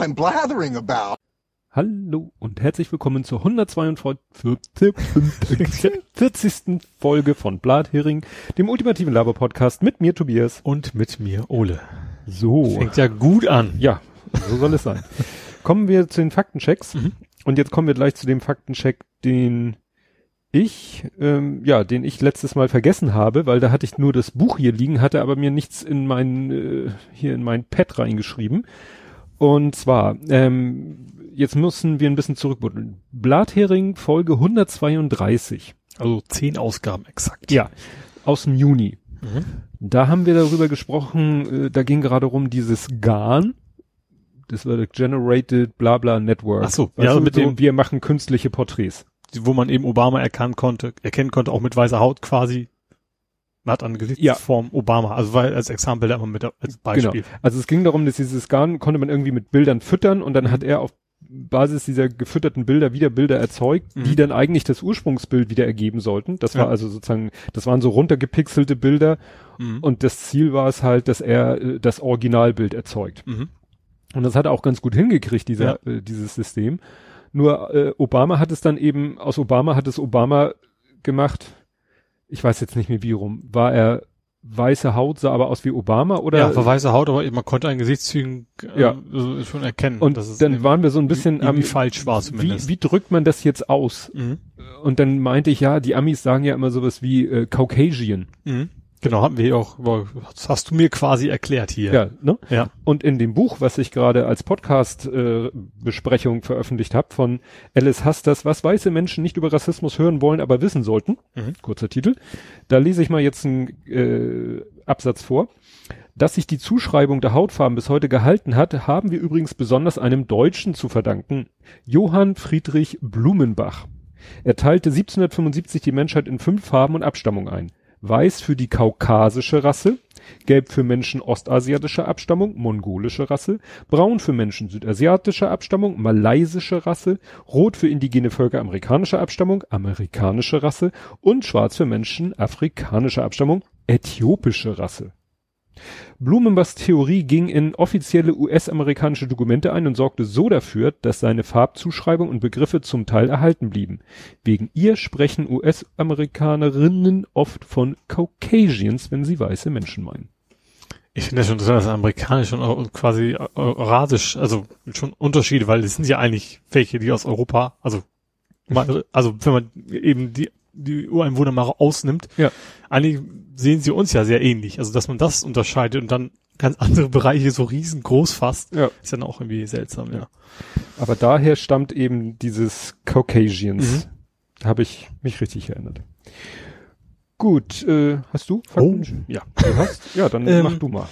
I'm blathering about. Hallo und herzlich willkommen zur 142. Folge von Blathering, dem ultimativen Laber-Podcast mit mir Tobias. Und mit mir Ole. So. Fängt ja gut an. Ja, so soll es sein. Kommen wir zu den Faktenchecks. Und jetzt kommen wir gleich zu dem Faktencheck, den ich letztes Mal vergessen habe, weil da hatte ich nur das Buch hier liegen, hatte aber mir nichts in mein Pad reingeschrieben. Und zwar, jetzt müssen wir ein bisschen zurückbuddeln. Blathering Folge 132. Also 10 Ausgaben exakt. Ja, aus dem Juni. Da haben wir darüber gesprochen, da ging gerade rum dieses GAN. Das war das Generated Blabla Network. Ach so, ja, also mit dem wir machen künstliche Porträts. Wo man eben Obama erkennen konnte, auch mit weißer Haut quasi. Man hat an Gesichtsform Obama, also weil als Example immer mit als Beispiel. Genau. Also es ging darum, dass dieses GAN konnte man irgendwie mit Bildern füttern und dann hat er auf Basis dieser gefütterten Bilder wieder Bilder erzeugt, die dann eigentlich das Ursprungsbild wieder ergeben sollten. Das war also sozusagen, das waren so runtergepixelte Bilder und das Ziel war es halt, dass er das Originalbild erzeugt. Und das hat er auch ganz gut hingekriegt, dieses System. Nur Obama hat es dann eben, aus Obama hat es Obama gemacht, ich weiß jetzt nicht mehr wie rum, war er weiße Haut, sah aber aus wie Obama oder? Ja, war weiße Haut, aber man konnte an Gesichtszügen schon erkennen. Und dass es dann waren wir so ein bisschen am falsch war zumindest. Wie drückt man das jetzt aus? Und dann meinte ich, ja, die Amis sagen ja immer sowas wie Caucasian. Genau, haben wir hier auch, das hast du mir quasi erklärt hier. Ja, ne? Ja. Und in dem Buch, was ich gerade als Podcast-Besprechung veröffentlicht habe von Alice Hasters, was weiße Menschen nicht über Rassismus hören wollen, aber wissen sollten, kurzer Titel, da lese ich mal jetzt einen Absatz vor. Dass sich die Zuschreibung der Hautfarben bis heute gehalten hat, haben wir übrigens besonders einem Deutschen zu verdanken, Johann Friedrich Blumenbach. Er teilte 1775 die Menschheit in 5 Farben und Abstammung ein. Weiß für die kaukasische Rasse, gelb für Menschen ostasiatischer Abstammung, mongolische Rasse, braun für Menschen südasiatischer Abstammung, malaysische Rasse, rot für indigene Völker amerikanischer Abstammung, amerikanische Rasse und schwarz für Menschen afrikanischer Abstammung, äthiopische Rasse. Blumenbachs Theorie ging in offizielle US-amerikanische Dokumente ein und sorgte so dafür, dass seine Farbzuschreibung und Begriffe zum Teil erhalten blieben. Wegen ihr sprechen US-Amerikanerinnen oft von Caucasians, wenn sie weiße Menschen meinen. Ich finde das schon interessant, dass amerikanisch und quasi eurasisch, also schon Unterschiede, weil das sind ja eigentlich welche, die aus Europa, also wenn man eben die Ureinwohner mal ausnimmt, eigentlich sehen sie uns ja sehr ähnlich. Also, dass man das unterscheidet und dann ganz andere Bereiche so riesengroß fasst, ist dann auch irgendwie seltsam, ja. Aber daher stammt eben dieses Caucasians. Habe ich mich richtig erinnert. Gut, hast du Fakten? Ja. Du hast? Ja, dann mach du mal.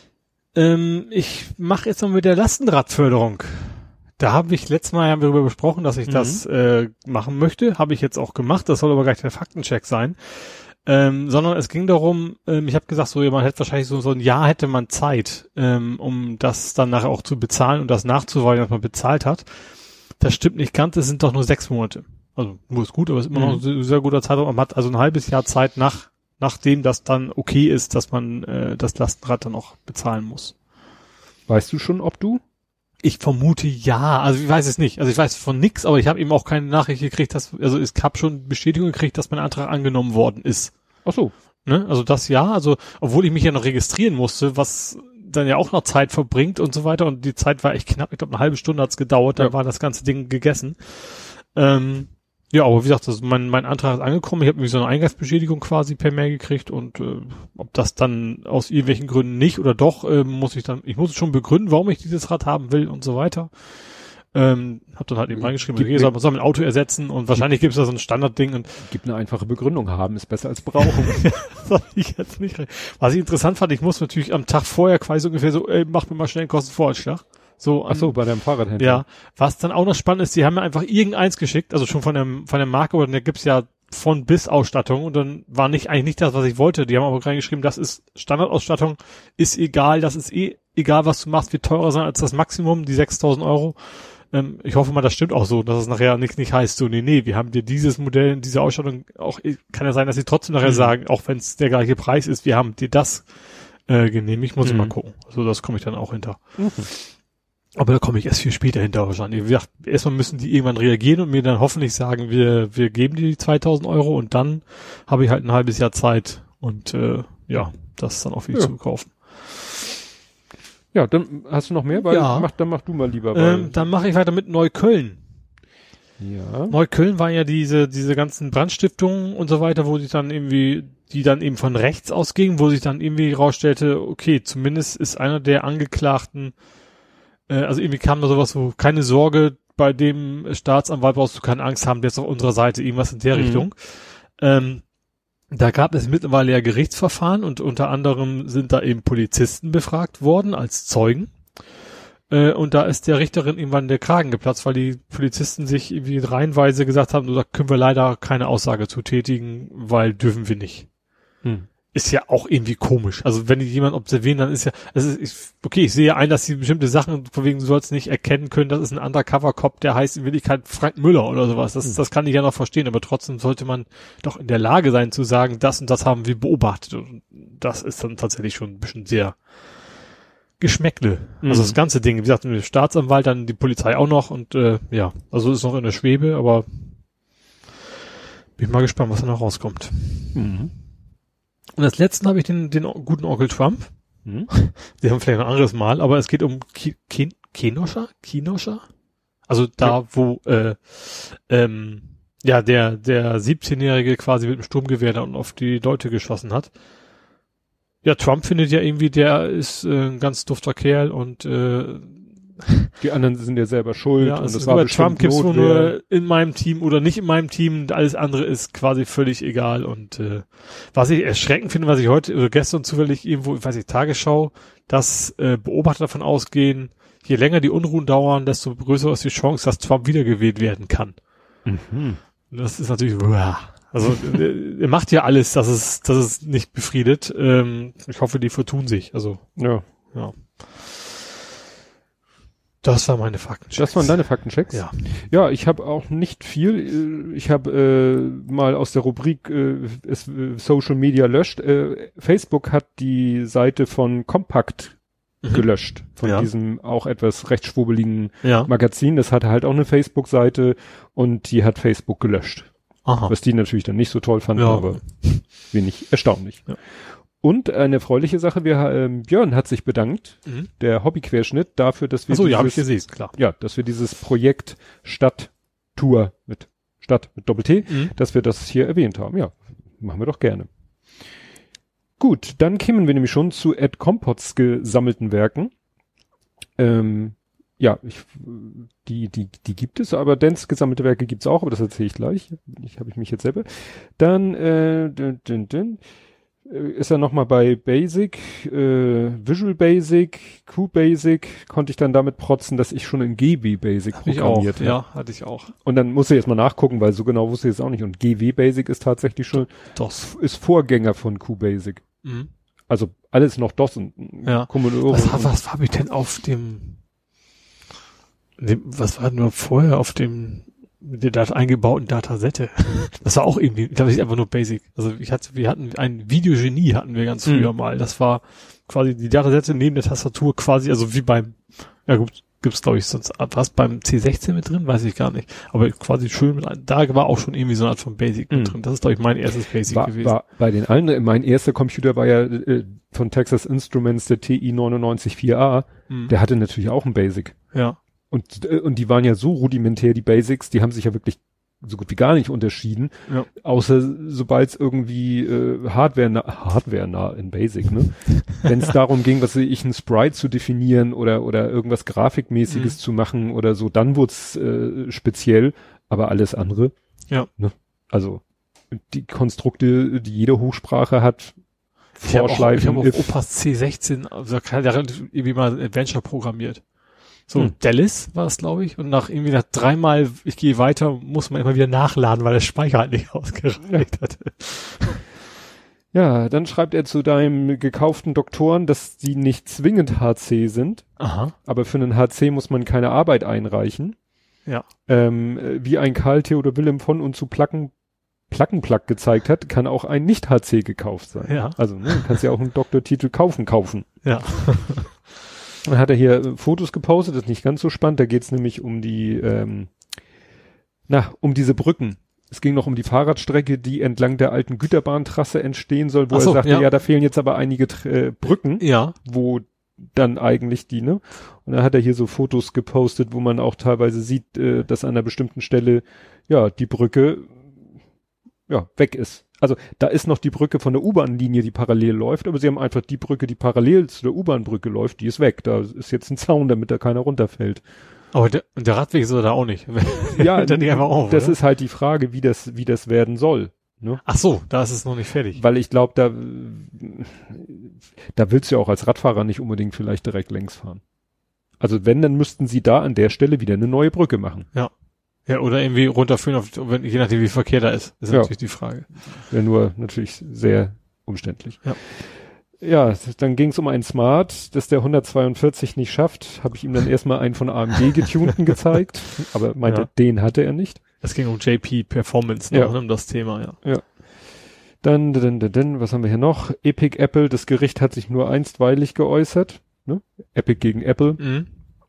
Ich mache jetzt mal mit der Lastenradförderung. Da haben wir darüber besprochen, dass ich das machen möchte. Habe ich jetzt auch gemacht. Das soll aber gar nicht der Faktencheck sein. Sondern es ging darum, ich habe gesagt, man hätte wahrscheinlich so ein Jahr hätte man Zeit, um das dann nachher auch zu bezahlen und das nachzuweisen, was man bezahlt hat. Das stimmt nicht ganz, es sind doch nur 6 Monate. Also nur ist gut, aber es ist immer noch ein sehr guter Zeitraum. Man hat also ein halbes Jahr Zeit nachdem das dann okay ist, dass man das Lastenrad dann auch bezahlen muss. Weißt du schon, ob du? Ich vermute ja, also ich weiß es nicht. Also ich weiß von nix, aber ich habe eben auch keine Nachricht gekriegt, ich habe schon Bestätigung gekriegt, dass mein Antrag angenommen worden ist. Ach so. Ne? Also das ja, also obwohl ich mich ja noch registrieren musste, was dann ja auch noch Zeit verbringt und so weiter und die Zeit war echt knapp, ich glaube eine halbe Stunde hat's gedauert, dann war das ganze Ding gegessen. Ja, aber wie gesagt, mein Antrag ist angekommen, ich habe irgendwie so eine Eingangsbestätigung quasi per Mail gekriegt und ob das dann aus irgendwelchen Gründen nicht oder doch, ich muss es schon begründen, warum ich dieses Rad haben will und so weiter. Hab dann halt eben reingeschrieben, okay, soll man ein Auto ersetzen und wahrscheinlich gibt es da so ein Standardding und gibt eine einfache Begründung, haben ist besser als brauchen. Das ich jetzt nicht rein. Was ich interessant fand, ich muss natürlich am Tag vorher quasi ungefähr so, mach mir mal schnell einen Kostenvoranschlag. Ach so, bei deinem Fahrradhändler. Ja, was dann auch noch spannend ist, die haben mir einfach irgendeins geschickt, also schon von der Marke, aber da gibt's ja von bis Ausstattung und dann war eigentlich nicht das, was ich wollte. Die haben aber reingeschrieben, das ist Standardausstattung, ist egal, das ist egal, was du machst, wird teurer sein als das Maximum, die 6.000 Euro. Ich hoffe mal, das stimmt auch so, dass es nachher nicht heißt, so, nee, wir haben dir dieses Modell, diese Ausstattung, auch kann ja sein, dass sie trotzdem nachher sagen, auch wenn es der gleiche Preis ist, wir haben dir das genehmigt, muss ich mal gucken. Also das komme ich dann auch hinter. Aber da komme ich erst viel später hinter wahrscheinlich. Wie gesagt, erstmal müssen die irgendwann reagieren und mir dann hoffentlich sagen, wir geben dir die 2.000 Euro und dann habe ich halt ein halbes Jahr Zeit und das dann auch wieder zu kaufen. Ja, dann hast du noch mehr? Weil dann mach du mal lieber. Dann mache ich weiter mit Neukölln. Ja. Neukölln war ja diese ganzen Brandstiftungen und so weiter, wo sich dann irgendwie, die dann eben von rechts ausgingen, wo sich dann irgendwie rausstellte, okay, zumindest ist einer der Angeklagten, also irgendwie kam da sowas, wo keine Sorge, bei dem Staatsanwalt brauchst du keine Angst haben, der ist auf unserer Seite, irgendwas in der Richtung. Da gab es mittlerweile ja Gerichtsverfahren und unter anderem sind da eben Polizisten befragt worden als Zeugen. Und da ist der Richterin irgendwann der Kragen geplatzt, weil die Polizisten sich irgendwie reihenweise gesagt haben, da können wir leider keine Aussage zu tätigen, weil dürfen wir nicht. Ist ja auch irgendwie komisch. Also wenn die jemanden observieren, dann ist ja, okay, ich sehe ja ein, dass sie bestimmte Sachen, von wegen du sollst nicht erkennen können, das ist ein Undercover-Cop, der heißt in Wirklichkeit Frank Müller oder sowas. Das kann ich ja noch verstehen, aber trotzdem sollte man doch in der Lage sein zu sagen, das und das haben wir beobachtet. Und das ist dann tatsächlich schon ein bisschen sehr Geschmäckle. Also das ganze Ding, wie gesagt, der Staatsanwalt, dann die Polizei auch noch und also ist noch in der Schwebe, aber bin mal gespannt, was da noch rauskommt. Und als letzten habe ich den guten Onkel Trump. Die haben vielleicht ein anderes Mal, aber es geht um Kenosha? Also da, wo der 17-Jährige quasi mit dem Sturmgewehr da auf die Leute geschossen hat. Ja, Trump findet ja irgendwie, der ist ein ganz dufter Kerl und die anderen sind ja selber schuld. Ja, und das war Trump gibt's wohl nur in meinem Team oder nicht in meinem Team. Alles andere ist quasi völlig egal. Und was ich erschreckend finde, was ich heute oder gestern zufällig irgendwo, ich weiß nicht, Tagesschau, dass Beobachter davon ausgehen, je länger die Unruhen dauern, desto größer ist die Chance, dass Trump wiedergewählt werden kann. Und das ist natürlich, also er macht ja alles, dass es nicht befriedet. Ich hoffe, die vertun sich. Also ja. Das war meine Faktenchecks. Das waren deine Faktenchecks? Ja. Ja, ich habe auch nicht viel. Ich habe mal aus der Rubrik Social Media löscht. Facebook hat die Seite von Compact gelöscht. Von diesem auch etwas recht schwurbeligen Magazin. Das hatte halt auch eine Facebook-Seite und die hat Facebook gelöscht. Aha. Was die natürlich dann nicht so toll fanden, aber wenig erstaunlich. Ja. Und eine erfreuliche Sache, Björn hat sich bedankt, der Hobbyquerschnitt, dafür, dass wir habe ich gesehen, klar. Ja, dass wir dieses Projekt Stadttour mit Stadt mit Doppel-T, dass wir das hier erwähnt haben. Ja, machen wir doch gerne. Gut, dann kämen wir nämlich schon zu Ed Compots gesammelten Werken. Die gibt es, aber Dens gesammelte Werke gibt's auch, aber das erzähle ich gleich. Habe ich mich jetzt selber. Dann ist er nochmal bei Basic, Visual Basic, QBasic, konnte ich dann damit protzen, dass ich schon in GB Basic programmiert habe. Ja, hatte ich auch. Und dann musste ich jetzt mal nachgucken, weil so genau wusste ich es auch nicht. Und GW Basic ist tatsächlich schon, ist Vorgänger von QBasic. Also alles noch DOS und Commodore. Was habe ich denn auf was war nur vorher auf dem mit der eingebauten Datasette? Das war auch irgendwie, ich glaube, das ist einfach nur Basic. Also wir hatten ein Videogenie hatten wir ganz früher mal. Das war quasi die Datasette neben der Tastatur quasi, also wie beim, gibt's glaube ich sonst, was beim C16 mit drin? Weiß ich gar nicht. Aber quasi schön da war auch schon irgendwie so eine Art von Basic mit drin. Das ist glaube ich mein erstes Basic gewesen. War bei den allen, mein erster Computer war ja von Texas Instruments, der TI 994A. Der hatte natürlich auch ein Basic. Ja. Und die waren ja so rudimentär, die Basics, die haben sich ja wirklich so gut wie gar nicht unterschieden, außer sobald es irgendwie hardware-nah in Basic, ne? Wenn es darum ging, was weiß ich, ein Sprite zu definieren oder irgendwas Grafikmäßiges zu machen oder so, dann wurde es speziell, aber alles andere, ne? Also die Konstrukte, die jede Hochsprache hat, Vorschleifen. Ich habe auf Opas C16, also irgendwie mal Adventure programmiert. So, Dallas war es, glaube ich. Und nach 3-mal, ich gehe weiter, muss man immer wieder nachladen, weil der Speicher halt nicht ausgereicht hatte. Ja, dann schreibt er zu deinem gekauften Doktoren, dass die nicht zwingend HC sind. Aha. Aber für einen HC muss man keine Arbeit einreichen. Ja. Wie ein Karl Theodor Wilhelm von und zu Plackenplack gezeigt hat, kann auch ein Nicht-HC gekauft sein. Ja. Also, ne, du kannst ja auch einen Doktortitel kaufen. Ja. Dann hat er hier Fotos gepostet, das ist nicht ganz so spannend, da geht's nämlich um die, um diese Brücken. Es ging noch um die Fahrradstrecke, die entlang der alten Güterbahntrasse entstehen soll, wo er sagte, ja, da fehlen jetzt aber einige Brücken, wo dann eigentlich die, ne? Und dann hat er hier so Fotos gepostet, wo man auch teilweise sieht, dass an einer bestimmten Stelle, ja, die Brücke, ja, weg ist. Also da ist noch die Brücke von der U-Bahn-Linie, die parallel läuft, aber sie haben einfach die Brücke, die parallel zu der U-Bahn-Brücke läuft, die ist weg. Da ist jetzt ein Zaun, damit da keiner runterfällt. Aber der Radweg ist da auch nicht. Ja, dann nicht einfach auf, das oder? ist halt die Frage, wie das werden soll. Ne? Ach so, da ist es noch nicht fertig. Weil ich glaube, da willst du ja auch als Radfahrer nicht unbedingt vielleicht direkt längs fahren. Also wenn, dann müssten sie da an der Stelle wieder eine neue Brücke machen. Ja. Ja, oder irgendwie runterführen, je nachdem wie Verkehr da ist. Das ist natürlich die Frage. Wäre nur natürlich sehr umständlich. Ja. Ja, dann ging es um einen Smart, dass der 142 nicht schafft. Habe ich ihm dann erstmal einen von AMD getunten gezeigt, aber meinte, den hatte er nicht. Es ging um JP Performance, noch, um das Thema, ja. Dann, was haben wir hier noch? Epic Apple, das Gericht hat sich nur einstweilig geäußert. Ne? Epic gegen Apple. Mhm.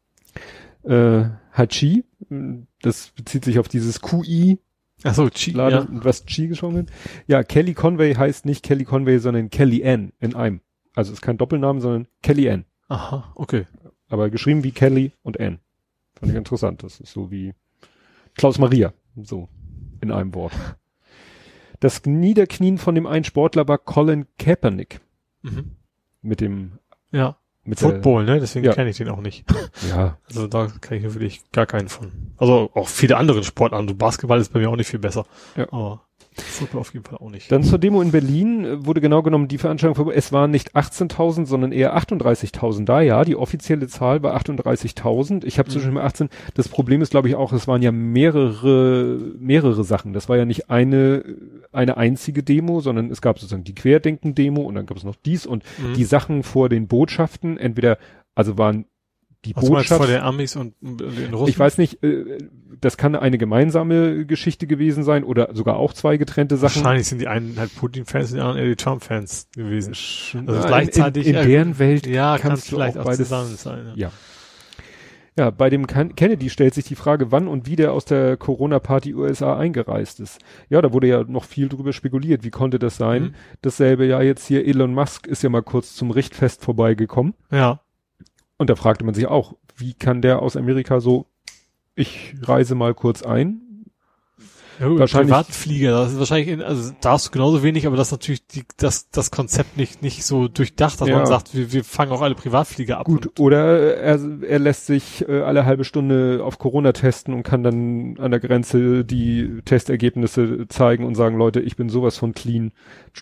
Hachi, das bezieht sich auf dieses QI. Ach so, Chi, was Chi geschrieben wird. Ja, Kelly Conway heißt nicht Kelly Conway, sondern Kelly Ann in einem. Also ist kein Doppelname, sondern Kelly Ann. Aha, okay. Aber geschrieben wie Kelly und Ann. Fand ich interessant. Das ist so wie Klaus Maria. So in einem Wort. Das Niederknien von dem einen Sportler war Colin Kaepernick. Mhm. Mit dem mit Football, ne? Deswegen kenne ich den auch nicht. Ja. Also da kann ich wirklich gar keinen von. Also auch viele andere Sportarten. Basketball ist bei mir auch nicht viel besser. Ja. Aber Football auf jeden Fall auch nicht. Dann zur Demo in Berlin wurde genau genommen die Veranstaltung, es waren nicht 18.000, sondern eher 38.000 da, ja. Die offizielle Zahl war 38.000. Ich habe zwischen 18. Das Problem ist, glaube ich, auch, es waren ja mehrere Sachen. Das war ja nicht eine einzige Demo, sondern es gab sozusagen die Querdenken-Demo und dann gab es noch dies und die Sachen vor den Botschaften. Entweder, also waren die Botschaft vor den Amis und in Russland? Ich weiß nicht, das kann eine gemeinsame Geschichte gewesen sein oder sogar auch zwei getrennte Sachen. Wahrscheinlich sind die einen halt Putin-Fans und die anderen eher die Trump-Fans gewesen. Also gleichzeitig. In deren Welt kann es vielleicht auch beides zusammen sein. Ja. Ja, bei dem Kennedy stellt sich die Frage, wann und wie der aus der Corona-Party USA eingereist ist. Ja, da wurde ja noch viel drüber spekuliert. Wie konnte das sein? Dasselbe ja jetzt hier, Elon Musk ist ja mal kurz zum Richtfest vorbeigekommen. Ja. Und da fragte man sich auch, wie kann der aus Amerika so, ich reise mal kurz ein? Ja, wahrscheinlich Privatflieger, das ist wahrscheinlich, also da hast du genauso wenig, aber das ist natürlich das Konzept nicht so durchdacht, dass man sagt, wir fangen auch alle Privatflieger ab. Gut, oder er lässt sich alle halbe Stunde auf Corona testen und kann dann an der Grenze die Testergebnisse zeigen und sagen, Leute, ich bin sowas von clean.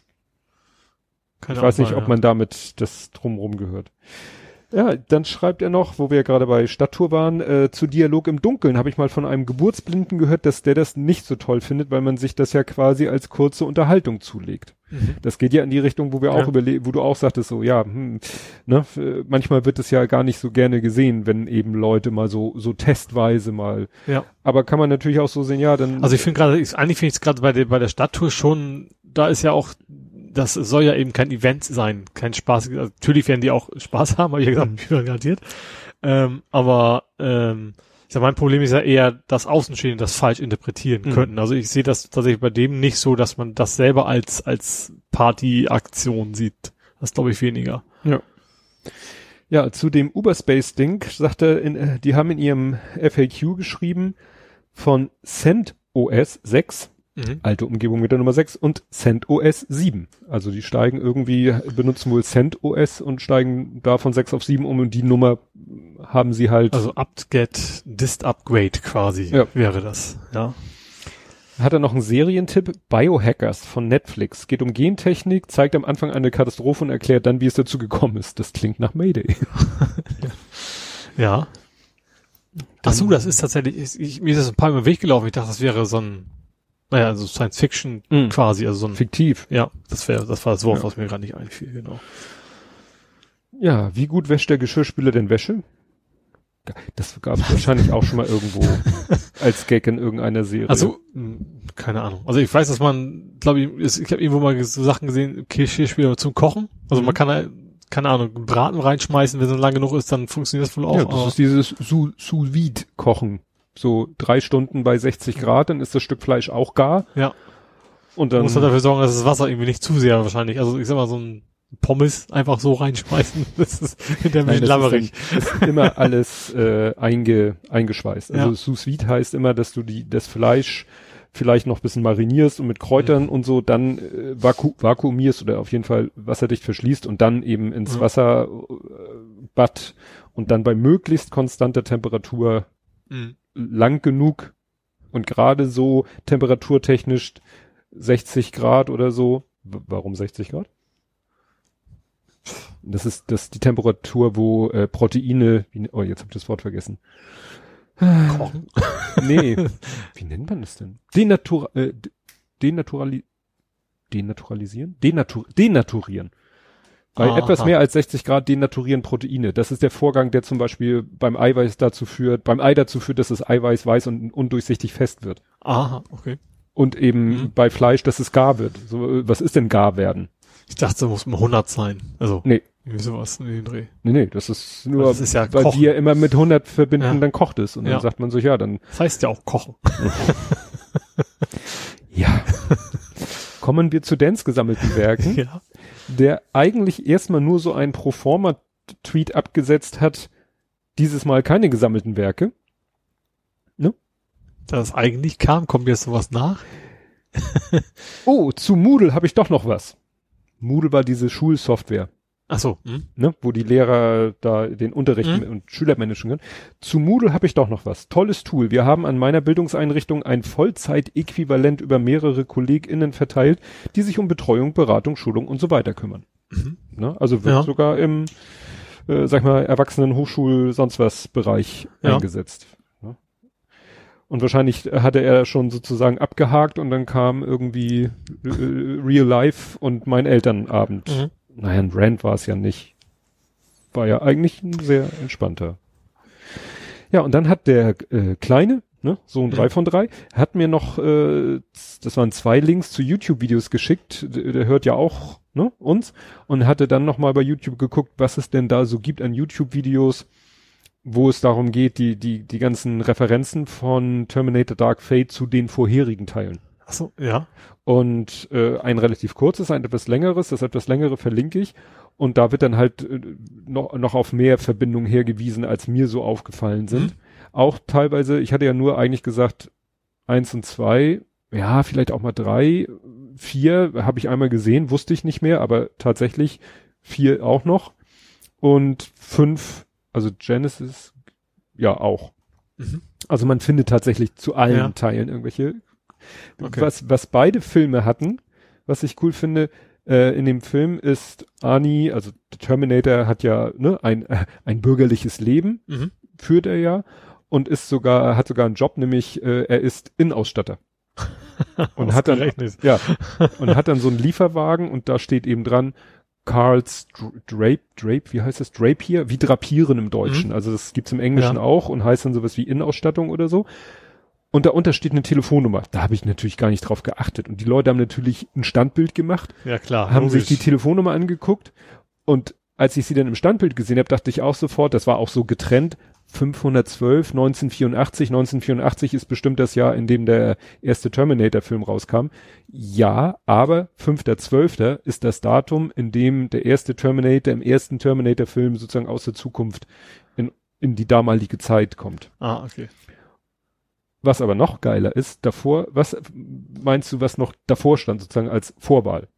Ich weiß nicht, ob man damit das drumherum gehört. Ja, dann schreibt er noch, wo wir gerade bei Stadttour waren, zu Dialog im Dunkeln habe ich mal von einem Geburtsblinden gehört, dass der das nicht so toll findet, weil man sich das ja quasi als kurze Unterhaltung zulegt. Das geht ja in die Richtung, wo wir auch wo du auch sagtest, so, manchmal wird es ja gar nicht so gerne gesehen, wenn eben Leute mal so testweise mal. Ja. Aber kann man natürlich auch so sehen, ja, dann. Also ich finde eigentlich finde ich es gerade bei der Stadttour schon, da ist ja auch, das soll ja eben kein Event sein, kein Spaß. Also natürlich werden die auch Spaß haben, habe ich ja gesagt, garantiert. Ich sag, mein Problem ist ja eher, dass Außenstehende das falsch interpretieren könnten. Also ich sehe das tatsächlich bei dem nicht so, dass man das selber als Partyaktion sieht. Das glaube ich weniger. Ja. Ja, zu dem Uberspace-Ding sagt er, die haben in ihrem FAQ geschrieben von CentOS 6, alte Umgebung mit der Nummer 6 und CentOS 7. Also die benutzen wohl CentOS und steigen da von 6 auf 7 um und die Nummer haben sie halt. Also apt-get, dist-upgrade quasi wäre das, ja. Hat er noch einen Serientipp? Biohackers von Netflix. Geht um Gentechnik, zeigt am Anfang eine Katastrophe und erklärt dann, wie es dazu gekommen ist. Das klingt nach Mayday. Ja. Ach so, das ist tatsächlich, mir ist das ein paar Mal im Weg gelaufen. Ich dachte, das wäre so ein, so Science Fiction quasi, also so ein. Fiktiv. Ja, das war das Wort, was mir gerade nicht einfiel, genau. Ja, wie gut wäscht der Geschirrspüler denn Wäsche? Das gab es wahrscheinlich auch schon mal irgendwo als Gag in irgendeiner Serie. Also, keine Ahnung. Also ich weiß, dass man, glaube ich habe irgendwo mal so Sachen gesehen, Geschirrspüler zum Kochen. Also man kann keine Ahnung, Braten reinschmeißen, wenn es lang genug ist, dann funktioniert das wohl auch. Ja, das ist dieses Sous Vide kochen. So 3 Stunden bei 60 Grad, dann ist das Stück Fleisch auch gar. Ja. Und dann muss man dafür sorgen, dass das Wasser irgendwie nicht zu sehr wahrscheinlich. Also ich sag mal, so ein Pommes einfach so reinschmeißen, das ist hinterher labberig. Das ist immer alles eingeschweißt. Also Sous Vide heißt immer, dass du das Fleisch vielleicht noch ein bisschen marinierst und mit Kräutern und so dann vakuumierst oder auf jeden Fall wasserdicht verschließt und dann eben ins Wasserbad und dann bei möglichst konstanter Temperatur lang genug und gerade so temperaturtechnisch 60 Grad oder so. Warum 60 Grad? Das ist die Temperatur, wo Proteine, jetzt hab ich das Wort vergessen. Kochen? Nee, wie nennt man das denn? Denaturieren. Bei etwas mehr als 60 Grad denaturieren Proteine. Das ist der Vorgang, der zum Beispiel beim Ei dazu führt, dass das Eiweiß weiß und undurchsichtig fest wird. Aha, okay. Und eben bei Fleisch, dass es gar wird. So, was ist denn gar werden? Ich dachte, da muss man 100 sein. Also, nee. Irgendwie sowas in den Dreh. Nee, das ist nur, das ist ja weil Kochen. die ja immer mit 100 verbinden, dann kocht es. Und dann sagt man sich, dann. Das heißt ja auch kochen. Ja. Kommen wir zu Dans gesammelten Werken. Ja. Der eigentlich erstmal nur so einen Proforma-Tweet abgesetzt hat, dieses Mal keine gesammelten Werke. Ne? Da das eigentlich kam, kommt jetzt sowas nach? Oh, zu Moodle habe ich doch noch was. Moodle war diese Schulsoftware. Ach so. Ne, wo die Lehrer da den Unterricht und Schüler managen können. Zu Moodle habe ich doch noch was. Tolles Tool. Wir haben an meiner Bildungseinrichtung ein Vollzeit-Äquivalent über mehrere KollegInnen verteilt, die sich um Betreuung, Beratung, Schulung und so weiter kümmern. Ne, also wird sogar im, sag mal, Erwachsenen Hochschul sonst was Bereich eingesetzt. Ne? Und wahrscheinlich hatte er schon sozusagen abgehakt und dann kam irgendwie Real Life und mein Elternabend. Naja, ein Rant war es ja nicht. War ja eigentlich ein sehr entspannter. Ja, und dann hat der Kleine, ne, Sohn 3 von 3, hat mir noch, das waren 2 Links zu YouTube-Videos geschickt. Der hört ja auch uns und hatte dann noch mal bei YouTube geguckt, was es denn da so gibt an YouTube-Videos, wo es darum geht, die ganzen Referenzen von Terminator Dark Fate zu den vorherigen Teilen. Ach so, ja. Und ein relativ kurzes, ein etwas längeres. Das etwas längere verlinke ich. Und da wird dann halt noch auf mehr Verbindungen hergewiesen, als mir so aufgefallen sind. Auch teilweise, ich hatte ja nur eigentlich gesagt 1 und 2, ja, vielleicht auch mal 3, 4 habe ich einmal gesehen, wusste ich nicht mehr, aber tatsächlich 4 auch noch. Und 5, also Genesis, ja auch. Also man findet tatsächlich zu allen Teilen irgendwelche. Okay. Was beide Filme hatten, was ich cool finde, in dem Film ist Arnie, also der Terminator hat ja ein bürgerliches Leben, führt er ja, und hat sogar einen Job, nämlich er ist Innenausstatter. Und hat dann und hat dann so einen Lieferwagen und da steht eben dran Carl's Drape, wie heißt das? Drapier? Wie Drapieren im Deutschen. Also das gibt's im Englischen auch und heißt dann sowas wie Innenausstattung oder so. Und darunter steht eine Telefonnummer. Da habe ich natürlich gar nicht drauf geachtet. Und die Leute haben natürlich ein Standbild gemacht. Ja, klar. Haben sich die Telefonnummer angeguckt. Und als ich sie dann im Standbild gesehen habe, dachte ich auch sofort, das war auch so getrennt, 512, 1984. 1984 ist bestimmt das Jahr, in dem der erste Terminator-Film rauskam. Ja, aber 5.12. ist das Datum, in dem der erste Terminator im ersten Terminator-Film sozusagen aus der Zukunft in die damalige Zeit kommt. Ah, okay. Was aber noch geiler ist, was meinst du, was noch davor stand, sozusagen als Vorwahl?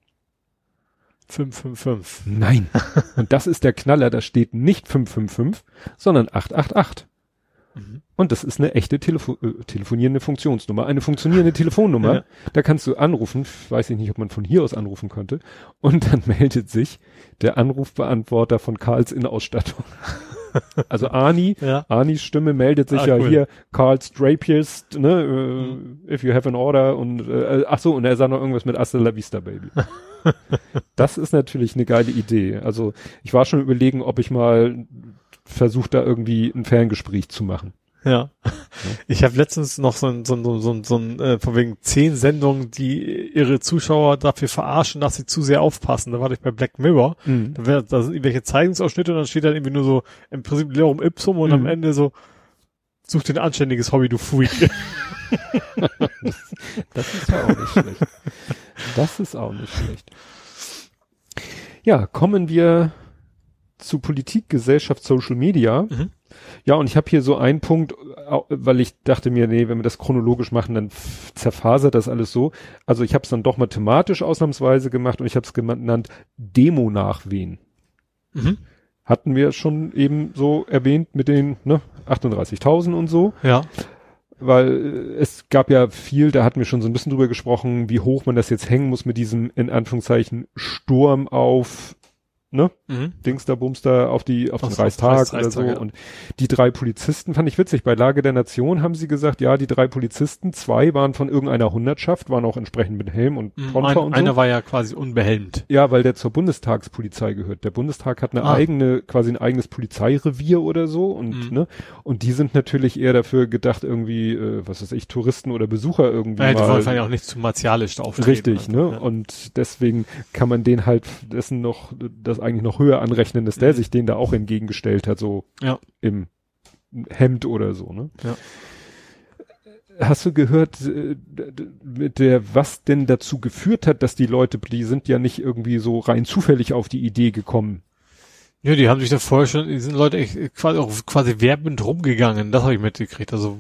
555. Nein. Und das ist der Knaller, da steht nicht 555, sondern 888. Und das ist eine echte telefonierende Funktionsnummer, eine funktionierende Telefonnummer. Ja. Da kannst du anrufen, weiß ich nicht, ob man von hier aus anrufen könnte. Und dann meldet sich der Anrufbeantworter von Karls Innenausstattung. Also Arnis Stimme meldet sich cool. Hier, Carl's Drapiers, if you have an order und und er sagt noch irgendwas mit Hasta la Vista, Baby. Das ist natürlich eine geile Idee. Also ich war schon überlegen, ob ich mal versuche, da irgendwie ein Ferngespräch zu machen. Ja. Ich habe letztens noch so ein von wegen 10 Sendungen, die ihre Zuschauer dafür verarschen, dass sie zu sehr aufpassen. Da war ich bei Black Mirror. Da sind irgendwelche Zeichnungsausschnitte und dann steht dann irgendwie nur so im Prinzip Lorem Ipsum und am Ende so, such dir ein anständiges Hobby, du Freak. Das ist ja auch nicht schlecht. Das ist auch nicht schlecht. Ja, kommen wir zu Politik, Gesellschaft, Social Media. Ja, und ich habe hier so einen Punkt, weil ich dachte mir, nee, wenn wir das chronologisch machen, dann zerfasert das alles so. Also ich habe es dann doch mal thematisch ausnahmsweise gemacht und ich habe es genannt Demo-Nachwehen. Hatten wir schon eben so erwähnt mit den 38.000 und so. Ja. Weil es gab ja viel, da hatten wir schon so ein bisschen drüber gesprochen, wie hoch man das jetzt hängen muss mit diesem, in Anführungszeichen, Sturm auf, Dings da, Bums da auf den Reichstag oder so. Ja. Und die 3 Polizisten fand ich witzig. Bei Lage der Nation haben sie gesagt, ja, die 3 Polizisten, 2 waren von irgendeiner Hundertschaft, waren auch entsprechend mit Helm und Poncho und so. Einer war ja quasi unbehelmt. Ja, weil der zur Bundestagspolizei gehört. Der Bundestag hat quasi ein eigenes Polizeirevier oder so und, und die sind natürlich eher dafür gedacht, irgendwie, was weiß ich, Touristen oder Besucher irgendwie die wollen ja auch nicht zu martialisch auftreten. Richtig, also, ne? Ja. Und deswegen kann man den halt dessen noch, das eigentlich noch höher anrechnen, dass der sich den da auch entgegengestellt hat, so im Hemd oder so, ne? Ja. Hast du gehört, was denn dazu geführt hat, dass die Leute, die sind ja nicht irgendwie so rein zufällig auf die Idee gekommen? Ja, die haben sich da vorher schon, die sind Leute quasi werbend rumgegangen, das habe ich mitgekriegt, also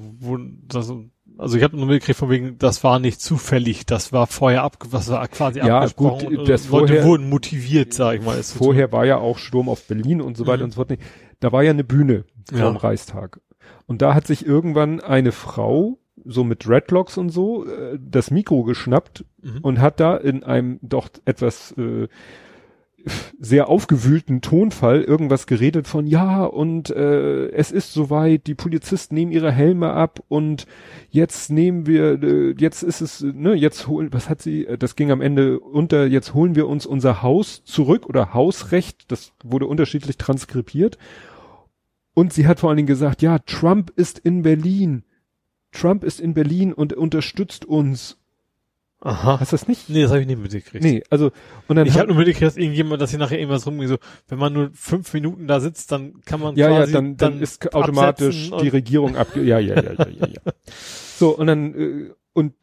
ich habe nur mitgekriegt von wegen, das war nicht zufällig, das war vorher abgesprochen. Gut, und das Leute vorher, wurden motiviert, sag ich mal. Vorher war ja auch Sturm auf Berlin und so weiter und so fort. Da war ja eine Bühne vom Reichstag. Und da hat sich irgendwann eine Frau, so mit Dreadlocks und so, das Mikro geschnappt und hat da in einem doch etwas sehr aufgewühlten Tonfall irgendwas geredet von, ja, und es ist soweit, die Polizisten nehmen ihre Helme ab und jetzt jetzt ist es, was hat sie, das ging am Ende unter, jetzt holen wir uns unser Haus zurück oder Hausrecht, das wurde unterschiedlich transkribiert. Und sie hat vor allen Dingen gesagt, ja, Trump ist in Berlin und unterstützt uns. Aha. Hast du das nicht? Nee, das habe ich nicht mitgekriegt. Nee, also, und dann. Ich habe nur mitgekriegt, dass irgendjemand, dass hier nachher irgendwas rumgeht, so, wenn man nur 5 Minuten da sitzt, dann kann man quasi. Ja, dann ist automatisch die Regierung ja. So, und dann,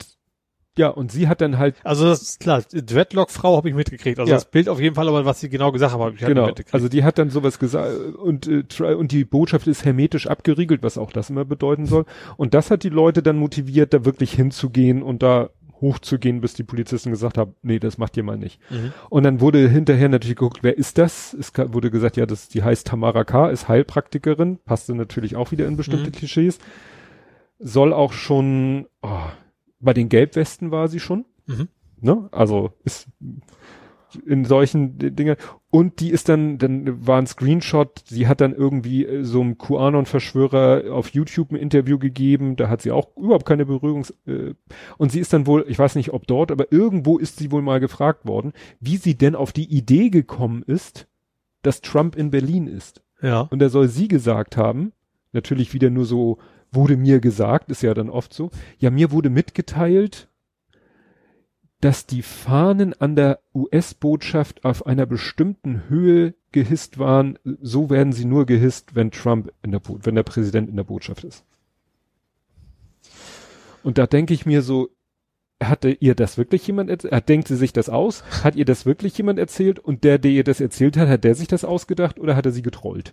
und sie hat dann halt. Also das ist klar, Dreadlock-Frau habe ich mitgekriegt. Also das Bild auf jeden Fall, aber was sie genau gesagt haben, habe ich genau. mitgekriegt. Also die hat dann sowas gesagt und die Botschaft ist hermetisch abgeriegelt, was auch das immer bedeuten soll. Und das hat die Leute dann motiviert, da wirklich hinzugehen und da hochzugehen, bis die Polizisten gesagt haben, nee, das macht ihr mal nicht. Und dann wurde hinterher natürlich geguckt, wer ist das? Es wurde gesagt, ja, die heißt Tamara K., ist Heilpraktikerin, passte natürlich auch wieder in bestimmte Klischees. Soll auch schon, bei den Gelbwesten war sie schon, ne? Also ist in solchen Dingen. Und die ist dann war ein Screenshot, sie hat dann irgendwie so einem QAnon-Verschwörer auf YouTube ein Interview gegeben, da hat sie auch überhaupt keine und sie ist dann wohl, ich weiß nicht ob dort, aber irgendwo ist sie wohl mal gefragt worden, wie sie denn auf die Idee gekommen ist, dass Trump in Berlin ist. Ja. Und da soll sie gesagt haben, natürlich wieder nur so, wurde mir gesagt, ist ja dann oft so, ja, mir wurde mitgeteilt, dass die Fahnen an der US-Botschaft auf einer bestimmten Höhe gehisst waren. So werden sie nur gehisst, wenn wenn der Präsident in der Botschaft ist. Und da denke ich mir so, hatte ihr das wirklich jemand erzählt? Denkt sie sich das aus? Hat ihr das wirklich jemand erzählt? Und der ihr das erzählt hat der sich das ausgedacht oder hat er sie getrollt?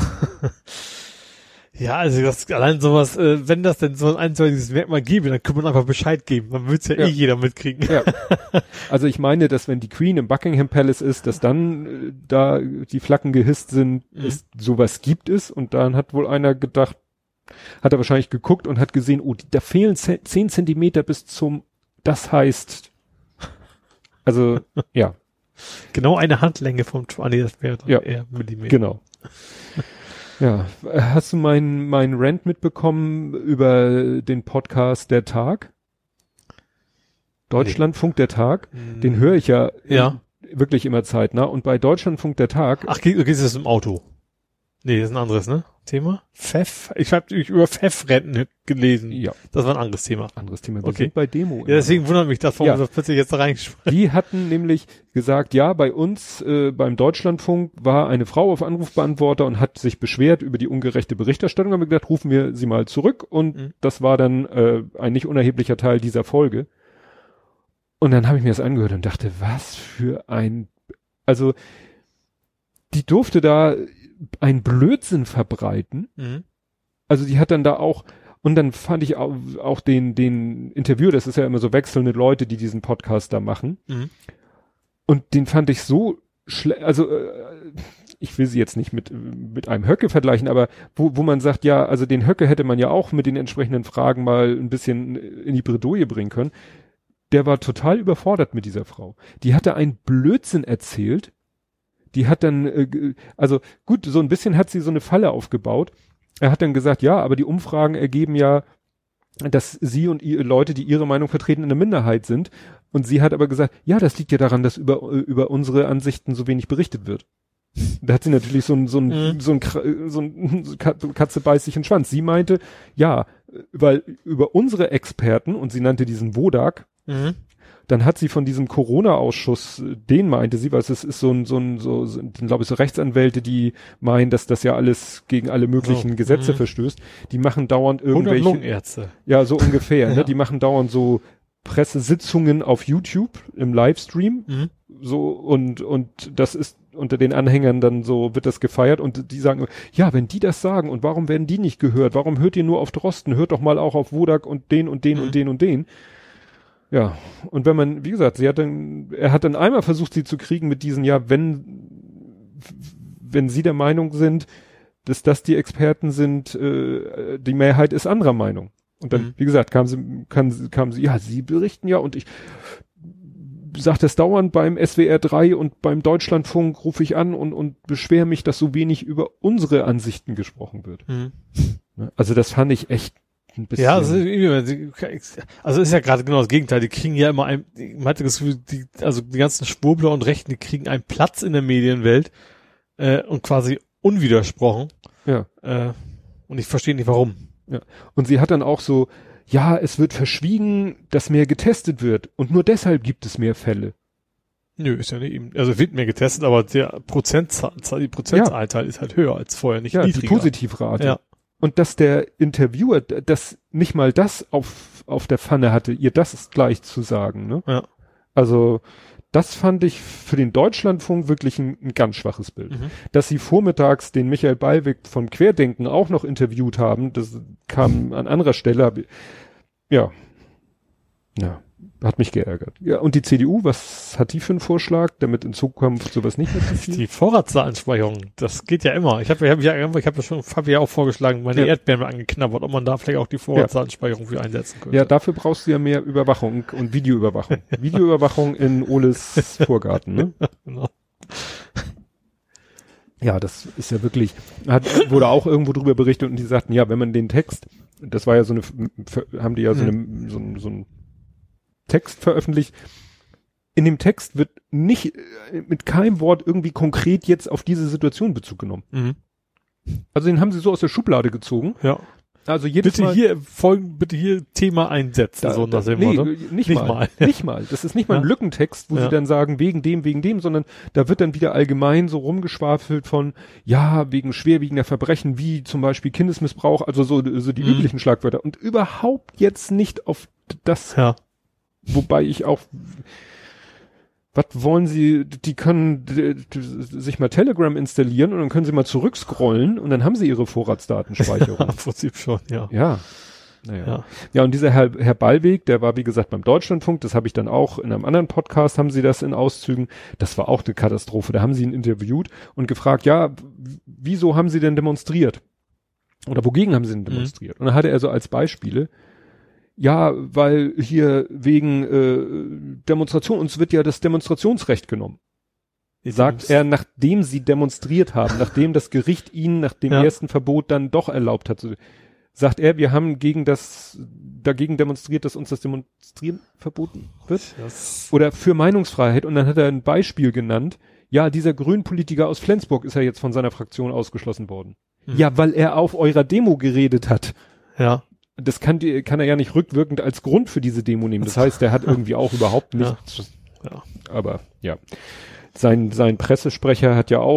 Ja, also das allein sowas, wenn das denn so ein eindeutiges Merkmal gäbe, dann könnte man einfach Bescheid geben. Dann würde es ja jeder mitkriegen. Ja. Also ich meine, dass wenn die Queen im Buckingham Palace ist, dass dann da die Flaggen gehisst sind, sowas gibt es. Und dann hat wohl einer gedacht, hat er wahrscheinlich geguckt und hat gesehen, da fehlen 10 Zentimeter bis zum, das heißt, also, ja. Genau eine Handlänge vom nee, das wäre eher Millimeter. Genau. Ja, hast du mein Rant mitbekommen über den Podcast Der Tag? Deutschlandfunk Der Tag? Den höre ich ja wirklich immer zeitnah. Und bei Deutschlandfunk Der Tag... Ach, geht es im Auto? Nee, das ist ein anderes, ne? Thema? Pfeff? Ich habe über Pfeffrenten gelesen. Ja. Das war ein anderes Thema. Anderes Thema. Wir Okay. sind bei Demo. Ja, deswegen wundert mich das, warum Ja. das plötzlich jetzt da reingesprochen. Die hatten nämlich gesagt, ja, bei uns beim Deutschlandfunk war eine Frau auf Anrufbeantworter und hat sich beschwert über die ungerechte Berichterstattung. Haben wir gedacht, rufen wir sie mal zurück. Und das war dann ein nicht unerheblicher Teil dieser Folge. Und dann habe ich mir das angehört und dachte, was für ein... Also, die durfte da ein Blödsinn verbreiten. Mhm. Also die hat dann da auch, und dann fand ich auch den Interview, das ist ja immer so wechselnde Leute, die diesen Podcast da machen. Mhm. Und den fand ich so also ich will sie jetzt nicht mit einem Höcke vergleichen, aber wo man sagt, ja, also den Höcke hätte man ja auch mit den entsprechenden Fragen mal ein bisschen in die Bredouille bringen können. Der war total überfordert mit dieser Frau. Die hatte einen Blödsinn erzählt. Die hat dann, also gut, so ein bisschen hat sie so eine Falle aufgebaut. Er hat dann gesagt, ja, aber die Umfragen ergeben ja, dass sie und Leute, die ihre Meinung vertreten, in der Minderheit sind. Und sie hat aber gesagt, ja, das liegt ja daran, dass über unsere Ansichten so wenig berichtet wird. Da hat sie natürlich so ein Katze beißt sich in den Schwanz. Sie meinte, ja, weil über unsere Experten, und sie nannte diesen Wodak, dann hat sie von diesem Corona-Ausschuss, den meinte sie, weil es ist glaube ich, so Rechtsanwälte, die meinen, dass das ja alles gegen alle möglichen Gesetze verstößt. Die machen dauernd irgendwelche... Lungenärzte. Ja, so ungefähr. Ne? Die machen dauernd so Pressesitzungen auf YouTube im Livestream. So, und das ist unter den Anhängern dann so, wird das gefeiert und die sagen, ja, wenn die das sagen und warum werden die nicht gehört? Warum hört ihr nur auf Drosten? Hört doch mal auch auf Wodak und den und den und den und den. Ja, und wenn man, wie gesagt, er hat dann einmal versucht, sie zu kriegen mit diesen, ja, wenn sie der Meinung sind, dass das die Experten sind, die Mehrheit ist anderer Meinung. Und dann, wie gesagt, kam sie, ja, sie berichten ja und ich sage das dauernd beim SWR 3 und beim Deutschlandfunk rufe ich an und beschwere mich, dass so wenig über unsere Ansichten gesprochen wird. Also das fand ich echt ein bisschen. Ja, also ist ja gerade genau das Gegenteil. Die kriegen ja immer man hatte das Gefühl, die ganzen Schwurbler und Rechten, die kriegen einen Platz in der Medienwelt und quasi unwidersprochen. Ja. Und ich verstehe nicht, warum. Ja. Und sie hat dann auch so, ja, es wird verschwiegen, dass mehr getestet wird und nur deshalb gibt es mehr Fälle. Nö, ist ja nicht eben. Also wird mehr getestet, aber die Prozentzahl ist halt höher als vorher, nicht niedriger. Die Positivrate. Ja. Und dass der Interviewer das nicht mal das auf der Pfanne hatte, ihr das gleich zu sagen, ne? Ja. Also, das fand ich für den Deutschlandfunk wirklich ein ganz schwaches Bild. Dass sie vormittags den Michael Ballweg vom Querdenken auch noch interviewt haben, das kam an anderer Stelle, ja, hat mich geärgert. Ja, und die CDU, was hat die für einen Vorschlag, damit in Zukunft sowas nicht mehr passiert? Die Vorratsdatenspeicherung, das geht ja immer. Ich habe ja auch vorgeschlagen, meine Erdbeeren angeknabbert, ob man da vielleicht auch die Vorratsdatenspeicherung für einsetzen könnte. Ja, dafür brauchst du ja mehr Überwachung und Videoüberwachung. Videoüberwachung in Oles Vorgarten, ne? Genau. Ja, das ist ja wirklich, wurde auch irgendwo drüber berichtet und die sagten, ja, wenn man den Text, das war ja haben die ja so ein Text veröffentlicht. In dem Text wird nicht mit keinem Wort irgendwie konkret jetzt auf diese Situation Bezug genommen. Also den haben sie so aus der Schublade gezogen. Ja. Also jedes bitte Mal bitte hier Thema einsetzen, so nach dem Motto. Nicht mal. Nicht mal. Das ist nicht mal ein Lückentext, wo sie dann sagen, wegen dem, sondern da wird dann wieder allgemein so rumgeschwafelt von, ja, wegen schwerwiegender Verbrechen, wie zum Beispiel Kindesmissbrauch, also so die üblichen Schlagwörter und überhaupt jetzt nicht auf das, wobei ich auch, was wollen sie, die können sich mal Telegram installieren und dann können sie mal zurückscrollen und dann haben sie ihre Vorratsdatenspeicherung. Im Prinzip schon, ja. Ja. Naja. Ja, und dieser Herr Ballweg, der war wie gesagt beim Deutschlandfunk, das habe ich dann auch in einem anderen Podcast, haben sie das in Auszügen, das war auch eine Katastrophe, da haben sie ihn interviewt und gefragt, ja, wieso haben sie denn demonstriert? Oder wogegen haben sie denn demonstriert? Und dann hatte er so als Beispiele, ja, weil hier wegen Demonstration, uns wird ja das Demonstrationsrecht genommen. Sagt er, nachdem sie demonstriert haben, nachdem das Gericht ihnen nach dem ersten Verbot dann doch erlaubt hat. Sagt er, wir haben dagegen demonstriert, dass uns das Demonstrieren verboten wird. Oder für Meinungsfreiheit. Und dann hat er ein Beispiel genannt. ja, dieser Grünpolitiker aus Flensburg ist ja jetzt von seiner Fraktion ausgeschlossen worden. Ja, weil er auf eurer Demo geredet hat. Ja. Das kann er ja nicht rückwirkend als Grund für diese Demo nehmen. Das heißt, der hat irgendwie auch überhaupt nichts. Ja. Aber ja. Sein Pressesprecher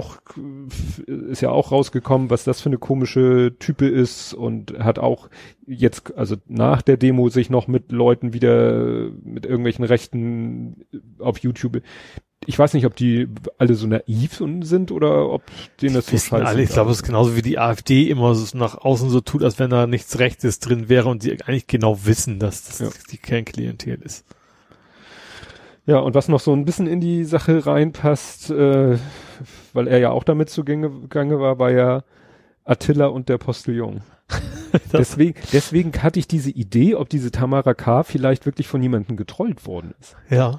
ist ja auch rausgekommen, was das für eine komische Type ist und hat auch jetzt, also nach der Demo sich noch mit Leuten wieder, mit irgendwelchen Rechten auf YouTube. Ich weiß nicht, ob die alle so naiv sind oder ob denen das so scheiße ist. Ich glaube, es ist genauso wie die AfD immer so nach außen so tut, als wenn da nichts Rechtes drin wäre und die eigentlich genau wissen, dass das die Kernklientel ist. Ja, und was noch so ein bisschen in die Sache reinpasst, weil er ja auch damit zugange war ja Attila und der Postillon. Deswegen hatte ich diese Idee, ob diese Tamara K. vielleicht wirklich von jemandem getrollt worden ist. Ja.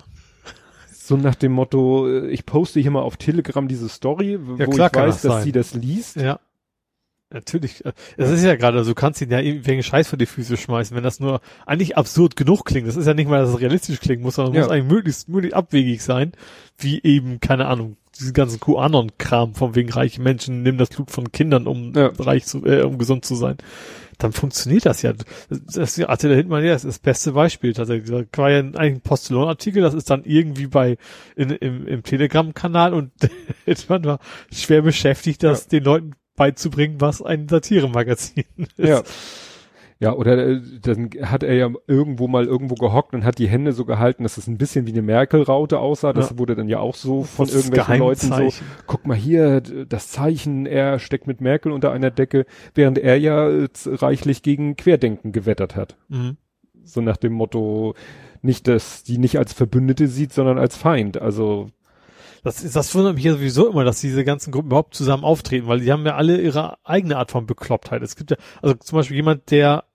So nach dem Motto, ich poste hier mal auf Telegram diese Story, wo ich weiß, dass sie das liest. Ja. Natürlich. Es ist ja gerade, also du kannst ihn ja wegen Scheiß vor die Füße schmeißen, wenn das nur eigentlich absurd genug klingt. Das ist ja nicht mal, dass es realistisch klingen muss, sondern muss eigentlich möglichst abwegig sein, wie eben, keine Ahnung, diesen ganzen QAnon-Kram von wegen reiche Menschen nehmen das Blut von Kindern, um um gesund zu sein. Dann funktioniert das ja. Das Attila Hildmann, das ist das beste Beispiel tatsächlich. Da war ja eigentlich ein Postillon-Artikel, das ist dann irgendwie im Telegram-Kanal und Hildmann war schwer beschäftigt, das den Leuten beizubringen, was ein Satiremagazin ist. Ja, oder dann hat er ja irgendwo gehockt und hat die Hände so gehalten, dass es ein bisschen wie eine Merkel-Raute aussah. Das wurde dann ja auch so von irgendwelchen Leuten so, guck mal hier, das Zeichen, er steckt mit Merkel unter einer Decke, während er ja reichlich gegen Querdenken gewettert hat. Mhm. So nach dem Motto, nicht, dass die nicht als Verbündete sieht, sondern als Feind. Also das wundert mich ja sowieso immer, dass diese ganzen Gruppen überhaupt zusammen auftreten, weil die haben ja alle ihre eigene Art von Beklopptheit. Es gibt ja, also zum Beispiel jemand, der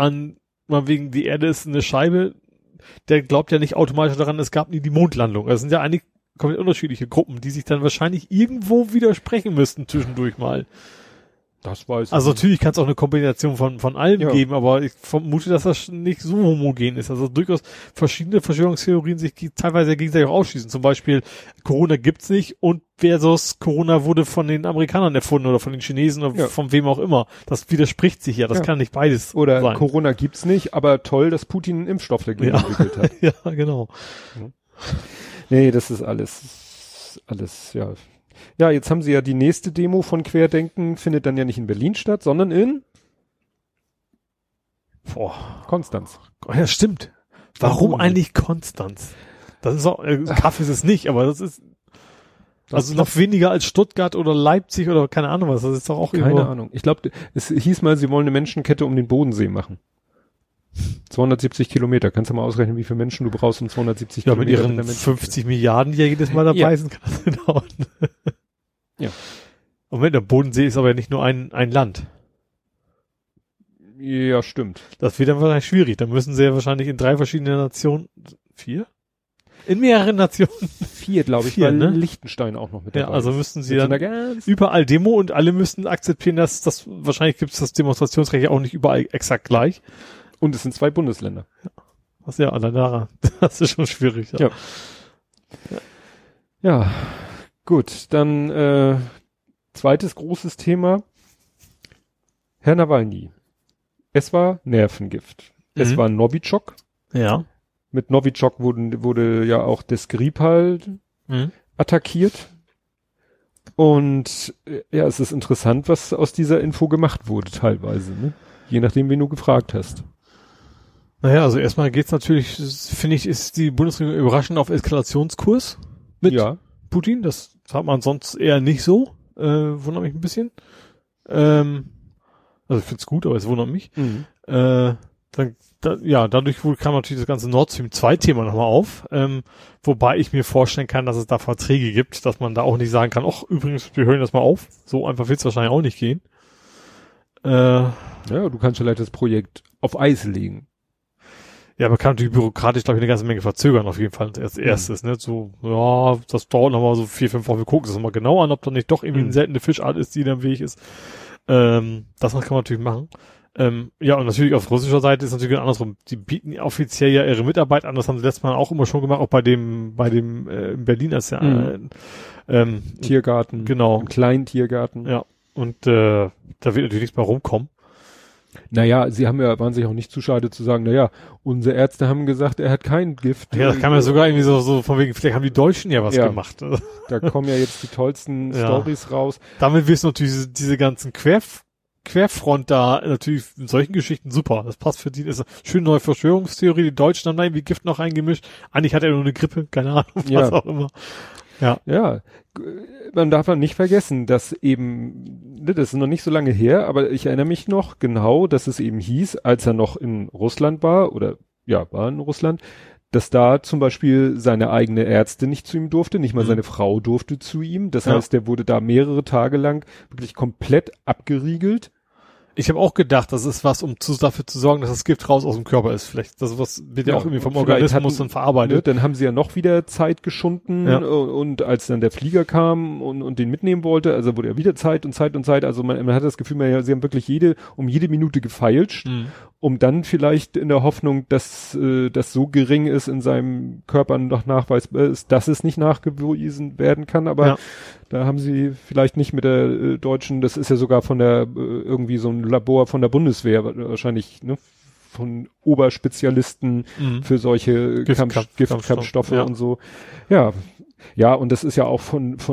mal wegen die Erde ist eine Scheibe, der glaubt ja nicht automatisch daran, es gab nie die Mondlandung. Das sind ja eigentlich komplett unterschiedliche Gruppen, die sich dann wahrscheinlich irgendwo widersprechen müssten zwischendurch mal. Das weiß ich. Also natürlich kann es auch eine Kombination von allem geben, aber ich vermute, dass das nicht so homogen ist. Also durchaus verschiedene Verschwörungstheorien sich teilweise gegenseitig auch ausschließen. Zum Beispiel Corona gibt's nicht und versus Corona wurde von den Amerikanern erfunden oder von den Chinesen oder von wem auch immer. Das widerspricht sich ja. Das kann nicht beides oder sein. Corona gibt's nicht, aber toll, dass Putin einen Impfstoff dagegen entwickelt hat. Ja, genau. Nee, das ist alles, ja. Ja, jetzt haben sie ja die nächste Demo von Querdenken, findet dann ja nicht in Berlin statt, sondern in Konstanz. Ja, stimmt. Warum eigentlich Konstanz? Das ist auch, Kaff ist es nicht, aber das ist also noch weniger als Stuttgart oder Leipzig oder keine Ahnung was. Das ist doch auch keine Ahnung. Ich glaube, es hieß mal, sie wollen eine Menschenkette um den Bodensee machen. 270 Kilometer. Kannst du mal ausrechnen, wie viele Menschen du brauchst, um 270 Kilometer. Ja, mit ihren 50 Milliarden, die ja jedes Mal dabei sind, kann das dauern. Ja. Und der Bodensee ist aber ja nicht nur ein Land. Ja, stimmt. Das wird dann wahrscheinlich schwierig. Da müssen sie ja wahrscheinlich in 3 verschiedene Nationen, 4? In mehreren Nationen. 4, glaube ich, 4, weil ne? Liechtenstein auch noch mit dabei. Ja, also müssten sie dann überall Demo und alle müssten akzeptieren, dass das, wahrscheinlich gibt es das Demonstrationsrecht ja auch nicht überall exakt gleich. Und es sind 2 Bundesländer. Ja. Was ja, daran. Das ist schon schwierig. Ja, gut. Dann zweites großes Thema. Herr Nawalny. Es war Nervengift. Es war Novichok. Ja. Mit Novichok wurde ja auch der Skripal attackiert. Und ja, es ist interessant, was aus dieser Info gemacht wurde teilweise, ne? Je nachdem, wen du gefragt hast. Naja, also erstmal geht's natürlich, finde ich, ist die Bundesregierung überraschend auf Eskalationskurs mit Putin. Das hat man sonst eher nicht so. Wundert mich ein bisschen. Also ich find's gut, aber es wundert mich. Dadurch kam natürlich das ganze Nord Stream 2 Thema nochmal auf. Wobei ich mir vorstellen kann, dass es da Verträge gibt, dass man da auch nicht sagen kann, ach, übrigens, wir hören das mal auf. So einfach wird's wahrscheinlich auch nicht gehen. Ja, du kannst vielleicht das Projekt auf Eis legen. Ja, man kann natürlich bürokratisch, glaube ich, eine ganze Menge verzögern, auf jeden Fall als erstes, ne? So, ja, das dauert nochmal so 4-5 Wochen. Wir gucken das nochmal genau an, ob da nicht doch irgendwie eine seltene Fischart ist, die da im Weg ist. Das kann man natürlich machen. Ja, und natürlich auf russischer Seite ist natürlich andersrum. Die bieten offiziell ja ihre Mitarbeit an, das haben sie letztes Mal auch immer schon gemacht, auch bei dem in Berlin, als Tiergarten. Genau. Im kleinen Tiergarten. Ja. Und da wird natürlich nichts mehr rumkommen. Naja, waren sich auch nicht zu schade zu sagen, naja, unsere Ärzte haben gesagt, er hat kein Gift. Ja, das kann man sogar irgendwie so von wegen, vielleicht haben die Deutschen ja was gemacht. Da kommen ja jetzt die tollsten Storys raus. Damit wirst du natürlich diese ganzen Querfront da natürlich in solchen Geschichten super. Das passt für die, ist eine schöne neue Verschwörungstheorie. Die Deutschen haben da irgendwie Gift noch eingemischt. Eigentlich hat er nur eine Grippe, keine Ahnung, was auch immer. Ja, man darf nicht vergessen, dass eben, das ist noch nicht so lange her, aber ich erinnere mich noch genau, dass es eben hieß, als er noch in Russland war, war in Russland, dass da zum Beispiel seine eigene Ärztin nicht zu ihm durfte, nicht mal seine Frau durfte zu ihm. Das heißt, der wurde da mehrere Tage lang wirklich komplett abgeriegelt. Ich habe auch gedacht, das ist was, um dafür zu sorgen, dass das Gift raus aus dem Körper ist. Vielleicht, das was wird ja auch irgendwie vom Organismus dann verarbeitet. Ne, dann haben sie ja noch wieder Zeit geschunden und als dann der Flieger kam und den mitnehmen wollte, also wurde ja wieder Zeit. Also man hat das Gefühl, sie haben wirklich jede Minute gefeilscht, um dann vielleicht in der Hoffnung, dass das so gering ist in seinem Körper noch nachweisbar ist, dass es nicht nachgewiesen werden kann, aber da haben sie vielleicht nicht mit der deutschen, das ist ja sogar von der irgendwie so ein Labor von der Bundeswehr wahrscheinlich, ne, von Oberspezialisten für solche Giftkampfstoffe und so. Ja, und das ist ja auch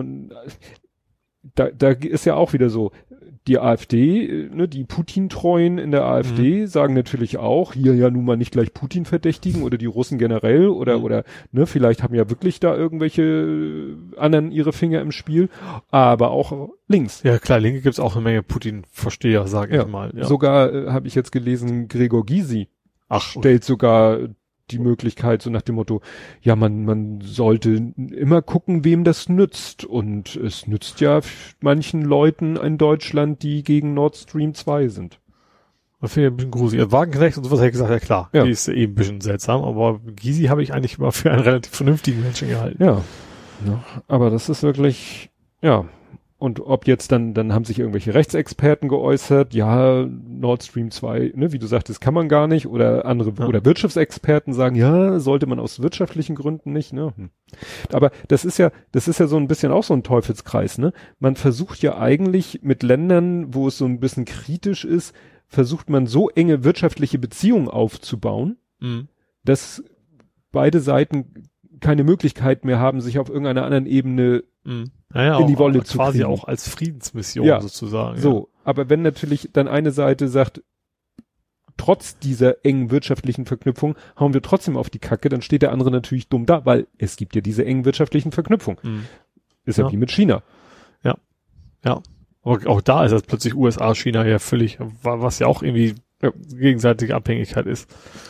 da ist ja auch wieder so, die AfD, ne, die Putin-Treuen in der AfD sagen natürlich auch, hier ja nun mal nicht gleich Putin verdächtigen oder die Russen generell oder ne, vielleicht haben ja wirklich da irgendwelche anderen ihre Finger im Spiel, aber auch links. Ja klar, Linke gibt's auch eine Menge Putin-Versteher, sage ich mal. Ja. Sogar habe ich jetzt gelesen, Gregor Gysi stellt sogar die Möglichkeit, so nach dem Motto, ja, man sollte immer gucken, wem das nützt. Und es nützt ja manchen Leuten in Deutschland, die gegen Nord Stream 2 sind. Das finde ich ein bisschen gruselig. Wagenknecht und sowas hätte ich gesagt, ja klar, die ist eben ein bisschen seltsam, aber Gysi habe ich eigentlich immer für einen relativ vernünftigen Menschen gehalten. Ja, aber das ist wirklich, und ob jetzt dann haben sich irgendwelche Rechtsexperten geäußert, ja, Nord Stream 2, ne, wie du sagtest, kann man gar nicht, oder andere, oder Wirtschaftsexperten sagen, ja, sollte man aus wirtschaftlichen Gründen nicht, ne. Aber das ist ja so ein bisschen auch so ein Teufelskreis, ne. Man versucht ja eigentlich mit Ländern, wo es so ein bisschen kritisch ist, versucht man so enge wirtschaftliche Beziehungen aufzubauen, dass beide Seiten keine Möglichkeit mehr haben, sich auf irgendeiner anderen Ebene in die Wolle zu quasi kriegen. Auch als Friedensmission sozusagen. So, aber wenn natürlich dann eine Seite sagt, trotz dieser engen wirtschaftlichen Verknüpfung hauen wir trotzdem auf die Kacke, dann steht der andere natürlich dumm da, weil es gibt ja diese engen wirtschaftlichen Verknüpfungen. Ist ja wie mit China. Ja. Aber auch da ist das plötzlich USA, China ja völlig, was ja auch irgendwie gegenseitige Abhängigkeit ist.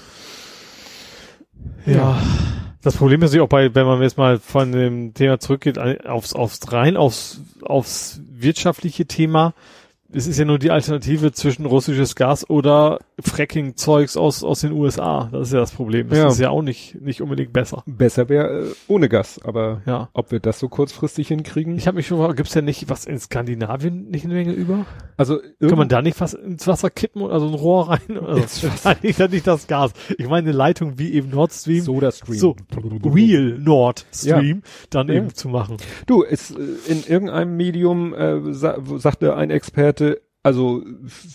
Ja. Das Problem ist natürlich auch wenn man jetzt mal von dem Thema zurückgeht, aufs wirtschaftliche Thema. Es ist ja nur die Alternative zwischen russisches Gas oder Fracking-Zeugs aus den USA. Das ist ja das Problem. Das ist ja auch nicht unbedingt besser. Besser wäre ohne Gas, aber ob wir das so kurzfristig hinkriegen? Ich habe mich schon gefragt, gibt's ja nicht was in Skandinavien nicht eine Menge über? Also kann man da nicht was ins Wasser kippen, also ein Rohr rein? Also, nicht das Gas. Ich meine eine Leitung wie eben Nord Stream. Soda Stream. So, Real Nord Stream dann eben zu machen. Du, in irgendeinem Medium sagte ein Experte, also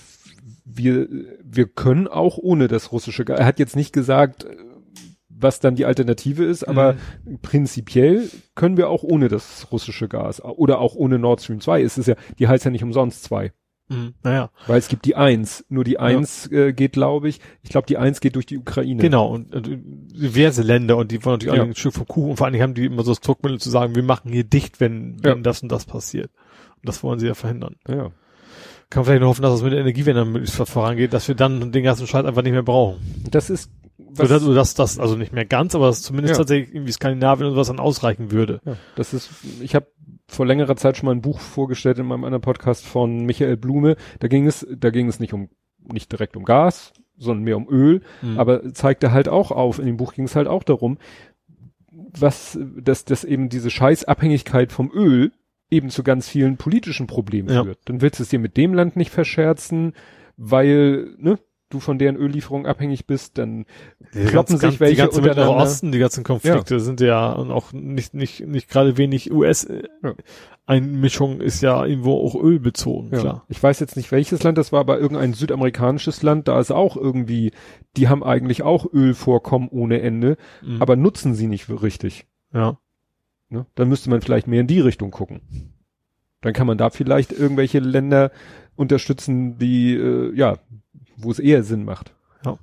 wir können auch ohne das russische Gas. Er hat jetzt nicht gesagt, was dann die Alternative ist, aber prinzipiell können wir auch ohne das russische Gas oder auch ohne Nord Stream 2. Es ist ja, die heißt ja nicht umsonst 2. Naja. Weil es gibt die 1. Nur die 1 geht, glaube ich die 1 geht durch die Ukraine. Genau, und diverse Länder, und die wollen natürlich alle ein Stück vom Kuchen, und vor allen Dingen haben die immer so das Druckmittel zu sagen, wir machen hier dicht, wenn das und das passiert. Und das wollen sie ja verhindern. Ja. Kann man vielleicht nur hoffen, dass es mit der Energiewende möglichst vorangeht, dass wir dann den ganzen Scheiß einfach nicht mehr brauchen. Das ist so dass das also nicht mehr ganz, aber dass zumindest tatsächlich irgendwie Skandinavien und sowas dann ausreichen würde. Ja, ich habe vor längerer Zeit schon mal ein Buch vorgestellt in meinem anderen Podcast von Michael Blume. Da ging es nicht direkt um Gas, sondern mehr um Öl, aber zeigte halt auch auf, in dem Buch ging es halt auch darum, dass eben diese Scheißabhängigkeit vom Öl eben zu ganz vielen politischen Problemen führt. Dann willst du es dir mit dem Land nicht verscherzen, weil, ne, du von deren Öllieferung abhängig bist, dann kloppen sich welche die ganze Mittlere Osten, die ganzen Konflikte sind ja und auch nicht gerade wenig US-Einmischung ist ja irgendwo auch ölbezogen, klar. Ich weiß jetzt nicht, welches Land das war, aber irgendein südamerikanisches Land, da ist auch irgendwie, die haben eigentlich auch Ölvorkommen ohne Ende, aber nutzen sie nicht richtig. Ja. Ne? Dann müsste man vielleicht mehr in die Richtung gucken. Dann kann man da vielleicht irgendwelche Länder unterstützen, die, wo es eher Sinn macht. Ja.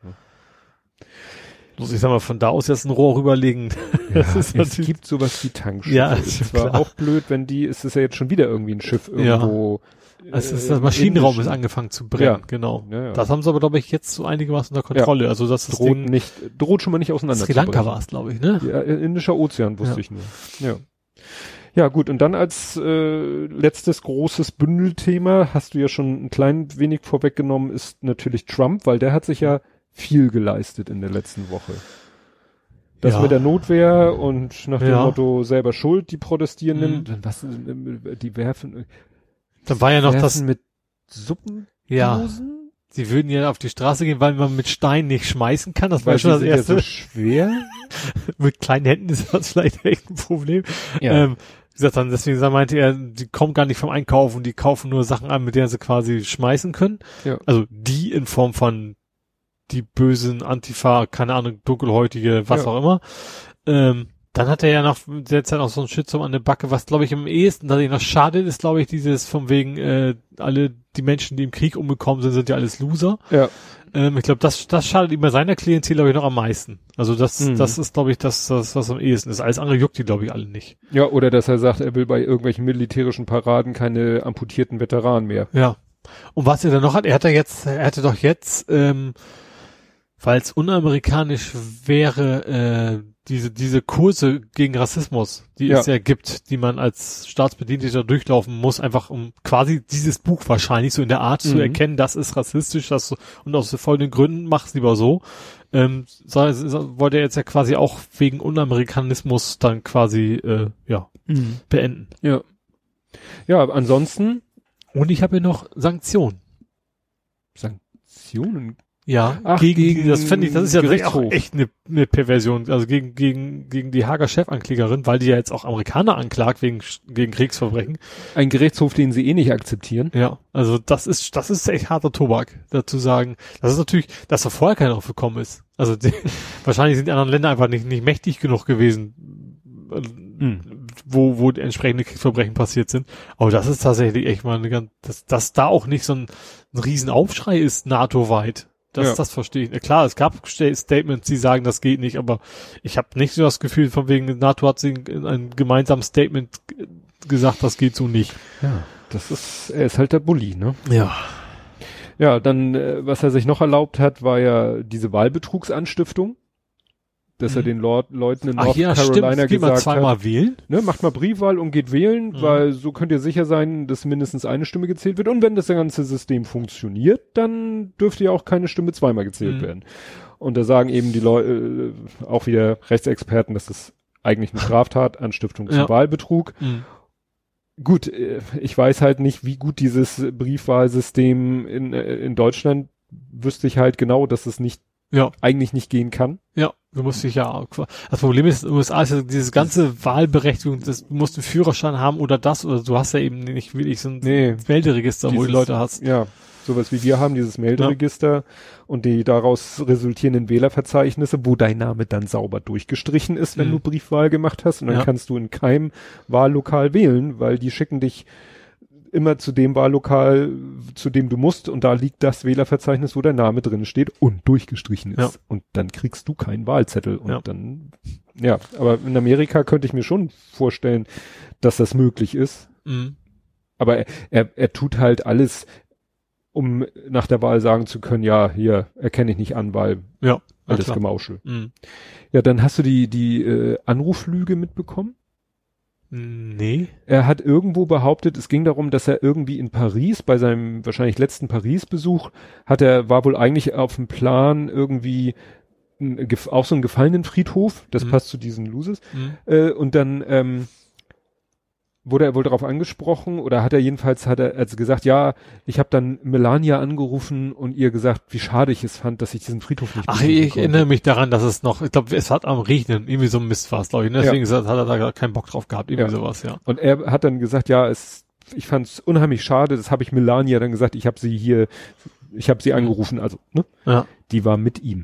Muss ich sag mal, von da aus jetzt ein Rohr rüberlegen. Es gibt sowas wie Tankschiffe. Ja, ist zwar auch blöd, es ist ja jetzt schon wieder irgendwie ein Schiff irgendwo. Es ist das Maschinenraum ist angefangen zu brennen, genau. Ja. Das haben sie aber, glaube ich, jetzt so einigermaßen unter Kontrolle. Ja. Also das droht schon mal nicht auseinander. Sri Lanka war es, glaube ich, ne? Ja, Indischer Ozean wusste ich nur. Ja. Ja, gut, und dann als letztes großes Bündelthema, hast du ja schon ein klein wenig vorweggenommen, ist natürlich Trump, weil der hat sich ja viel geleistet in der letzten Woche. Das mit der Notwehr und nach dem Motto selber schuld, die Protestierenden, die werfen... Dann war ja noch das mit Suppendosen? Ja. Sie würden ja auf die Straße gehen, weil man mit Steinen nicht schmeißen kann. Das war schon das Erste. Ja so schwer. Mit kleinen Händen ist das vielleicht echt ein Problem. Ja. Wie gesagt, dann deswegen meinte er, die kommen gar nicht vom Einkaufen, die kaufen nur Sachen an, mit denen sie quasi schmeißen können. Ja. Also die in Form von die bösen Antifa, keine Ahnung, dunkelhäutige, was auch immer. Dann hat er ja noch derzeit auch so ein Shitstorm an der Backe, was glaube ich am ehesten, dass ich noch schadet, ist glaube ich dieses von wegen, alle die Menschen, die im Krieg umgekommen sind ja alles Loser. Ja. Ich glaube, das schadet ihm bei seiner Klientel glaube ich noch am meisten. Also das ist glaube ich das, was am ehesten ist. Alles andere juckt die glaube ich alle nicht. Ja, oder dass er sagt, er will bei irgendwelchen militärischen Paraden keine amputierten Veteranen mehr. Ja. Und was er dann noch hat, er hatte doch jetzt, weil es unamerikanisch wäre, diese Kurse gegen Rassismus, die es ja gibt, die man als Staatsbediensteter durchlaufen muss, einfach um quasi dieses Buch wahrscheinlich so in der Art zu erkennen, das ist rassistisch, und aus folgenden Gründen mach's lieber so. Wollte er jetzt ja quasi auch wegen Unamerikanismus dann quasi beenden. Ja. Ja, ansonsten. Und ich habe hier noch Sanktionen. Sanktionen? Ja, gegen das fände ich, das ist ja auch echt eine Perversion, also gegen die Haager Chefanklägerin, weil die ja jetzt auch Amerikaner anklagt gegen Kriegsverbrechen. Ein Gerichtshof, den sie eh nicht akzeptieren. Ja, also das ist echt harter Tobak, dazu sagen. Das ist natürlich, dass da vorher keiner drauf gekommen ist. Also wahrscheinlich sind die anderen Länder einfach nicht mächtig genug gewesen, wo entsprechende Kriegsverbrechen passiert sind. Aber das ist tatsächlich echt mal dass da auch nicht so ein Riesenaufschrei ist, NATO-weit. Das verstehe ich. Klar, es gab Statements, die sagen, das geht nicht, aber ich habe nicht so das Gefühl, von wegen NATO hat in einem gemeinsamen Statement gesagt, das geht so nicht. Ja, er ist halt der Bully, ne? Ja. Ja, dann, was er sich noch erlaubt hat, war ja diese Wahlbetrugsanstiftung. Dass er den Leuten in North Carolina gesagt hat, zweimal wählen. Ne, macht mal Briefwahl und geht wählen, weil so könnt ihr sicher sein, dass mindestens eine Stimme gezählt wird. Und wenn das ganze System funktioniert, dann dürfte ja auch keine Stimme zweimal gezählt werden. Und da sagen eben die Leute, auch wieder Rechtsexperten, das ist eigentlich eine Straftat, Anstiftung zum Wahlbetrug. Gut, ich weiß halt nicht, wie gut dieses Briefwahlsystem in Deutschland, wüsste ich halt genau, dass es eigentlich nicht gehen kann. Ja, du musst dich das Problem ist, in den USA ist ja diese ganze Wahlberechtigung, du musst einen Führerschein haben oder du hast ja eben nicht wirklich so ein Melderegister, wo du Leute hast. Ja, sowas wie wir haben, dieses Melderegister und die daraus resultierenden Wählerverzeichnisse, wo dein Name dann sauber durchgestrichen ist, wenn du Briefwahl gemacht hast, und dann kannst du in keinem Wahllokal wählen, weil die schicken dich immer zu dem Wahllokal, zu dem du musst, und da liegt das Wählerverzeichnis, wo dein Name drin steht und durchgestrichen ist. Ja. Und dann kriegst du keinen Wahlzettel. Und dann, aber in Amerika könnte ich mir schon vorstellen, dass das möglich ist. Aber er tut halt alles, um nach der Wahl sagen zu können, ja, hier erkenne ich nicht an, weil alles Gemauschel. Ja, dann hast du die Anruflüge mitbekommen? Nee. Er hat irgendwo behauptet, es ging darum, dass er irgendwie in Paris, bei seinem wahrscheinlich letzten Paris-Besuch, war wohl eigentlich auf dem Plan irgendwie auch so einen Gefallenenfriedhof, das passt zu diesen Loses, und dann wurde er wohl darauf angesprochen oder hat er gesagt, ja, ich habe dann Melania angerufen und ihr gesagt, wie schade ich es fand, dass ich diesen Friedhof nicht Ach, ich erinnere mich daran, dass es noch, ich glaube, es hat am Regnen, irgendwie so ein Mist war es, glaube ich, ne? Deswegen hat er da keinen Bock drauf gehabt, irgendwie sowas, ja. Und er hat dann gesagt, ja, ich fand es unheimlich schade, das habe ich Melania dann gesagt, ich habe sie angerufen, also, ne? Ja. Die war mit ihm.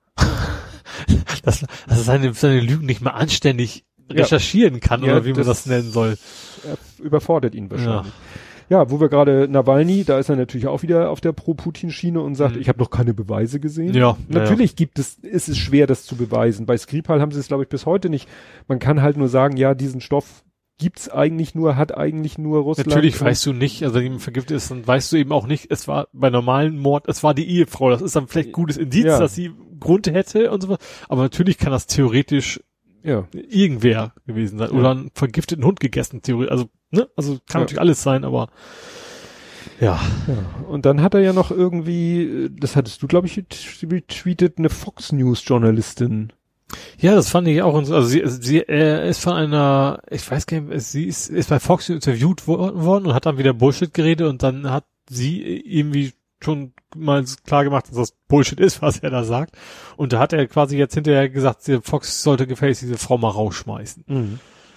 Dass er seine Lügen nicht mehr anständig recherchieren kann, oder wie man das nennen soll. Er überfordert ihn wahrscheinlich. Ja, wo wir gerade Nawalny, da ist er natürlich auch wieder auf der Pro-Putin-Schiene und sagt, ich habe noch keine Beweise gesehen. Ja. Natürlich ist es schwer, das zu beweisen. Bei Skripal haben sie es, glaube ich, bis heute nicht. Man kann halt nur sagen, ja, diesen Stoff hat eigentlich nur Russland. Natürlich weißt du nicht, also wenn jemand vergiftet ist, dann weißt du eben auch nicht, es war bei normalen Mord, es war die Ehefrau, das ist dann vielleicht gutes Indiz, dass sie Grund hätte und so was. Aber natürlich kann das theoretisch irgendwer gewesen sein oder einen vergifteten Hund gegessen, theoretisch. Also, ne? Also kann natürlich alles sein, aber ja. Und dann hat er ja noch irgendwie, das hattest du, glaube ich, retweetet, eine Fox News Journalistin. Ja, das fand ich auch. Also sie ist von einer, ich weiß gar nicht, sie ist bei Fox interviewt worden und hat dann wieder Bullshit geredet und dann hat sie irgendwie schon mal klar gemacht, dass das Bullshit ist, was er da sagt. Und da hat er quasi jetzt hinterher gesagt, Fox sollte gefälligst diese Frau mal rausschmeißen. Mhm.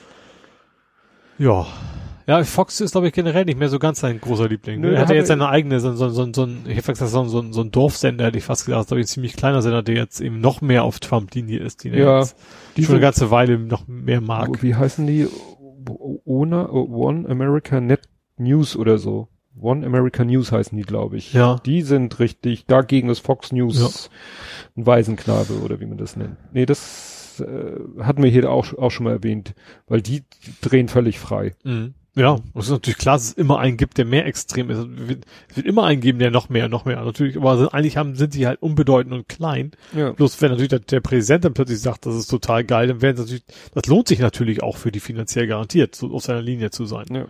Ja. Ja, Fox ist, glaube ich, generell nicht mehr so ganz sein großer Liebling. Nö, er hat ja jetzt seine eigene, so ein Dorfsender, hätte ich fast gesagt, glaube ich, ein ziemlich kleiner Sender, der jetzt eben noch mehr auf Trump-Linie ist, die jetzt schon eine ganze Weile noch mehr mag. Wie heißen die? One America Net News oder so. One America News heißen die, glaube ich. Ja. Die sind richtig, dagegen ist Fox News ein Waisenknabe oder wie man das nennt. Nee, das hatten wir hier auch schon mal erwähnt, weil die drehen völlig frei. Mhm. Ja, es ist natürlich klar, dass es immer einen gibt, der mehr extrem ist. Es wird immer einen geben, der noch mehr. Natürlich, aber eigentlich sind sie halt unbedeutend und klein. Ja. Bloß wenn natürlich der Präsident dann plötzlich sagt, das ist total geil, dann werden natürlich, das lohnt sich natürlich auch für die finanziell garantiert, so auf seiner Linie zu sein. Ja.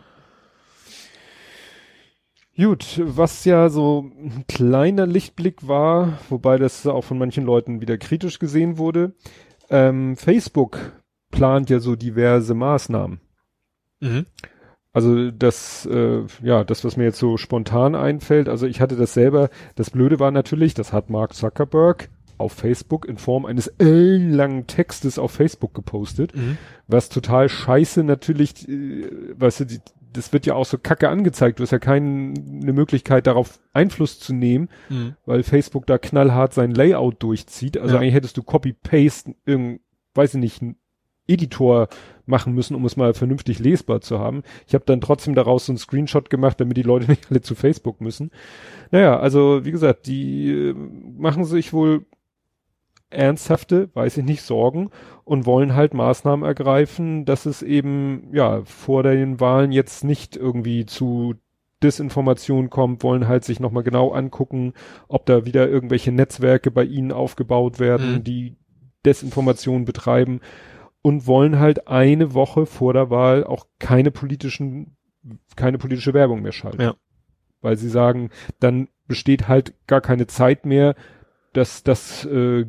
Gut, was ja so ein kleiner Lichtblick war, wobei das auch von manchen Leuten wieder kritisch gesehen wurde, Facebook plant ja so diverse Maßnahmen. Mhm. Also das, was mir jetzt so spontan einfällt, also ich hatte das selber, das Blöde war natürlich, das hat Mark Zuckerberg auf Facebook in Form eines ellenlangen Textes auf Facebook gepostet, was total scheiße natürlich, weißt du, das wird ja auch so kacke angezeigt, du hast ja keine Möglichkeit darauf Einfluss zu nehmen, weil Facebook da knallhart sein Layout durchzieht, also eigentlich hättest du Copy-Paste, weiß ich nicht, einen Editor machen müssen, um es mal vernünftig lesbar zu haben. Ich habe dann trotzdem daraus so einen Screenshot gemacht, damit die Leute nicht alle zu Facebook müssen. Naja, also wie gesagt, die machen sich wohl ernsthafte, weiß ich nicht, Sorgen und wollen halt Maßnahmen ergreifen, dass es eben, vor den Wahlen jetzt nicht irgendwie zu Desinformation kommt, wollen halt sich nochmal genau angucken, ob da wieder irgendwelche Netzwerke bei ihnen aufgebaut werden, die Desinformation betreiben. Und wollen halt eine Woche vor der Wahl auch keine politische Werbung mehr schalten. Ja. Weil sie sagen, dann besteht halt gar keine Zeit mehr, dass das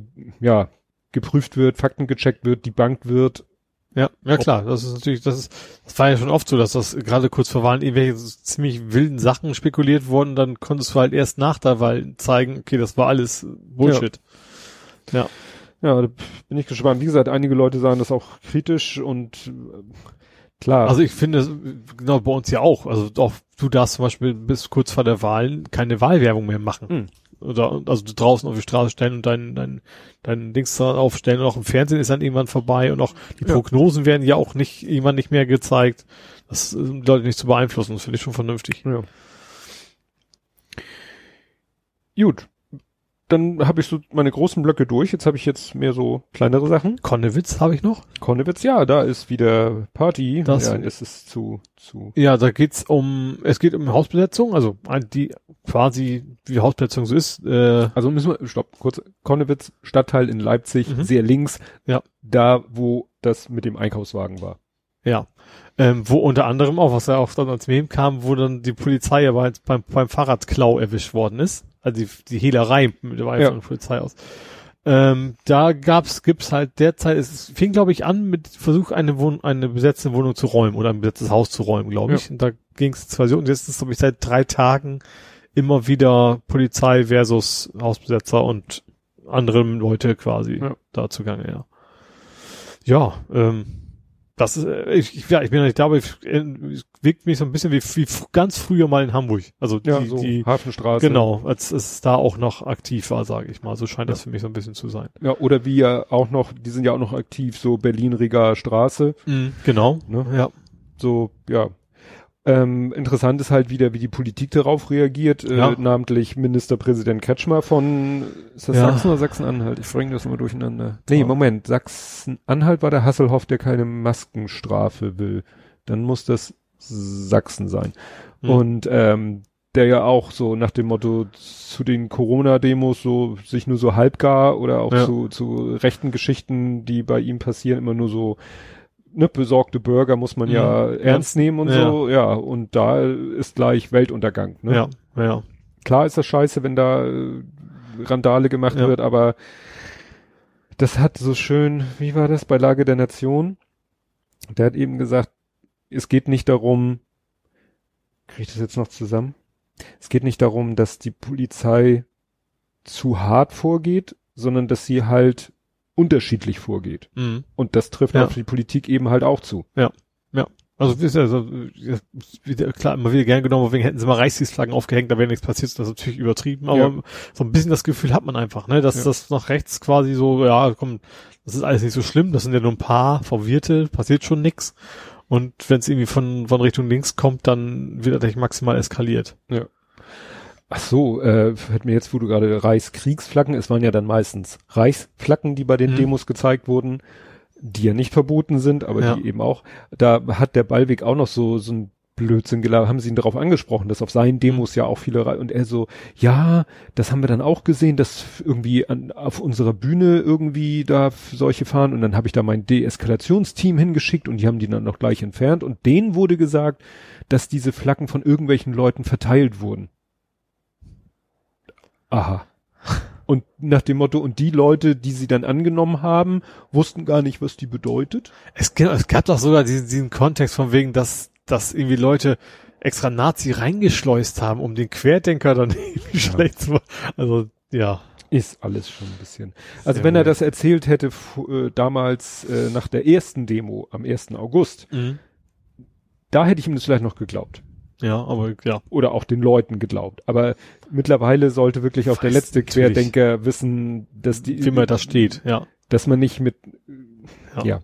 geprüft wird, Fakten gecheckt wird, debunked wird. Ja, klar, das war ja schon oft so, dass das gerade kurz vor Wahlen irgendwelche ziemlich wilden Sachen spekuliert wurden, dann konntest du halt erst nach der Wahl zeigen, okay, das war alles Bullshit. Ja. Ja, da bin ich gespannt. Wie gesagt, einige Leute sagen das auch kritisch und klar. Also ich finde, genau bei uns ja auch. Also auch du darfst zum Beispiel bis kurz vor der Wahl keine Wahlwerbung mehr machen. Oder also draußen auf die Straße stellen und dein Dings da aufstellen und auch im Fernsehen ist dann irgendwann vorbei und auch die Prognosen werden ja auch irgendwann nicht mehr gezeigt. Das die Leute nicht zu beeinflussen. Das finde ich schon vernünftig. Ja. Gut. Dann habe ich so meine großen Blöcke durch. Jetzt habe ich mehr so kleinere Sachen. Konnewitz habe ich noch. Konnewitz, ja, da ist wieder Party. Es ist zu. Ja, da geht um Hausbesetzung, also die quasi wie Hausbesetzung so ist. Also müssen wir, kurz. Konnewitz, Stadtteil in Leipzig, sehr links. Ja. Da, wo das mit dem Einkaufswagen war. Ja. Wo unter anderem auch, was ja auch dann als Meme kam, wo dann die Polizei aber beim Fahrradklau erwischt worden ist. Also die Hehlerei mit der Polizei aus. Da gibt's halt derzeit, es fing glaube ich an mit Versuch eine besetzte Wohnung zu räumen oder ein besetztes Haus zu räumen, glaube ich. Und da ging's zwar so, und jetzt ist glaube ich seit 3 Tagen immer wieder Polizei versus Hausbesetzer und andere Leute quasi da zugange, ja. Ja, das ist, ich bin ja nicht da, aber es wirkt mich so ein bisschen wie ganz früher mal in Hamburg. Also die Hafenstraße. Genau, als es da auch noch aktiv war, sage ich mal. So scheint das für mich so ein bisschen zu sein. Ja, oder wie ja auch noch, die sind ja auch noch aktiv, so Berlin-Riga Straße. Genau, ne? Ja. So, ja. Interessant ist halt wieder, wie die Politik darauf reagiert, namentlich Ministerpräsident Kretschmer von, ist das Sachsen oder Sachsen-Anhalt? Ich bringe das immer durcheinander. Nee, Moment, Sachsen-Anhalt war der Hasselhoff, der keine Maskenstrafe will. Dann muss das Sachsen sein. Und der ja auch so nach dem Motto zu den Corona-Demos so sich nur so halbgar oder auch zu rechten Geschichten, die bei ihm passieren, immer nur so besorgte Bürger muss man ernst nehmen und so, und da ist gleich Weltuntergang, ne? Ja. Klar ist das scheiße, wenn da Randale gemacht wird, aber das hat so schön, wie war das bei Lage der Nation? Der hat eben gesagt, es geht nicht darum, kriege ich das jetzt noch zusammen? Es geht nicht darum, dass die Polizei zu hart vorgeht, sondern dass sie halt unterschiedlich vorgeht. Und das trifft auf die Politik eben halt auch zu. Ja. Also klar, immer wieder gern genommen, wegen hätten sie mal Reichsdienstflaggen aufgehängt, da wäre nichts passiert, das ist natürlich übertrieben, aber so ein bisschen das Gefühl hat man einfach, ne, dass das nach rechts quasi so, komm, das ist alles nicht so schlimm, das sind ja nur ein paar Verwirrte, passiert schon nix. Und wenn es irgendwie von Richtung links kommt, dann wird das maximal eskaliert. Ja. Ach so, fällt mir jetzt, wo du gerade Reichskriegsflaggen, es waren ja dann meistens Reichsflaggen, die bei den Demos gezeigt wurden, die ja nicht verboten sind, aber die eben auch, da hat der Ballweg auch noch so ein Blödsinn gelabert, haben sie ihn darauf angesprochen, dass auf seinen Demos ja auch viele, und er so, ja, das haben wir dann auch gesehen, dass irgendwie auf unserer Bühne irgendwie da solche fahren, und dann habe ich da mein Deeskalationsteam hingeschickt und die haben die dann noch gleich entfernt, und denen wurde gesagt, dass diese Flaggen von irgendwelchen Leuten verteilt wurden. Aha. Und nach dem Motto, und die Leute, die sie dann angenommen haben, wussten gar nicht, was die bedeutet. Es gab doch sogar diesen Kontext von wegen, dass irgendwie Leute extra Nazi reingeschleust haben, um den Querdenker dann irgendwie schlecht zu machen. Also, ja. Ist alles schon ein bisschen. Also wenn er das erzählt hätte, damals nach der ersten Demo am 1. August, da hätte ich ihm das vielleicht noch geglaubt. Ja, aber ja. Oder auch den Leuten geglaubt. Aber mittlerweile sollte wirklich auch der letzte Querdenker wissen, dass wie man da steht, dass man nicht mit, Ja,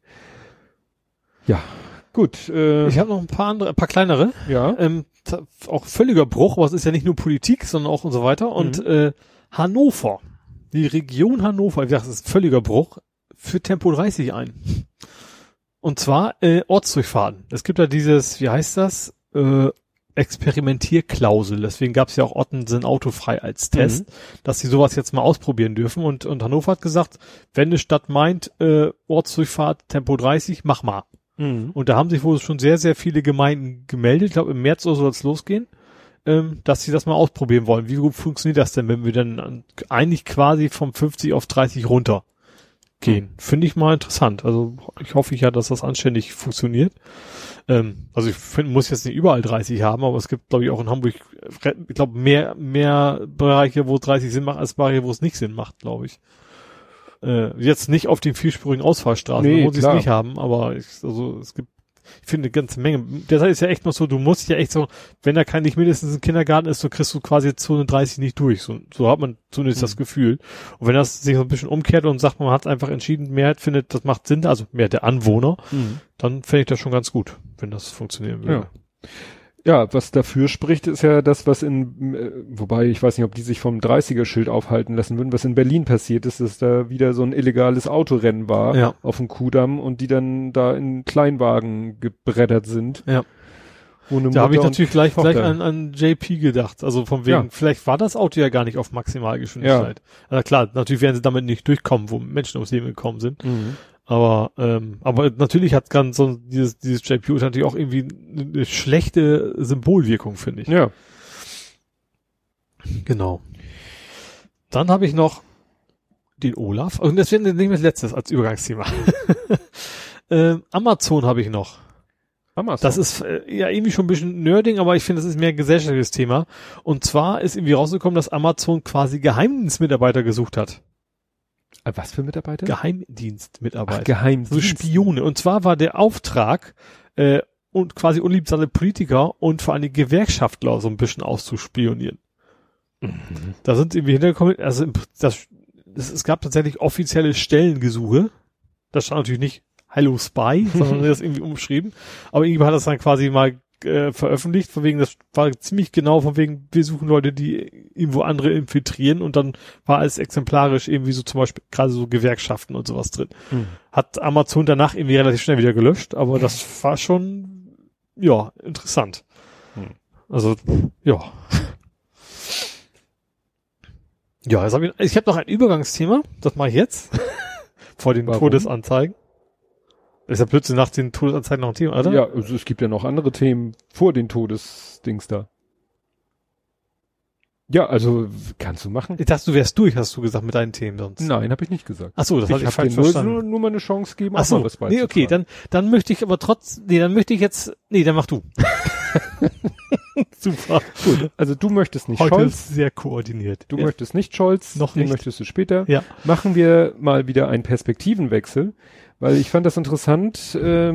gut. Ich habe noch ein paar kleinere. Ja. Auch völliger Bruch, aber es ist ja nicht nur Politik, sondern auch und so weiter. Und Hannover, die Region Hannover, ich dachte, das ist völliger Bruch, führt Tempo 30 ein. Und zwar Ortsdurchfahrten. Es gibt da dieses, wie heißt das? Experimentierklausel. Deswegen gab es ja auch Ottensen autofrei als Test, dass sie sowas jetzt mal ausprobieren dürfen. Und Hannover hat gesagt, wenn eine Stadt meint, Ortsdurchfahrt Tempo 30, mach mal. Und da haben sich wohl schon sehr, sehr viele Gemeinden gemeldet. Ich glaube, im März oder so soll es losgehen, dass sie das mal ausprobieren wollen. Wie gut funktioniert das denn, wenn wir dann eigentlich quasi vom 50 auf 30 runter gehen? Finde ich mal interessant. Also ich hoffe dass das anständig funktioniert. Also ich finde, muss jetzt nicht überall 30 haben, aber es gibt, glaube ich, auch in Hamburg, ich glaube, mehr Bereiche, wo 30 Sinn macht, als Bereiche, wo es nicht Sinn macht, glaube ich. Jetzt nicht auf den vierspurigen Ausfallstraßen, da muss ich es nicht haben, aber ich finde eine ganze Menge. Deshalb ist ja echt noch so, du musst ja echt so, wenn da nicht mindestens ein Kindergarten ist, so kriegst du quasi Zone 30 nicht durch. So hat man zumindest das Gefühl. Und wenn das sich so ein bisschen umkehrt und sagt, man hat einfach entschieden, Mehrheit findet, das macht Sinn, also Mehrheit der Anwohner, dann fände ich das schon ganz gut, wenn das funktionieren würde. Ja, was dafür spricht, ist ja das, was wobei ich weiß nicht, ob die sich vom 30er-Schild aufhalten lassen würden, was in Berlin passiert ist, dass da wieder so ein illegales Autorennen war auf dem Kudamm und die dann da in Kleinwagen gebrettert sind. Ja. Da habe ich natürlich gleich an JP gedacht, also von wegen, vielleicht war das Auto ja gar nicht auf Maximalgeschwindigkeit. Also klar, natürlich werden sie damit nicht durchkommen, wo Menschen ums Leben gekommen sind. Aber natürlich hat ganz so dieses JPU natürlich auch irgendwie eine schlechte Symbolwirkung, finde ich. Ja. Genau. Dann habe ich noch Den Olaf? Und das wäre nicht das letztes als Übergangsthema. Amazon habe ich noch. Amazon. Das ist ja irgendwie schon ein bisschen Nerding, aber ich finde, das ist mehr ein gesellschaftliches Thema. Und zwar ist irgendwie rausgekommen, dass Amazon quasi Geheimdienstmitarbeiter gesucht hat. Was für Mitarbeiter? Geheimdienstmitarbeiter. Ach, Geheimdienst. So Spione. Und zwar war der Auftrag, und quasi unliebsame Politiker und vor allem Gewerkschaftler so ein bisschen auszuspionieren. Mhm. Da sind irgendwie hintergekommen, also es gab tatsächlich offizielle Stellengesuche. Das stand natürlich nicht Hello Spy, sondern das irgendwie umschrieben. Aber irgendwie hat das dann quasi mal veröffentlicht, von wegen, das war ziemlich genau, von wegen, wir suchen Leute, die irgendwo andere infiltrieren, und dann war alles exemplarisch irgendwie so zum Beispiel gerade so Gewerkschaften und sowas drin. Mhm. Hat Amazon danach irgendwie relativ schnell wieder gelöscht, aber das war schon, ja, interessant. Mhm. Also, ja. Ja, jetzt ich habe noch ein Übergangsthema, das mache ich jetzt, vor den Todesanzeigen. Ist ja plötzlich nach den Todesanzeigen noch ein Thema, oder? Ja, also es gibt ja noch andere Themen vor den Todesdings da. Ja, also kannst du machen. Ich dachte, du wärst durch, hast du gesagt, mit deinen Themen sonst. Nein, habe ich nicht gesagt. Ach so, das hatte ich falsch verstanden. Nur mal eine Chance geben, auch mal was beizutragen. Nee, okay, dann möchte ich aber dann mach du. Super. Gut, also du möchtest nicht heute Scholz. Sehr koordiniert. Du möchtest nicht Scholz. Noch nicht. Den möchtest du später. Ja. Machen wir mal wieder einen Perspektivenwechsel, weil ich fand das interessant,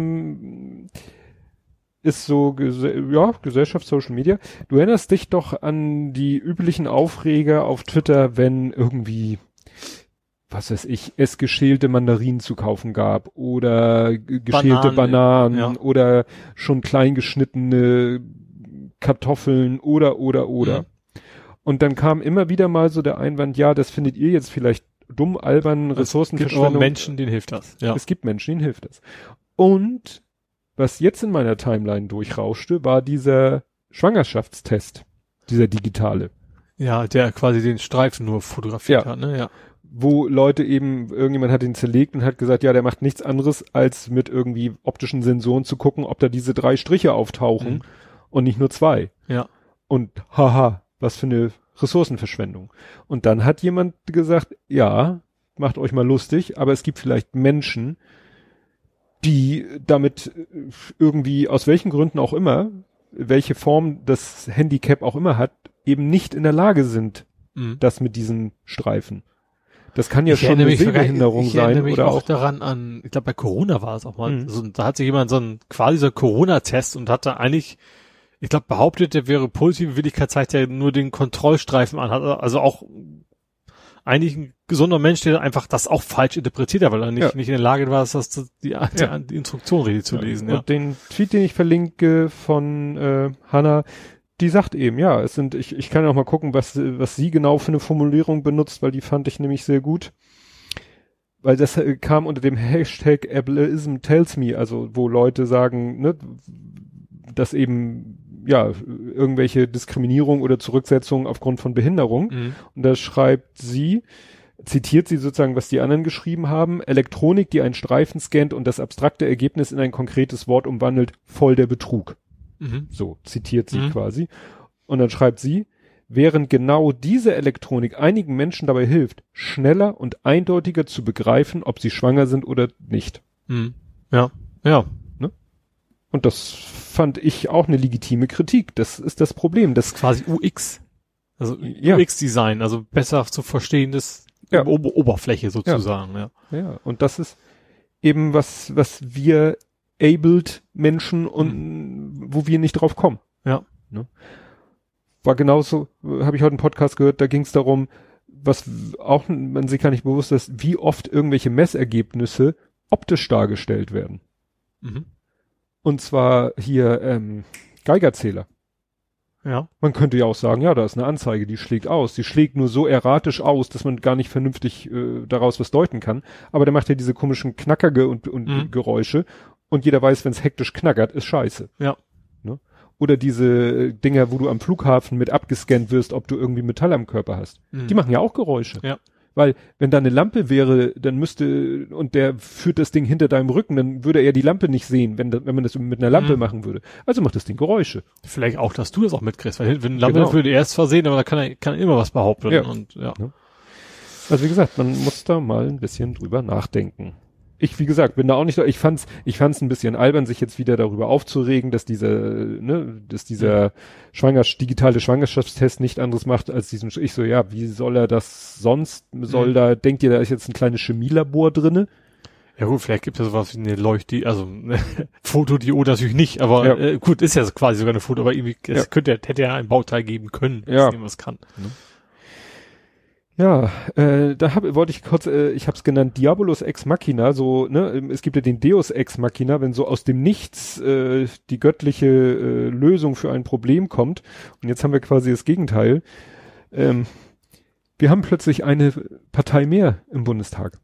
ist so, Gesellschaft, Social Media. Du erinnerst dich doch an die üblichen Aufreger auf Twitter, wenn irgendwie, was weiß ich, es geschälte Mandarinen zu kaufen gab oder geschälte Bananen ja. oder schon klein geschnittene Kartoffeln oder. Mhm. Und dann kam immer wieder mal so der Einwand, ja, das findet ihr jetzt vielleicht dumm, albern, Ressourcenverschwendung. Es gibt Menschen, denen hilft das. Ja. Es gibt Menschen, denen hilft das. Und was jetzt in meiner Timeline durchrauschte, war dieser Schwangerschaftstest, dieser digitale. Ja, der quasi den Streifen nur fotografiert hat, ne? Ja. Wo Leute eben, irgendjemand hat ihn zerlegt und hat gesagt, ja, der macht nichts anderes, als mit irgendwie optischen Sensoren zu gucken, ob da diese 3 Striche auftauchen und nicht nur 2. Ja. Und haha, was für eine Ressourcenverschwendung. Und dann hat jemand gesagt, ja, macht euch mal lustig, aber es gibt vielleicht Menschen, die damit irgendwie, aus welchen Gründen auch immer, welche Form das Handicap auch immer hat, eben nicht in der Lage sind, das mit diesen Streifen. Das kann ja schon eine Sehbehinderung sein. Ich erinnere mich oder auch daran an, ich glaube bei Corona war es auch mal, da hat sich jemand quasi so Corona-Test und hat da eigentlich, ich glaube behauptet, der wäre positiv, in Wirklichkeit zeigt er nur den Kontrollstreifen an, also auch eigentlich ein gesunder Mensch, der einfach das auch falsch interpretiert hat, weil er nicht in der Lage war, die Instruktion richtig zu lesen. Ja. Und den Tweet, den ich verlinke von Hannah, die sagt eben, ja, es sind, ich kann auch mal gucken, was sie genau für eine Formulierung benutzt, weil die fand ich nämlich sehr gut. Weil das kam unter dem Hashtag Ableism Tells Me, also wo Leute sagen, ne, dass eben ja, irgendwelche Diskriminierung oder Zurücksetzung aufgrund von Behinderung. Und da schreibt sie, zitiert sie sozusagen, was die anderen geschrieben haben, Elektronik, die einen Streifen scannt und das abstrakte Ergebnis in ein konkretes Wort umwandelt, voll der Betrug. So, zitiert sie quasi. Und dann schreibt sie, während genau diese Elektronik einigen Menschen dabei hilft, schneller und eindeutiger zu begreifen, ob sie schwanger sind oder nicht. Ja, ja. Und das fand ich auch eine legitime Kritik. Das ist das Problem. Das quasi UX. Also UX-Design, also besser zu verstehendes Oberfläche sozusagen. Ja, und das ist eben was wir abled Menschen und wo wir nicht drauf kommen. Ja. Ne? War genauso, habe ich heute einen Podcast gehört, da ging es darum, was auch man sich gar nicht bewusst ist, wie oft irgendwelche Messergebnisse optisch dargestellt werden. Und zwar hier Geigerzähler. Ja. Man könnte ja auch sagen, ja, da ist eine Anzeige, die schlägt aus. Die schlägt nur so erratisch aus, dass man gar nicht vernünftig daraus was deuten kann. Aber der macht ja diese komischen Knackerge und Geräusche. Und jeder weiß, wenn es hektisch knackert, ist scheiße. Ja. Ne? Oder diese Dinger, wo du am Flughafen mit abgescannt wirst, ob du irgendwie Metall am Körper hast. Die machen ja auch Geräusche. Ja. Weil, wenn da eine Lampe wäre, dann und der führt das Ding hinter deinem Rücken, dann würde er die Lampe nicht sehen, wenn man das mit einer Lampe machen würde. Also macht das Ding Geräusche. Vielleicht auch, dass du das auch mitkriegst, weil wenn eine Lampe würde er es versehen, aber da kann er immer was behaupten. Ja. Und, ja. Also wie gesagt, man muss da mal ein bisschen drüber nachdenken. Ich, wie gesagt, bin da auch nicht, ich fand's ein bisschen albern, sich jetzt wieder darüber aufzuregen, dass dieser digitale Schwangerschaftstest nicht anderes macht als diesen, ich so, ja, wie soll er das sonst, denkt ihr, da ist jetzt ein kleines Chemielabor drinne? Ja gut, vielleicht gibt es ja sowas wie eine Fotodiode natürlich nicht, aber gut, ist ja quasi sogar eine Foto, aber irgendwie, hätte ja ein Bauteil geben können, das was kann. Ja, wollte ich kurz, ich habe es genannt, Diabolus Ex Machina, so, ne, es gibt ja den Deus Ex Machina, wenn so aus dem Nichts die göttliche Lösung für ein Problem kommt. Und jetzt haben wir quasi das Gegenteil. Wir haben plötzlich eine Partei mehr im Bundestag.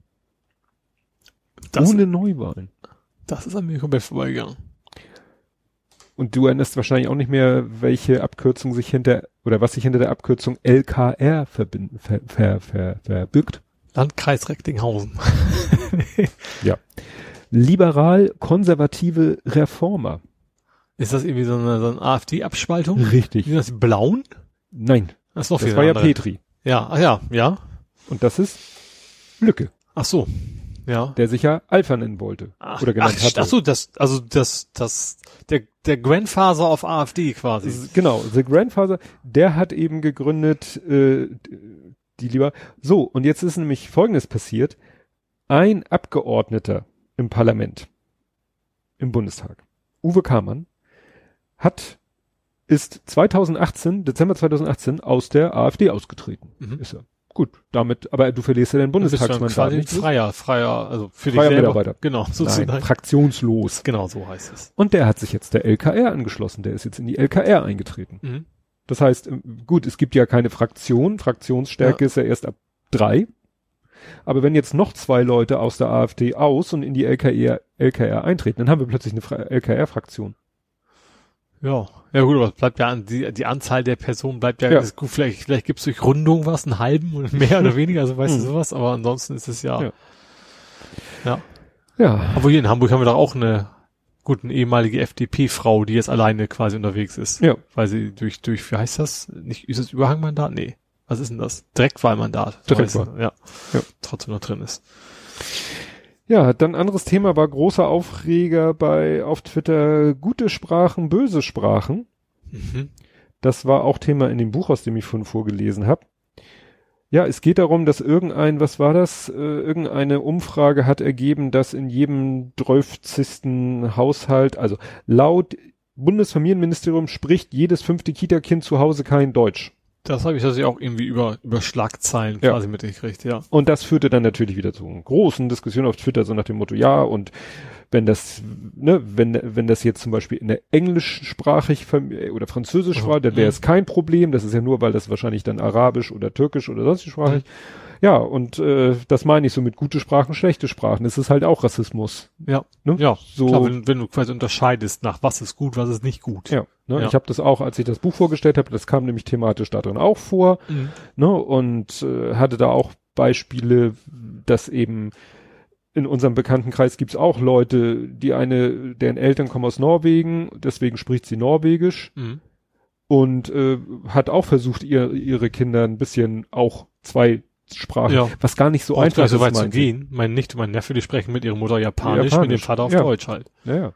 Ohne Neuwahlen. Das ist an mir komplett vorbeigegangen. Und du erinnerst wahrscheinlich auch nicht mehr, welche Abkürzung was sich hinter der Abkürzung LKR verbirgt. Landkreis Recklinghausen. Ja. Liberal-konservative Reformer. Ist das irgendwie so eine AfD-Abspaltung? Richtig. Sind das die Blauen? Nein. Das war ja Petri. Ja, ja. Und das ist Lücke. Ach so. Ja. Der sich ja Alpha nennen wollte. Oder genannt hat. Ach so, der Grandfather of AfD quasi. Genau, the Grandfather, der hat eben gegründet, die lieber. So, und jetzt ist nämlich Folgendes passiert. Ein Abgeordneter im Parlament, im Bundestag, Uwe Kamann, ist Dezember 2018 aus der AfD ausgetreten. Ist er. Gut, damit, aber du verlierst ja deinen Bundestagsmandat nicht. Freier, also für dich freier selber. Mitarbeiter. Genau, sozusagen. Nein, fraktionslos. Genau, so heißt es. Und der hat sich jetzt der LKR angeschlossen, der ist jetzt in die LKR eingetreten. Das heißt, gut, es gibt ja keine Fraktionsstärke ist ja erst ab 3. Aber wenn jetzt noch 2 Leute aus der AfD und in die LKR eintreten, dann haben wir plötzlich eine LKR-Fraktion. Ja gut, aber es bleibt ja die Anzahl der Personen bleibt ja ist gut, vielleicht gibt's durch Rundung was, einen halben oder mehr oder weniger, also weißt du sowas, aber ansonsten ist es ja. Aber hier in Hamburg haben wir doch auch eine ehemalige FDP-Frau, die jetzt alleine quasi unterwegs ist. Ja. Weil sie durch, wie heißt das? Ist das Überhangmandat? Nee. Was ist denn das? Direktwahlmandat. Direktwahl. Trotzdem noch drin ist. Ja, dann anderes Thema war großer Aufreger auf Twitter, gute Sprachen, böse Sprachen. Das war auch Thema in dem Buch, aus dem ich vorgelesen habe. Ja, es geht darum, dass irgendeine Umfrage hat ergeben, dass in jedem 12. Haushalt, also laut Bundesfamilienministerium spricht jedes 5. Kita-Kind zu Hause kein Deutsch. Das habe ich also auch irgendwie über Schlagzeilen quasi mitgekriegt, ja. Und das führte dann natürlich wieder zu großen Diskussionen auf Twitter, so nach dem Motto, ja, und wenn das, wenn das jetzt zum Beispiel in der englischsprachig oder französisch war, dann wäre es kein Problem. Das ist ja nur, weil das wahrscheinlich dann arabisch oder türkisch oder sonstige sprachig. Ja, und das meine ich so mit gute Sprachen, schlechte Sprachen. Das ist halt auch Rassismus. Ja, ne? Ja, so klar, wenn du quasi unterscheidest nach was ist gut, was ist nicht gut. Ja, ne? Ich habe das auch, als ich das Buch vorgestellt habe, das kam nämlich thematisch da drin auch vor, ne? Und hatte da auch Beispiele, dass eben in unserem Bekanntenkreis gibt's auch Leute, deren Eltern kommen aus Norwegen, deswegen spricht sie Norwegisch und hat auch versucht, ihre Kinder ein bisschen auch zwei Sprachen, was gar nicht so einfach ist. So weit zu gehen. Meine Nichte und mein Neffe, die sprechen mit ihrer Mutter Japanisch, mit dem Vater auf Deutsch halt. Ja.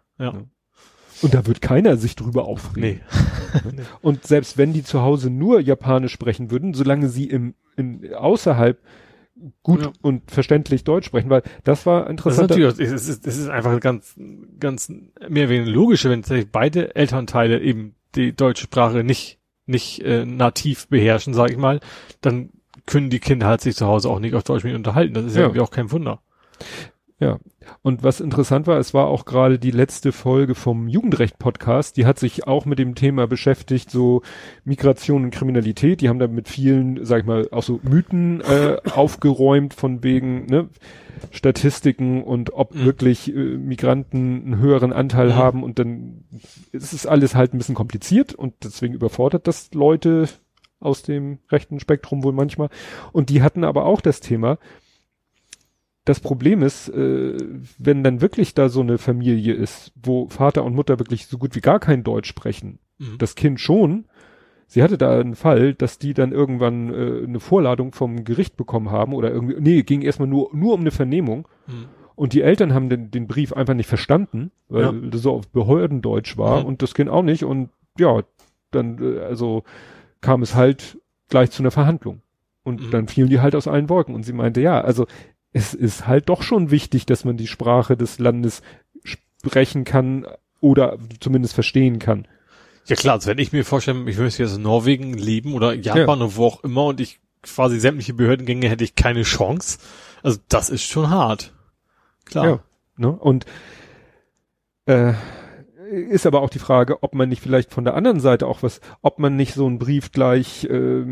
Und da wird keiner sich drüber aufregen. Nee. Und selbst wenn die zu Hause nur Japanisch sprechen würden, solange sie außerhalb gut und verständlich Deutsch sprechen, weil das war interessant. Das ist einfach ganz mehr wie logische, wenn beide Elternteile eben die deutsche Sprache nicht nativ beherrschen, sag ich mal, dann können die Kinder halt sich zu Hause auch nicht auf Deutsch mit unterhalten. Das ist ja irgendwie auch kein Wunder. Ja. Und was interessant war, es war auch gerade die letzte Folge vom Jugendrecht-Podcast, die hat sich auch mit dem Thema beschäftigt, so Migration und Kriminalität. Die haben da mit vielen, sag ich mal, auch so Mythen aufgeräumt von wegen, ne, Statistiken und ob wirklich Migranten einen höheren Anteil haben, und dann ist es alles halt ein bisschen kompliziert und deswegen überfordert das Leute aus dem rechten Spektrum wohl manchmal. Und die hatten aber auch das Thema, das Problem ist, wenn dann wirklich da so eine Familie ist, wo Vater und Mutter wirklich so gut wie gar kein Deutsch sprechen, das Kind schon sie hatte da einen Fall, dass die dann irgendwann eine Vorladung vom Gericht bekommen haben oder irgendwie, ging erstmal nur um eine Vernehmung. Und die Eltern haben den Brief einfach nicht verstanden, weil das so auf Behördendeutsch war und das Kind auch nicht. Und ja, dann kam es halt gleich zu einer Verhandlung. Und dann fielen die halt aus allen Wolken. Und sie meinte, ja, also es ist halt doch schon wichtig, dass man die Sprache des Landes sprechen kann oder zumindest verstehen kann. Ja klar, also wenn ich mir vorstelle, ich müsste jetzt in Norwegen leben oder Japan oder wo auch immer und ich quasi sämtliche Behördengänge hätte ich keine Chance. Also das ist schon hart. Klar. Ja, ne? Und ist aber auch die Frage, ob man nicht vielleicht von der anderen Seite auch ob man nicht so einen Brief gleich,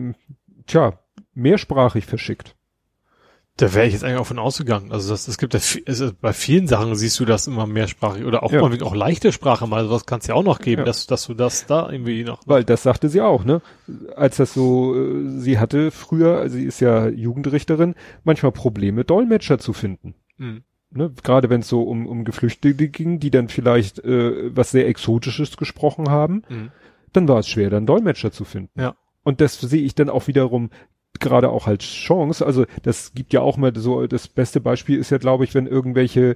mehrsprachig verschickt. Da wäre ich jetzt eigentlich auch von ausgegangen. Also es gibt ja bei vielen Sachen siehst du das immer mehrsprachig oder auch mal auch leichte Sprache mal, sowas kann es ja auch noch geben, dass du das da irgendwie noch. Weil das sagte sie auch, ne? Als das so, sie hatte früher, also sie ist ja Jugendrichterin, manchmal Probleme, Dolmetscher zu finden. Ne? Gerade wenn es so um Geflüchtete ging, die dann vielleicht was sehr Exotisches gesprochen haben, dann war es schwer, dann Dolmetscher zu finden. Ja. Und das sehe ich dann auch wiederum gerade auch als Chance. Also das gibt ja auch mal so, das beste Beispiel ist ja, glaube ich, wenn irgendwelche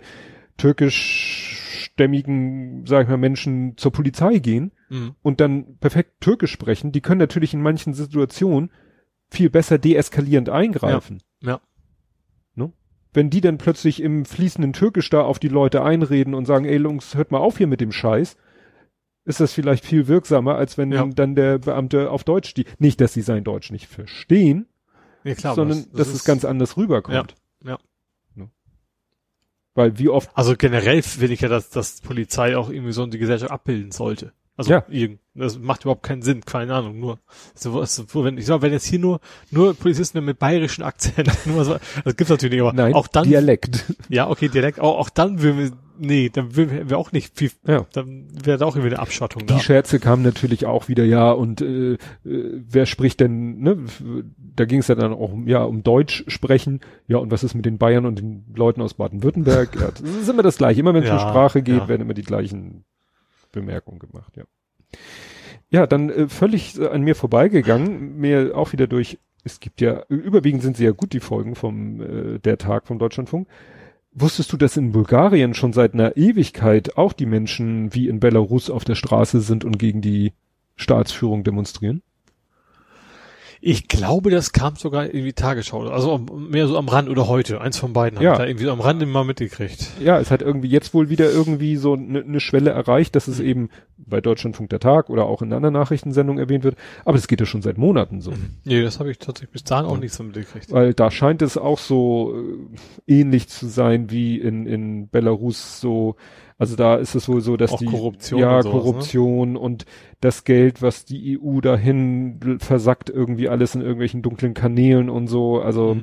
türkischstämmigen, sag ich mal, Menschen zur Polizei gehen und dann perfekt Türkisch sprechen, die können natürlich in manchen Situationen viel besser deeskalierend eingreifen. Ja. Ne? Wenn die dann plötzlich im fließenden Türkisch da auf die Leute einreden und sagen, ey Jungs, hört mal auf hier mit dem Scheiß, ist das vielleicht viel wirksamer, als wenn dann der Beamte auf Deutsch nicht, dass sie sein Deutsch nicht verstehen, klar, sondern dass es ganz anders rüberkommt. Ja. Ne? Weil wie oft... Also generell finde ich ja, dass Polizei auch irgendwie so die Gesellschaft abbilden sollte. Also das macht überhaupt keinen Sinn, keine Ahnung, nur wenn jetzt hier nur Polizisten mit bayerischen Akzent, das gibt's natürlich nicht, aber nein, auch dann Dialekt. Ja, okay, Dialekt, auch dann würden wir auch nicht viel, dann wäre da auch irgendwie eine Abschottung da. Die Scherze kamen natürlich auch wieder, und wer spricht denn, ne, da ging es ja dann auch um Deutsch sprechen, und was ist mit den Bayern und den Leuten aus Baden-Württemberg? Das ist immer das Gleiche, immer wenn es um Sprache geht, werden immer die gleichen Bemerkung gemacht, Ja, dann völlig an mir vorbeigegangen, mir auch wieder es gibt ja, überwiegend sind sie ja gut, die Folgen vom der Tag vom Deutschlandfunk. Wusstest du, dass in Bulgarien schon seit einer Ewigkeit auch die Menschen wie in Belarus auf der Straße sind und gegen die Staatsführung demonstrieren? Ich glaube, das kam sogar irgendwie Tagesschau, also mehr so am Rand oder heute, eins von beiden habe ich da irgendwie am Rand immer mitgekriegt. Ja, es hat irgendwie jetzt wohl wieder irgendwie so eine Schwelle erreicht, dass es eben bei Deutschlandfunk der Tag oder auch in anderen Nachrichtensendungen erwähnt wird, aber das geht ja schon seit Monaten so. Nee, das habe ich tatsächlich bis dahin auch nicht so mitgekriegt. Weil da scheint es auch so ähnlich zu sein wie in Belarus so. Also da ist es wohl so, dass auch die Korruption und sowas, Korruption und das Geld, was die EU dahin versackt, irgendwie alles in irgendwelchen dunklen Kanälen und so. Also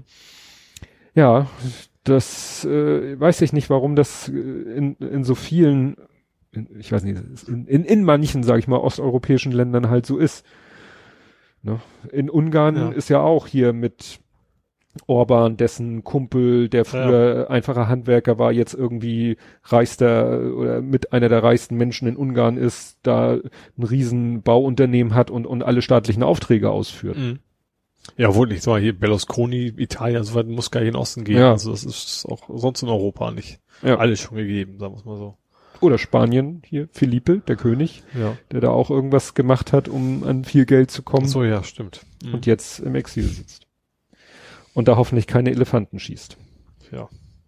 das weiß ich nicht, warum das in so vielen, ich weiß nicht, in manchen, sage ich mal, osteuropäischen Ländern halt so ist. Ne? In Ungarn ist ja auch hier mit Orban, dessen Kumpel, der früher einfacher Handwerker war, jetzt irgendwie reichster oder mit einer der reichsten Menschen in Ungarn ist, da ein riesen Bauunternehmen hat und alle staatlichen Aufträge ausführt. Ja, wohl nicht. So, hier Berlusconi, Italien, so weit muss gar nicht in den Osten gehen. Also das ist auch sonst in Europa nicht alles schon gegeben, sagen wir es mal so. Oder Spanien, hier, Felipe, der König, der da auch irgendwas gemacht hat, um an viel Geld zu kommen. Ach so, ja, stimmt. Und jetzt im Exil sitzt. Und da hoffentlich keine Elefanten schießt. Ja.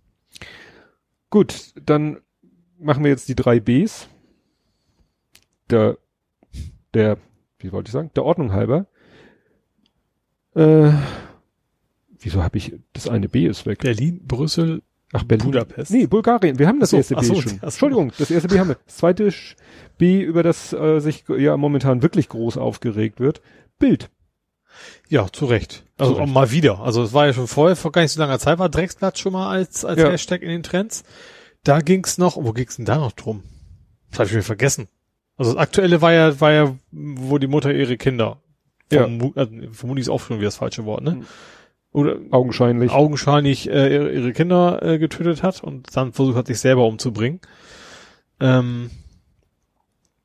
Gut, dann machen wir jetzt die 3 Bs. Der, wie wollte ich sagen? Der Ordnung halber. Wieso habe ich, das eine B ist weg. Berlin, Brüssel, Berlin. Budapest. Nee, Bulgarien. Wir haben das erste B schon. Entschuldigung, das erste B haben wir. Das zweite B, über das sich momentan wirklich groß aufgeregt wird. Bild. Ja, zu Recht. Also auch mal wieder. Also es war ja schon vorher, vor gar nicht so langer Zeit, war Drecksblatt schon mal als Hashtag in den Trends. Da ging's noch, wo ging's denn da noch drum? Das habe ich mir vergessen. Also das Aktuelle war ja, wo die Mutter ihre Kinder, vermutlich ist auch schon wieder das falsche Wort, ne? Oder augenscheinlich ihre Kinder getötet hat und dann versucht hat, sich selber umzubringen.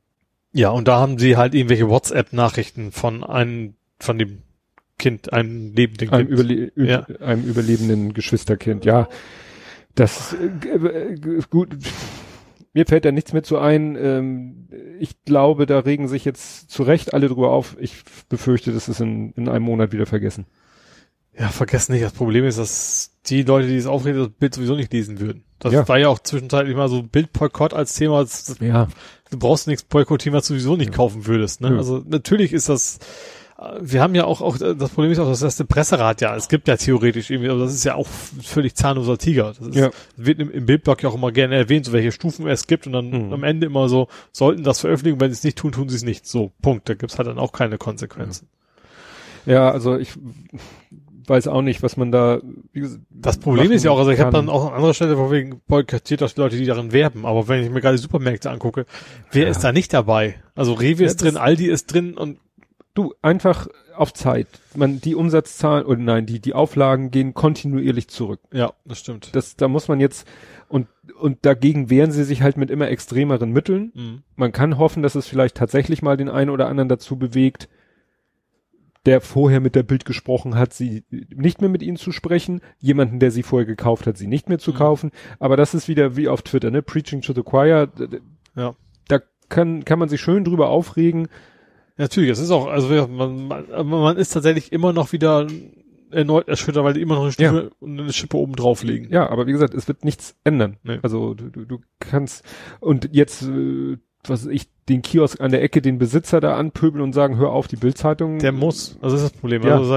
Ja, und da haben sie halt irgendwelche WhatsApp-Nachrichten von dem Kind, einem lebenden Kind. Einem überlebenden Geschwisterkind. Ja, das gut. Mir fällt da nichts mehr zu ein. Ich glaube, da regen sich jetzt zu Recht alle drüber auf. Ich befürchte, das ist in einem Monat wieder vergessen. Ja, vergessen nicht. Das Problem ist, dass die Leute, die es aufregen, das Bild sowieso nicht lesen würden. Das war ja auch zwischenzeitlich mal so Bildboykott als Thema. Du brauchst nichts boykottieren, was du sowieso nicht kaufen würdest. Ne? Ja. Also natürlich ist das, wir haben ja auch das Problem ist auch, dass das der Presserat es gibt ja theoretisch irgendwie, aber das ist ja auch völlig zahnloser Tiger. Das ist, wird im Bildblock ja auch immer gerne erwähnt, so welche Stufen es gibt und dann am Ende immer so, sollten das veröffentlichen, wenn sie es nicht tun, tun sie es nicht. So, Punkt. Da gibt's halt dann auch keine Konsequenzen. Ja, also ich weiß auch nicht, was man da, wie gesagt, das Problem ist ja auch, also ich habe dann auch an anderer Stelle vor wegen boykottiert auch die Leute, die darin werben, aber wenn ich mir gerade Supermärkte angucke, wer ist da nicht dabei? Also Rewe ist drin, Aldi ist drin und du, einfach auf Zeit. Die Umsatzzahlen, oder nein, die Auflagen gehen kontinuierlich zurück. Ja, das stimmt. Da muss man jetzt, und dagegen wehren sie sich halt mit immer extremeren Mitteln. Mhm. Man kann hoffen, dass es vielleicht tatsächlich mal den einen oder anderen dazu bewegt, der vorher mit der Bild gesprochen hat, sie nicht mehr mit ihnen zu sprechen, jemanden, der sie vorher gekauft hat, sie nicht mehr zu kaufen. Aber das ist wieder wie auf Twitter, ne? Preaching to the choir. Ja. Da kann man sich schön drüber aufregen. Natürlich, es ist auch, also man ist tatsächlich immer noch wieder erneut erschüttert, weil die immer noch eine Stufe und eine Schippe oben drauflegen. Ja, aber wie gesagt, es wird nichts ändern. Nee. Also du kannst, und jetzt, den Kiosk an der Ecke, den Besitzer da anpöbeln und sagen, hör auf, die Bildzeitung. Der muss, also das ist das Problem. Ja. Also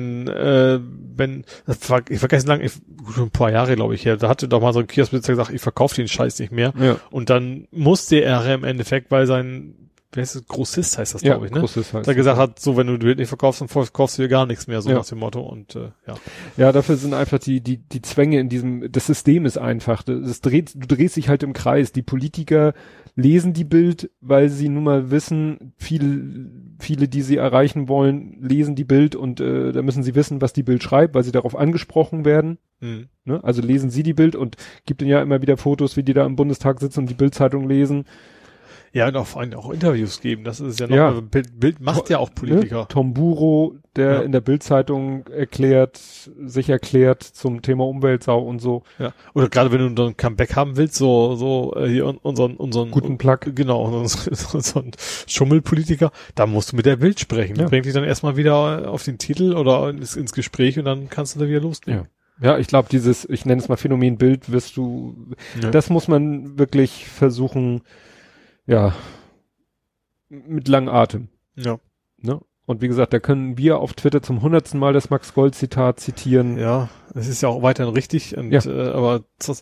ich vergesse lange, schon ein paar Jahre, glaube ich, her, da hatte doch mal so ein Kioskbesitzer gesagt, ich verkaufe den Scheiß nicht mehr. Ja. Und dann musste er im Endeffekt, weil wer ist das? Grossist heißt das, glaube ich, ne? Grossist heißt da gesagt hat, so, wenn du den nicht verkaufst, dann verkaufst du dir gar nichts mehr, so nach dem Motto, und, Ja, dafür sind einfach die Zwänge das System ist einfach, du drehst dich halt im Kreis, die Politiker lesen die Bild, weil sie nun mal wissen, viele, die sie erreichen wollen, lesen die Bild und da müssen sie wissen, was die Bild schreibt, weil sie darauf angesprochen werden. Mhm. Ne? Also lesen sie die Bild und gibt ihnen ja immer wieder Fotos, wie die da im Bundestag sitzen und die Bildzeitung lesen. Ja, und vor allem auch Interviews geben, das ist ja noch, also Bild macht ja auch Politiker. Ne? Tom Buro, der in der Bildzeitung sich erklärt zum Thema Umweltsau und so. Ja. Oder gerade wenn du ein Comeback haben willst, so hier unseren guten Plug. Genau, unseren Schummelpolitiker, da musst du mit der Bild sprechen. Ja. Bringt dich dann erstmal wieder auf den Titel oder ins Gespräch und dann kannst du da wieder loslegen. Ja, ich glaube, ich nenne es mal Phänomen Bild, das muss man wirklich versuchen, mit langem Atem. Ja. Ne? Und wie gesagt, da können wir auf Twitter zum 100. Mal das Max Gold Zitat zitieren. Ja, es ist ja auch weiterhin richtig. Und, aber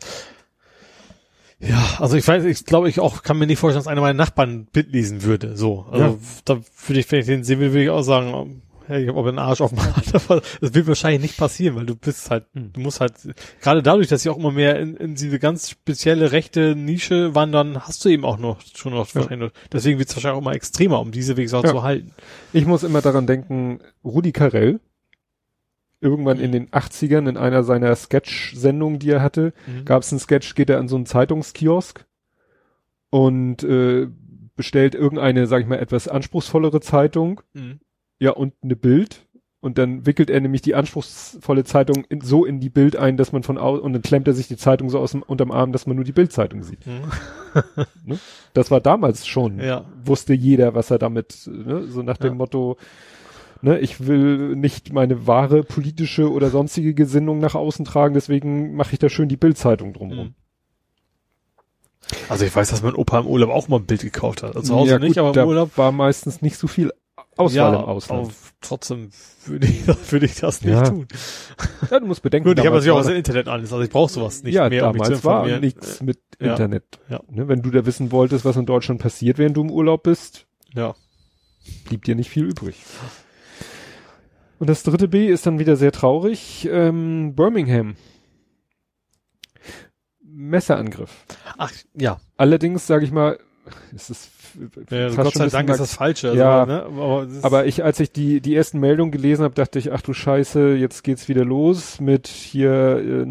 also ich glaube, ich auch kann mir nicht vorstellen, dass einer meiner Nachbarn Bild lesen würde. So, also da würde ich, wenn ich den sehen will, würde ich auch sagen, hey, ich habe aber einen Arsch auf dem Rad. Das wird wahrscheinlich nicht passieren, weil du musst halt, gerade dadurch, dass sie auch immer mehr in diese ganz spezielle rechte Nische wandern, hast du eben auch wahrscheinlich. Deswegen wird es wahrscheinlich auch immer extremer, um diese Wegs auch zu halten. Ich muss immer daran denken, Rudi Carrell, irgendwann in den 80ern in einer seiner Sketch-Sendungen, die er hatte, gab es einen Sketch, geht er an so einen Zeitungskiosk und bestellt irgendeine, sag ich mal, etwas anspruchsvollere Zeitung. Ja, und eine Bild. Und dann wickelt er nämlich die anspruchsvolle Zeitung in die Bild ein, dass man und dann klemmt er sich die Zeitung so unterm Arm, dass man nur die Bildzeitung sieht. Ne? Das war damals schon. Ja. Wusste jeder, was er damit, so nach dem Motto, ne, ich will nicht meine wahre politische oder sonstige Gesinnung nach außen tragen, deswegen mache ich da schön die Bildzeitung drumherum. Also ich weiß, dass mein Opa im Urlaub auch mal ein Bild gekauft hat. Also zu Hause nicht, aber im Urlaub war meistens nicht so viel Auswahl im Ausland. Trotzdem würde ich das nicht tun. Ja, du musst bedenken. Gut, ich habe natürlich auch das Internet alles, also ich brauche sowas nicht mehr. Ja, damals war nichts mit Internet. Ja. Ne, wenn du da wissen wolltest, was in Deutschland passiert, während du im Urlaub bist, blieb dir nicht viel übrig. Und das dritte B ist dann wieder sehr traurig. Birmingham. Messerangriff. Ach, ja. Allerdings, sage ich mal, es ist Gott sei Dank ist das Falsche. Also, ja, ne? Aber als ich die ersten Meldungen gelesen habe, dachte ich, ach du Scheiße, jetzt geht's wieder los mit hier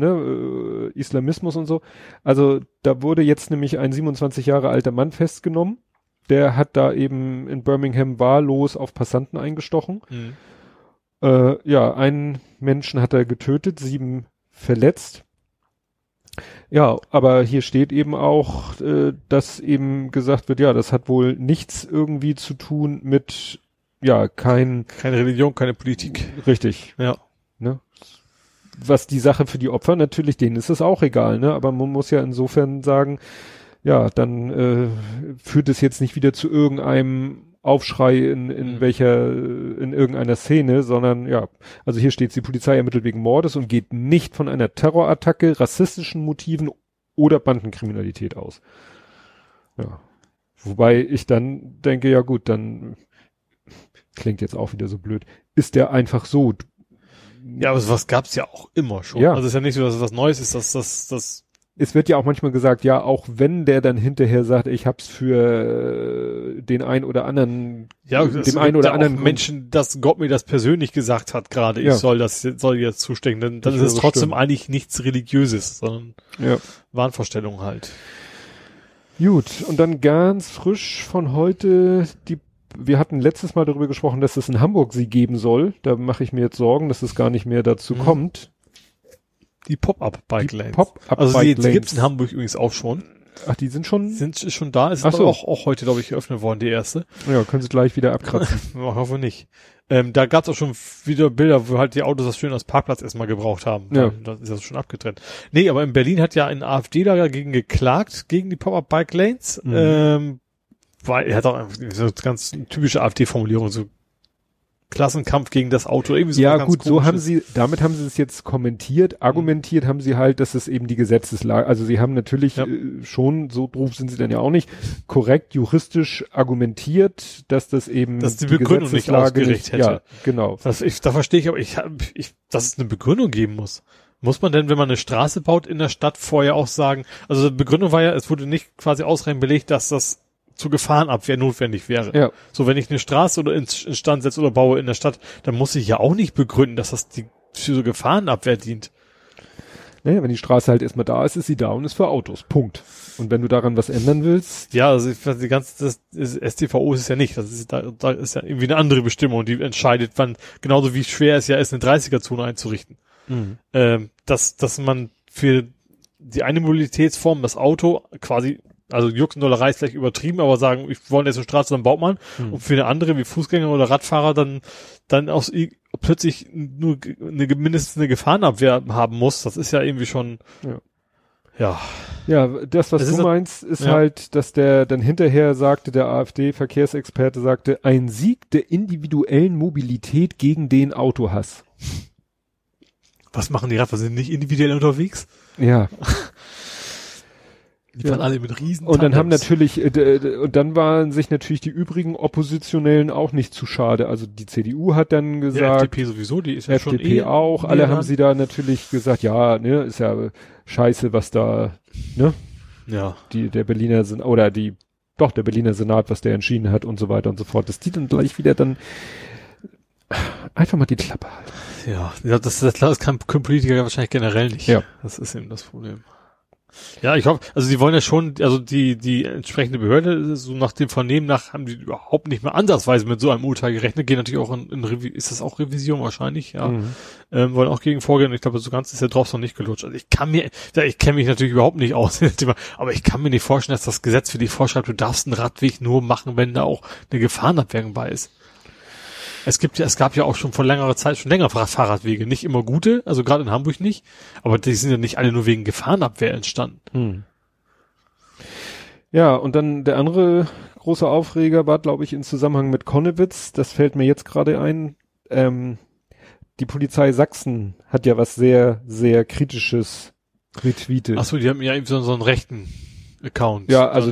Islamismus und so. Also da wurde jetzt nämlich ein 27 Jahre alter Mann festgenommen der hat da eben in Birmingham wahllos auf Passanten eingestochen. Einen Menschen hat er getötet, 7 verletzt. Ja, aber hier steht eben auch, dass eben gesagt wird, ja, das hat wohl nichts irgendwie zu tun mit, ja, keine Religion, keine Politik. Richtig. Ja. Ne? Was die Sache für die Opfer natürlich, denen ist es auch egal, ne? Aber man muss ja insofern sagen, ja, dann führt es jetzt nicht wieder zu irgendeinem Aufschrei in irgendeiner Szene, sondern ja, also hier steht, die Polizei ermittelt wegen Mordes und geht nicht von einer Terrorattacke, rassistischen Motiven oder Bandenkriminalität aus. Ja. Wobei ich dann denke, ja gut, dann klingt jetzt auch wieder so blöd. Ist der einfach so? Ja, aber sowas gab's ja auch immer schon. Ja. Also es ist ja nicht so, dass es was Neues ist, dass das es wird ja auch manchmal gesagt, ja, auch wenn der dann hinterher sagt, ich hab's für den einen oder anderen, ja, dem einen oder anderen Menschen, dass Gott mir das persönlich gesagt hat gerade, ich soll jetzt zustecken, dann ist es trotzdem eigentlich nichts Religiöses, sondern Wahnvorstellungen halt. Gut, und dann ganz frisch von heute, wir hatten letztes Mal darüber gesprochen, dass es in Hamburg sie geben soll. Da mache ich mir jetzt Sorgen, dass es gar nicht mehr dazu kommt. Die Pop-Up-Bike-Lanes. Also die gibt's in Hamburg übrigens auch schon. Ach, die sind schon da. Ist aber auch heute, glaube ich, geöffnet worden, die erste. Ja, können sie gleich wieder abkratzen. Ich hoffe nicht. Da gab's auch schon wieder Bilder, wo halt die Autos das schön als Parkplatz erstmal gebraucht haben. Ja. Das ist das schon abgetrennt. Nee, aber in Berlin hat ja ein AfD dagegen geklagt, gegen die Pop-Up-Bike-Lanes. Weil er hat auch so eine ganz typische AfD-Formulierung, so Klassenkampf gegen das Auto, irgendwie so. Ja, gut, so damit haben sie es jetzt kommentiert, argumentiert haben sie halt, dass es eben die Gesetzeslage, also sie haben natürlich schon, so drauf sind sie dann ja auch nicht, korrekt juristisch argumentiert, dass das eben dass die Begründung nicht ausgerichtet hätte. Ja, genau. Da verstehe ich, aber dass es eine Begründung geben muss. Muss man denn, wenn man eine Straße baut in der Stadt, vorher auch sagen, also die Begründung war ja, es wurde nicht quasi ausreichend belegt, dass das zur Gefahrenabwehr notwendig wäre. Ja. So, wenn ich eine Straße oder instand setze oder baue in der Stadt, dann muss ich ja auch nicht begründen, dass das für so Gefahrenabwehr dient. Naja, wenn die Straße halt erstmal da ist sie da und ist für Autos. Punkt. Und wenn du daran was ändern willst. Ja, also das StVO ist es ja nicht. Das ist, da ist ja irgendwie eine andere Bestimmung, die entscheidet, wann, genauso wie schwer es ja ist, eine 30er-Zone einzurichten. Dass man für die eine Mobilitätsform, das Auto, quasi, also Juxendollerei ist vielleicht übertrieben, aber sagen, ich wollte jetzt eine Straße, dann baut man. Und für eine andere, wie Fußgänger oder Radfahrer, dann auch plötzlich nur mindestens eine Gefahrenabwehr haben muss. Das ist ja irgendwie schon, ja. Ja, das, was du meinst, ist halt, dass der dann hinterher sagte, der AfD-Verkehrsexperte sagte, ein Sieg der individuellen Mobilität gegen den Autohass. Was machen die Radfahrer? Sind nicht individuell unterwegs? Ja. Die fahren alle mit riesen Und dann haben natürlich, und dann waren sich natürlich die übrigen Oppositionellen auch nicht zu schade. Also die CDU hat dann gesagt. Ja, FDP sowieso, die ist ja schon auch. Alle haben sie da natürlich gesagt, ja, ne, ist ja scheiße, was da, ne? Ja. Der Berliner der Berliner Senat, was der entschieden hat und so weiter und so fort. Dass die dann gleich wieder dann einfach mal die Klappe halten. Ja, das kann Politiker wahrscheinlich generell nicht. Ja. Das ist eben das Problem. Ja, ich hoffe, also die wollen ja schon, also die entsprechende Behörde, so nach dem Vernehmen nach, haben die überhaupt nicht mehr ansatzweise mit so einem Urteil gerechnet, gehen natürlich auch ist das auch Revision wahrscheinlich, ja. Wollen auch gegen vorgehen, ich glaube, so ganz ist der Drops noch nicht gelutscht. Also ich kenne mich natürlich überhaupt nicht aus, aber ich kann mir nicht vorstellen, dass das Gesetz für dich vorschreibt, du darfst einen Radweg nur machen, wenn da auch eine Gefahrenabwehr bei ist. Es gab ja auch schon vor längerer Zeit schon länger Fahrradwege, nicht immer gute, also gerade in Hamburg nicht, aber die sind ja nicht alle nur wegen Gefahrenabwehr entstanden. Ja, und dann der andere große Aufreger war, glaube ich, in Zusammenhang mit Connewitz, das fällt mir jetzt gerade ein, die Polizei Sachsen hat ja was sehr, sehr Kritisches retweetet. Ach so, die haben ja eben so einen rechten Account. Ja, also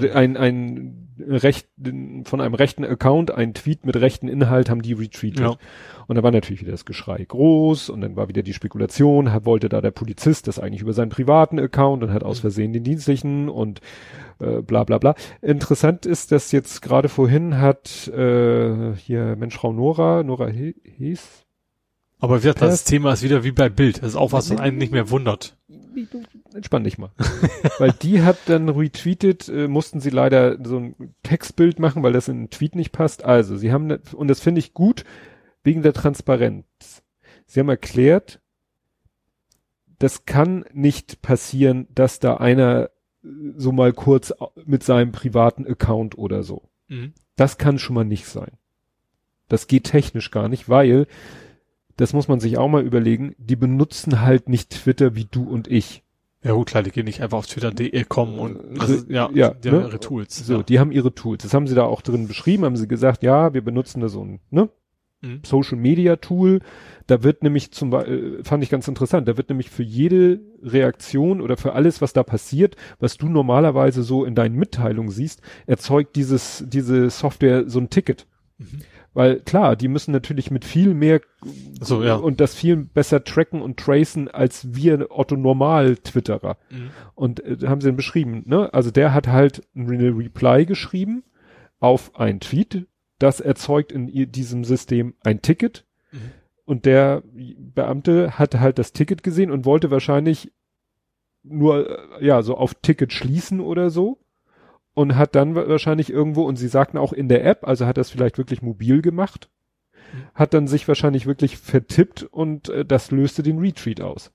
von einem rechten Account, ein Tweet mit rechten Inhalt haben die retweetet. Ja. Und da war natürlich wieder das Geschrei groß und dann war wieder die Spekulation, wollte da der Polizist das eigentlich über seinen privaten Account und hat aus Versehen den dienstlichen und bla bla bla. Interessant ist, dass jetzt gerade vorhin hat hier Frau Nora Hees. Aber das Thema ist wieder wie bei Bild. Das ist auch was einen nicht mehr wundert. entspann dich mal. Weil die hat dann retweetet, mussten sie leider so ein Textbild machen, weil das in einen Tweet nicht passt. Also, sie haben, und das finde ich gut, wegen der Transparenz. Sie haben erklärt, das kann nicht passieren, dass da einer so mal kurz mit seinem privaten Account oder so. Mhm. Das kann schon mal nicht sein. Das geht technisch gar nicht, weil, das muss man sich auch mal überlegen, die benutzen halt nicht Twitter wie du und ich. Ja gut, klar, die gehen nicht einfach auf twitter.de kommen und die haben ihre Tools. So, ja. Die haben ihre Tools. Das haben sie da auch drin beschrieben, haben sie gesagt, ja, wir benutzen da so ein, Social Media Tool. Da wird nämlich fand ich ganz interessant, da wird nämlich für jede Reaktion oder für alles, was da passiert, was du normalerweise so in deinen Mitteilungen siehst, erzeugt diese Software so ein Ticket. Mhm. Weil klar, die müssen natürlich mit viel mehr und das viel besser tracken und tracen als wir Otto Normal-Twitterer. Mhm. Und haben sie dann beschrieben, ne? Also der hat halt eine Reply geschrieben auf einen Tweet, das erzeugt in diesem System ein Ticket. Mhm. Und der Beamte hatte halt das Ticket gesehen und wollte wahrscheinlich nur, so auf Ticket schließen oder so. Und hat dann wahrscheinlich irgendwo, und sie sagten auch in der App, also hat das vielleicht wirklich mobil gemacht, hat dann sich wahrscheinlich wirklich vertippt und das löste den Retweet aus.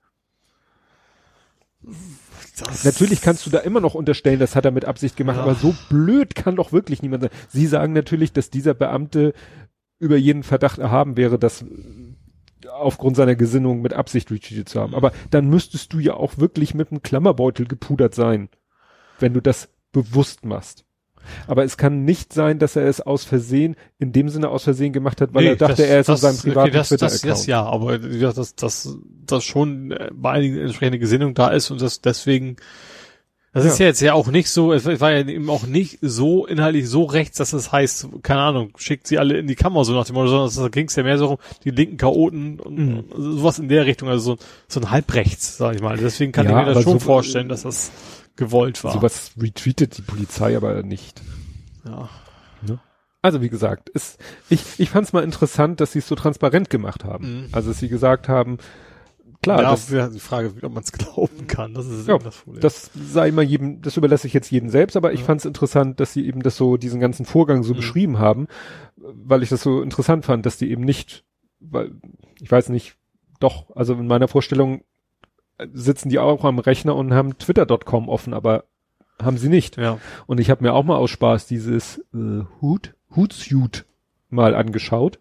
Natürlich kannst du da immer noch unterstellen, das hat er mit Absicht gemacht, aber so blöd kann doch wirklich niemand sein. Sie sagen natürlich, dass dieser Beamte über jeden Verdacht erhaben wäre, das aufgrund seiner Gesinnung mit Absicht retweetet zu haben. Aber dann müsstest du ja auch wirklich mit einem Klammerbeutel gepudert sein, wenn du das bewusst machst. Aber es kann nicht sein, dass er es aus Versehen, in dem Sinne aus Versehen gemacht hat, weil er dachte, er ist auf seinem privaten Twitter-Account. Das ja, aber dass schon bei einigen entsprechende Gesinnung da ist und das deswegen, das ist ja jetzt ja auch nicht so, es war ja eben auch nicht so inhaltlich so rechts, dass es heißt, keine Ahnung, schickt sie alle in die Kammer so nach dem Motto, sondern da ging es ja mehr so um die linken Chaoten und sowas in der Richtung, also so ein Halbrechts, sag ich mal. Deswegen kann ich mir das schon vorstellen, dass das gewollt war. Sowas retweetet die Polizei aber nicht. Ja. Ne? Also wie gesagt, ich fand es mal interessant, dass sie es so transparent gemacht haben. Mhm. Also dass sie gesagt haben, klar. Ja, das ist die Frage, ob man es glauben kann. Das ist eben das Problem. Das sei mal jedem, das überlasse ich jetzt jedem selbst, aber ich fand es interessant, dass sie eben das so, diesen ganzen Vorgang so beschrieben haben, weil ich das so interessant fand, dass die eben nicht, weil, ich weiß nicht, doch, also in meiner Vorstellung sitzen die auch am Rechner und haben twitter.com offen, aber haben sie nicht. Ja. Und ich habe mir auch mal aus Spaß dieses Hootsuite mal angeschaut.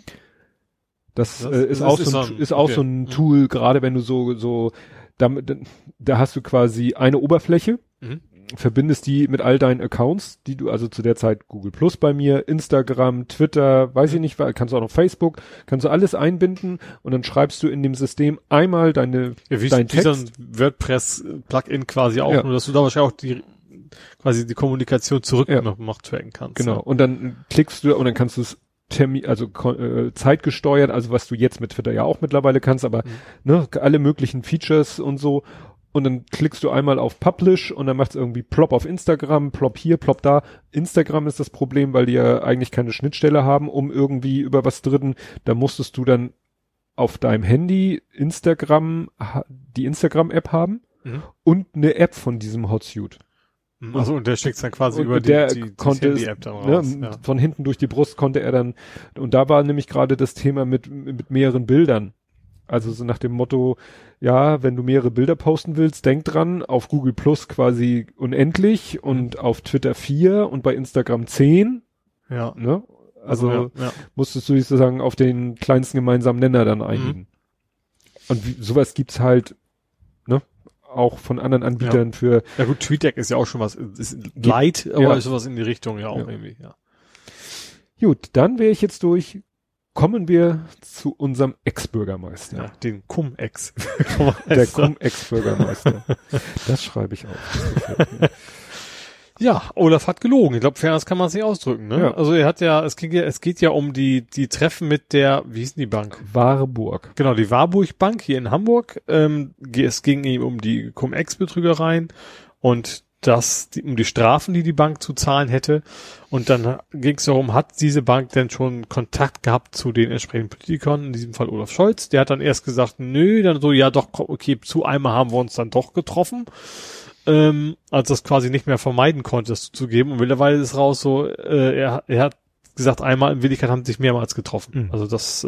Das ist auch so ein Tool, gerade wenn du so da hast du quasi eine Oberfläche, verbindest die mit all deinen Accounts, die du, also zu der Zeit Google Plus bei mir, Instagram, Twitter, weiß ich nicht, kannst du auch noch Facebook, kannst du alles einbinden und dann schreibst du in dem System einmal deinen Text. Wie so ein WordPress-Plugin quasi auch, nur dass du da wahrscheinlich auch die Kommunikation zurück noch tracken kannst. Genau, und dann klickst du und dann kannst du es zeitgesteuert, also was du jetzt mit Twitter ja auch mittlerweile kannst, aber alle möglichen Features und so. Und dann klickst du einmal auf Publish und dann macht es irgendwie plopp auf Instagram, plopp hier, plopp da. Instagram ist das Problem, weil die ja eigentlich keine Schnittstelle haben, um irgendwie über was Dritten. Da musstest du dann auf deinem Handy die Instagram-App haben und eine App von diesem Hotsuite. Also und der schickt dann quasi über die Handy-App dann raus. Von hinten durch die Brust konnte er dann, und da war nämlich gerade das Thema mit mehreren Bildern. Also so nach dem Motto, ja, wenn du mehrere Bilder posten willst, denk dran, auf Google Plus quasi unendlich und auf Twitter 4 und bei Instagram 10. Ja. Ne? Also musstest du sozusagen auf den kleinsten gemeinsamen Nenner dann einigen. Und sowas gibt's halt, ne? Auch von anderen Anbietern für. Ja gut, TweetDeck ist ja auch schon was, ist light, aber ist sowas in die Richtung ja auch irgendwie, Gut, dann wäre ich jetzt durch. Kommen wir zu unserem Ex-Bürgermeister. Ja, den Cum-Ex. Der Cum-Ex-Bürgermeister. Das schreibe ich auf. Ja, Olaf hat gelogen. Ich glaube, fairness kann man es nicht ausdrücken, ne? Ja. Also es geht ja um die Treffen mit der, wie hieß denn die Bank? Warburg. Genau, die Warburg Bank hier in Hamburg. Es ging ihm um die Cum-Ex-Betrügereien und um die Strafen, die Bank zu zahlen hätte. Und dann ging es darum, hat diese Bank denn schon Kontakt gehabt zu den entsprechenden Politikern, in diesem Fall Olaf Scholz. Der hat dann erst gesagt, nö, dann so, ja doch, okay, zu einmal haben wir uns dann doch getroffen. Als das quasi nicht mehr vermeiden konnte, das zuzugeben. Und mittlerweile ist raus so, er hat gesagt, einmal in Wirklichkeit haben sie sich mehrmals getroffen. Mhm. Also das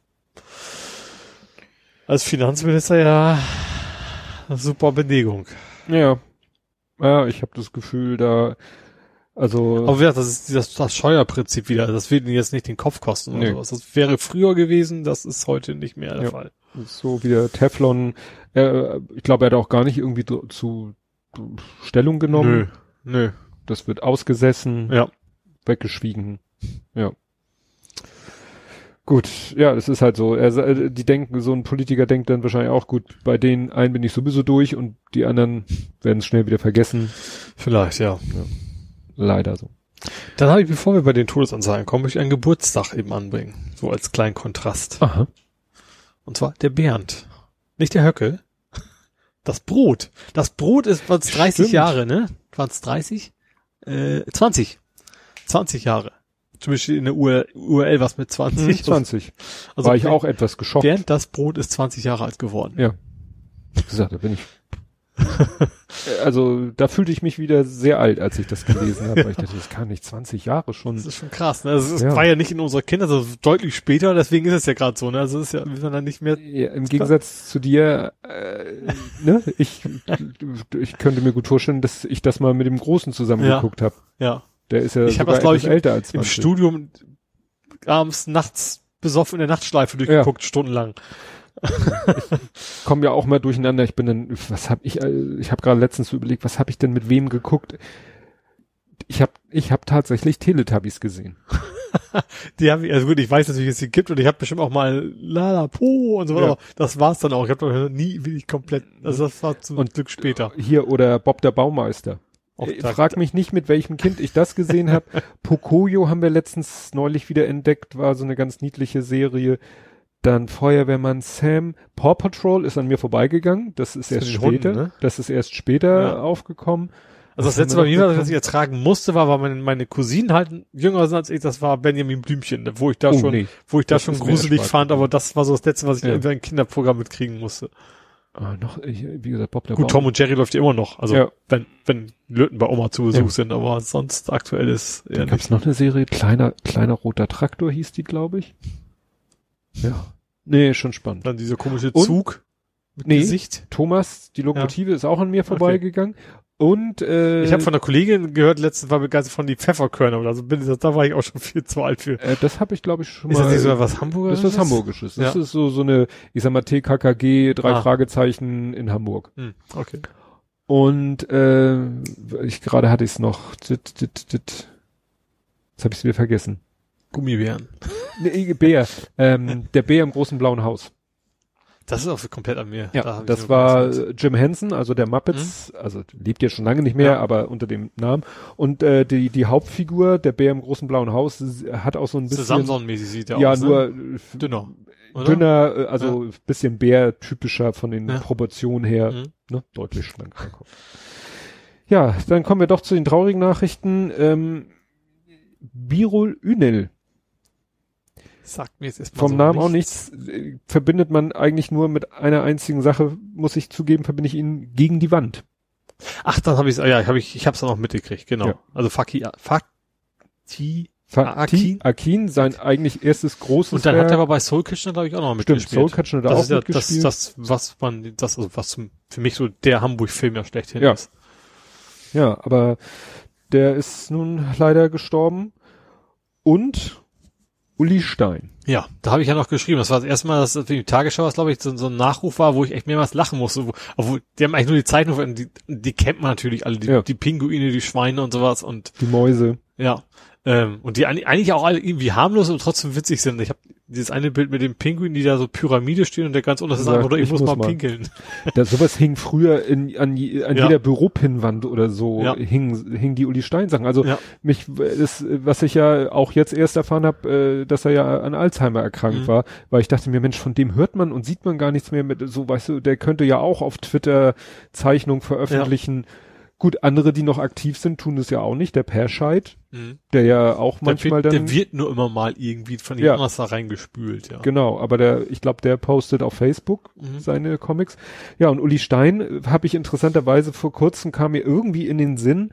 als Finanzminister ja super Belegung. Ja. Ja, ich habe das Gefühl, aber das ist das Steuerprinzip wieder. Das wird ihnen jetzt nicht den Kopf kosten oder sowas. Das wäre früher gewesen, das ist heute nicht mehr der Fall. So wie der Teflon, ich glaube, er hat auch gar nicht irgendwie zu Stellung genommen. Nö. Das wird ausgesessen, weggeschwiegen. Ja. Gut, ja, das ist halt so. So ein Politiker denkt dann wahrscheinlich auch, gut, bei den einen bin ich sowieso durch und die anderen werden es schnell wieder vergessen. Vielleicht, ja. Leider so. Dann habe ich, bevor wir bei den Todesanzeigen kommen, möchte ich einen Geburtstag eben anbringen. So als kleinen Kontrast. Aha. Und zwar der Bernd. Nicht der Höcke. Das Brot. Das Brot ist, was 30 Stimmt. Jahre, ne? Was 30? 20. 20 Jahre. Zumindest in der URL was mit 20. 20. Also war ich auch etwas geschockt. Bernd, das Brot ist 20 Jahre alt geworden. Ja. Wie gesagt, da bin ich. Also, da fühlte ich mich wieder sehr alt, als ich das gelesen habe, weil ich dachte, das kann nicht 20 Jahre schon. Das ist schon krass, ne? Das war ja nicht in unserer Kindheit, also deutlich später, deswegen ist es ja gerade so, ne? Also, es ist ja, wir sind dann nicht mehr. Ja, im Gegensatz zu dir, ne? Ich könnte mir gut vorstellen, dass ich das mal mit dem Großen zusammen geguckt habe. Ja. Der ist ja ich sogar etwas älter als 20. Im Studium abends, nachts besoffen in der Nachtschleife durchgeguckt, stundenlang. Ich komme ja auch mal durcheinander. Ich habe gerade letztens so überlegt, was habe ich denn mit wem geguckt? Ich hab tatsächlich Teletubbies gesehen. Die habe ich, also gut, ich weiß natürlich, dass es die gibt und ich habe bestimmt auch mal Lala Po und so weiter. Ja. Das war's dann auch. Ich habe doch nie wirklich komplett, also das war zum Glück später. Hier oder Bob der Baumeister. Frag mich nicht, mit welchem Kind ich das gesehen habe. Pocoyo haben wir neulich wieder entdeckt, war so eine ganz niedliche Serie. Dann Feuerwehrmann Sam. Paw Patrol ist an mir vorbeigegangen. Das ist erst später. Hunden, ne? Das ist erst später aufgekommen. Also das letzte bei mir, was ich ertragen musste, war meine Cousinen halt jünger sind als ich. Das war Benjamin Blümchen, wo ich da schon gruselig fand. Aber das war so das letzte, was ich irgendwie ein Kinderprogramm mitkriegen musste. Wie gesagt, Bob der Gut, Tom und Jerry läuft ja immer noch. Also wenn Löten bei Oma zu Besuch sind, aber sonst aktuell ist eher nicht. Gab's noch eine Serie? Kleiner roter Traktor hieß die, glaube ich. Ja. Nee, schon spannend. Dann dieser komische Zug mit Gesicht. Thomas, die Lokomotive ist auch an mir vorbeigegangen. Und ich habe von einer Kollegin gehört, letztens war begeistert von die Pfefferkörner. Also da war ich auch schon viel zu alt für. Das habe ich, glaube ich, schon mal. Ist das nicht so was Hamburgisches? Das ist was Hamburgisches. Das ist so eine, ich sag mal, TKKG, 3 Fragezeichen in Hamburg. Okay. Und gerade hatte ich es noch. Jetzt habe ich es wieder vergessen. Gummibären. Nee, Bär. Der Bär im großen blauen Haus. Das ist auch komplett an mir. Ja, das war Jim Henson, also der Muppets, also lebt ja schon lange nicht mehr, aber unter dem Namen. Und die Hauptfigur, der Bär im großen blauen Haus, hat auch so ein bisschen... Samson-mäßig sieht er aus, ja, nur dünner. Oder? Dünner, also bisschen Bär-typischer von den Proportionen her, ne, deutlich schlanker. Ja, dann kommen wir doch zu den traurigen Nachrichten. Birol Ünel. Sagt mir jetzt erstmal vom Namen auch nichts, verbindet man eigentlich nur mit einer einzigen Sache, muss ich zugeben, verbinde ich ihn gegen die Wand. Ach, dann habe ich ich hab's dann auch mitgekriegt, genau. Ja. Also Fatih Akin, sein eigentlich erstes großes Und dann hat er aber bei Soul Kitchen, glaube ich, auch noch mitgespielt. Soul Kitchen hat er auch mitgespielt. Das, was für mich so der Hamburg-Film ja schlechthin ist. Ja, aber der ist nun leider gestorben. Und Uli Stein. Ja, da habe ich ja noch geschrieben. Das war das erste Mal, dass das die Tagesschau, was glaube ich, so ein Nachruf war, wo ich echt mehrmals lachen musste. Obwohl, die haben eigentlich nur die Zeichnung, die kennt man natürlich alle, die Pinguine, die Schweine und sowas und die Mäuse. Ja. Und die eigentlich auch alle irgendwie harmlos und trotzdem witzig sind. Ich habe dieses eine Bild mit dem Pinguin, die da so Pyramide stehen und der ganz unten ist einfach, oder ich muss mal pinkeln. Sowas hing früher an jeder Büropinnwand oder so, hing die Uli Stein Sachen. Also was ich ja auch jetzt erst erfahren habe, dass er ja an Alzheimer erkrankt war, weil ich dachte mir, Mensch, von dem hört man und sieht man gar nichts mehr mit, so, weißt du, der könnte ja auch auf Twitter Zeichnungen veröffentlichen. Gut, andere, die noch aktiv sind, tun es ja auch nicht. Der Perscheid, der ja auch manchmal der wird nur immer mal irgendwie von jemand anders da reingespült, ja. Genau, aber ich glaube, der postet auf Facebook seine Comics. Ja, und Uli Stein habe ich interessanterweise vor kurzem, kam mir irgendwie in den Sinn,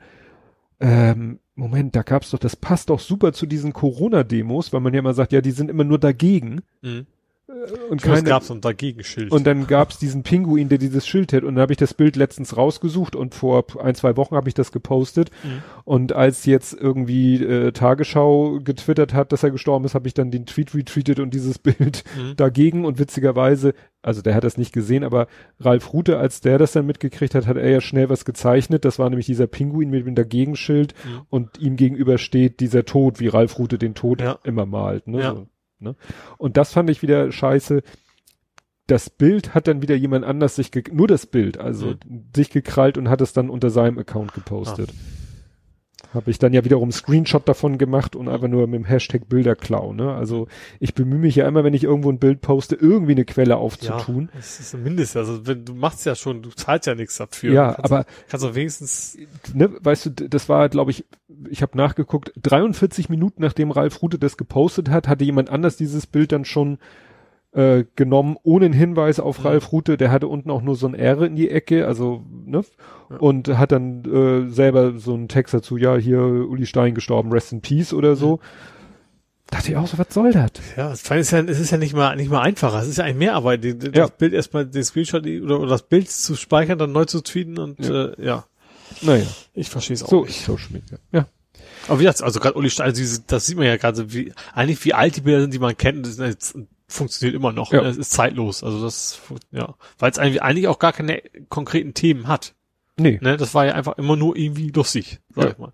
Moment, da gab's doch, das passt doch super zu diesen Corona-Demos, weil man ja immer sagt, ja, die sind immer nur dagegen. Und es gab so ein Dagegenschild. Und dann gab's diesen Pinguin, der dieses Schild hat. Und dann habe ich das Bild letztens rausgesucht und vor 1-2 Wochen habe ich das gepostet. Und als jetzt irgendwie Tagesschau getwittert hat, dass er gestorben ist, habe ich dann den Tweet retweetet und dieses Bild dagegen. Und witzigerweise, also der hat das nicht gesehen, aber Ralf Rute, als der das dann mitgekriegt hat, hat er ja schnell was gezeichnet. Das war nämlich dieser Pinguin mit dem Dagegenschild und ihm gegenüber steht dieser Tod, wie Ralf Rute den Tod immer malt. Ne? Ja. So. Ne? Und das fand ich wieder scheiße. Das Bild hat dann wieder jemand anders nur das Bild, also sich gekrallt und hat es dann unter seinem Account gepostet. Habe ich dann ja wiederum Screenshot davon gemacht und einfach nur mit dem Hashtag Bilderklau, ne? Also ich bemühe mich ja immer, wenn ich irgendwo ein Bild poste, irgendwie eine Quelle aufzutun. Ja, das ist zumindest, also du machst ja schon, du zahlst ja nichts dafür. Ja, aber kannst du wenigstens, ne, weißt du, das war, glaube ich habe nachgeguckt, 43 Minuten nachdem Ralf Rute das gepostet hat, hatte jemand anders dieses Bild dann schon genommen, ohne einen Hinweis auf Ralf Rute. Der hatte unten auch nur so ein R in die Ecke, also, ne? Und hat dann selber so einen Text dazu, ja, hier Uli Stein gestorben, rest in peace oder so. Dachte ich auch so, was soll das? Ja, es ist ja nicht mal einfacher. Es ist ja eigentlich mehr Arbeit, das Bild erstmal, den Screenshot oder das Bild zu speichern, dann neu zu tweeten und ja. Naja. Ich verstehe es auch so nicht. So Social ja. Aber wie gesagt, also gerade Uli Stein, also das sieht man ja gerade, wie alt die Bilder sind, die man kennt, das funktioniert immer noch. Ja. Es ist zeitlos. Also das, ja. Weil es eigentlich auch gar keine konkreten Themen hat. Nee. Ne, das war ja einfach immer nur irgendwie lustig, sag ich mal.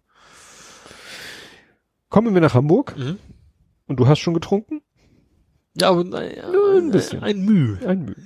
Kommen wir nach Hamburg. Und du hast schon getrunken? Ja, aber naja, ein bisschen. Ein Mühe.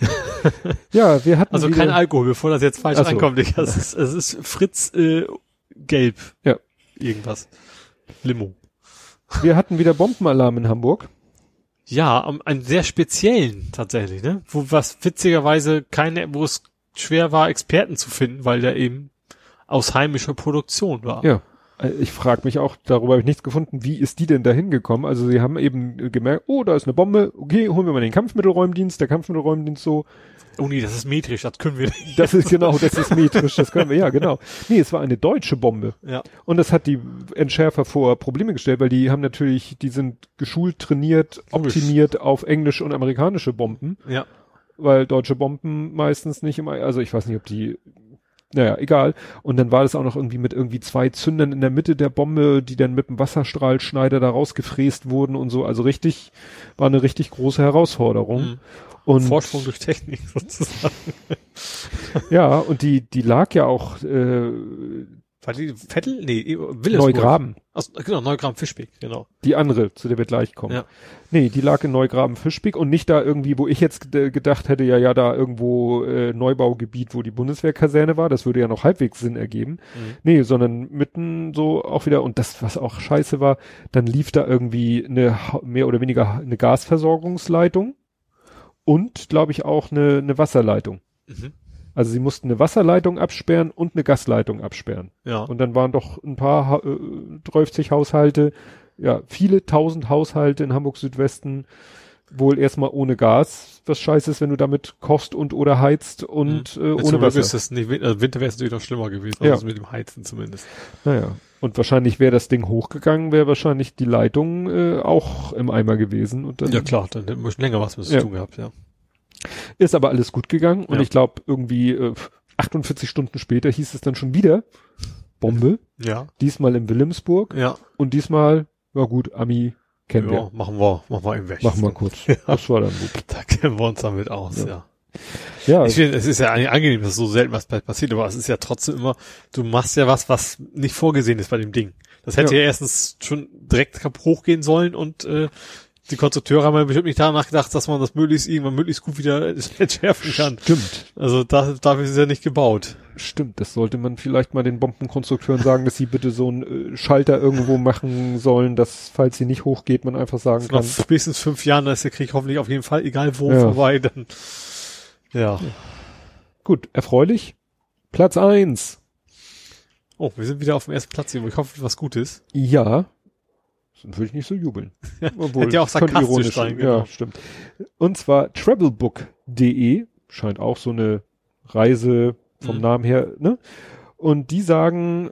Ja, wir hatten also kein Alkohol, bevor das jetzt falsch ankommt. Es ist Fritz Gelb. Ja. Irgendwas. Limo. Wir hatten wieder Bombenalarm in Hamburg. Ja, einen sehr speziellen tatsächlich, ne? Was witzigerweise wo es schwer war, Experten zu finden, weil der eben aus heimischer Produktion war. Ja. Ich frage mich auch, darüber habe ich nichts gefunden, wie ist die denn da hingekommen? Also sie haben eben gemerkt, oh, da ist eine Bombe, okay, holen wir mal den Kampfmittelräumdienst, der Kampfmittelräumdienst so. Oh nee, das ist metrisch, das können wir nicht. Das ist metrisch, das können wir, ja genau. Nee, es war eine deutsche Bombe. Ja. Und das hat die Entschärfer vor Probleme gestellt, weil die haben natürlich, die sind geschult, trainiert, optimiert auf englische und amerikanische Bomben. Ja. Weil deutsche Bomben meistens nicht immer, also ich weiß nicht, ob die, naja, egal. Und dann war das auch noch irgendwie mit irgendwie 2 Zündern in der Mitte der Bombe, die dann mit dem Wasserstrahlschneider da rausgefräst wurden und so. Also war eine richtig große Herausforderung. Und Vorsprung durch Technik sozusagen. Ja, und die lag ja auch, war die Vettel? Nee, Willersburg. Neugraben. Genau, Neugraben-Fischbeck, genau. Die andere, zu der wir gleich kommen. Ja. Nee, die lag in Neugraben-Fischbeck und nicht da irgendwie, wo ich jetzt gedacht hätte, ja, da irgendwo Neubaugebiet, wo die Bundeswehrkaserne war. Das würde ja noch halbwegs Sinn ergeben. Nee, sondern mitten so auch wieder, und das, was auch scheiße war, dann lief da irgendwie mehr oder weniger eine Gasversorgungsleitung und, glaube ich, auch eine Wasserleitung. Also sie mussten eine Wasserleitung absperren und eine Gasleitung absperren. Ja. Und dann waren doch ein paar 30 Haushalte, ja, viele 1000 Haushalte in Hamburg Südwesten wohl erstmal ohne Gas, was scheiße ist, wenn du damit kochst und oder heizt und ohne Wasser. Ist das nicht, Winter wäre es natürlich noch schlimmer gewesen, also mit dem Heizen zumindest. Naja. Und wahrscheinlich wäre das Ding hochgegangen, wäre wahrscheinlich die Leitung auch im Eimer gewesen. Und dann, ja klar, dann hätten wir schon länger was mit zu tun gehabt, ja. Ist aber alles gut gegangen und ich glaube irgendwie 48 Stunden später hieß es dann schon wieder Bombe. Ja. Diesmal in Wilhelmsburg. Ja. Und diesmal, ja gut, Ami kennen wir. Machen wir eben weg. Machen wir kurz. Ja. Das war dann gut. Da kennen wir uns damit aus, ja. Ja. Ich finde, es ist ja eigentlich angenehm, dass so selten was passiert, aber es ist ja trotzdem immer, du machst ja was nicht vorgesehen ist bei dem Ding. Das hätte ja erstens schon direkt hochgehen sollen und die Konstrukteure haben ja bestimmt nicht daran nachgedacht, dass man das irgendwann möglichst gut wieder entschärfen kann. Stimmt. Also dafür ist es ja nicht gebaut. Stimmt, das sollte man vielleicht mal den Bombenkonstrukteuren sagen, dass sie bitte so einen Schalter irgendwo machen sollen, dass, falls sie nicht hochgeht, man einfach sagen kann. Nach spätestens 5 Jahren, da ist der Krieg hoffentlich auf jeden Fall, egal wo, vorbei, dann, ja. Gut, erfreulich. Platz 1. Oh, wir sind wieder auf dem ersten Platz hier, wo ich hoffe, was Gutes. Ja. Dann würde ich nicht so jubeln. Obwohl, hätte ja auch sarkastisch sein, genau. Ja, stimmt. Und zwar travelbook.de, scheint auch so eine Reise vom Namen her, ne? Und die sagen,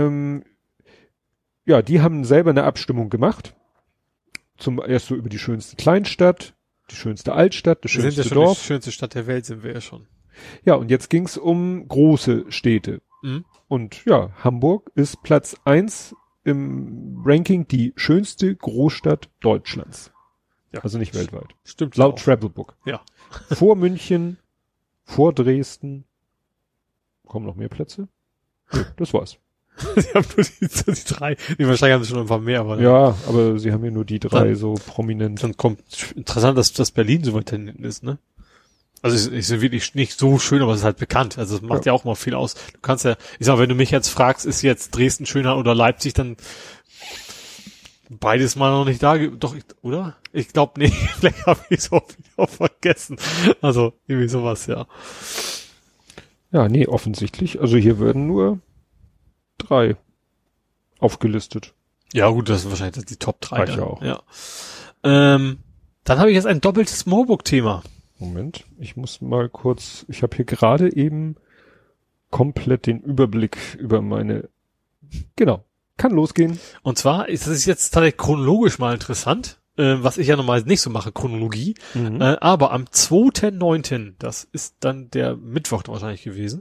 ja, die haben selber eine Abstimmung gemacht. Erst so über die schönste Kleinstadt, die schönste Altstadt, das schönste Dorf. Wir sind ja schon die schönste Stadt der Welt, sind wir ja schon. Ja, und jetzt ging's um große Städte. Und ja, Hamburg ist Platz 1 im Ranking, die schönste Großstadt Deutschlands. Ja. Also nicht weltweit. Stimmt. Laut Travelbook. Ja. Vor München, vor Dresden. Kommen noch mehr Plätze? Nee, das war's. Sie haben nur die 3. Nee, wahrscheinlich haben sie schon ein paar mehr, aber. Ja, aber sie haben ja nur die 3 dann, so prominent. Dann kommt, interessant, dass Berlin so weit hinten ist, ne? Also es ist wirklich nicht so schön, aber es ist halt bekannt. Also es macht ja auch mal viel aus. Du kannst ja, ich sag, wenn du mich jetzt fragst, ist jetzt Dresden schöner oder Leipzig, dann beides mal noch nicht da. Doch, oder? Ich glaube nicht. Vielleicht habe ich es auch wieder vergessen. Also irgendwie sowas, ja. Ja, nee, offensichtlich. Also hier werden nur 3 aufgelistet. Ja gut, das sind wahrscheinlich die Top 3. Ja auch. Ja. Dann habe ich jetzt ein doppeltes Moorburg-Thema. Moment, ich muss mal kurz, ich habe hier gerade eben komplett den Überblick über meine, genau, kann losgehen. Und zwar ist das jetzt tatsächlich chronologisch mal interessant, was ich ja normalerweise nicht so mache, Chronologie, aber am 2.9., das ist dann der Mittwoch wahrscheinlich gewesen,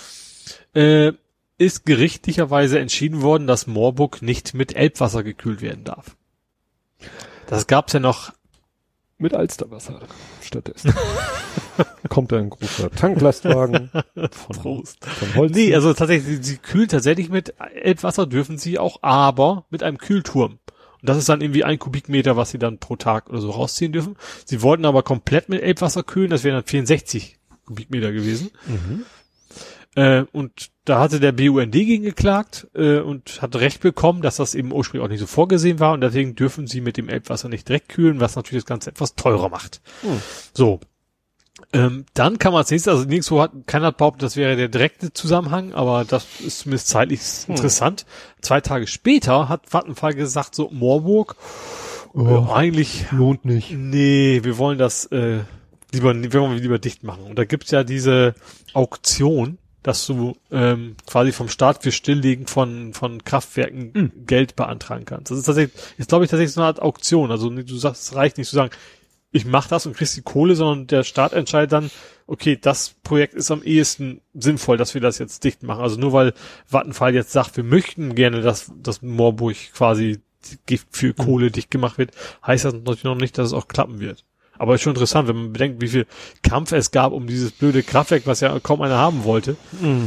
ist gerichtlicherweise entschieden worden, dass Moorburg nicht mit Elbwasser gekühlt werden darf. Das gab's ja noch mit Alsterwasser stattdessen. Kommt da ein großer Tanklastwagen von Holz. Nee, also tatsächlich, sie kühlen tatsächlich mit Elbwasser, dürfen sie auch, aber mit einem Kühlturm. Und das ist dann irgendwie 1 Kubikmeter, was sie dann pro Tag oder so rausziehen dürfen. Sie wollten aber komplett mit Elbwasser kühlen, das wären dann 64 Kubikmeter gewesen. Und da hatte der BUND gegen geklagt und hat Recht bekommen, dass das eben ursprünglich auch nicht so vorgesehen war und deswegen dürfen sie mit dem Elbwasser nicht direkt kühlen, was natürlich das Ganze etwas teurer macht. So. Dann kann man als nächstes, also nirgendwo keiner hat behauptet, das wäre der direkte Zusammenhang, aber das ist zumindest zeitlich interessant. 2 Tage später hat Vattenfall gesagt, so Moorburg, eigentlich lohnt nicht. Nee, wir wollen das lieber dicht machen. Und da gibt's ja diese Auktion, dass du quasi vom Staat für Stilllegen von Kraftwerken Geld beantragen kannst. Das ist tatsächlich, glaube ich, tatsächlich so eine Art Auktion. Also du sagst, es reicht nicht zu sagen, ich mach das und kriegst die Kohle, sondern der Staat entscheidet dann, okay, das Projekt ist am ehesten sinnvoll, dass wir das jetzt dicht machen. Also nur weil Vattenfall jetzt sagt, wir möchten gerne, dass Moorburg quasi Gift für Kohle dicht gemacht wird, heißt das natürlich noch nicht, dass es auch klappen wird. Aber ist schon interessant, wenn man bedenkt, wie viel Kampf es gab um dieses blöde Kraftwerk, was ja kaum einer haben wollte.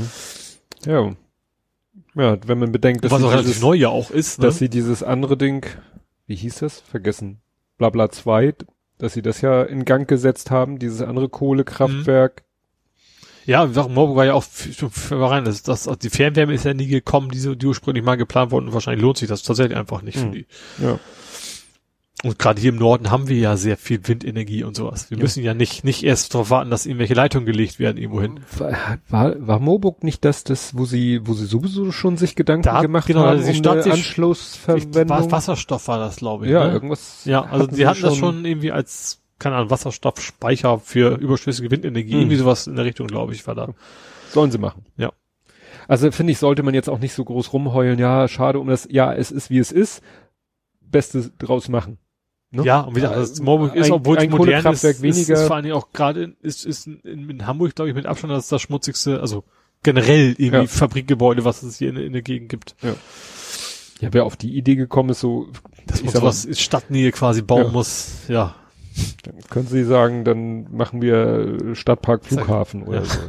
Ja. Ja, wenn man bedenkt, dass was auch relativ neu ja auch ist, dass sie dieses andere Ding, wie hieß das? Vergessen. Blabla 2, dass sie das ja in Gang gesetzt haben, dieses andere Kohlekraftwerk. Ja, Moorburg war ja auch rein, die Fernwärme ist ja nie gekommen, die ursprünglich mal geplant wurden und wahrscheinlich lohnt sich das tatsächlich einfach nicht für die. Ja. Und gerade hier im Norden haben wir ja sehr viel Windenergie und sowas. Wir müssen ja nicht erst darauf warten, dass irgendwelche Leitungen gelegt werden irgendwo hin. War Moorburg nicht das, wo sie sowieso schon sich Gedanken gemacht haben, also um eine Anschlussverwendung? Wasserstoff war das, glaube ich. Ja, ne? Irgendwas. Ja, also sie hatten das schon irgendwie als, keine Ahnung, Wasserstoffspeicher für überschüssige Windenergie. Irgendwie sowas in der Richtung, glaube ich, war da. Sollen sie machen. Ja. Also finde ich, sollte man jetzt auch nicht so groß rumheulen. Ja, schade um das. Ja, es ist, wie es ist. Bestes draus machen. Ne? Ja, und wie gesagt, das Moorburg ist, obwohl es modern ist, weniger. Ist vor allen Dingen auch gerade, ist in Hamburg, glaube ich, mit Abstand das schmutzigste, also generell irgendwie Fabrikgebäude, was es hier in der Gegend gibt. Ja. Ja, wer auf die Idee gekommen ist, so, dass man sowas in Stadtnähe quasi bauen muss, ja. Dann können Sie sagen, dann machen wir Stadtpark Flughafen oder so.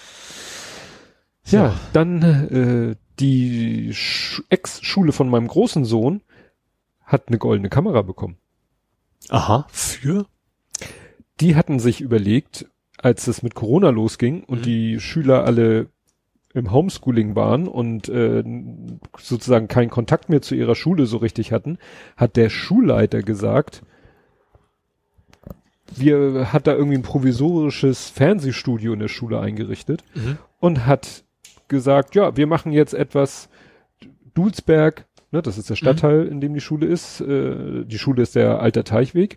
Ja, dann die Ex-Schule von meinem großen Sohn hat eine goldene Kamera bekommen. Aha, für? Die hatten sich überlegt, als es mit Corona losging und die Schüler alle im Homeschooling waren und sozusagen keinen Kontakt mehr zu ihrer Schule so richtig hatten, hat der Schulleiter gesagt, hat da irgendwie ein provisorisches Fernsehstudio in der Schule eingerichtet und hat gesagt, ja, wir machen jetzt etwas Dulsberg, ne, das ist der Stadtteil, in dem die Schule ist. Die Schule ist der Alter Teichweg.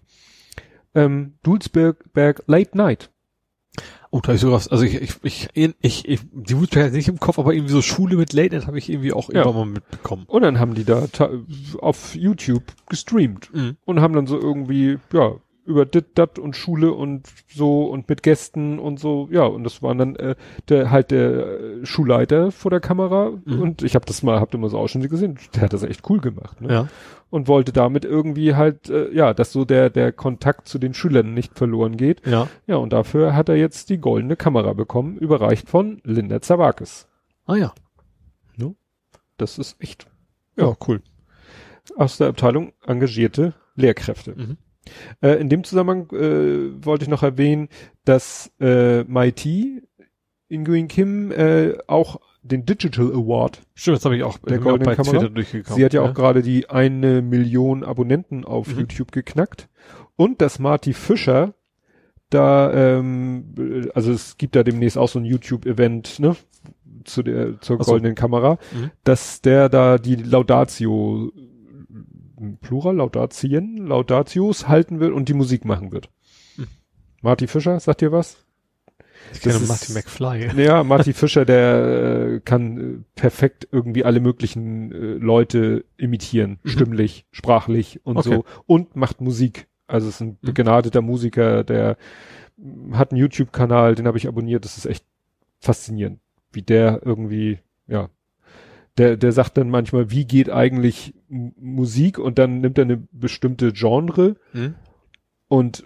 Dulsberg Late Night. Oh, da ist sowas, also ich die Wutberg nicht im Kopf, aber irgendwie so Schule mit Late Night habe ich irgendwie auch irgendwann mal mitbekommen. Und dann haben die da auf YouTube gestreamt und haben dann so irgendwie, ja, über dat und Schule und so und mit Gästen und so, ja, und das waren dann der Schulleiter vor der Kamera und ich hab immer so Ausschnitte gesehen, der hat das echt cool gemacht, ne? Ja. Und wollte damit irgendwie halt, dass so der Kontakt zu den Schülern nicht verloren geht. Ja. Ja, und dafür hat er jetzt die goldene Kamera bekommen, überreicht von Linda Zawakis. Ah ja. Ne? Das ist echt, Ja, cool. aus der Abteilung engagierte Lehrkräfte. In dem Zusammenhang wollte ich noch erwähnen, dass MIT Nguyen Kim auch den Digital Award. Stimmt, das habe ich auch der goldenen Kamera. Twitter durchgekommen. Sie hat ja auch gerade die 1 Million Abonnenten auf YouTube geknackt. Und dass Marty Fischer da, also es gibt da demnächst auch so ein YouTube-Event, ne, zur goldenen Kamera, dass der da die Laudatio Plural, Laudatios halten will und die Musik machen wird. Marty Fischer, sagt ihr was? Ich kenne Marty McFly. Ja, Marty Fischer, der kann perfekt irgendwie alle möglichen Leute imitieren, stimmlich, sprachlich und so und macht Musik. Also ist ein begnadeter Musiker, der hat einen YouTube-Kanal, den habe ich abonniert, das ist echt faszinierend, wie der irgendwie, ja, der sagt dann manchmal, wie geht eigentlich Musik und dann nimmt er eine bestimmte Genre und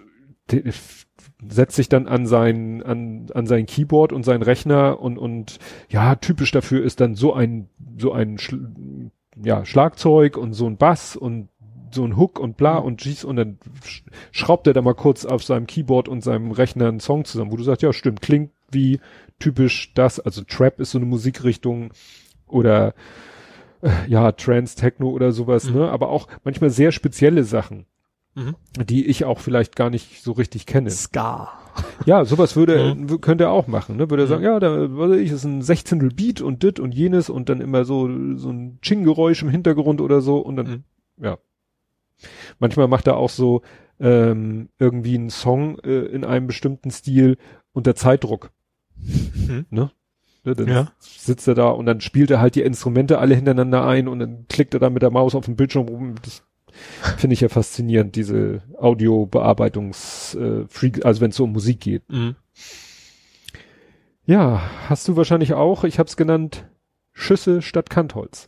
setzt sich dann an sein Keyboard und seinen Rechner und ja, typisch dafür ist dann so ein Schlagzeug und so ein Bass und so ein Hook und bla und G's und dann schraubt er da mal kurz auf seinem Keyboard und seinem Rechner einen Song zusammen, wo du sagst, ja stimmt, klingt wie typisch das, also Trap ist so eine Musikrichtung oder ja, Trance, Techno oder sowas, ne, aber auch manchmal sehr spezielle Sachen, die ich auch vielleicht gar nicht so richtig kenne. Ska. Ja, sowas könnte er auch machen, ne, würde er sagen, ja, da, was weiß ich, ist ein 16. Beat und dit und jenes und dann immer so ein Ching-Geräusch im Hintergrund oder so und dann, ja. Manchmal macht er auch so, irgendwie einen Song in einem bestimmten Stil unter Zeitdruck, ne? Dann sitzt er da und dann spielt er halt die Instrumente alle hintereinander ein und dann klickt er da mit der Maus auf dem Bildschirm rum. Das finde ich ja faszinierend, diese Audiobearbeitungs-Freak, also wenn es so um Musik geht. Ja, hast du wahrscheinlich auch, ich habe es genannt, Schüsse statt Kantholz.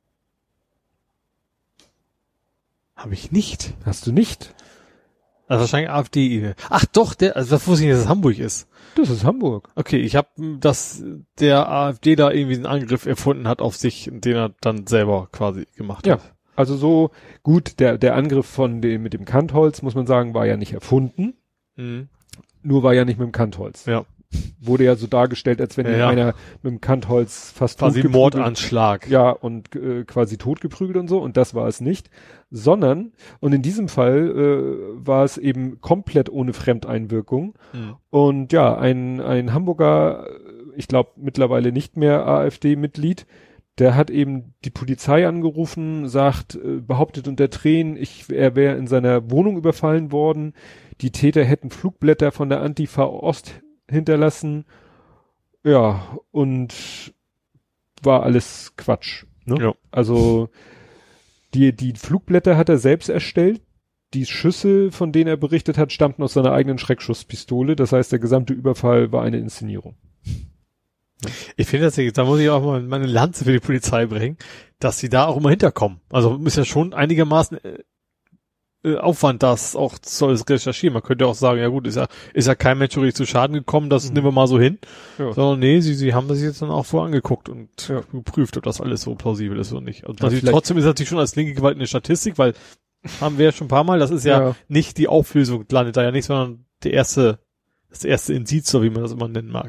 Habe ich nicht. Hast du nicht? Also wahrscheinlich AfD. Ach doch, also das wusste ich nicht, dass es Hamburg ist. Das ist Hamburg. Okay, ich habe, dass der AfD da irgendwie einen Angriff erfunden hat auf sich, den er dann selber quasi gemacht hat. Ja, also so gut, der Angriff mit dem Kantholz, muss man sagen, war ja nicht erfunden. Nur war ja nicht mit dem Kantholz. Ja. Wurde ja so dargestellt, als wenn einer mit dem Kantholz fast quasi Mordanschlag. Ja, und quasi totgeprügelt und so. Und das war es nicht. Sondern, und in diesem Fall war es eben komplett ohne Fremdeinwirkung. Und ja, ein Hamburger, ich glaube mittlerweile nicht mehr AfD-Mitglied, der hat eben die Polizei angerufen, behauptet unter Tränen, er wäre in seiner Wohnung überfallen worden. Die Täter hätten Flugblätter von der Antifa Ost hinterlassen. Ja, und war alles Quatsch. Ne? Ja. Also die Flugblätter hat er selbst erstellt. Die Schüsse, von denen er berichtet hat, stammten aus seiner eigenen Schreckschusspistole. Das heißt, der gesamte Überfall war eine Inszenierung. Ich finde das, da muss ich auch mal meine Lanze für die Polizei bringen, dass sie da auch immer hinterkommen. Also ist ja schon einigermaßen Aufwand, das auch zu recherchieren. Man könnte auch sagen, ja gut, ist ja kein Mensch richtig zu Schaden gekommen, das nehmen wir mal so hin. Ja. Sondern nee, sie haben das jetzt dann auch vorher angeguckt und geprüft, ob das alles so plausibel ist oder nicht. Also trotzdem ist natürlich schon als linke Gewalt eine Statistik, weil haben wir ja schon ein paar Mal, das ist ja nicht die Auflösung, landet da ja nicht, sondern das erste Indiz, so wie man das immer nennen mag.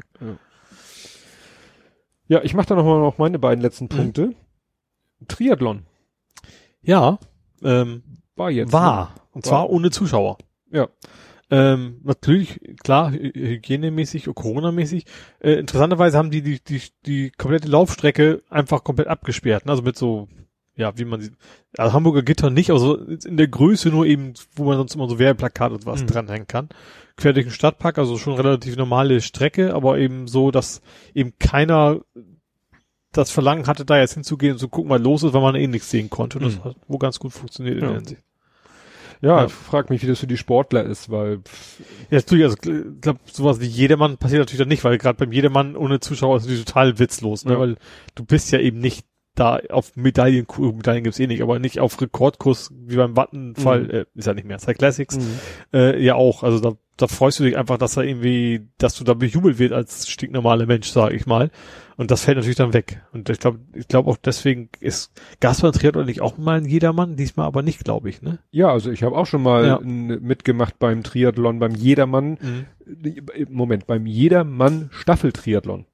Ja, ich mache da noch meine beiden letzten Punkte. Triathlon. Ja, war jetzt. Und zwar ohne Zuschauer. Ja. Natürlich, klar, hygienemäßig, Corona-mäßig. Interessanterweise haben die komplette Laufstrecke einfach komplett abgesperrt, ne? Also mit so, ja, wie man sieht, also Hamburger Gitter nicht, also in der Größe nur eben, wo man sonst immer so Werbeplakate und was dranhängen kann. Quer durch den Stadtpark, also schon relativ normale Strecke, aber eben so, dass eben keiner das Verlangen hatte, da jetzt hinzugehen und zu gucken, was los ist, weil man eh nichts sehen konnte. Und das hat wohl ganz gut funktioniert in der Hinsicht. Ja, ich frage mich, wie das für die Sportler ist, weil... Ja, natürlich, also ich glaube, sowas wie Jedermann passiert natürlich dann nicht, weil gerade beim Jedermann ohne Zuschauer ist natürlich total witzlos, ne? Ja. Weil du bist ja eben nicht da auf Medaillen gibt's eh nicht, aber nicht auf Rekordkurs wie beim Wattenfall, ist ja nicht mehr, Cyclassics, ja auch, also da freust du dich einfach, dass dass du da bejubelt wird als stinknormaler Mensch, sag ich mal. Und das fällt natürlich dann weg. Und ich glaube auch deswegen ist Gasbahn-Triathlon nicht auch mal ein Jedermann, diesmal aber nicht, glaube ich, ne? Ja, also ich habe auch schon mal mitgemacht beim Triathlon, beim Jedermann, beim Jedermann Staffeltriathlon.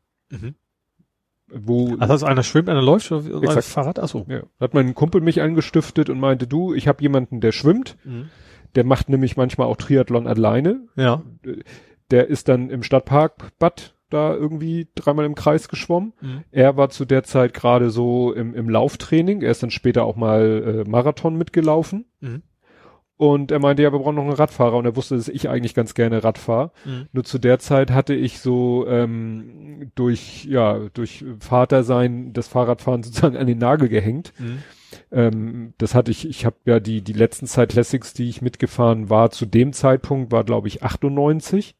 Also einer schwimmt, einer läuft oder ein Fahrrad? Achso. Ja. Da hat mein Kumpel mich angestiftet und meinte, du, ich habe jemanden, der schwimmt. Der macht nämlich manchmal auch Triathlon alleine. Ja. Der ist dann im Stadtpark Bad da irgendwie 3-mal im Kreis geschwommen. Er war zu der Zeit gerade so im Lauftraining. Er ist dann später auch mal Marathon mitgelaufen. Und er meinte, ja, wir brauchen noch einen Radfahrer. Und er wusste, dass ich eigentlich ganz gerne Rad fahre. Nur zu der Zeit hatte ich so durch Vatersein das Fahrradfahren sozusagen an den Nagel gehängt. Das hatte ich habe ja die letzten Cyclassics, die ich mitgefahren war, zu dem Zeitpunkt war, glaube ich, 98.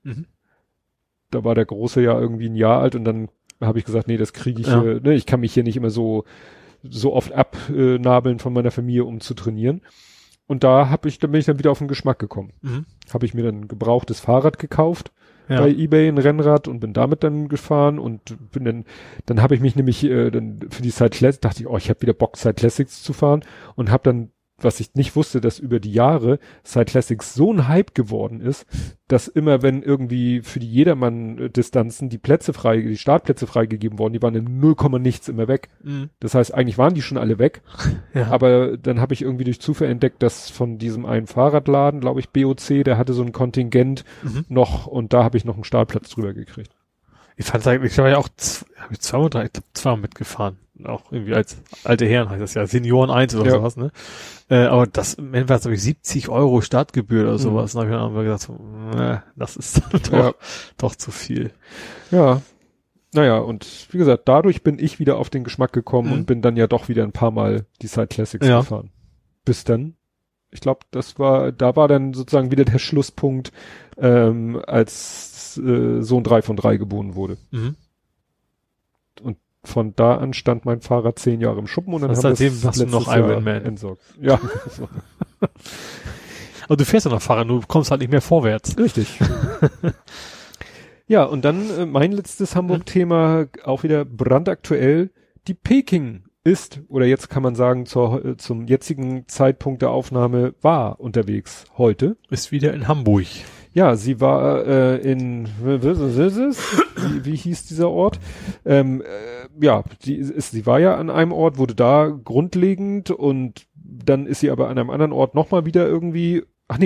Da war der Große ja irgendwie ein Jahr alt und dann habe ich gesagt, nee, das kriege ich, ich kann mich hier nicht immer so oft abnabeln von meiner Familie, um zu trainieren. Und da bin ich dann wieder auf den Geschmack gekommen. Habe ich mir dann ein gebrauchtes Fahrrad gekauft bei eBay, ein Rennrad, und bin damit dann gefahren und bin dann habe ich mich nämlich dann für die Cyclassics, dachte ich, ich habe wieder Bock, Cyclassics zu fahren, und habe dann, was ich nicht wusste, dass über die Jahre Cyclassics so ein Hype geworden ist, dass immer, wenn irgendwie für die Jedermann-Distanzen die Startplätze freigegeben worden, die waren in 0, nichts immer weg. Das heißt, eigentlich waren die schon alle weg. Aber dann habe ich irgendwie durch Zufall entdeckt, dass von diesem einen Fahrradladen, glaube ich, BOC, der hatte so ein Kontingent noch, und da habe ich noch einen Startplatz drüber gekriegt. Ich fand's eigentlich, ich war ja auch zweimal mitgefahren. Auch irgendwie als alte Herren heißt das ja, Senioren 1 oder sowas, ne? Aber das, im Endeffekt war es, glaube ich, 70 € Startgebühr oder sowas. Und dann habe ich dann gesagt, das ist dann doch zu viel. Ja. Naja, und wie gesagt, dadurch bin ich wieder auf den Geschmack gekommen und bin dann ja doch wieder ein paar Mal die Cyclassics gefahren. Bis dann, ich glaube, da war dann sozusagen wieder der Schlusspunkt, als Sohn 3 von 3 geboren wurde. Und von da an stand mein Fahrrad 10 Jahre im Schuppen, und dann haben wir das letztes noch Ironman entsorgt. Ja. Aber du fährst ja noch Fahrrad, du kommst halt nicht mehr vorwärts. Richtig. Ja, und dann mein letztes Hamburg-Thema, auch wieder brandaktuell. Die Peking ist, oder jetzt kann man sagen, zum jetzigen Zeitpunkt der Aufnahme war unterwegs heute. Ist wieder in Hamburg. Ja, sie war in wie hieß dieser Ort? Sie war ja an einem Ort, wurde da grundlegend, und dann ist sie aber an einem anderen Ort nochmal wieder irgendwie,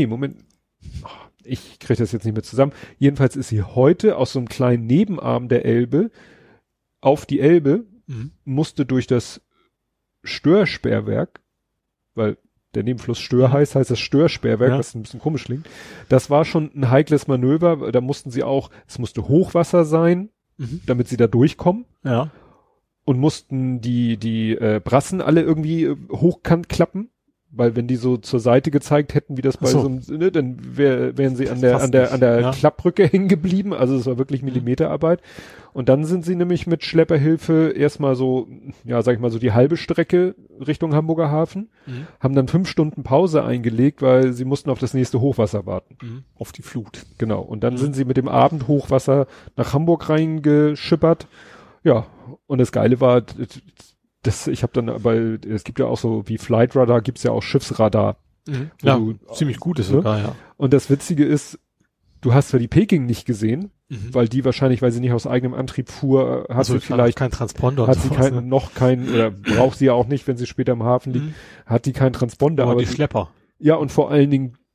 ich kriege das jetzt nicht mehr zusammen. Jedenfalls ist sie heute aus so einem kleinen Nebenarm der Elbe auf die Elbe, musste durch das Störsperrwerk, weil der Nebenfluss Stör heißt das Störsperrwerk, was ein bisschen komisch klingt. Das war schon ein heikles Manöver, da mussten sie auch, es musste Hochwasser sein, damit sie da durchkommen. Ja. Und mussten die Brassen alle irgendwie hochkant klappen, weil wenn die so zur Seite gezeigt hätten, wie das bei so einem, ne, dann wären sie an der Klappbrücke hängen geblieben, also es war wirklich Millimeterarbeit. Und dann sind sie nämlich mit Schlepperhilfe erstmal so, sag ich mal, so die halbe Strecke Richtung Hamburger Hafen, haben dann 5 Stunden Pause eingelegt, weil sie mussten auf das nächste Hochwasser warten. Auf die Flut. Genau. Und dann sind sie mit dem Abendhochwasser nach Hamburg reingeschippert. Ja. Und das Geile war, ich habe dann, weil es gibt ja auch so, wie Flightradar, gibt's ja auch Schiffsradar. Ja, ziemlich gut ist sogar, ja. Und das Witzige ist, du hast ja die Peking nicht gesehen, weil die wahrscheinlich, weil sie nicht aus eigenem Antrieb fuhr, hat sie vielleicht kein Transponder, hat sie keinen, oder braucht sie ja auch nicht, wenn sie später im Hafen liegt, hat die keinen Transponder. Aber die Schlepper. Ja, und vor allen Dingen,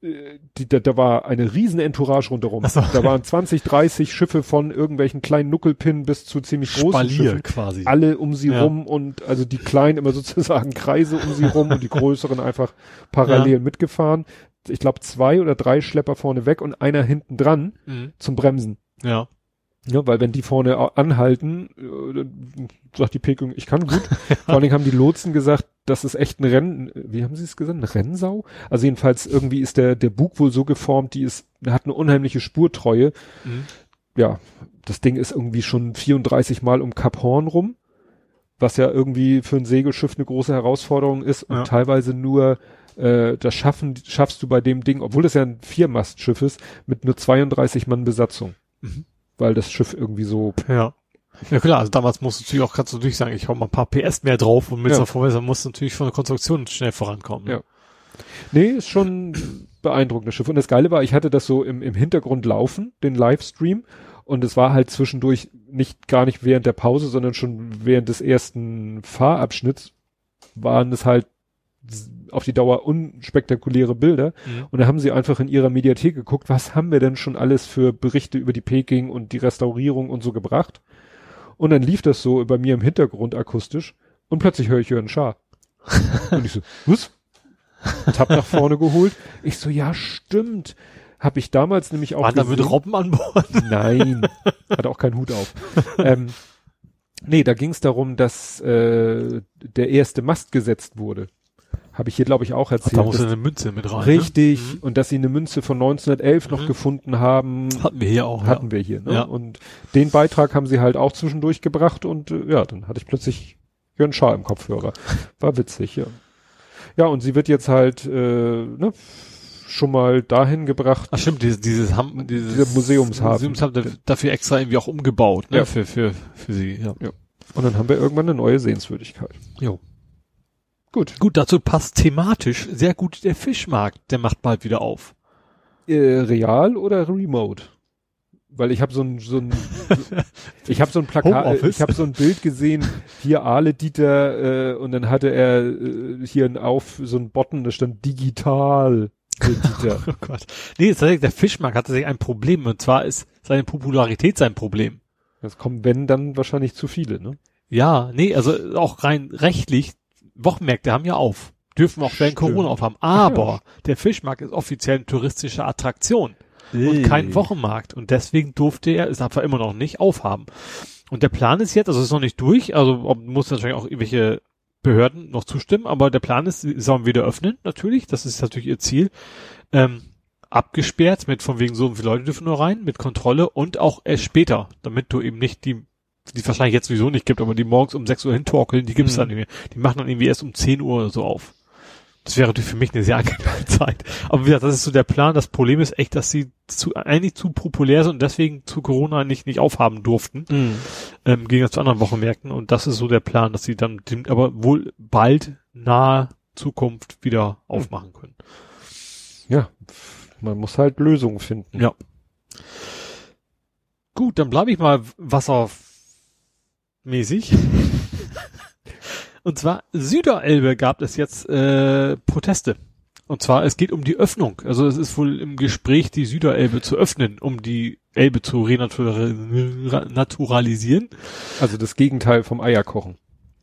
da war eine riesen Entourage rundherum. Ach so. Da waren 20, 30 Schiffe von irgendwelchen kleinen Nuckelpinnen bis zu ziemlich großen Spalier Schiffen. quasi. Alle um sie rum und also die kleinen immer sozusagen Kreise um sie rum und die größeren einfach parallel mitgefahren. Ich glaube 2 oder 3 Schlepper vorne weg und einer hinten dran zum Bremsen. Ja. Ja, weil wenn die vorne anhalten, sagt die Peking, ich kann gut. Vor allen Dingen haben die Lotsen gesagt, das ist echt ein Rennen, wie haben sie es gesagt, eine Rennsau? Also jedenfalls irgendwie ist der Bug wohl so geformt, hat eine unheimliche Spurtreue. Ja, das Ding ist irgendwie schon 34 Mal um Kap Horn rum, was ja irgendwie für ein Segelschiff eine große Herausforderung ist und teilweise nur das schaffst du bei dem Ding, obwohl es ja ein 4-Mast-Schiff ist, mit nur 32 Mann Besatzung. Weil das Schiff irgendwie so. Ja. Ja klar, also damals kannst du natürlich sagen, ich hau mal ein paar PS mehr drauf und mit so vorwärts, musst du natürlich von der Konstruktion schnell vorankommen. Ne? Ja. Nee, ist schon ein beeindruckendes Schiff. Und das Geile war, ich hatte das so im Hintergrund laufen, den Livestream, und es war halt zwischendurch gar nicht während der Pause, sondern schon während des ersten Fahrabschnitts waren es halt auf die Dauer unspektakuläre Bilder. Und da haben sie einfach in ihrer Mediathek geguckt, was haben wir denn schon alles für Berichte über die Peking und die Restaurierung und so gebracht. Und dann lief das so bei mir im Hintergrund akustisch und plötzlich höre ich Jörn Schaar. Und ich so, was? Hab nach vorne geholt. Ich so, ja stimmt. Hab ich damals nämlich auch War da mit Robben an Bord? Nein. Hatte auch keinen Hut auf. Nee, da ging es darum, dass der erste Mast gesetzt wurde. Habe ich hier, glaube ich, auch erzählt. Da muss eine Münze mit rein. Richtig. Ne? Und dass sie eine Münze von 1911 noch gefunden haben. Hatten wir hier auch. Hatten wir hier. Ne? Ja. Und den Beitrag haben sie halt auch zwischendurch gebracht und dann hatte ich plötzlich Jörn Schaar im Kopfhörer. War witzig, ja. Ja, und sie wird jetzt halt schon mal dahin gebracht. Ach stimmt, dieser Museumshafen. Dafür extra irgendwie auch umgebaut, ne? Ja. Für sie, ja. Und dann haben wir irgendwann eine neue Sehenswürdigkeit. Jo. Gut, dazu passt thematisch sehr gut der Fischmarkt, der macht bald wieder auf. Real oder remote? Weil ich habe so ein Plakat, ich habe so ein Bild gesehen, hier Ahle Dieter, und dann hatte er hier so ein Button, da stand digital. Dieter. Oh Gott. Nee, der Fischmarkt hat tatsächlich ein Problem, und zwar ist seine Popularität sein Problem. Das kommen, wenn, dann wahrscheinlich zu viele, ne? Ja, nee, also auch rein rechtlich, Wochenmärkte haben ja auf. Dürfen auch während Corona aufhaben. Aber der Fischmarkt ist offiziell eine touristische Attraktion und kein Wochenmarkt. Und deswegen durfte er, ist aber immer noch nicht, aufhaben. Und der Plan ist jetzt, also ist noch nicht durch, also muss natürlich auch irgendwelche Behörden noch zustimmen, aber der Plan ist, sie sollen wieder öffnen, natürlich. Das ist natürlich ihr Ziel. Abgesperrt mit von wegen so viele Leute dürfen nur rein, mit Kontrolle und auch erst später, damit du eben nicht die es wahrscheinlich jetzt sowieso nicht gibt, aber die morgens um 6 Uhr hintorkeln, die gibt es dann nicht mehr. Die machen dann irgendwie erst um 10 Uhr oder so auf. Das wäre natürlich für mich eine sehr angenehme Zeit. Aber wie gesagt, das ist so der Plan. Das Problem ist echt, dass sie eigentlich zu populär sind und deswegen zu Corona nicht aufhaben durften. Im Gegensatz zu anderen Wochenmärkten. Und das ist so der Plan, dass sie dann aber wohl bald nahe Zukunft wieder aufmachen können. Ja, man muss halt Lösungen finden. Ja. Gut, dann bleibe ich mal wassermäßig. Und zwar Süderelbe gab es jetzt Proteste. Und zwar, es geht um die Öffnung. Also es ist wohl im Gespräch, die Süderelbe zu öffnen, um die Elbe zu renaturalisieren. Also das Gegenteil vom Eierkochen.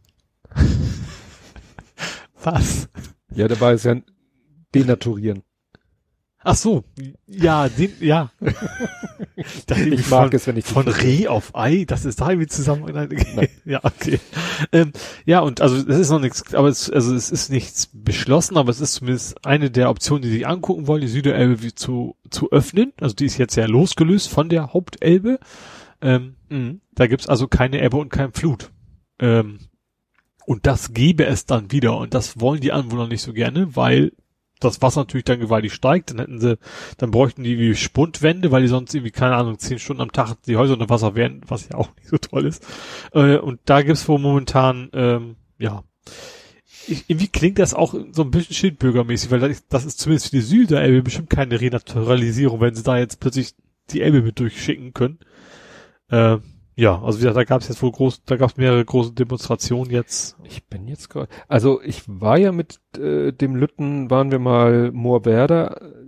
Was? Ja, dabei ist ja denaturieren. Ach so, ja, ja. Ich mag es, wenn ich von Reh auf Ei, das ist da irgendwie zusammen. Ja, okay. Ja, und also es ist noch nichts, aber es ist nichts beschlossen, aber es ist zumindest eine der Optionen, die sich angucken wollen, die Süderelbe zu öffnen. Also die ist jetzt ja losgelöst von der Hauptelbe. Da gibt's also keine Ebbe und kein Flut. Und das gäbe es dann wieder. Und das wollen die Anwohner nicht so gerne, weil das Wasser natürlich dann gewaltig steigt, dann bräuchten die wie Spundwände, weil die sonst irgendwie, keine Ahnung, 10 Stunden am Tag die Häuser unter Wasser wären, was ja auch nicht so toll ist. Und da gibt's wohl momentan, irgendwie klingt das auch so ein bisschen schildbürgermäßig, weil das ist zumindest für die Süderelbe bestimmt keine Renaturalisierung, wenn sie da jetzt plötzlich die Elbe mit durchschicken können. Ja, also wie gesagt, da gab es mehrere große Demonstrationen jetzt. Ich bin jetzt gerade, also ich war ja mit dem Lütten, waren wir mal Moorwerder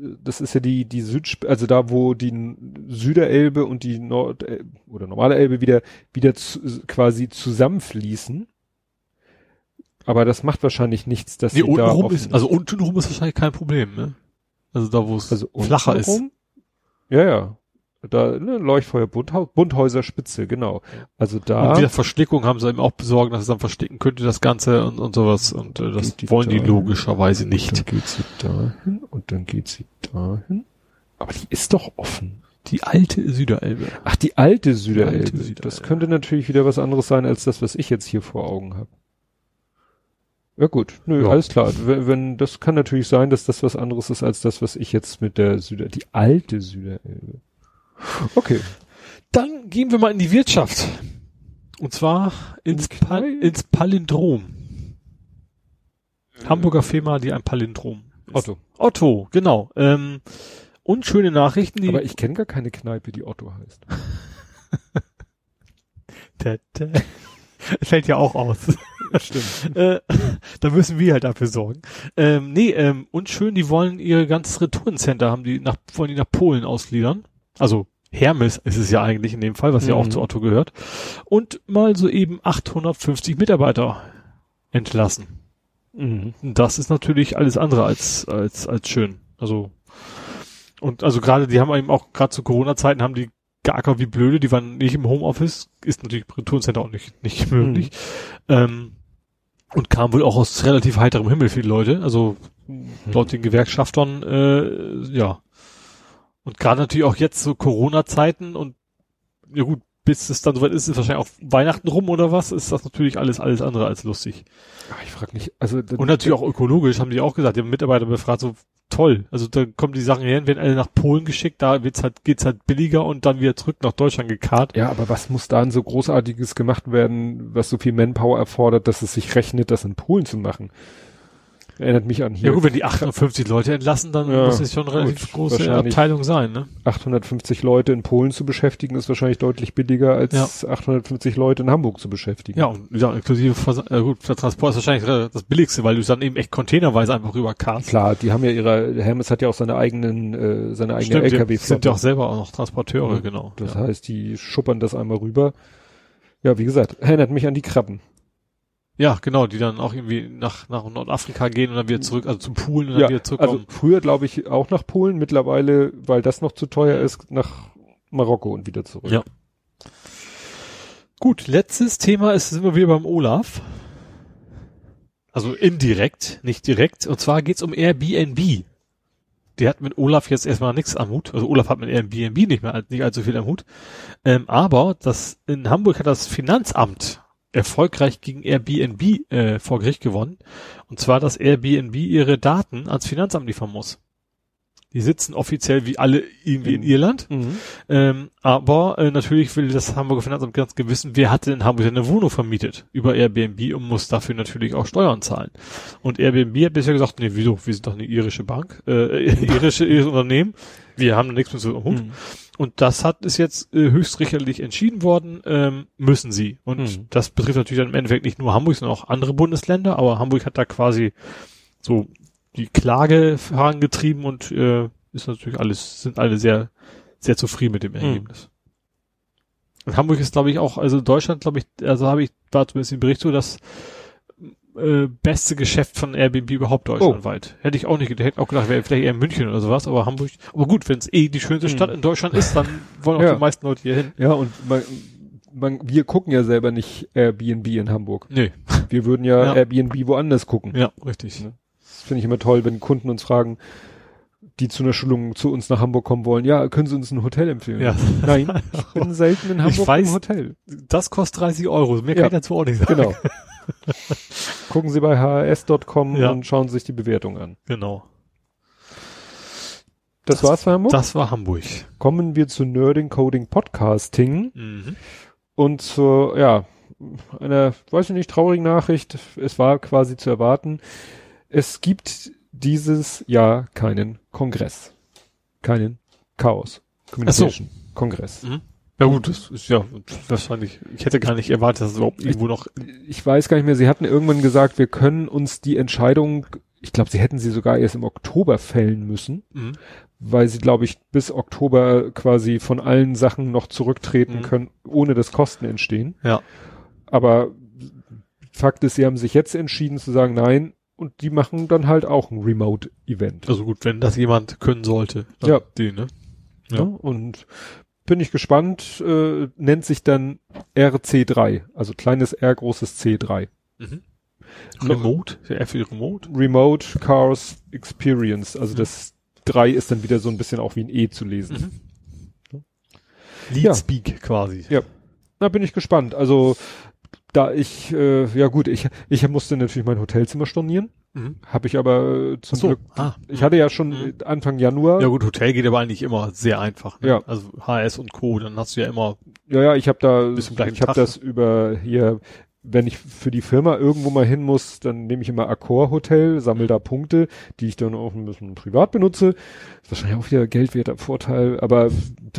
das ist ja die also da, wo die Süderelbe und die oder normale Elbe wieder quasi zusammenfließen. Aber das macht wahrscheinlich nichts, dass nee, sie da untenrum ist, also untenrum ist wahrscheinlich kein Problem, ne? Also da, wo es flacher ist. Ja. Da, ne, Leuchtfeuer, Bunthäuser Spitze, genau. Also da. Und wieder Verstickung haben sie eben auch besorgt, dass es dann versticken könnte, das Ganze und sowas. Und das wollen die logischerweise nicht. Dann geht sie dahin und dann geht sie dahin. Aber die ist doch offen. Die alte Süderelbe. Ach, die alte Süderelbe. Das könnte natürlich wieder was anderes sein, als das, was ich jetzt hier vor Augen habe. Ja gut, nö, alles klar. Wenn das kann natürlich sein, dass das was anderes ist, als das, was ich jetzt mit der die alte Süderelbe. Okay. Dann gehen wir mal in die Wirtschaft. Und zwar ins Palindrom. Hamburger Firma, die ein Palindrom ist. Otto, genau. Unschöne Nachrichten. Aber ich kenne gar keine Kneipe, die Otto heißt. Fällt ja auch aus. Stimmt. Da müssen wir halt dafür sorgen. Unschön, die wollen ihr ganzes Retourencenter wollen die nach Polen ausgliedern. Also Hermes ist es ja eigentlich in dem Fall, was ja auch zu Otto gehört. Und mal so eben 850 Mitarbeiter entlassen. Mhm. Das ist natürlich alles andere als schön. Also gerade, die haben eben auch gerade zu Corona-Zeiten haben die geackert wie blöde, die waren nicht im Homeoffice, ist natürlich Retourencenter auch nicht möglich. Und kam wohl auch aus relativ heiterem Himmel für die Leute, also laut den Gewerkschaftern, ja. Und gerade natürlich auch jetzt so Corona-Zeiten und ja gut, bis es dann soweit ist wahrscheinlich auch Weihnachten rum oder was, ist das natürlich alles andere als lustig. Ach, ich frage mich, also und natürlich auch ökologisch, haben die auch gesagt, die haben Mitarbeiter befragt, so toll, also da kommen die Sachen her, werden alle nach Polen geschickt, da geht's halt billiger und dann wieder zurück nach Deutschland gekarrt. Ja, aber was muss da so Großartiges gemacht werden, was so viel Manpower erfordert, dass es sich rechnet, das in Polen zu machen? Erinnert mich an hier. Ja gut, wenn die 850 Leute entlassen, dann muss es schon eine relativ große Abteilung sein, ne? 850 Leute in Polen zu beschäftigen, ist wahrscheinlich deutlich billiger, als 850 Leute in Hamburg zu beschäftigen. Ja, und inklusive der Transport ist wahrscheinlich das Billigste, weil du dann eben echt containerweise einfach rüberkarst. Klar, die haben ja Hermes hat ja auch seine eigenen LKW-Flotte. Die sind ja auch selber auch noch Transporteure, genau. Das heißt, die schuppern das einmal rüber. Ja, wie gesagt, erinnert mich an die Krabben. Ja, genau, die dann auch irgendwie nach Nordafrika gehen und dann wieder zurück, also zum Polen und dann wieder zurückkommen. Also früher glaube ich auch nach Polen, mittlerweile, weil das noch zu teuer ist, nach Marokko und wieder zurück. Ja. Gut, letztes Thema sind wir wieder beim Olaf. Also indirekt, nicht direkt. Und zwar geht's um Airbnb. Die hat mit Olaf jetzt erstmal nichts am Hut. Also Olaf hat mit Airbnb nicht allzu viel am Hut. Aber in Hamburg hat das Finanzamt erfolgreich gegen Airbnb vor Gericht gewonnen. Und zwar, dass Airbnb ihre Daten ans Finanzamt liefern muss. Die sitzen offiziell wie alle irgendwie in Irland. Aber natürlich will das Hamburger Finanzamt ganz gewissen, wer hatte in Hamburg eine Wohnung vermietet über Airbnb und muss dafür natürlich auch Steuern zahlen. Und Airbnb hat bisher gesagt, nee, wieso? Wir sind doch eine irische Bank, irisches Unternehmen. Wir haben da nichts mit so am Hut. Und das ist jetzt höchstrichterlich entschieden worden, müssen sie. Und das betrifft natürlich dann im Endeffekt nicht nur Hamburg, sondern auch andere Bundesländer. Aber Hamburg hat da quasi so die Klage vorangetrieben und ist natürlich sind alle sehr, sehr zufrieden mit dem Ergebnis. Und Hamburg ist, glaube ich, auch, also Deutschland, glaube ich, war zumindest im Bericht so, das beste Geschäft von Airbnb überhaupt deutschlandweit. Hätte ich auch nicht gedacht. Hätte auch gedacht, wäre vielleicht eher München oder sowas, aber Hamburg. Aber gut, wenn es die schönste Stadt in Deutschland ist, dann wollen auch die meisten Leute hier hin. Ja, und wir gucken ja selber nicht Airbnb in Hamburg. Nee. Wir würden ja Airbnb woanders gucken. Ja, richtig. Das finde ich immer toll, wenn Kunden uns fragen, die zu einer Schulung zu uns nach Hamburg kommen wollen, ja, können Sie uns ein Hotel empfehlen? Ja. Nein, ich bin selten in Hamburg im Hotel. Das kostet 30 €. Mehr kann ich dazu auch nicht sagen. Genau. Gucken Sie bei hrs.com und schauen sich die Bewertung an. Genau. Das war's für Hamburg? Das war Hamburg. Kommen wir zu Nerding Coding Podcasting. Und zur, einer, weiß ich nicht, traurigen Nachricht. Es war quasi zu erwarten. Es gibt dieses Jahr keinen Kongress. Keinen Chaos Communication Kongress. Ja gut, das ist ja wahrscheinlich, ich hätte gar nicht erwartet, dass es überhaupt irgendwo noch... Ich weiß gar nicht mehr, sie hatten irgendwann gesagt, wir können uns die Entscheidung ich glaube, sie hätten sie sogar erst im Oktober fällen müssen, weil sie, glaube ich, bis Oktober quasi von allen Sachen noch zurücktreten können, ohne dass Kosten entstehen. Ja. Aber Fakt ist, sie haben sich jetzt entschieden zu sagen, nein, und die machen dann halt auch ein Remote-Event. Also gut, wenn das jemand können sollte. Ja. Die, ne? Ja. Und bin ich gespannt, nennt sich dann RC3, also kleines R, großes C3. Remote? R für Remote? Remote Cars Experience, also das 3 ist dann wieder so ein bisschen auch wie ein E zu lesen. Leadspeak quasi. Ja, da bin ich gespannt. Also da ich, ich musste natürlich mein Hotelzimmer stornieren, habe ich aber zum Glück, ich hatte ja schon Anfang Januar. Ja gut, Hotel geht aber eigentlich immer sehr einfach. Ne? Ja. Also HS und Co., dann hast du ja immer. Ja, ich habe Tag. das über hier, wenn ich für die Firma irgendwo mal hin muss, dann nehme ich immer Accor Hotel, sammle da Punkte, die ich dann auch ein bisschen privat benutze. Ist wahrscheinlich auch wieder geldwerter Vorteil, aber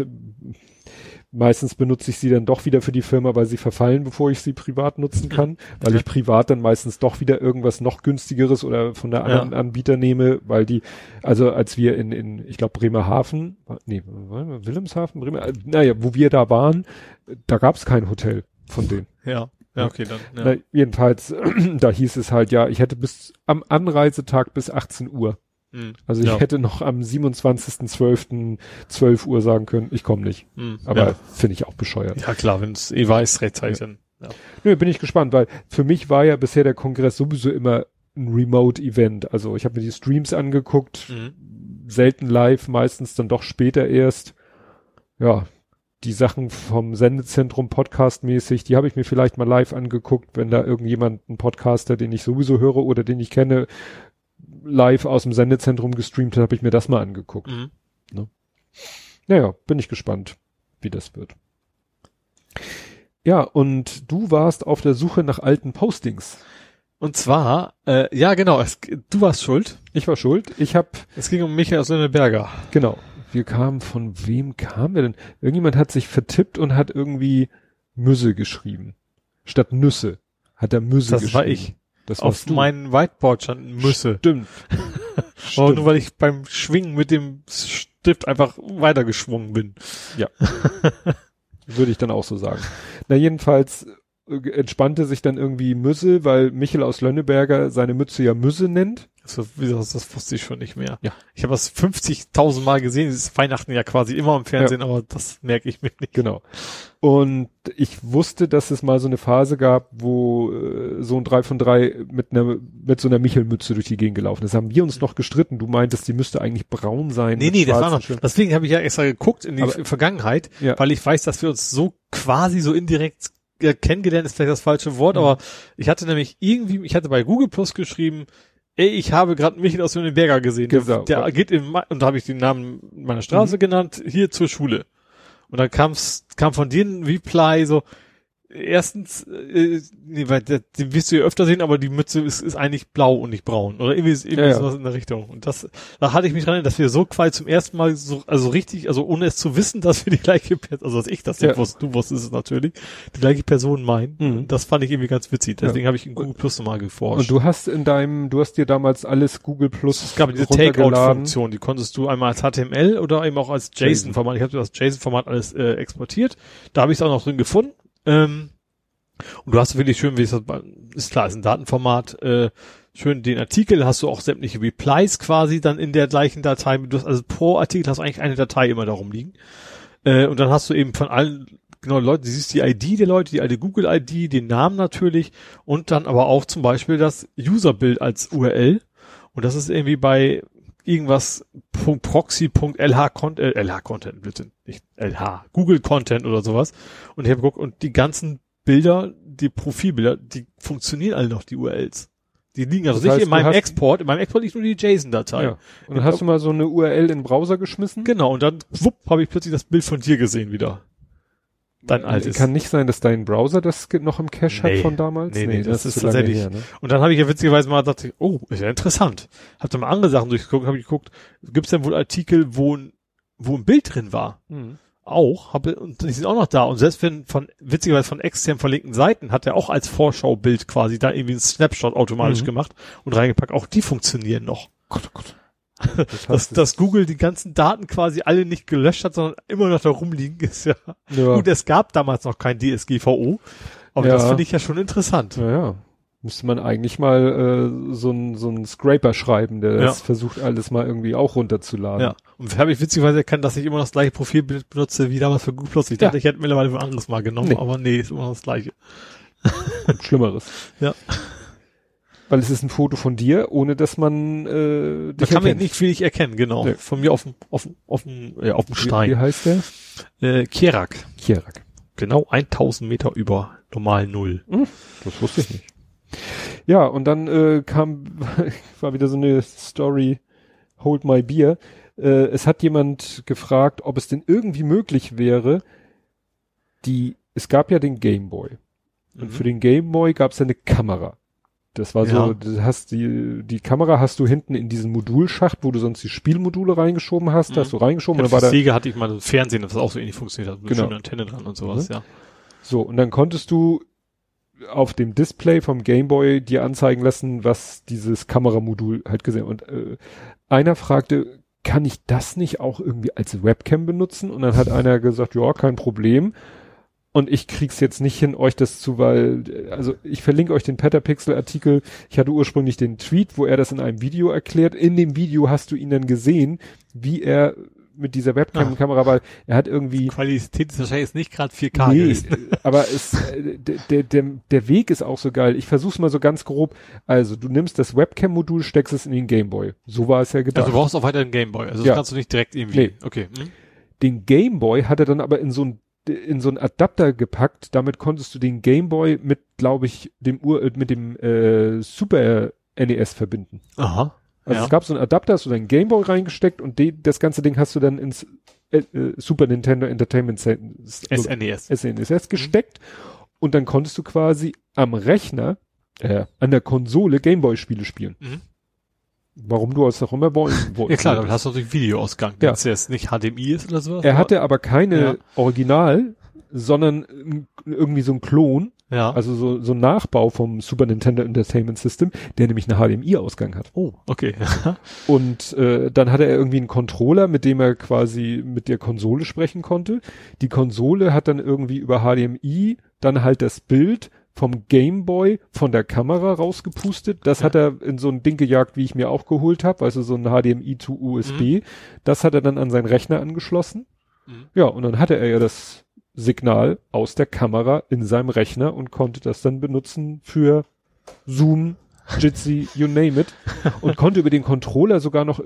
meistens benutze ich sie dann doch wieder für die Firma, weil sie verfallen, bevor ich sie privat nutzen kann, weil ich privat dann meistens doch wieder irgendwas noch günstigeres oder von der anderen Anbieter nehme, weil die, also als wir in ich glaube Bremerhaven, Wilhelmshaven, wo wir da waren, da gab es kein Hotel von denen. Ja, okay, dann. Ja. Na, jedenfalls, da hieß es halt, ja, ich hätte bis am Anreisetag bis 18 Uhr. Also ich hätte noch am 27.12. 12 Uhr sagen können, ich komme nicht. Aber finde ich auch bescheuert. Ja klar, wenn es weiß, rechtzeitig dann. Ja. Nö, bin ich gespannt, weil für mich war ja bisher der Kongress sowieso immer ein Remote-Event. Also ich habe mir die Streams angeguckt, selten live, meistens dann doch später erst. Ja, die Sachen vom Sendezentrum podcastmäßig, die habe ich mir vielleicht mal live angeguckt, wenn da irgendjemand, ein Podcaster, den ich sowieso höre oder den ich kenne, live aus dem Sendezentrum gestreamt hat, habe ich mir das mal angeguckt. Ne? Naja, bin ich gespannt, wie das wird. Ja, und du warst auf der Suche nach alten Postings. Und zwar, ja genau, du warst schuld. Ich war schuld. Es ging um Michael aus Lönneberger. Genau. Von wem kamen wir denn? Irgendjemand hat sich vertippt und hat irgendwie Müsse geschrieben. Statt Nüsse hat er Müsse geschrieben. Das war ich. Das auf meinem Whiteboard stand Müsse. Stimmt. Aber nur weil ich beim Schwingen mit dem Stift einfach weitergeschwungen bin. Ja. Würde ich dann auch so sagen. Na jedenfalls entspannte sich dann irgendwie Müsse, weil Michael aus Lönneberger seine Mütze ja Müsse nennt. Das wusste ich schon nicht mehr. Ja. Ich habe das 50.000 Mal gesehen. Es ist Weihnachten ja quasi immer im Fernsehen, aber das merke ich mir nicht. Genau. Und ich wusste, dass es mal so eine Phase gab, wo so ein 3 von 3 mit so einer Michel-Mütze durch die Gegend gelaufen ist. Haben wir uns noch gestritten. Du meintest, die müsste eigentlich braun sein. Nee, das war noch. Deswegen habe ich ja extra geguckt in die Vergangenheit, weil ich weiß, dass wir uns so quasi so indirekt kennengelernt ist vielleicht das falsche Wort, aber ich hatte bei Google Plus geschrieben, ich habe gerade Michael aus Lönneberger gesehen. Genau. Der geht und da habe ich den Namen meiner Straße genannt, hier zur Schule. Und dann kam von dir ein Reply so, erstens, weil den wirst du ja öfter sehen, aber die Mütze ist eigentlich blau und nicht braun. Oder irgendwie sowas in der Richtung. Und da hatte ich mich dran erinnert, dass wir so quasi zum ersten Mal ohne es zu wissen, dass wir die gleiche Person, also dass ich das nicht wusste, du wusstest es natürlich, die gleiche Person meinen. Das fand ich irgendwie ganz witzig. Deswegen habe ich in Google Plus nochmal geforscht. Und du hast dir damals alles Google Plus es gab diese Takeout-Funktion, die konntest du einmal als HTML oder eben auch als JSON-Format. Ich habe das JSON-Format alles exportiert. Da habe ich es auch noch drin gefunden. Und du hast wirklich schön, ist klar, ist ein Datenformat, schön den Artikel, hast du auch sämtliche Replies quasi dann in der gleichen Datei, also pro Artikel hast du eigentlich eine Datei immer darum liegen. Und dann hast du eben von allen, genau, Leuten, du siehst die ID der Leute, die alte Google-ID, den Namen natürlich und dann aber auch zum Beispiel das Userbild als URL. Und das ist irgendwie bei irgendwas .proxy.lh-Content, LH-Content, bitte, nicht LH, Google-Content oder sowas. Und ich habe geguckt, und die ganzen Bilder, die Profilbilder, die funktionieren alle noch, die URLs. Die liegen also nicht in meinem Export. In meinem Export liegt nur die JSON-Datei. Ja. Und dann hast du mal so eine URL in den Browser geschmissen? Genau, und dann, habe ich plötzlich das Bild von dir gesehen wieder. Dein altes. Kann nicht sein, dass dein Browser das noch im Cache hat von damals? Nee, das ist tatsächlich. Her, ne? Und dann habe ich ja witzigerweise mal gedacht, oh, ist ja interessant. Hab dann mal andere Sachen durchgeguckt, habe ich geguckt, gibt's denn wohl Artikel, wo ein Bild drin war? auch, und die sind auch noch da. Und selbst wenn witzigerweise von extern verlinkten Seiten hat er auch als Vorschaubild quasi da irgendwie einen Snapshot automatisch gemacht und reingepackt. Auch die funktionieren noch. Gott, oh Gott. Dass Google die ganzen Daten quasi alle nicht gelöscht hat, sondern immer noch da rumliegen, ist ja. Gut, es gab damals noch kein DSGVO, aber das finde ich ja schon interessant. Ja. Müsste man eigentlich mal so ein Scraper schreiben, der das versucht, alles mal irgendwie auch runterzuladen. Ja. Und habe ich witzigerweise erkannt, dass ich immer noch das gleiche Profilbild benutze wie damals für Google Plus. Ich dachte, ich hätte mittlerweile was anderes mal genommen, aber nee, ist immer noch das gleiche. Und Schlimmeres. Ja. Weil es ist ein Foto von dir, ohne dass man dich da kann man nicht viel erkennen, genau. Nee. Von mir auf dem Stein. Wie heißt der? Kierak. Kierak. Genau 1000 Meter über normal Null. Das wusste ich nicht. Ja, und dann war wieder so eine Story, Hold My Beer. Es hat jemand gefragt, ob es denn irgendwie möglich wäre, es gab ja den Game Boy. Und für den Game Boy gab es ja eine Kamera. Das war so, du hast die Kamera hast du hinten in diesen Modulschacht, wo du sonst die Spielmodule reingeschoben hast, hast du reingeschoben. Und dann war Sega hatte ich mal ein Fernsehen, das auch so ähnlich funktioniert hat, mit genau. schöner Antenne dran und sowas, ja. So, und dann konntest du auf dem Display vom Game Boy dir anzeigen lassen, was dieses Kameramodul halt gesehen hat. Und einer fragte, kann ich das nicht auch irgendwie als Webcam benutzen? Und dann hat einer gesagt, ja, kein Problem. Und ich krieg's jetzt nicht hin, euch das also ich verlinke euch den Petapixel-Artikel. Ich hatte ursprünglich den Tweet, wo er das in einem Video erklärt. In dem Video hast du ihn dann gesehen, wie er mit dieser Webcam-Kamera, weil er hat irgendwie... Qualität ist wahrscheinlich jetzt nicht gerade 4K gewesen. Aber der Weg ist auch so geil. Ich versuch's mal so ganz grob. Also du nimmst das Webcam-Modul, steckst es in den Gameboy. So war es ja gedacht. Also du brauchst auch weiter einen Gameboy. Also das kannst du nicht direkt irgendwie... Nee. Okay. Den Gameboy hat er dann aber in so einen Adapter gepackt. Damit konntest du den Gameboy mit, glaube ich, mit dem Super NES verbinden. Aha. Also es gab so einen Adapter, hast du deinen Gameboy reingesteckt und das ganze Ding hast du dann ins Super Nintendo Entertainment SNES gesteckt und dann konntest du quasi am Rechner, an der Konsole Gameboy-Spiele spielen. Warum du es auch immer wollen wolltest. Ja klar, damit hast du natürlich Videoausgang, wenn es jetzt nicht HDMI ist oder sowas. Er hatte aber keine Original, sondern irgendwie so ein Klon. Ja. Also so ein Nachbau vom Super Nintendo Entertainment System, der nämlich einen HDMI-Ausgang hat. Oh, okay. Und dann hatte er irgendwie einen Controller, mit dem er quasi mit der Konsole sprechen konnte. Die Konsole hat dann irgendwie über HDMI dann halt das Bild vom Gameboy von der Kamera rausgepustet. Das hat er in so ein Ding gejagt, wie ich mir auch geholt habe, also so ein HDMI to USB. Das hat er dann an seinen Rechner angeschlossen. Ja, und dann hatte er ja das Signal aus der Kamera in seinem Rechner und konnte das dann benutzen für Zoom, Jitsi, you name it. Und konnte über den Controller sogar noch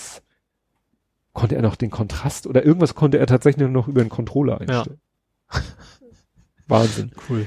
konnte er noch den Kontrast oder irgendwas konnte er tatsächlich noch über den Controller einstellen. Ja. Wahnsinn. Cool.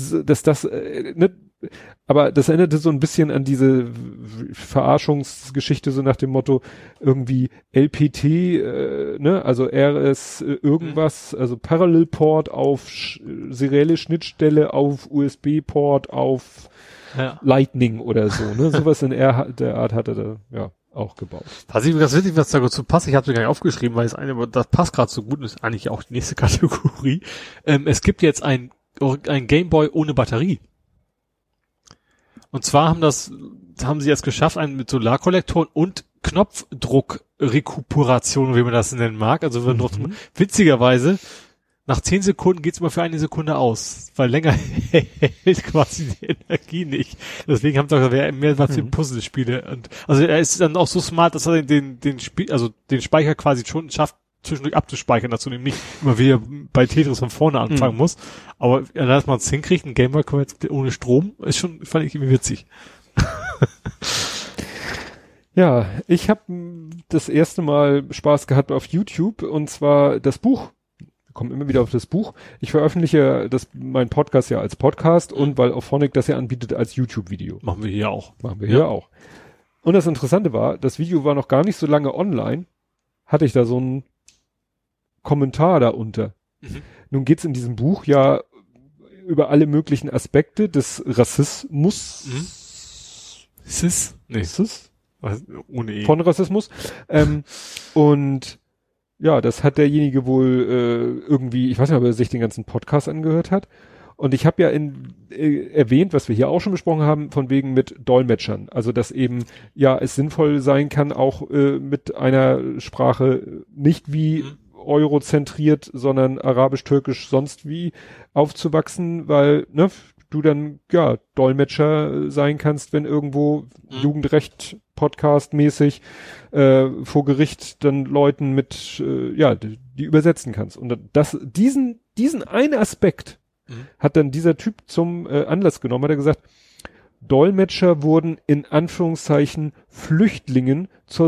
Aber das erinnerte so ein bisschen an diese Verarschungsgeschichte, so nach dem Motto irgendwie LPT, also RS irgendwas, also Parallel Port auf serielle Schnittstelle auf USB-Port auf Lightning oder so, ne? Sowas in der Art hat er da, auch gebaut. Was da dazu passt, ich habe es gar nicht aufgeschrieben, weil das passt gerade so gut und ist eigentlich auch die nächste Kategorie. Es gibt jetzt ein Gameboy ohne Batterie. Und zwar haben sie es geschafft, einen mit Solarkollektoren und Knopfdruck-Rekuperation, wie man das nennen mag. Also witzigerweise, nach 10 Sekunden geht's immer für 1 Sekunde aus, weil länger hält quasi die Energie nicht. Deswegen haben sie auch gesagt, mehr was für Puzzlespiele. Und also er ist dann auch so smart, dass er den Speicher quasi schon schafft, zwischendurch abzuspeichern, dass du nämlich nicht immer wieder bei Tetris von vorne anfangen musst. Aber dass man es hinkriegt, ein Gameboy ohne Strom, fand ich irgendwie witzig. Ja, ich habe das erste Mal Spaß gehabt auf YouTube und zwar das Buch. Wir kommen immer wieder auf das Buch. Ich veröffentliche meinen Podcast ja als Podcast und weil Auphonic das ja anbietet als YouTube-Video. Machen wir hier auch. Und das Interessante war, das Video war noch gar nicht so lange online, hatte ich da so einen Kommentar da unter. Nun geht's in diesem Buch ja über alle möglichen Aspekte des Rassismus. Ohne E. Von Rassismus. Und ja, das hat derjenige wohl irgendwie, ich weiß nicht, ob er sich den ganzen Podcast angehört hat. Und ich habe ja erwähnt, was wir hier auch schon besprochen haben, von wegen mit Dolmetschern. Also, dass eben, ja, es sinnvoll sein kann, auch mit einer Sprache nicht wie eurozentriert, sondern arabisch, türkisch, sonst wie aufzuwachsen, weil, ne, du dann, ja, Dolmetscher sein kannst, wenn irgendwo Jugendrecht Podcast-mäßig vor Gericht dann Leuten mit, die übersetzen kannst. Und diesen einen Aspekt hat dann dieser Typ zum Anlass genommen, hat er gesagt, Dolmetscher wurden in Anführungszeichen Flüchtlingen zur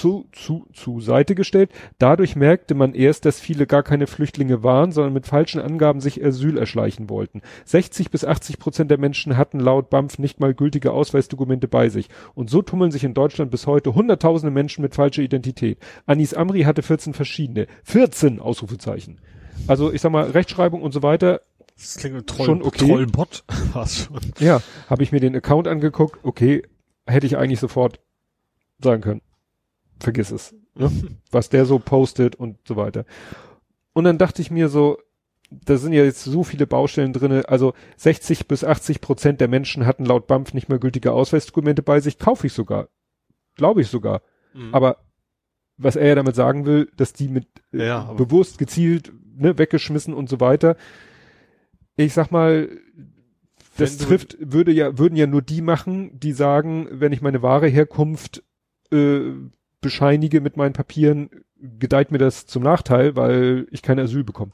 Seite gestellt. Dadurch merkte man erst, dass viele gar keine Flüchtlinge waren, sondern mit falschen Angaben sich Asyl erschleichen wollten. 60-80% der Menschen hatten laut BAMF nicht mal gültige Ausweisdokumente bei sich. Und so tummeln sich in Deutschland bis heute hunderttausende Menschen mit falscher Identität. Anis Amri hatte 14 verschiedene. 14 Ausrufezeichen. Also ich sag mal, Rechtschreibung und so weiter. Das klingt schon okay. Trollbot. War's schon. Ja, habe ich mir den Account angeguckt. Okay, hätte ich eigentlich sofort sagen können. Vergiss es. Ne? Was der so postet und so weiter. Und dann dachte ich mir so, da sind ja jetzt so viele Baustellen drinne. Also 60-80% der Menschen hatten laut BAMF nicht mehr gültige Ausweisdokumente bei sich. Kaufe ich sogar. Glaube ich sogar. Aber was er ja damit sagen will, dass die mit bewusst, gezielt, ne, weggeschmissen und so weiter. Ich sag mal, das würden ja nur die machen, die sagen, wenn ich meine wahre Herkunft bescheinige mit meinen Papieren, gedeiht mir das zum Nachteil, weil ich kein Asyl bekomme.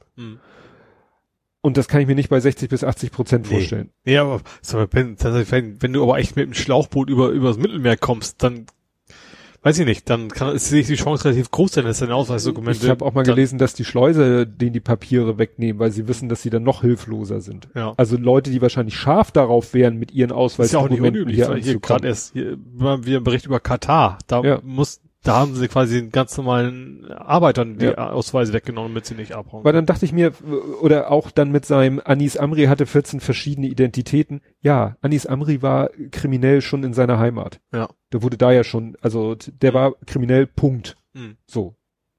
Und das kann ich mir nicht bei 60-80% vorstellen. Nee, aber wenn du aber echt mit dem Schlauchboot übers Mittelmeer kommst, dann weiß ich nicht, dann ist die Chance relativ groß, denn es sind Ausweisdokumente. Ich habe auch mal gelesen, dass die Schleuser denen die Papiere wegnehmen, weil sie wissen, dass sie dann noch hilfloser sind. Ja. Also Leute, die wahrscheinlich scharf darauf wären, mit ihren Ausweisdokumenten hier anzukommen. Hier gerade erst wieder ein Bericht über Katar. Da haben sie quasi den ganz normalen Arbeitern die Ausweise weggenommen, damit sie nicht abhauen. Weil dann dachte ich mir, oder auch dann mit seinem Anis Amri hatte 14 verschiedene Identitäten. Ja, Anis Amri war kriminell schon in seiner Heimat. Ja. Der wurde da ja schon, also der war kriminell, Punkt. So.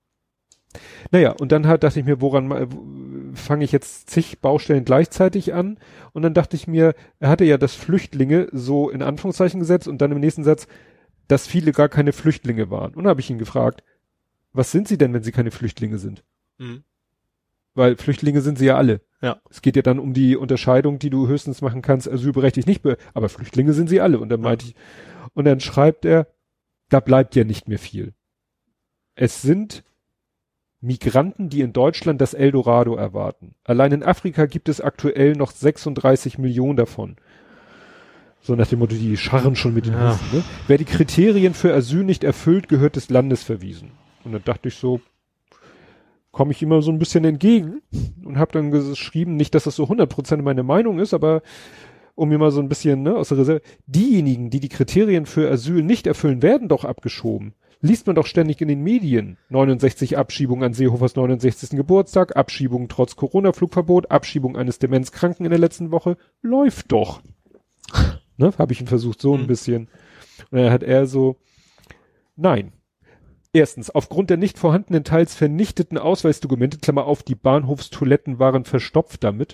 Naja, und dann dachte ich mir, woran fange ich jetzt zig Baustellen gleichzeitig an? Und dann dachte ich mir, er hatte ja das Flüchtlinge so in Anführungszeichen gesetzt und dann im nächsten Satz, dass viele gar keine Flüchtlinge waren. Und dann habe ich ihn gefragt, was sind sie denn, wenn sie keine Flüchtlinge sind? Weil Flüchtlinge sind sie ja alle. Ja. Es geht ja dann um die Unterscheidung, die du höchstens machen kannst, asylberechtigt nicht, aber Flüchtlinge sind sie alle. Und dann meinte ich, und dann schreibt er, da bleibt ja nicht mehr viel. Es sind Migranten, die in Deutschland das Eldorado erwarten. Allein in Afrika gibt es aktuell noch 36 Millionen davon. So nach dem Motto, die scharren schon mit den Hufen. Ne? Wer die Kriterien für Asyl nicht erfüllt, gehört des Landes verwiesen. Und dann dachte ich so, komme ich immer so ein bisschen entgegen und habe dann geschrieben, nicht, dass das so 100% meine Meinung ist, aber um mir mal so ein bisschen aus der Reserve, diejenigen, die die Kriterien für Asyl nicht erfüllen, werden doch abgeschoben. Liest man doch ständig in den Medien. 69 Abschiebungen an Seehofers 69. Geburtstag, Abschiebungen trotz Corona-Flugverbot, Abschiebung eines Demenzkranken in der letzten Woche. Läuft doch. Ne, habe ich ihn versucht, so ein bisschen. Und dann hat er so, nein. Erstens, aufgrund der nicht vorhandenen, teils vernichteten Ausweisdokumente, Klammer auf, die Bahnhofstoiletten waren verstopft damit.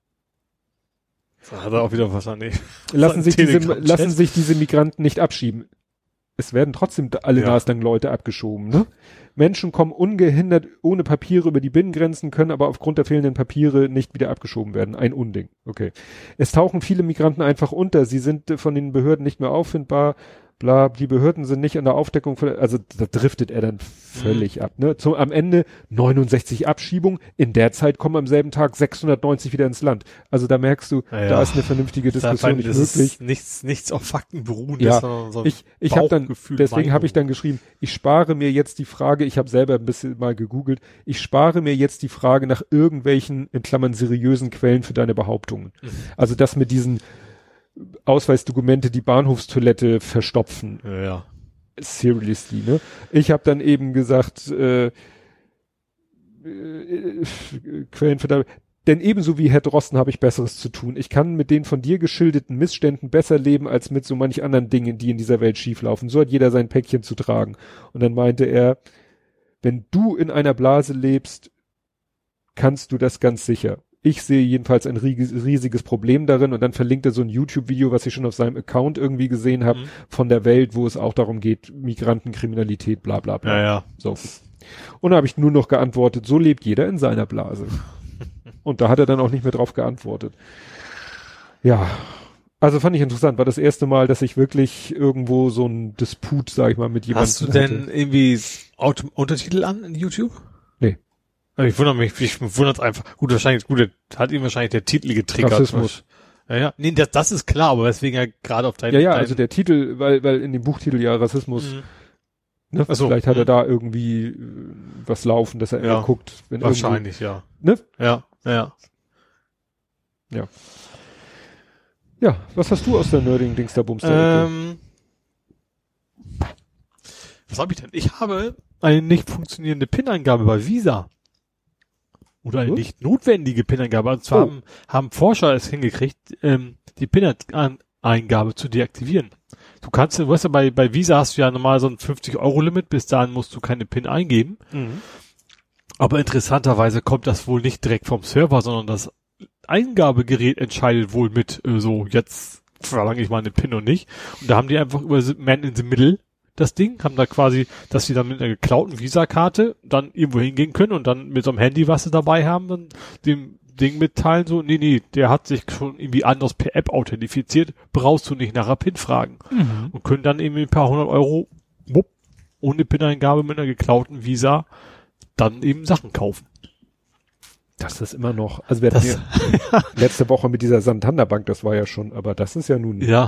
Da hat er auch wieder wahrscheinlich. Lassen sich diese Migranten nicht abschieben. Es werden trotzdem alle naslang Leute abgeschoben, ne? Menschen kommen ungehindert ohne Papiere über die Binnengrenzen, können aber aufgrund der fehlenden Papiere nicht wieder abgeschoben werden. Ein Unding. Okay. Es tauchen viele Migranten einfach unter. Sie sind von den Behörden nicht mehr auffindbar. Bla, die Behörden sind nicht an der Aufdeckung von, also da driftet er dann völlig ab, ne? Am Ende 69 Abschiebungen. In der Zeit kommen am selben Tag 690 wieder ins Land. Also da merkst du, da ist eine vernünftige Diskussion nicht möglich. Nichts auf Fakten beruhen. Ja, so ich habe dann, deswegen habe ich dann geschrieben, ich spare mir jetzt die Frage, ich habe selber ein bisschen mal gegoogelt, ich spare mir jetzt die Frage nach irgendwelchen, in Klammern, seriösen Quellen für deine Behauptungen. Also das mit diesen Ausweisdokumente die Bahnhofstoilette verstopfen. Ja. Seriously, ne? Ich habe dann eben gesagt, Quellen für denn ebenso wie Herr Drosten habe ich Besseres zu tun. Ich kann mit den von dir geschilderten Missständen besser leben, als mit so manch anderen Dingen, die in dieser Welt schieflaufen. So hat jeder sein Päckchen zu tragen. Und dann meinte er, wenn du in einer Blase lebst, kannst du das ganz sicher. Ich sehe jedenfalls ein riesiges Problem darin und dann verlinkt er so ein YouTube-Video, was ich schon auf seinem Account irgendwie gesehen habe, von der Welt, wo es auch darum geht, Migrantenkriminalität, bla bla bla. Ja. So. Und da habe ich nur noch geantwortet, so lebt jeder in seiner Blase. Und da hat er dann auch nicht mehr drauf geantwortet. Ja, also fand ich interessant, war das erste Mal, dass ich wirklich irgendwo so ein Disput, sag ich mal, mit jemandem Hast du denn irgendwie Untertitel an in YouTube? Nee. Also ich wundert einfach. Gut, hat ihn wahrscheinlich der Titel getriggert. Rassismus. Ja. Nee, das ist klar, aber deswegen ja gerade auf deinen... Also der Titel, weil in dem Buchtitel ja Rassismus, ne, Ach so, vielleicht hat er da irgendwie was laufen, dass er immer guckt. Wenn wahrscheinlich, ja. Ne? Ja. Ja, was hast du aus der Nerding-Dings der Bumster? Was habe ich denn? Ich habe eine nicht funktionierende PIN-Eingabe bei Visa. Oder eine nicht notwendige PIN-Eingabe. Und zwar haben Forscher es hingekriegt, die PIN-Eingabe zu deaktivieren. Du weißt ja, bei Visa hast du ja normal so ein 50-Euro-Limit, bis dahin musst du keine PIN eingeben. Aber interessanterweise kommt das wohl nicht direkt vom Server, sondern das Eingabegerät entscheidet wohl mit, so jetzt verlange ich mal eine PIN und nicht. Und da haben die einfach über Man in the Middle das Ding, haben da quasi, dass sie dann mit einer geklauten Visa-Karte dann irgendwo hingehen können und dann mit so einem Handy, was sie dabei haben, dann dem Ding mitteilen, so, nee, der hat sich schon irgendwie anders per App authentifiziert, brauchst du nicht nach einer PIN fragen. Und können dann irgendwie ein paar 100 Euro, ohne PIN-Eingabe mit einer geklauten Visa dann eben Sachen kaufen. Das ist immer noch, also wir hatten ja letzte Woche mit dieser Santander Bank, das war ja schon, aber das ist ja nun... Ja.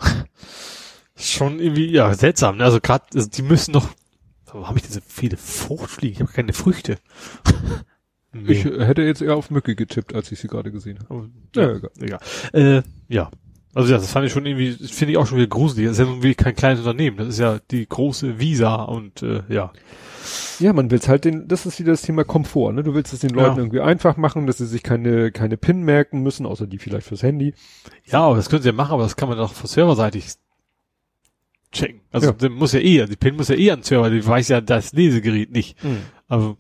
Schon irgendwie, seltsam, ne? Also gerade, die müssen noch, warum habe ich denn so viele Fruchtfliegen? Ich habe keine Früchte. Nee. Ich hätte jetzt eher auf Mücke getippt, als ich sie gerade gesehen habe. Egal. Also das fand ich schon irgendwie, finde ich auch schon wieder gruselig. Das ist ja nun wirklich kein kleines Unternehmen. Das ist ja die große Visa und Ja, man will's halt das ist wieder das Thema Komfort, ne? Du willst es den Leuten irgendwie einfach machen, dass sie sich keine PIN merken müssen, außer die vielleicht fürs Handy. Ja, aber das können sie ja machen, aber das kann man doch serverseitig checken. Also die PIN muss ja an den Server, die weiß ja das Lesegerät nicht. Also,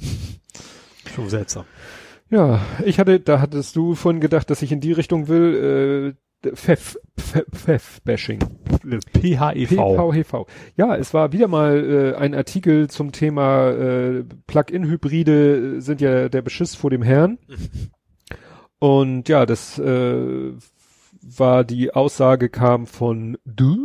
schon seltsam. Ja, da hattest du vorhin gedacht, dass ich in die Richtung will, Pfeff-Bashing. PHEV. Ja, es war wieder mal ein Artikel zum Thema Plug-in-Hybride sind ja der Beschiss vor dem Herrn. Und ja, das war die Aussage kam von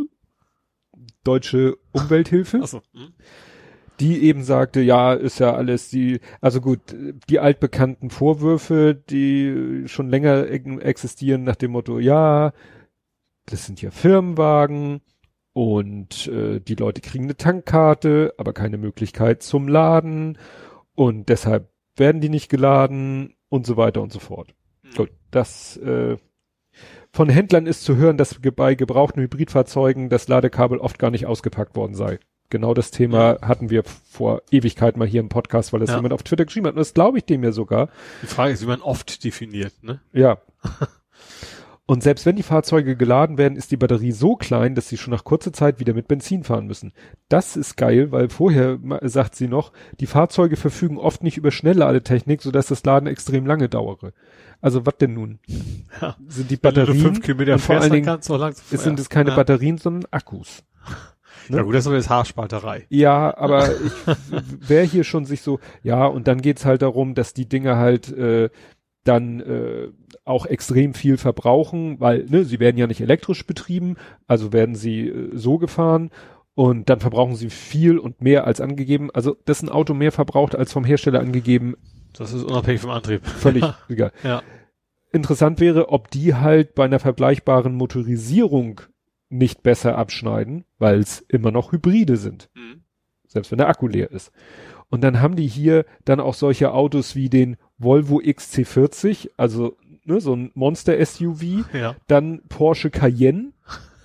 Deutsche Umwelthilfe. Ach so. Die eben sagte, ja, ist ja alles die altbekannten Vorwürfe, die schon länger existieren nach dem Motto, ja, das sind ja Firmenwagen und die Leute kriegen eine Tankkarte, aber keine Möglichkeit zum Laden und deshalb werden die nicht geladen und so weiter und so fort. Gut, das von Händlern ist zu hören, dass bei gebrauchten Hybridfahrzeugen das Ladekabel oft gar nicht ausgepackt worden sei. Genau das Thema hatten wir vor Ewigkeit mal hier im Podcast, weil das jemand auf Twitter geschrieben hat. Und das glaube ich dem ja sogar. Die Frage ist, wie man oft definiert, ne? Ja. Und selbst wenn die Fahrzeuge geladen werden, ist die Batterie so klein, dass sie schon nach kurzer Zeit wieder mit Benzin fahren müssen. Das ist geil, weil vorher, sagt sie noch, die Fahrzeuge verfügen oft nicht über schnelle Ladetechnik, sodass das Laden extrem lange dauere. Also was denn nun? Ja. Sind die Batterien, wenn du 5 Kilometer vor allen Dingen sind es keine ja. Batterien, sondern Akkus. Ne? Ja gut, das ist doch jetzt Haarspalterei. Ja, aber wer hier schon sich so, ja, und dann geht's halt darum, dass die Dinge halt dann auch extrem viel verbrauchen, weil sie werden ja nicht elektrisch betrieben, also werden sie so gefahren und dann verbrauchen sie viel und mehr als angegeben. Also dass ein Auto mehr verbraucht als vom Hersteller angegeben. Das ist unabhängig vom Antrieb. Völlig egal. Ja. Interessant wäre, ob die halt bei einer vergleichbaren Motorisierung nicht besser abschneiden, weil es immer noch Hybride sind. Selbst wenn der Akku leer ist. Und dann haben die hier dann auch solche Autos wie den Volvo XC40, also so ein Monster-SUV, dann Porsche Cayenne.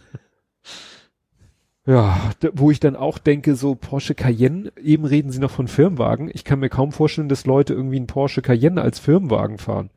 Ja, wo ich dann auch denke, so Porsche Cayenne, eben reden sie noch von Firmenwagen. Ich kann mir kaum vorstellen, dass Leute irgendwie einen Porsche Cayenne als Firmenwagen fahren.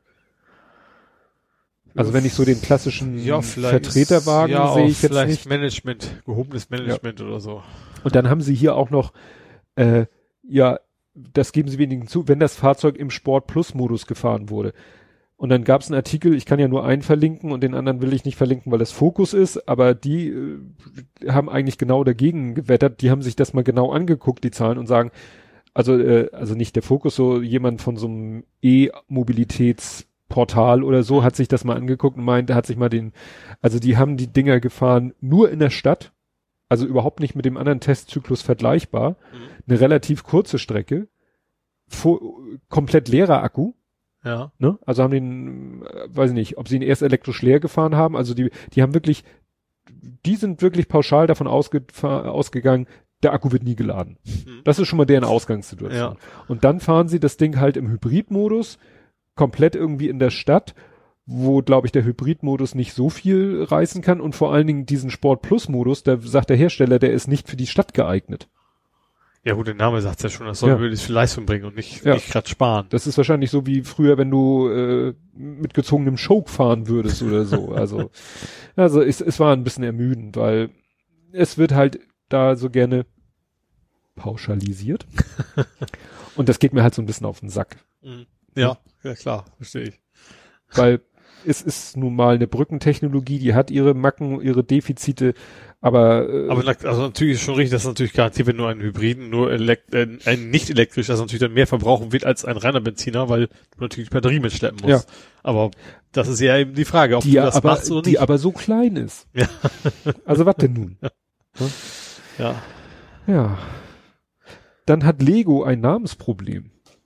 Also wenn ich so den klassischen Vertreterwagen sehe ich jetzt nicht. Management, gehobenes Management oder so. Und dann haben sie hier auch noch, das geben sie wenigstens zu, wenn das Fahrzeug im Sport-Plus-Modus gefahren wurde. Und dann gab es einen Artikel, ich kann ja nur einen verlinken und den anderen will ich nicht verlinken, weil das Fokus ist, aber die haben eigentlich genau dagegen gewettert, die haben sich das mal genau angeguckt, die Zahlen, und sagen, also nicht der Fokus, so jemand von so einem E-Mobilitätsportal oder so hat sich das mal angeguckt und meinte, hat sich mal die haben die Dinger gefahren nur in der Stadt, also überhaupt nicht mit dem anderen Testzyklus vergleichbar, eine relativ kurze Strecke, komplett leerer Akku. Ja. Ne? Also haben den, weiß ich nicht, ob sie ihn erst elektrisch leer gefahren haben, also die haben wirklich, die sind wirklich pauschal davon ausgegangen, der Akku wird nie geladen. Das ist schon mal deren Ausgangssituation. Ja. Und dann fahren sie das Ding halt im Hybridmodus, komplett irgendwie in der Stadt, wo, glaube ich, der Hybridmodus nicht so viel reißen kann und vor allen Dingen diesen Sport-Plus-Modus, da sagt der Hersteller, der ist nicht für die Stadt geeignet. Ja gut, der Name sagt ja schon, das soll möglichst viel Leistung bringen und nicht gerade sparen. Das ist wahrscheinlich so wie früher, wenn du mit gezogenem Choke fahren würdest oder so. Also es war ein bisschen ermüdend, weil es wird halt da so gerne pauschalisiert. Und das geht mir halt so ein bisschen auf den Sack. Ja, ja klar, verstehe ich. Weil es ist nun mal eine Brückentechnologie, die hat ihre Macken, ihre Defizite, aber also natürlich ist schon richtig, dass natürlich garantiert, wenn nur ein Hybriden, nur ein nicht elektrisch, das natürlich dann mehr verbrauchen wird als ein reiner Benziner, weil du natürlich die Batterie mitschleppen musst. Ja. Aber das ist ja eben die Frage, ob du das machst oder nicht. Die aber so klein ist. Ja. Also was denn nun? Ja. Ja. Dann hat Lego ein Namensproblem.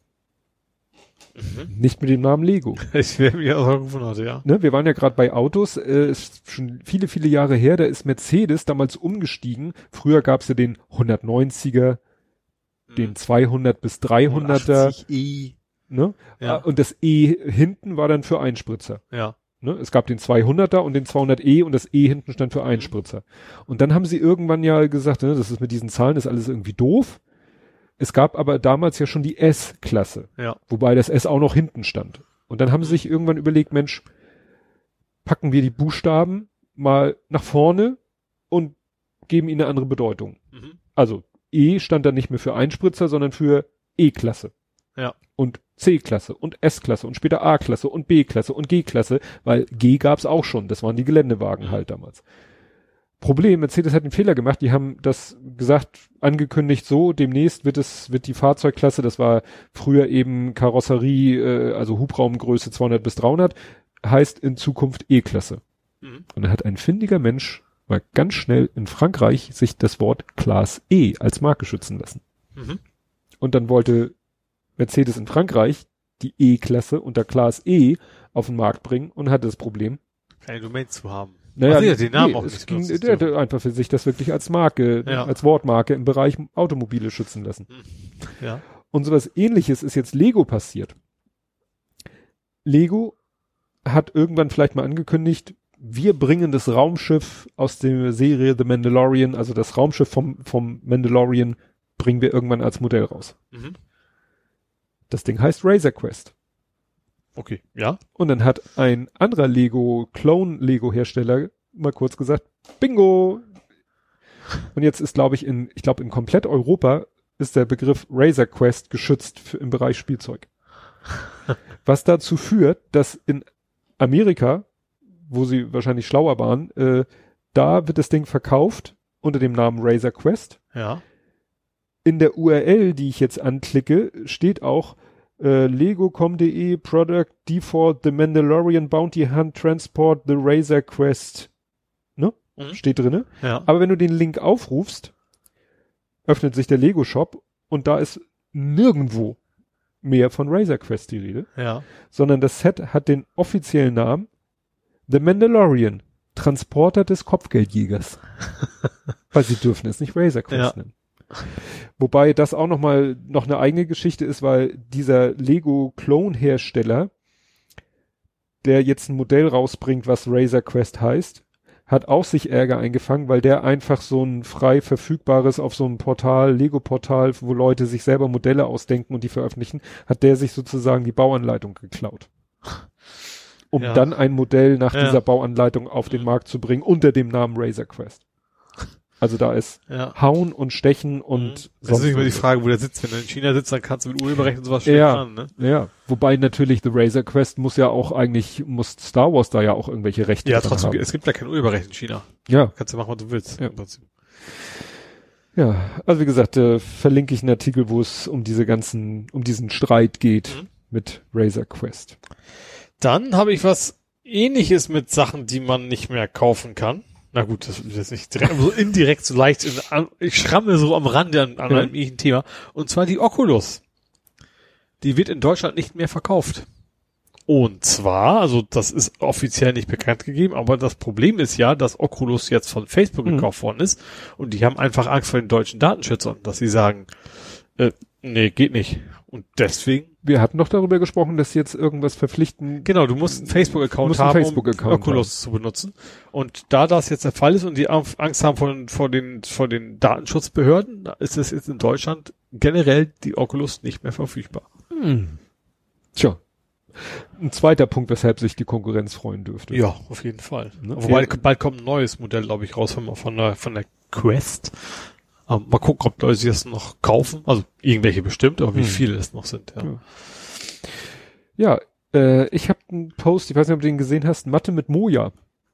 Nicht mit dem Namen Lego. Ich wäre mir auch gewundert, ja. Ne, wir waren ja gerade bei Autos, ist schon viele, viele Jahre her, da ist Mercedes damals umgestiegen. Früher gab's ja den 190er, den 200 bis 300er. 80e. Ne? Ja. Und das E hinten war dann für Einspritzer. Ja. Ne? Es gab den 200er und den 200e und das E hinten stand für Einspritzer. Und dann haben sie irgendwann ja gesagt, ne, das ist mit diesen Zahlen, ist alles irgendwie doof. Es gab aber damals ja schon die S-Klasse, wobei das S auch noch hinten stand. Und dann haben sie sich irgendwann überlegt, Mensch, packen wir die Buchstaben mal nach vorne und geben ihnen eine andere Bedeutung. Also E stand dann nicht mehr für Einspritzer, sondern für E-Klasse. Ja. Und C-Klasse und S-Klasse und später A-Klasse und B-Klasse und G-Klasse, weil G gab's auch schon. Das waren die Geländewagen halt damals. Problem, Mercedes hat einen Fehler gemacht, die haben das angekündigt so, demnächst wird die Fahrzeugklasse, das war früher eben Karosserie, also Hubraumgröße 200 bis 300, heißt in Zukunft E-Klasse. Und dann hat ein findiger Mensch mal ganz schnell in Frankreich sich das Wort Class E als Marke schützen lassen. Und dann wollte Mercedes in Frankreich die E-Klasse unter Class E auf den Markt bringen und hatte das Problem, keine Domain zu haben. Naja, den Namen auch nicht benutzen. Der hatte einfach für sich das wirklich als Marke, als Wortmarke im Bereich Automobile schützen lassen. Ja. Und sowas Ähnliches ist jetzt Lego passiert. Lego hat irgendwann vielleicht mal angekündigt, wir bringen das Raumschiff aus der Serie The Mandalorian, also das Raumschiff vom Mandalorian, bringen wir irgendwann als Modell raus. Das Ding heißt Razor Quest. Okay, ja. Und dann hat ein anderer Clone-Lego-Hersteller mal kurz gesagt, Bingo! Und jetzt ist, glaube ich, in komplett Europa ist der Begriff Razor Quest geschützt im Bereich Spielzeug. Was dazu führt, dass in Amerika, wo sie wahrscheinlich schlauer waren, da wird das Ding verkauft unter dem Namen Razor Quest. Ja. In der URL, die ich jetzt anklicke, steht auch Lego.com.de Product Default The Mandalorian Bounty Hunt Transport The Razor Quest. Ne? Steht drinne. Ja. Aber wenn du den Link aufrufst, öffnet sich der Lego Shop und da ist nirgendwo mehr von Razor Quest die Rede. Ja. Sondern das Set hat den offiziellen Namen The Mandalorian, Transporter des Kopfgeldjägers. Weil sie dürfen es nicht Razor Quest nennen. Wobei das auch noch eine eigene Geschichte ist, weil dieser Lego-Clone-Hersteller, der jetzt ein Modell rausbringt, was Razor Quest heißt, hat auch sich Ärger eingefangen, weil der einfach so ein frei verfügbares auf so einem Portal, Lego-Portal, wo Leute sich selber Modelle ausdenken und die veröffentlichen, hat der sich sozusagen die Bauanleitung geklaut. Um dann ein Modell nach dieser Bauanleitung auf den Markt zu bringen, unter dem Namen Razor Quest. Also da ist Hauen und Stechen und das ist immer die Frage, wo der sitzt. Wenn er in China sitzt, dann kannst du mit Urheberrecht und sowas schön ran, ne? Ja, wobei natürlich The Razor Quest muss Star Wars da ja auch irgendwelche Rechte haben. Ja, trotzdem, es gibt ja kein Urheberrecht in China. Ja. Kannst du machen, was du willst. Ja. Ja, also wie gesagt, verlinke ich einen Artikel, wo es um diesen Streit geht mit Razor Quest. Dann habe ich was Ähnliches mit Sachen, die man nicht mehr kaufen kann. Na gut, das ist jetzt nicht direkt, aber so indirekt, so leicht. Ich schramme so am Rande an einem ähnlichen Thema. Und zwar die Oculus. Die wird in Deutschland nicht mehr verkauft. Und zwar, also das ist offiziell nicht bekannt gegeben, aber das Problem ist ja, dass Oculus jetzt von Facebook gekauft worden ist. Und die haben einfach Angst vor den deutschen Datenschützern, dass sie sagen, nee, geht nicht. Und deswegen. Wir hatten doch darüber gesprochen, dass sie jetzt irgendwas verpflichten. Genau, du musst einen Facebook-Account haben, um Oculus zu benutzen. Und da das jetzt der Fall ist und die Angst haben vor den Datenschutzbehörden, ist es jetzt in Deutschland generell die Oculus nicht mehr verfügbar. Tja. Ein zweiter Punkt, weshalb sich die Konkurrenz freuen dürfte. Ja, auf jeden Fall. Ne? Wobei bald kommt ein neues Modell, glaube ich, raus von der Quest. Mal gucken, ob Leute sich das noch kaufen. Also irgendwelche bestimmt, aber wie viele es noch sind. Ja, ich habe einen Post, ich weiß nicht, ob du den gesehen hast, Mathe mit Moja.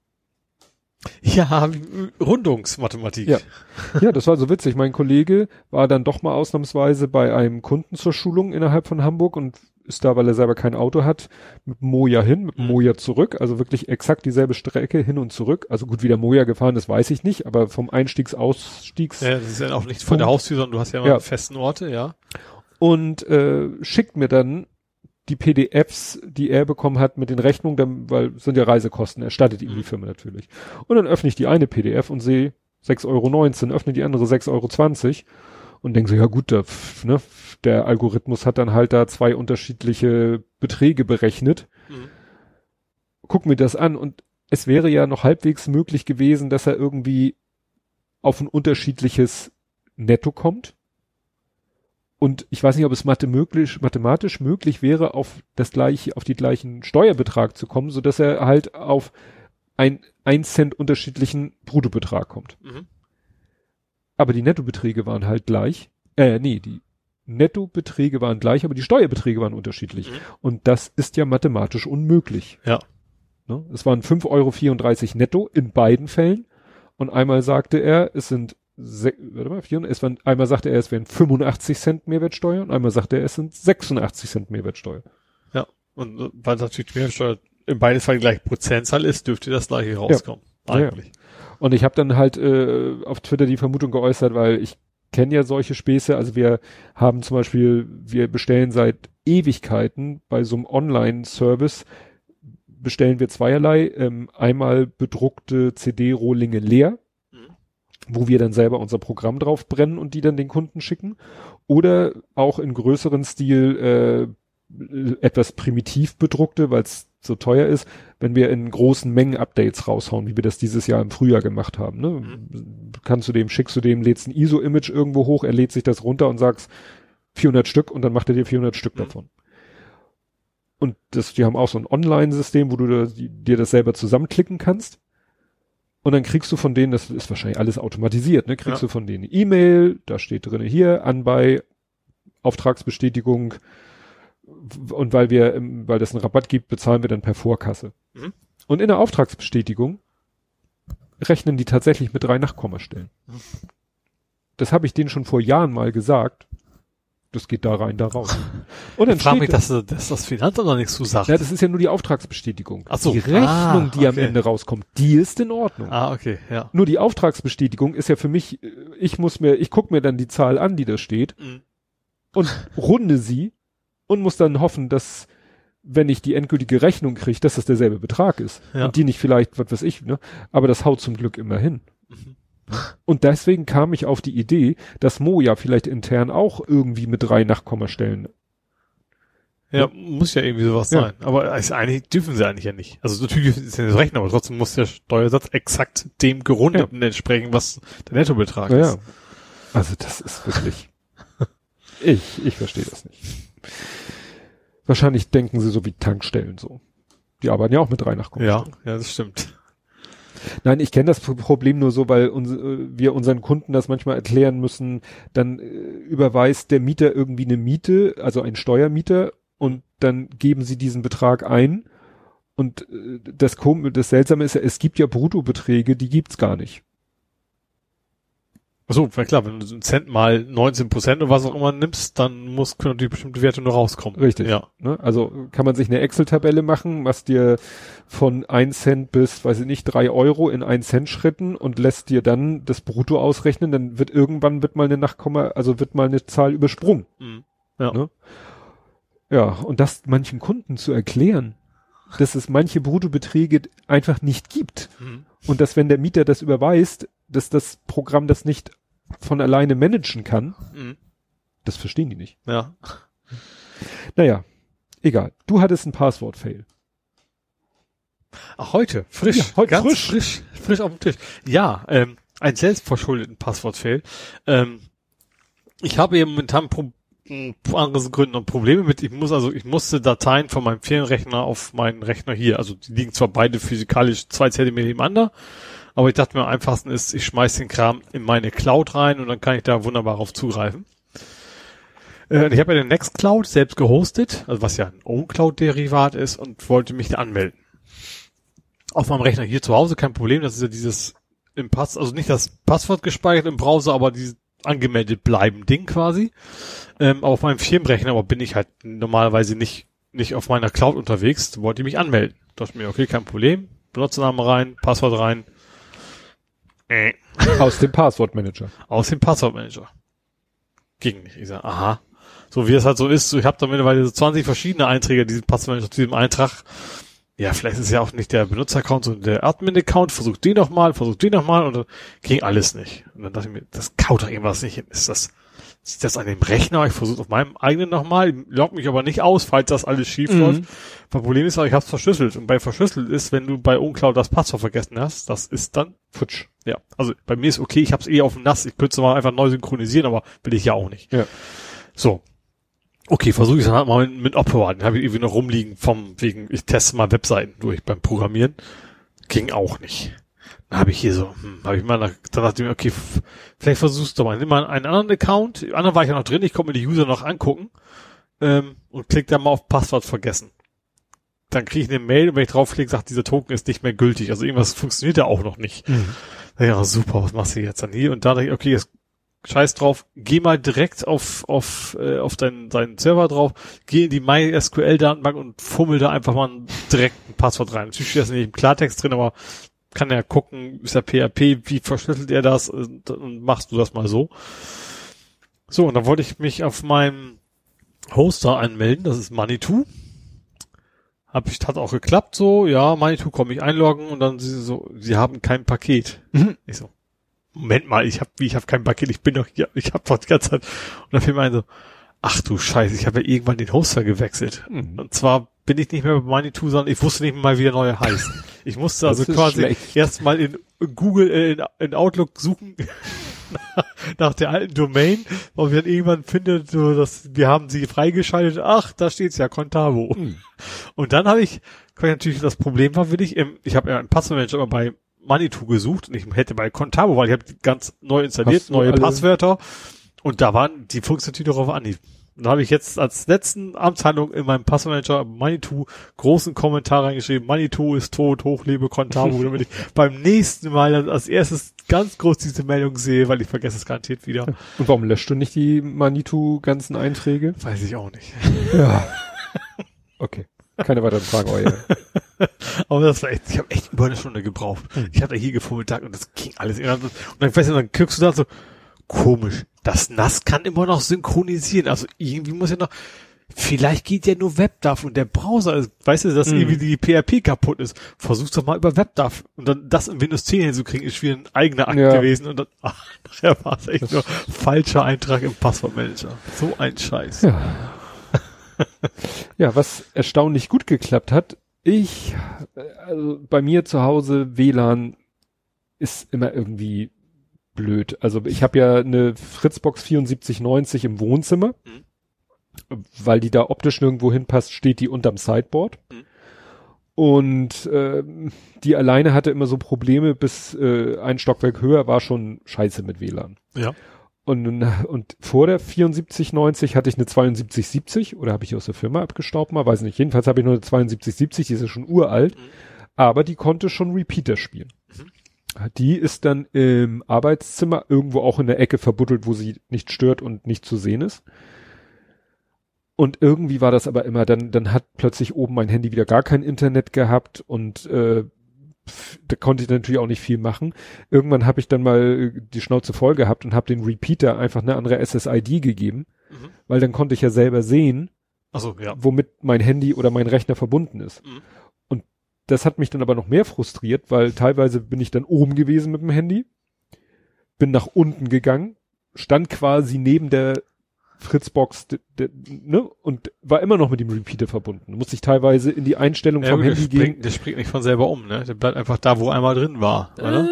Ja, Rundungsmathematik. Ja, das war so witzig. Mein Kollege war dann doch mal ausnahmsweise bei einem Kunden zur Schulung innerhalb von Hamburg und ist da, weil er selber kein Auto hat, mit Moja hin, mit Moja zurück. Also wirklich exakt dieselbe Strecke hin und zurück. Also gut, wie der Moja gefahren ist, weiß ich nicht, aber vom Ausstiegs. Ja, das ist ja auch nicht von der Haustür, sondern du hast ja immer festen Orte, ja. Und schickt mir dann die PDFs, die er bekommen hat mit den Rechnungen, weil sind ja Reisekosten, erstattet ihm die Firma natürlich. Und dann öffne ich die eine PDF und sehe 6,19 €, öffne die andere 6,20 € und denke so, ja gut, der Algorithmus hat dann halt da zwei unterschiedliche Beträge berechnet. Guck mir das an und es wäre ja noch halbwegs möglich gewesen, dass er irgendwie auf ein unterschiedliches Netto kommt. Und ich weiß nicht, ob es mathematisch möglich wäre, auf die gleichen Steuerbetrag zu kommen, so dass er halt auf ein 1 Cent unterschiedlichen Bruttobetrag kommt. Aber die Nettobeträge waren halt gleich. Die Nettobeträge waren gleich, aber die Steuerbeträge waren unterschiedlich. Und das ist ja mathematisch unmöglich. Ja. Ne? Es waren 5,34 € netto in beiden Fällen. Und einmal sagte er, einmal sagte er, es wären 85 Cent Mehrwertsteuer und einmal sagte er, es sind 86 Cent Mehrwertsteuer. Ja, und weil natürlich die Mehrwertsteuer in beiden Fällen die gleiche Prozentzahl ist, dürfte das gleiche rauskommen. Ja. Eigentlich. Ja. Und ich habe dann halt auf Twitter die Vermutung geäußert, weil ich kenne ja solche Späße. Also wir haben zum Beispiel, wir bestellen seit Ewigkeiten bei so einem Online-Service, bestellen wir zweierlei. Einmal bedruckte CD-Rohlinge leer, wo wir dann selber unser Programm drauf brennen und die dann den Kunden schicken. Oder auch in größeren Stil etwas primitiv bedruckte, weil es so teuer ist, wenn wir in großen Mengen Updates raushauen, wie wir das dieses Jahr im Frühjahr gemacht haben. Ne? Schickst du dem, lädst ein ISO-Image irgendwo hoch, er lädt sich das runter und sagst 400 Stück und dann macht er dir 400 Stück davon. Und die haben auch so ein Online-System, wo du dir das selber zusammenklicken kannst. Und dann kriegst du von denen, das ist wahrscheinlich alles automatisiert, ne? Kriegst du von denen eine E-Mail, da steht drin hier, anbei, Auftragsbestätigung, und weil das einen Rabatt gibt, bezahlen wir dann per Vorkasse. Und in der Auftragsbestätigung rechnen die tatsächlich mit 3 Nachkommastellen. Das habe ich denen schon vor Jahren mal gesagt. Das geht da rein, da raus. Und dann frage mich, dass das Finanzamt noch nichts zu sagt. Ja, das ist ja nur die Auftragsbestätigung. Ach so. Die Rechnung, die am Ende rauskommt, die ist in Ordnung. Okay, ja. Nur die Auftragsbestätigung ist ja für mich, ich gucke mir dann die Zahl an, die da steht, und runde sie und muss dann hoffen, dass, wenn ich die endgültige Rechnung kriege, dass das derselbe Betrag ist. Ja. Und die nicht vielleicht, was weiß ich, ne? Aber das haut zum Glück immer hin. Und deswegen kam ich auf die Idee, dass Moja vielleicht intern auch irgendwie mit 3 Nachkommastellen. Ja, muss ja irgendwie sowas sein. Aber eigentlich dürfen sie eigentlich ja nicht. Also natürlich dürfen sie das rechnen, aber trotzdem muss der Steuersatz exakt dem Gerundeten entsprechen, was der Nettobetrag ist. Ja. Also das ist wirklich, ich verstehe das nicht. Wahrscheinlich denken sie so wie Tankstellen so. Die arbeiten ja auch mit 3 Nachkommastellen. Ja, das stimmt. Nein, ich kenne das Problem nur so, weil wir unseren Kunden das manchmal erklären müssen, dann überweist der Mieter irgendwie eine Miete, also ein Steuermieter, und dann geben sie diesen Betrag ein und das Seltsame ist ja, es gibt ja Bruttobeträge, die gibt's gar nicht. Achso, ja klar, wenn du so einen Cent mal 19% oder was auch immer nimmst, dann können die bestimmte Werte nur rauskommen. Richtig. Ja. Ne? Also kann man sich eine Excel-Tabelle machen, machst dir von 1 Cent bis, weiß ich nicht, 3 Euro in 1 Cent Schritten und lässt dir dann das Brutto ausrechnen, dann wird mal eine Zahl übersprungen. Mhm. Ja. Ne? Ja, und das manchen Kunden zu erklären, dass es manche Bruttobeträge einfach nicht gibt. Mhm. Und dass, wenn der Mieter das überweist, dass das Programm das nicht von alleine managen kann, das verstehen die nicht. Ja. Naja, egal. Du hattest einen Passwort-Fail. Ach, heute? Frisch. Ja, heute ganz frisch auf dem Tisch. Ja, einen selbstverschuldeten Passwort-Fail. Ich habe hier momentan anderen Gründen noch Probleme mit. Ich musste Dateien von meinem Ferienrechner auf meinen Rechner hier. Also die liegen zwar beide physikalisch 2 Zentimeter nebeneinander, aber ich dachte mir, am einfachsten ist, ich schmeiß den Kram in meine Cloud rein und dann kann ich da wunderbar drauf zugreifen. Ich habe ja den Nextcloud selbst gehostet, also was ja ein OwnCloud-Derivat ist, und wollte mich da anmelden. Auf meinem Rechner hier zu Hause kein Problem, das ist ja dieses also nicht das Passwort gespeichert im Browser, aber dieses angemeldet bleiben Ding quasi. Aber auf meinem Firmenrechner bin ich halt normalerweise nicht auf meiner Cloud unterwegs, wollte ich mich anmelden. Dachte mir, okay, kein Problem, Benutzername rein, Passwort rein. Aus dem Passwortmanager. Aus dem Passwortmanager. Ging nicht. Ich sage, aha. So wie es halt so ist, so, ich habe da mittlerweile so 20 verschiedene Einträge, diesen Passwortmanager zu diesem Eintrag. Ja, vielleicht ist es ja auch nicht der Benutzeraccount, sondern der Admin-Account. Versuch den nochmal und dann ging alles nicht. Und dann dachte ich mir, das kaut doch irgendwas nicht hin. Ist das an dem Rechner? Ich versuche auf meinem eigenen nochmal, log mich aber nicht aus, falls das alles schief läuft. Das Problem ist aber, ich habe es verschlüsselt. Und bei verschlüsselt ist, wenn du bei OwnCloud das Passwort vergessen hast, das ist dann futsch. Ja, also bei mir ist okay, ich habe es auf dem NAS, ich könnte es mal einfach neu synchronisieren, aber will ich ja auch nicht. Ja. So. Okay, versuche ich es dann halt mal mit Opera. Den habe ich irgendwie noch rumliegen ich teste mal Webseiten durch beim Programmieren. Ging auch nicht. Dann habe ich hier so, dann dachte ich mir, okay, vielleicht versuchst du mal, nimm mal einen anderen Account. Den anderen war ich ja noch drin, ich konnte mir die User noch angucken, und klick dann mal auf Passwort vergessen. Dann kriege ich eine Mail, und wenn ich draufklicke, sagt, dieser Token ist nicht mehr gültig. Also irgendwas funktioniert ja auch noch nicht. Ja, super, was machst du jetzt dann hier? Und da dachte ich, okay, jetzt scheiß drauf, geh mal direkt auf deinen Server drauf, geh in die MySQL-Datenbank und fummel da einfach mal direkt ein Passwort rein. Natürlich steht das nicht im Klartext drin, aber kann ja gucken, ist ja PHP, wie verschlüsselt er das, und machst du das mal so. So, und dann wollte ich mich auf meinem Hoster anmelden, das ist Manitou. Hat auch geklappt so, ja, Manitou, komm ich einloggen, und dann sie haben kein Paket. Ich so, Moment mal, ich hab kein Paket, ich bin doch hier, ich hab doch die ganze Zeit. Und dann fiel mir ein so, ach du Scheiße, ich habe ja irgendwann den Hoster gewechselt. Und zwar bin ich nicht mehr bei Manitou, sondern ich wusste nicht mal, wie der neue heißt. Ich musste also quasi erstmal in Google, in Outlook suchen nach der alten Domain, und wir dann irgendwann findet, so, dass wir haben sie freigeschaltet, ach, da steht's ja, Contavo. Und dann habe ich natürlich das Problem war, ich habe ja einen Passwortmanager immer bei Manitou gesucht, und ich hätte bei Contavo, weil ich habe ganz neu installiert, neue Passwörter, und da waren die funktioniert darauf an. Und da habe ich jetzt als letzten Amtshandlung in meinem Passwortmanager Manitou großen Kommentar reingeschrieben, Manitou ist tot, hochlebe Contavo, damit ich beim nächsten Mal dann als erstes ganz groß diese Meldung sehe, weil ich vergesse es garantiert wieder. Und warum löscht du nicht die Manitou ganzen Einträge? Weiß ich auch nicht. Ja. Okay. Keine weiteren Fragen, Aber das war echt, ich habe echt über eine Stunde gebraucht. Ich habe da hier gefummelt und das ging alles. Und dann, weißt du, dann guckst du da so, komisch, das NAS kann immer noch synchronisieren. Also irgendwie muss ja noch, vielleicht geht ja nur WebDAV und der Browser ist, weißt du, dass irgendwie die PHP kaputt ist. Versuch's doch mal über WebDAV. Und dann das in Windows 10 hinzukriegen, ist wieder ein eigener Akt gewesen. Und dann, nachher war es echt nur falscher Eintrag im Passwortmanager. So ein Scheiß. Ja. Ja, was erstaunlich gut geklappt hat, also bei mir zu Hause WLAN ist immer irgendwie blöd. Also ich habe ja eine Fritzbox 7490 im Wohnzimmer, weil die da optisch nirgendwo hinpasst, steht die unterm Sideboard. Und die alleine hatte immer so Probleme, bis ein Stockwerk höher war schon scheiße mit WLAN. Ja. Und vor der 7490 hatte ich eine 7270 oder habe ich aus der Firma abgestaubt mal, weiß nicht. Jedenfalls habe ich nur eine 7270, die ist ja schon uralt, aber die konnte schon Repeater spielen. Die ist dann im Arbeitszimmer irgendwo auch in der Ecke verbuddelt, wo sie nicht stört und nicht zu sehen ist. Und irgendwie war das aber immer, dann hat plötzlich oben mein Handy wieder gar kein Internet gehabt und da konnte ich natürlich auch nicht viel machen. Irgendwann habe ich dann mal die Schnauze voll gehabt und habe den Repeater einfach eine andere SSID gegeben, weil dann konnte ich ja selber sehen, womit mein Handy oder mein Rechner verbunden ist. Und das hat mich dann aber noch mehr frustriert, weil teilweise bin ich dann oben gewesen mit dem Handy, bin nach unten gegangen, stand quasi neben der Fritzbox, ne, und war immer noch mit dem Repeater verbunden. Musste ich teilweise in die Einstellung vom Handy gehen. Der springt nicht von selber um, ne? Der bleibt einfach da, wo einmal drin war, oder?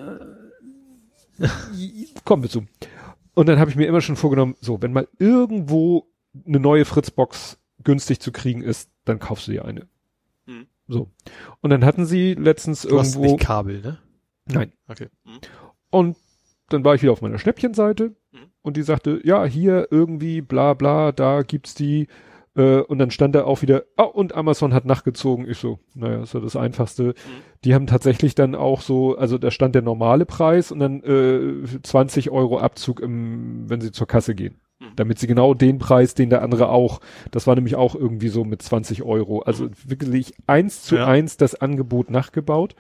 Kommen wir zu. Und dann habe ich mir immer schon vorgenommen, so, wenn mal irgendwo eine neue Fritzbox günstig zu kriegen ist, dann kaufst du dir eine. So. Und dann hatten sie letztens Du hast irgendwo... nicht Kabel, ne? Nein. Okay. Und dann war ich wieder auf meiner Schnäppchenseite und die sagte, ja, hier irgendwie bla bla, da gibt's die. Und dann stand da auch wieder, und Amazon hat nachgezogen. Ich so, naja, ist ja das Einfachste. Die haben tatsächlich dann auch so, also da stand der normale Preis und dann 20 Euro Abzug, wenn sie zur Kasse gehen. Damit sie genau den Preis, den der andere auch, das war nämlich auch irgendwie so mit 20 Euro. Also wirklich 1:1 das Angebot nachgebaut.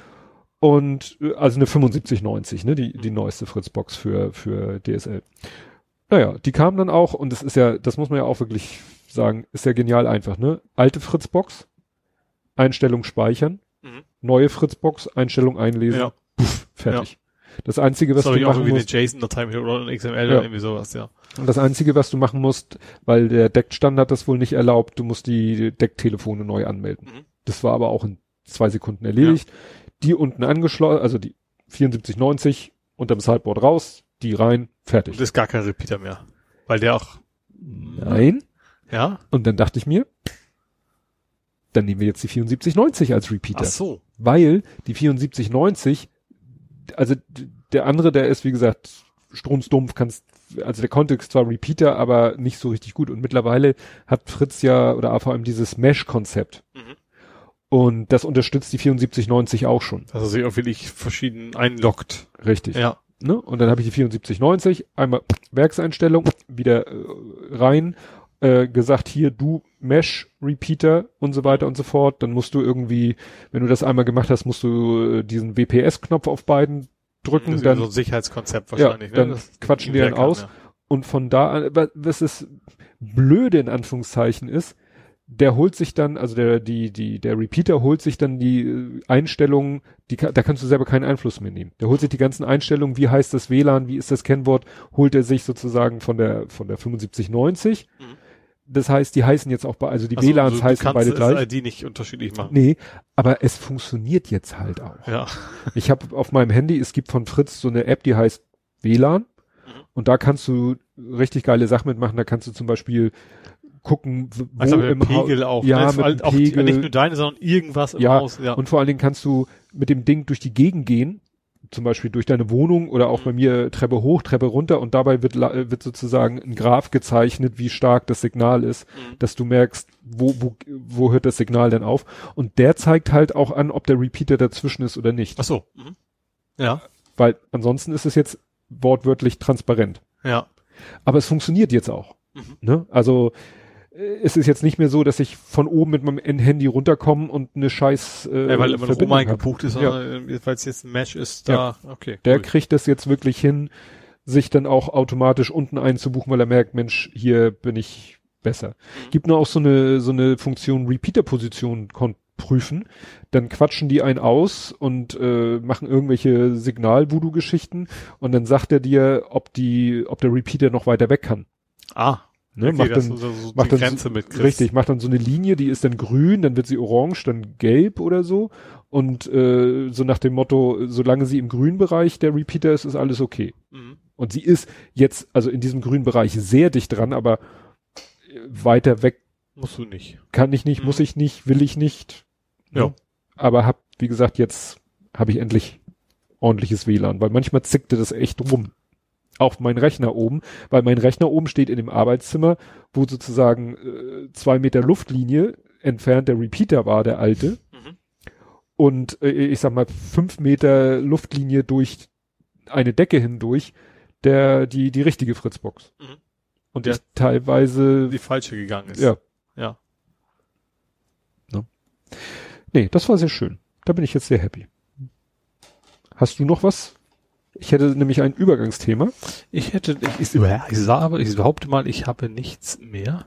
Und also eine 7590, ne, die neueste Fritzbox für DSL. Naja, die kam dann auch und es ist ja, das muss man ja auch wirklich sagen, ist ja genial einfach, ne? Alte Fritzbox, Einstellung speichern, neue Fritzbox, Einstellung einlesen, puff, fertig. Ja. Das Einzige, was du machen musst, eine JSON-Datei oder eine XML oder irgendwie sowas, ja. Und das Einzige, was du machen musst, weil der DECT-Standard das wohl nicht erlaubt, du musst die DECT-Telefone neu anmelden. Das war aber auch in 2 Sekunden erledigt. Ja. Die unten angeschlossen, also die 7490 unterm Sideboard raus, die rein, fertig. Und ist gar kein Repeater mehr. Weil der auch... Nein. Ja. Und dann dachte ich mir, dann nehmen wir jetzt die 7490 als Repeater. Ach so. Weil die 7490, also der andere, der ist wie gesagt strunzdumpf, also der konnte zwar Repeater, aber nicht so richtig gut. Und mittlerweile hat Fritz ja, oder AVM dieses Mesh-Konzept. Und das unterstützt die 7490 auch schon. Also sie auch wirklich verschieden einloggt. Richtig. Ja. Ne? Und dann habe ich die 7490, einmal Werkseinstellung, wieder rein, gesagt, hier du Mesh Repeater und so weiter und so fort. Dann musst du irgendwie, wenn du das einmal gemacht hast, musst du diesen WPS-Knopf auf beiden drücken. Das ist dann so ein Sicherheitskonzept wahrscheinlich. Ja, dann quatschen die dann aus. Ja. Und von da an, was das Blöde in Anführungszeichen ist, der holt sich dann, also der Repeater holt sich dann die Einstellungen, da kannst du selber keinen Einfluss mehr nehmen. Der holt sich die ganzen Einstellungen, wie heißt das WLAN, wie ist das Kennwort, holt er sich sozusagen von der 7590. Das heißt, die heißen jetzt auch also die WLANs heißen beide gleich. Du kannst die nicht unterschiedlich machen. Nee, aber es funktioniert jetzt halt auch. Ja. Ich habe auf meinem Handy, es gibt von Fritz so eine App, die heißt WLAN. Und da kannst du richtig geile Sachen mitmachen. Da kannst du zum Beispiel gucken, wo also im Pegel auch, ja, ne? mit Halt auch Pegel. Nicht nur deine, sondern irgendwas im Haus. Ja. Und vor allen Dingen kannst du mit dem Ding durch die Gegend gehen, zum Beispiel durch deine Wohnung oder auch bei mir Treppe hoch, Treppe runter und dabei wird sozusagen ein Graph gezeichnet, wie stark das Signal ist, dass du merkst, wo hört das Signal denn auf? Und der zeigt halt auch an, ob der Repeater dazwischen ist oder nicht. Ach so. Ja. Weil ansonsten ist es jetzt wortwörtlich transparent. Ja. Aber es funktioniert jetzt auch. Ne? Also es ist jetzt nicht mehr so, dass ich von oben mit meinem Handy runterkomme und eine scheiß weil immer noch Oma gebucht ist, ja. weil es jetzt ein Match ist, da, okay. Der cool. Kriegt das jetzt wirklich hin, sich dann auch automatisch unten einzubuchen, weil er merkt, Mensch, hier bin ich besser. Gibt nur auch so eine Funktion Repeater-Position prüfen, dann quatschen die einen aus und machen irgendwelche Signal-Voodoo-Geschichten und dann sagt er dir, ob der Repeater noch weiter weg kann. Ah. Ne, okay, macht dann richtig, macht dann so eine Linie, die ist dann grün, dann wird sie orange, dann gelb oder so und so nach dem Motto, solange sie im grünen Bereich der Repeater ist alles okay. Und sie ist jetzt, also in diesem grünen Bereich sehr dicht dran, aber weiter weg musst du nicht. Kann ich nicht, muss ich nicht, will ich nicht. Ja. Aber wie gesagt, jetzt habe ich endlich ordentliches WLAN, weil manchmal zickte das echt rum. Auf meinen Rechner oben, weil mein Rechner oben steht in dem Arbeitszimmer, wo sozusagen 2 Meter Luftlinie entfernt der Repeater war, der alte. Mhm. Und ich sag mal 5 Meter Luftlinie durch eine Decke hindurch, die richtige Fritzbox. Mhm. Und der teilweise die falsche gegangen ist. Ja. Ja. No. Nee, das war sehr schön. Da bin ich jetzt sehr happy. Hast du noch was? Ich hätte nämlich ein Übergangsthema. Ich behaupte mal, ich habe nichts mehr.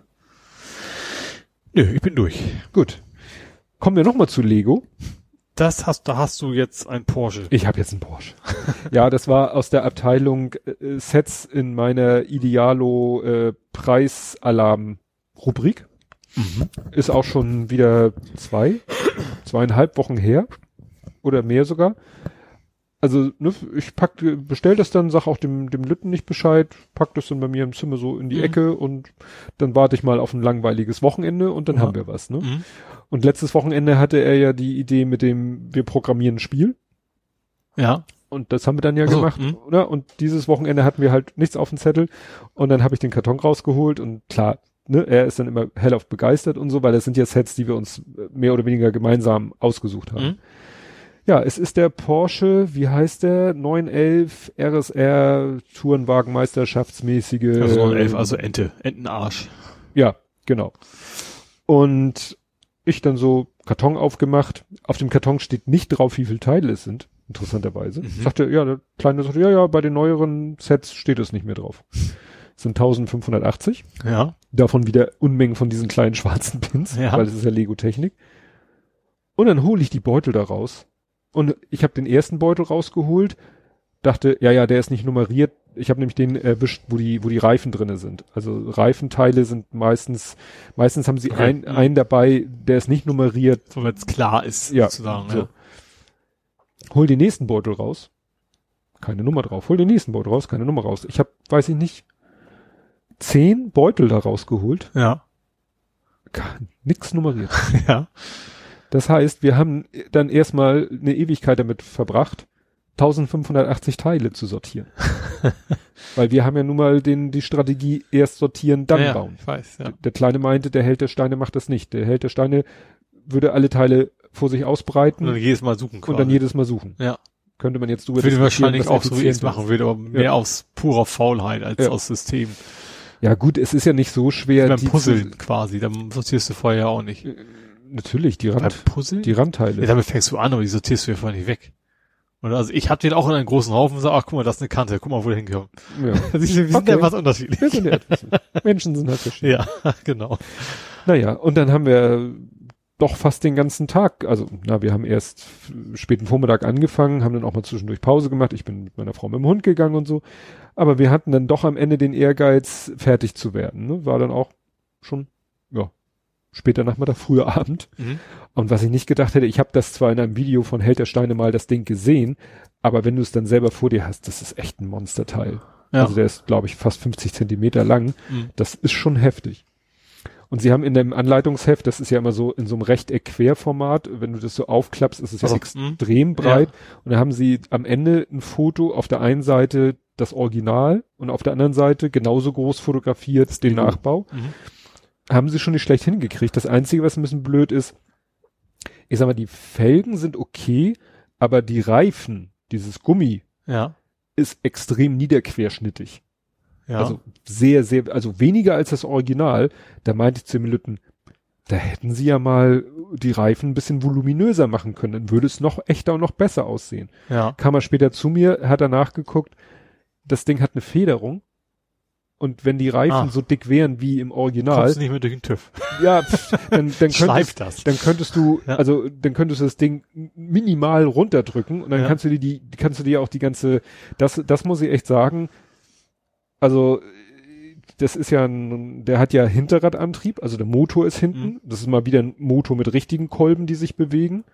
Nö, ich bin durch. Gut. Kommen wir nochmal zu Lego. Da hast du jetzt ein Porsche. Ich habe jetzt einen Porsche. Ja, das war aus der Abteilung Sets in meiner Idealo Preisalarm-Rubrik. Mhm. Ist auch schon wieder 2,5 Wochen her. Oder mehr sogar. Also, ne, ich bestell das dann, sag auch dem Lütten nicht Bescheid, pack das dann bei mir im Zimmer so in die Ecke und dann warte ich mal auf ein langweiliges Wochenende und dann haben wir was, ne? Mhm. Und letztes Wochenende hatte er ja die Idee mit dem, wir programmieren ein Spiel. Ja. Und das haben wir dann ja gemacht, oder? Und dieses Wochenende hatten wir halt nichts auf dem Zettel und dann habe ich den Karton rausgeholt und klar, ne, er ist dann immer hellauf begeistert und so, weil das sind ja Sets, die wir uns mehr oder weniger gemeinsam ausgesucht haben. Mhm. Ja, es ist der Porsche, wie heißt der? 911 RSR Tourenwagen-Meisterschaftsmäßige. Also 911, also Entenarsch. Ja, genau. Und ich dann so Karton aufgemacht. Auf dem Karton steht nicht drauf, wie viele Teile es sind, interessanterweise. Sagte, ja, der Kleine sagte, ja, bei den neueren Sets steht es nicht mehr drauf. Es sind 1580. Ja. Davon wieder Unmengen von diesen kleinen schwarzen Pins, weil es ist ja Lego-Technik. Und dann hole ich die Beutel da raus. Und ich habe den ersten Beutel rausgeholt, dachte, ja, der ist nicht nummeriert. Ich habe nämlich den erwischt, wo die Reifen drinne sind. Also Reifenteile sind meistens haben sie einen dabei, der ist nicht nummeriert. So, wenn es klar ist, ja, sozusagen. So. Ja. Hol den nächsten Beutel raus. Keine Nummer drauf. Hol den nächsten Beutel raus, keine Nummer raus. Ich habe, 10 Beutel da rausgeholt. Ja. Nix nummeriert. Ja. Das heißt, wir haben dann erstmal eine Ewigkeit damit verbracht, 1580 Teile zu sortieren. Weil wir haben ja nun mal die Strategie, erst sortieren, dann bauen. Ich weiß, ja. Der Kleine meinte, der Held der Steine macht das nicht. Der Held der Steine würde alle Teile vor sich ausbreiten. Und dann jedes Mal suchen quasi. Und dann jedes Mal suchen. Ja. Könnte man jetzt würde wahrscheinlich auch so, wie ich es machen ist. würde, aber mehr aus purer Faulheit als aus System. Ja gut, es ist ja nicht so schwer. Beim Puzzeln quasi, dann sortierst du vorher auch nicht. Natürlich, die Randteile. Ja, damit fängst du an, aber die sortierst du ja vorher nicht weg. Und also ich hab den auch in einen großen Haufen und sag, ach guck mal, das ist eine Kante, guck mal, wo der hinkommt. Ja. Wir sind ja was unterschiedlich. Wir sind ja Menschen sind halt verschieden. Ja, genau. Naja, und dann haben wir doch fast den ganzen Tag, also wir haben erst späten Vormittag angefangen, haben dann auch mal zwischendurch Pause gemacht, ich bin mit meiner Frau mit dem Hund gegangen und so, aber wir hatten dann doch am Ende den Ehrgeiz, fertig zu werden, ne? War dann auch schon, später Nachmittag, früher Abend. Mhm. Und was ich nicht gedacht hätte, ich habe das zwar in einem Video von Held der Steine mal das Ding gesehen, aber wenn du es dann selber vor dir hast, das ist echt ein Monsterteil. Ja. Also der ist, glaube ich, fast 50 Zentimeter lang. Mhm. Das ist schon heftig. Und sie haben in dem Anleitungsheft, das ist ja immer so in so einem Rechteck-Querformat, wenn du das so aufklappst, ist es ja extrem breit. Ja. Und da haben sie am Ende ein Foto, auf der einen Seite das Original und auf der anderen Seite genauso groß fotografiert den Nachbau. Mhm. Haben sie schon nicht schlecht hingekriegt. Das Einzige, was ein bisschen blöd ist, ich sag mal, die Felgen sind okay, aber die Reifen, dieses Gummi, ist extrem niederquerschnittig. Ja. Also sehr, sehr, also weniger als das Original. Da meinte ich zu dem Lütten, da hätten sie ja mal die Reifen ein bisschen voluminöser machen können, dann würde es noch echter und noch besser aussehen. Ja. Kam er später zu mir, hat er nachgeguckt, das Ding hat eine Federung. Und wenn die Reifen so dick wären wie im Original. Kommst du nicht mehr durch den TÜV. Ja, dann könntest du das Ding minimal runterdrücken und dann kannst du dir auch die ganze, das muss ich echt sagen, also, das ist ja der hat ja Hinterradantrieb, also der Motor ist hinten, das ist mal wieder ein Motor mit richtigen Kolben, die sich bewegen,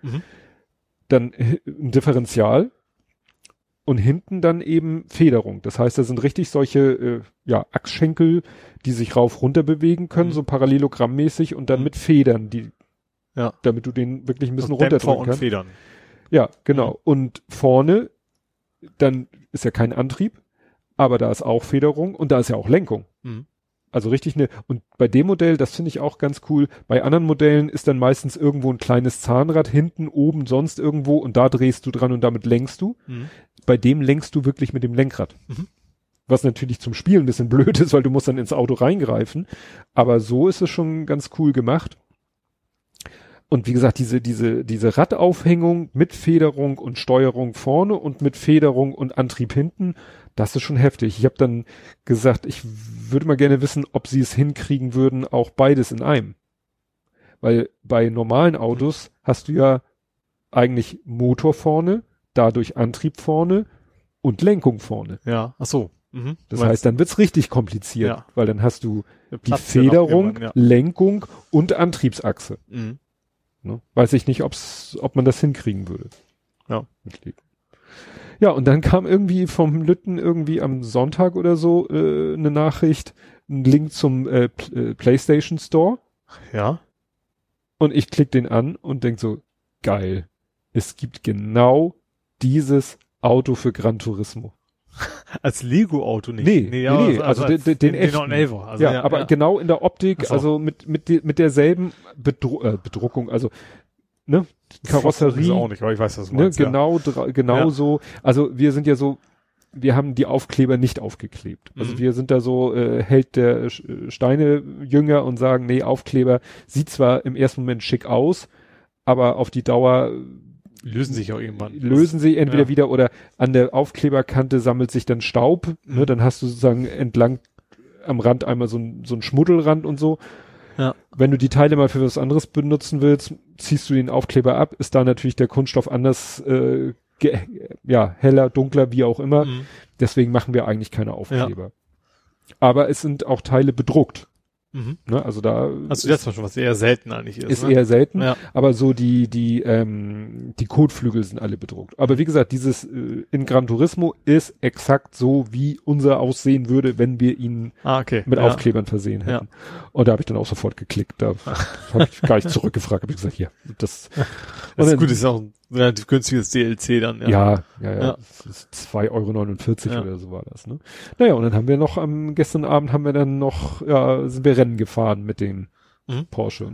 dann ein Differential, und hinten dann eben Federung. Das heißt, da sind richtig solche Achsschenkel, die sich rauf runter bewegen können, so parallelogrammmäßig und dann mit Federn, die Ja. Damit du den wirklich ein bisschen und Dämpfer runterdrücken und kannst. Federn. Ja, genau. Und vorne, dann ist ja kein Antrieb, aber da ist auch Federung und da ist ja auch Lenkung. Mhm. Also richtig und bei dem Modell, das finde ich auch ganz cool, bei anderen Modellen ist dann meistens irgendwo ein kleines Zahnrad hinten, oben, sonst irgendwo und da drehst du dran und damit lenkst du. Mhm. Bei dem lenkst du wirklich mit dem Lenkrad. Mhm. Was natürlich zum Spielen ein bisschen blöd ist, weil du musst dann ins Auto reingreifen. Aber so ist es schon ganz cool gemacht. Und wie gesagt, diese Radaufhängung mit Federung und Steuerung vorne und mit Federung und Antrieb hinten, das ist schon heftig. Ich habe dann gesagt, ich würde mal gerne wissen, ob sie es hinkriegen würden, auch beides in einem. Weil bei normalen Autos hast du ja eigentlich Motor vorne, dadurch Antrieb vorne und Lenkung vorne. Ja, ach so. Mhm. Das heißt, dann wird's richtig kompliziert, Ja. weil dann hast du die Platz ja noch Federung, irgendwann, ja. Lenkung und Antriebsachse. Mhm. Ne? Weiß ich nicht, ob man das hinkriegen würde. Ja. Ja, und dann kam irgendwie vom Lütten irgendwie am Sonntag oder so eine Nachricht, ein Link zum PlayStation Store. Ja. Und ich klicke den an und denk so, geil. Es gibt genau dieses Auto für Gran Turismo. Als Lego-Auto nicht. Nee, also den echten. 911er. Also, ja, aber genau in der Optik, so. also mit derselben Bedruckung, also ne, Karosserie. Ist auch nicht, aber ich weiß, was du Ne, meinst, genau Ja. so. Also wir sind ja so, wir haben die Aufkleber nicht aufgeklebt. Also wir sind da so Held der Steine Jünger und sagen, nee, Aufkleber sieht zwar im ersten Moment schick aus, aber auf die Dauer lösen sich auch irgendwann. lösen sie entweder wieder oder an der Aufkleberkante sammelt sich dann Staub, ne, dann hast du sozusagen entlang am Rand einmal so ein Schmuddelrand und so. Ja. Wenn du die Teile mal für was anderes benutzen willst, ziehst du den Aufkleber ab, ist da natürlich der Kunststoff anders, heller, dunkler, wie auch immer. Mhm. Deswegen machen wir eigentlich keine Aufkleber. Aber es sind auch Teile bedruckt. Mhm. Ne? Also da Hast du jetzt mal schon, was eher selten eigentlich ist. ist Ne? eher selten, Ja. aber so die Kotflügel sind alle bedruckt. Aber wie gesagt, dieses in Gran Turismo ist exakt so, wie unser aussehen würde, wenn wir ihn Okay. mit ja. Aufklebern versehen hätten. Und da habe ich dann auch sofort geklickt. Da habe ich gar nicht zurückgefragt, habe ich gesagt, hier, das. Das ist dann, gut, ist auch ein relativ günstiges DLC dann. ja. Ja. Das ist 2,49 Ja. oder so war das, ne? Naja, und dann haben wir noch gestern Abend haben wir dann noch, sind wir Rennen gefahren mit dem Porsche.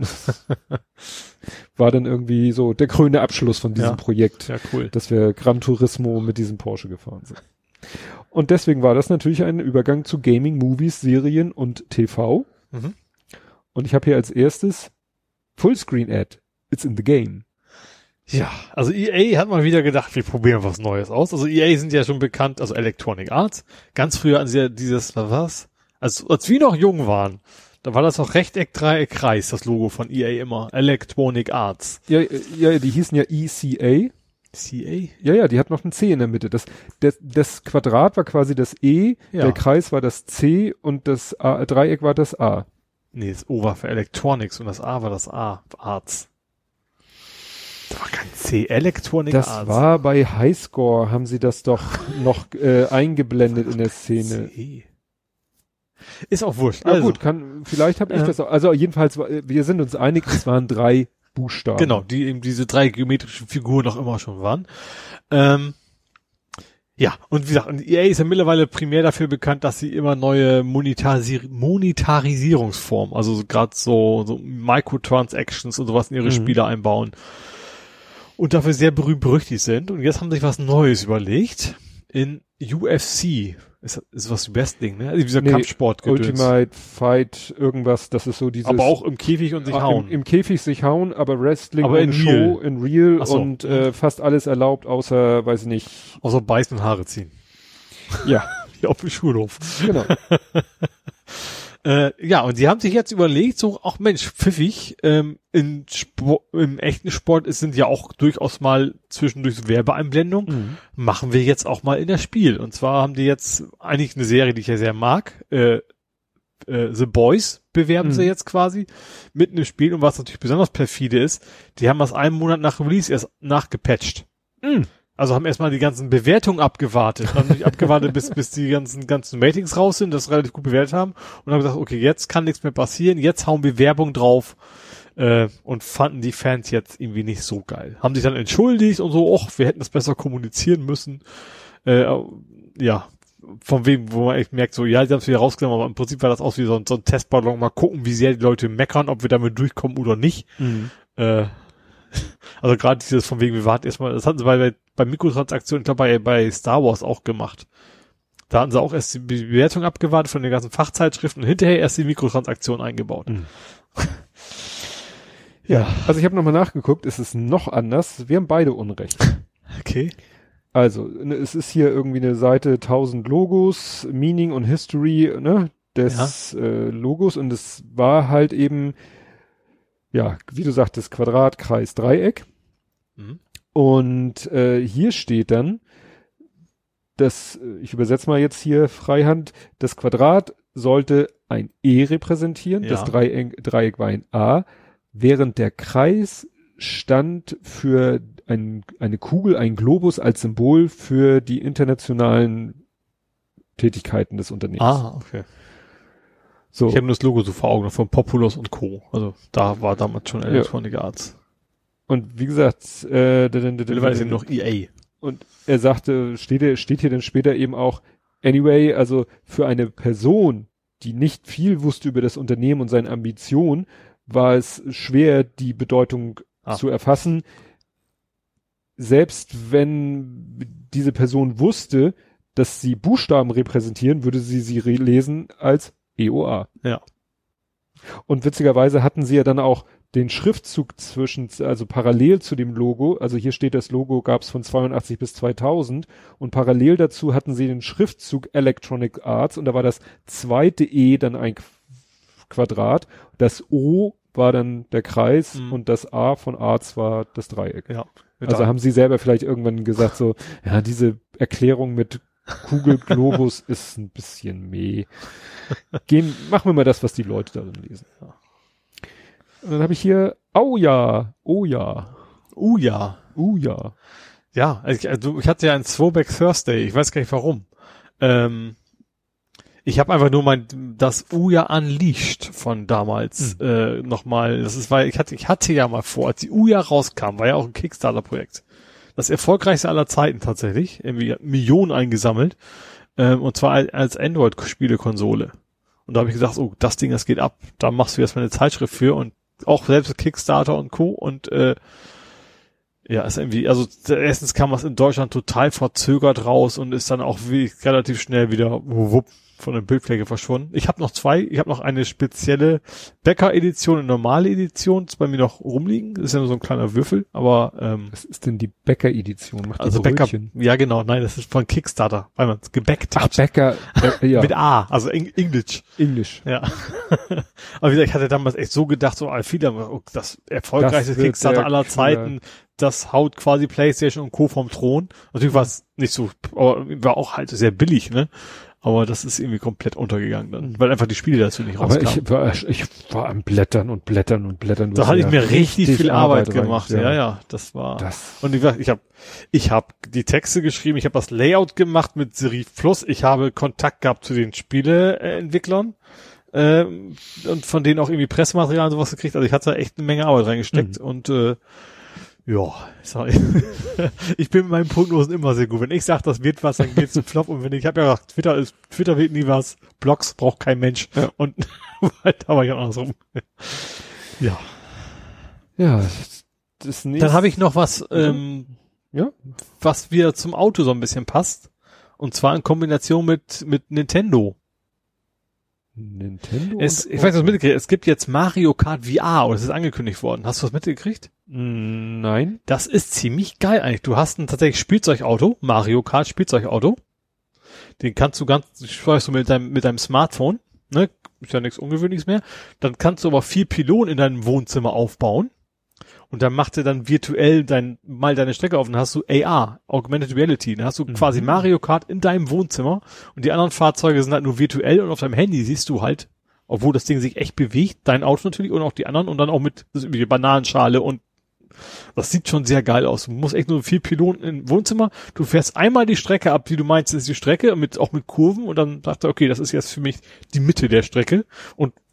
War dann irgendwie so der krönende Abschluss von diesem Projekt, Ja, cool. dass wir Gran Turismo mit diesem Porsche gefahren sind. Und deswegen war das natürlich ein Übergang zu Gaming, Movies, Serien und TV. Mhm. Und ich habe hier als erstes Fullscreen-Ad. It's in the game. Ja, also EA hat mal wieder gedacht, wir probieren was Neues aus. Also EA sind ja schon bekannt, also Electronic Arts. Ganz früher an dieses, was? Als wir noch jung waren, da war das noch Rechteck, Dreieck, Kreis, das Logo von EA immer. Electronic Arts. Ja, die hießen ja ECA. CA? Ja, die hat noch ein C in der Mitte. Das Quadrat war quasi das E, Ja. der Kreis war das C und das Dreieck war das A. Nee, das O war für Electronics und das A war das A. Arts. Das war kein C. Electronic Das Arts. war bei Highscore, haben sie das doch noch eingeblendet in der Szene. C. Ist auch wurscht. Ja Also, gut, vielleicht habe ich das auch. Also jedenfalls, wir sind uns einig, es waren 3 Buchstaben. genau, die eben diese 3 geometrischen Figuren auch immer schon waren. Ja, und wie gesagt, und EA ist ja mittlerweile primär dafür bekannt, dass sie immer neue Monetarisierungsformen, also gerade so Microtransactions und sowas in ihre Spiele einbauen. Und dafür sehr berühmt berüchtigt sind. Und jetzt haben sie sich was Neues überlegt. In UFC. Ist was Wrestling, ne? Also dieser Kampfsport Ultimate Fight, irgendwas, das ist so dieses. Aber auch im Käfig und sich hauen. Im Käfig sich hauen, aber Wrestling aber in Show, in Real Ach so. und fast alles erlaubt, außer, weiß ich nicht. Außer beißen und Haare ziehen. Ja. Wie auf dem Schulhof. Genau. Ja, und sie haben sich jetzt überlegt, so, ach Mensch, pfiffig, im echten Sport sind ja auch durchaus mal zwischendurch so Werbeeinblendungen. Machen wir jetzt auch mal in das Spiel. Und zwar haben die jetzt eigentlich eine Serie, die ich ja sehr mag, The Boys bewerben sie jetzt quasi mit einem Spiel. Und was natürlich besonders perfide ist, die haben das einen Monat nach Release erst nachgepatcht. Also haben erstmal die ganzen Bewertungen abgewartet. Haben nicht abgewartet, bis die ganzen Ratings raus sind, das relativ gut bewertet haben. Und haben gesagt, okay, jetzt kann nichts mehr passieren. Jetzt hauen wir Werbung drauf. und fanden die Fans jetzt irgendwie nicht so geil. Haben sich dann entschuldigt und so, wir hätten das besser kommunizieren müssen. Ja, von wegen, wo man echt merkt, so, ja, die haben es wieder rausgenommen, aber im Prinzip war das aus wie so ein Testballon, mal gucken, wie sehr die Leute meckern, ob wir damit durchkommen oder nicht. Mhm. Also gerade dieses von wegen, wir warten erstmal, das hatten sie bei Mikrotransaktionen, ich glaube bei Star Wars auch gemacht. Da hatten sie auch erst die Bewertung abgewartet von den ganzen Fachzeitschriften und hinterher erst die Mikrotransaktion eingebaut. Mhm. Ja, also ich habe nochmal nachgeguckt, es ist noch anders. Wir haben beide Unrecht. Okay. Also, es ist hier irgendwie eine Seite 1000 Logos, Meaning und History, ne, des Logos, und es war halt eben, ja, wie du sagtest, Quadrat, Kreis, Dreieck. Mhm. Und hier steht dann, ich übersetze mal jetzt hier freihand, das Quadrat sollte ein E repräsentieren, das Dreieck war ein A, während der Kreis stand für eine Kugel, ein Globus als Symbol für die internationalen Tätigkeiten des Unternehmens. Ah, okay. So. Ich habe nur das Logo so vor Augen von Populous und Co. Also da war damals schon Electronic Arts. Und wie gesagt, mittlerweile ist eben noch EA. Und er sagte, steht hier dann später eben auch, anyway, also für eine Person, die nicht viel wusste über das Unternehmen und seine Ambition, war es schwer, die Bedeutung zu erfassen. Selbst wenn diese Person wusste, dass sie Buchstaben repräsentieren, würde sie lesen als EOA. Ja. Und witzigerweise hatten sie ja dann auch den Schriftzug also parallel zu dem Logo, also hier steht, das Logo gab es von 82 bis 2000 und parallel dazu hatten sie den Schriftzug Electronic Arts und da war das zweite E dann ein Quadrat, das O war dann der Kreis und das A von Arts war das Dreieck. Ja. Also haben sie selber vielleicht irgendwann gesagt so, ja, diese Erklärung mit Kugel, Globus ist ein bisschen meh. Machen wir mal das, was die Leute darin lesen. Ja. Und dann habe ich hier, oh ja. Ja, also ich hatte ja ein Throwback Thursday, ich weiß gar nicht warum. Ich habe einfach nur das Ouya Unleashed von damals nochmal, ich hatte ja mal vor, als die Ouya rauskam, war ja auch ein Kickstarter-Projekt. Das erfolgreichste aller Zeiten tatsächlich, irgendwie Millionen eingesammelt, und zwar als Android-Spielekonsole. Und da habe ich gesagt, das Ding, das geht ab, da machst du jetzt mal eine Zeitschrift für und auch selbst Kickstarter und Co. Und ja, ist irgendwie, also erstens kam was in Deutschland total verzögert raus und ist dann auch relativ schnell wieder von der Bildfläche verschwunden. Ich habe noch noch eine spezielle Bäcker-Edition, eine normale Edition, das bei mir noch rumliegen. Das ist ja nur so ein kleiner Würfel, aber was ist denn die Bäcker-Edition? Also Bäcker, ja genau, nein, das ist von Kickstarter, weil man es gebäckt hat. Ach, Bäcker, ja. Mit A, also Englisch. Ja. Aber wie gesagt, ich hatte damals echt so gedacht, so viele, das erfolgreichste Kickstarter aller Zeiten, das haut quasi PlayStation und Co. vom Thron. Natürlich war es nicht so, aber war auch halt sehr billig, ne? Aber das ist irgendwie komplett untergegangen dann, weil einfach die Spiele dazu nicht rauskamen. Aber ich war am Blättern. Da hatte ich mir richtig viel Arbeit gemacht. Ja, das war. Und ich hab die Texte geschrieben, ich habe das Layout gemacht mit Serif Plus, ich habe Kontakt gehabt zu den Spieleentwicklern und von denen auch irgendwie Pressematerial und sowas gekriegt. Also ich hatte da echt eine Menge Arbeit reingesteckt und ja, ich bin mit meinen Prognosen immer sehr gut. Wenn ich sage, das wird was, dann geht's zum Flop. Und ich habe ja gesagt, Twitter wird nie was, Blogs braucht kein Mensch. Ja. Und da war ich auch andersrum. Ja. Ja, das nächste. Dann habe ich noch was, was wieder zum Auto so ein bisschen passt. Und zwar in Kombination mit Nintendo. Ich weiß nicht, was du mitgekriegt hast. Es gibt jetzt Mario Kart VR, oder es ist angekündigt worden. Hast du was mitgekriegt? Nein. Das ist ziemlich geil eigentlich. Du hast ein tatsächlich Spielzeugauto, Mario Kart Spielzeugauto. Den kannst du steuerst du mit deinem Smartphone, ne? Ist ja nichts Ungewöhnliches mehr. Dann kannst du aber 4 Pylonen in deinem Wohnzimmer aufbauen. Und dann macht er dann virtuell deine Strecke auf und dann hast du AR, Augmented Reality. Dann hast du quasi Mario Kart in deinem Wohnzimmer und die anderen Fahrzeuge sind halt nur virtuell und auf deinem Handy siehst du halt, obwohl das Ding sich echt bewegt, dein Auto natürlich und auch die anderen und dann auch mit wie Bananenschale und das sieht schon sehr geil aus. Du musst echt nur 4 Pylonen im Wohnzimmer. Du fährst einmal die Strecke ab, die du meinst, das ist die Strecke, auch mit Kurven und dann sagt er, okay, das ist jetzt für mich die Mitte der Strecke und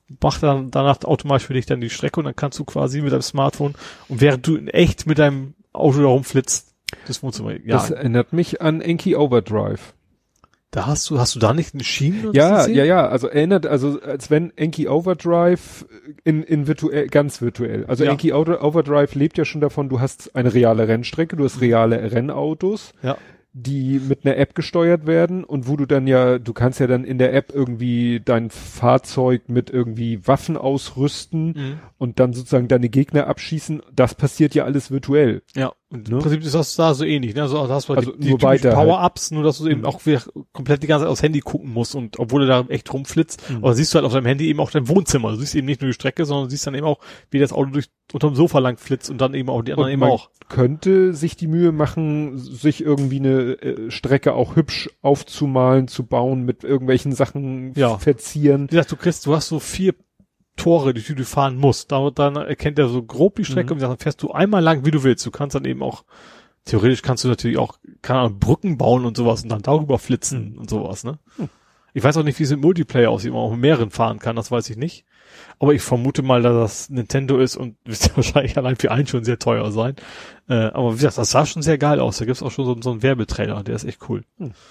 macht dann danach automatisch für dich dann die Strecke und dann kannst du quasi mit deinem Smartphone und während du in echt mit deinem Auto da rumflitzt, das Wohnzimmer. Ja. Das erinnert mich an Enki Overdrive. Da hast du da nicht einen Schienen? Ja, also als wenn Enki Overdrive in virtuell, ganz virtuell. Also Enki Overdrive lebt ja schon davon, du hast eine reale Rennstrecke, du hast reale Rennautos. Ja. Die mit einer App gesteuert werden und wo du kannst ja dann in der App irgendwie dein Fahrzeug mit irgendwie Waffen ausrüsten und dann sozusagen deine Gegner abschießen. Das passiert ja alles virtuell. Ja, und im Prinzip ist das da so ähnlich, ne? Also da hast du also die nur weiter Power-Ups, nur dass du eben auch wieder komplett die ganze Zeit aufs Handy gucken musst und obwohl du da echt rumflitzt, aber siehst du halt auf deinem Handy eben auch dein Wohnzimmer. Du siehst eben nicht nur die Strecke, sondern du siehst dann eben auch, wie das Auto unterm Sofa lang flitzt und dann eben auch die anderen eben auch. Könnte sich die Mühe machen, sich irgendwie eine Strecke auch hübsch aufzumalen, zu bauen, mit irgendwelchen Sachen verzieren. Wie gesagt, du hast so 4 Tore, die du fahren musst. Dann erkennt er so grob die Strecke und dann fährst du einmal lang, wie du willst. Du kannst dann eben auch, theoretisch kannst du natürlich auch, keine Ahnung, Brücken bauen und sowas und dann darüber flitzen und sowas, ne? Ich weiß auch nicht, wie es im Multiplayer aussieht, ob man auch mit mehreren fahren kann, das weiß ich nicht. Aber ich vermute mal, dass das Nintendo ist und wird ja wahrscheinlich allein für einen schon sehr teuer sein. Aber wie gesagt, das sah schon sehr geil aus. Da gibt's auch schon so einen Werbetrailer, der ist echt cool.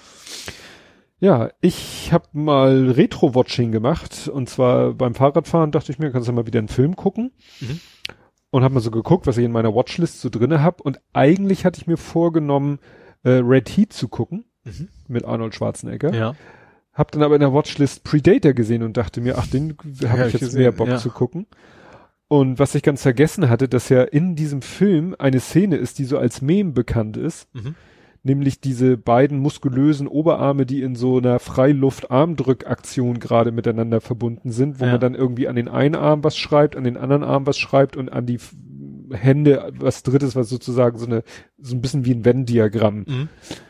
Ja, ich habe mal Retro-Watching gemacht und zwar beim Fahrradfahren dachte ich mir, kannst du mal wieder einen Film gucken und habe mal so geguckt, was ich in meiner Watchlist so drinne habe und eigentlich hatte ich mir vorgenommen, Red Heat zu gucken mit Arnold Schwarzenegger. Ja. Hab dann aber in der Watchlist Predator gesehen und dachte mir, den habe ich jetzt gesehen, mehr Bock zu gucken. Und was ich ganz vergessen hatte, dass ja in diesem Film eine Szene ist, die so als Meme bekannt ist, nämlich diese beiden muskulösen Oberarme, die in so einer Freiluft-Armdrückaktion gerade miteinander verbunden sind, wo man dann irgendwie an den einen Arm was schreibt, an den anderen Arm was schreibt und an die Hände was Drittes, was sozusagen so ein bisschen wie ein Venn-Diagramm.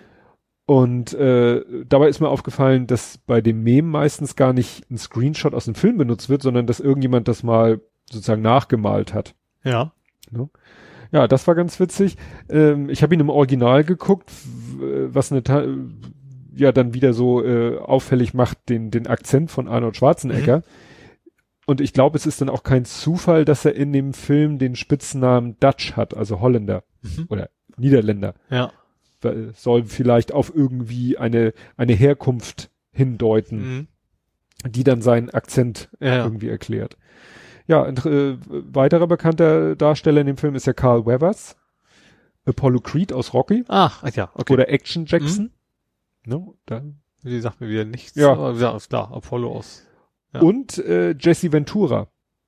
Und dabei ist mir aufgefallen, dass bei dem Meme meistens gar nicht ein Screenshot aus dem Film benutzt wird, sondern dass irgendjemand das mal sozusagen nachgemalt hat. Ja. Ja, das war ganz witzig. Ich habe ihn im Original geguckt, was dann wieder so auffällig macht, den Akzent von Arnold Schwarzenegger. Und ich glaube, es ist dann auch kein Zufall, dass er in dem Film den Spitznamen Dutch hat, also Holländer oder Niederländer. Ja. Soll vielleicht auf irgendwie eine Herkunft hindeuten, die dann seinen Akzent irgendwie erklärt. Ja, weiterer bekannter Darsteller in dem Film ist ja Carl Weathers, Apollo Creed aus Rocky. Ach ja, okay. Oder Action Jackson. No, Die sagt mir wieder nichts. Ja. Aber ja, ist klar, Apollo aus. Ja. Und Jesse Ventura.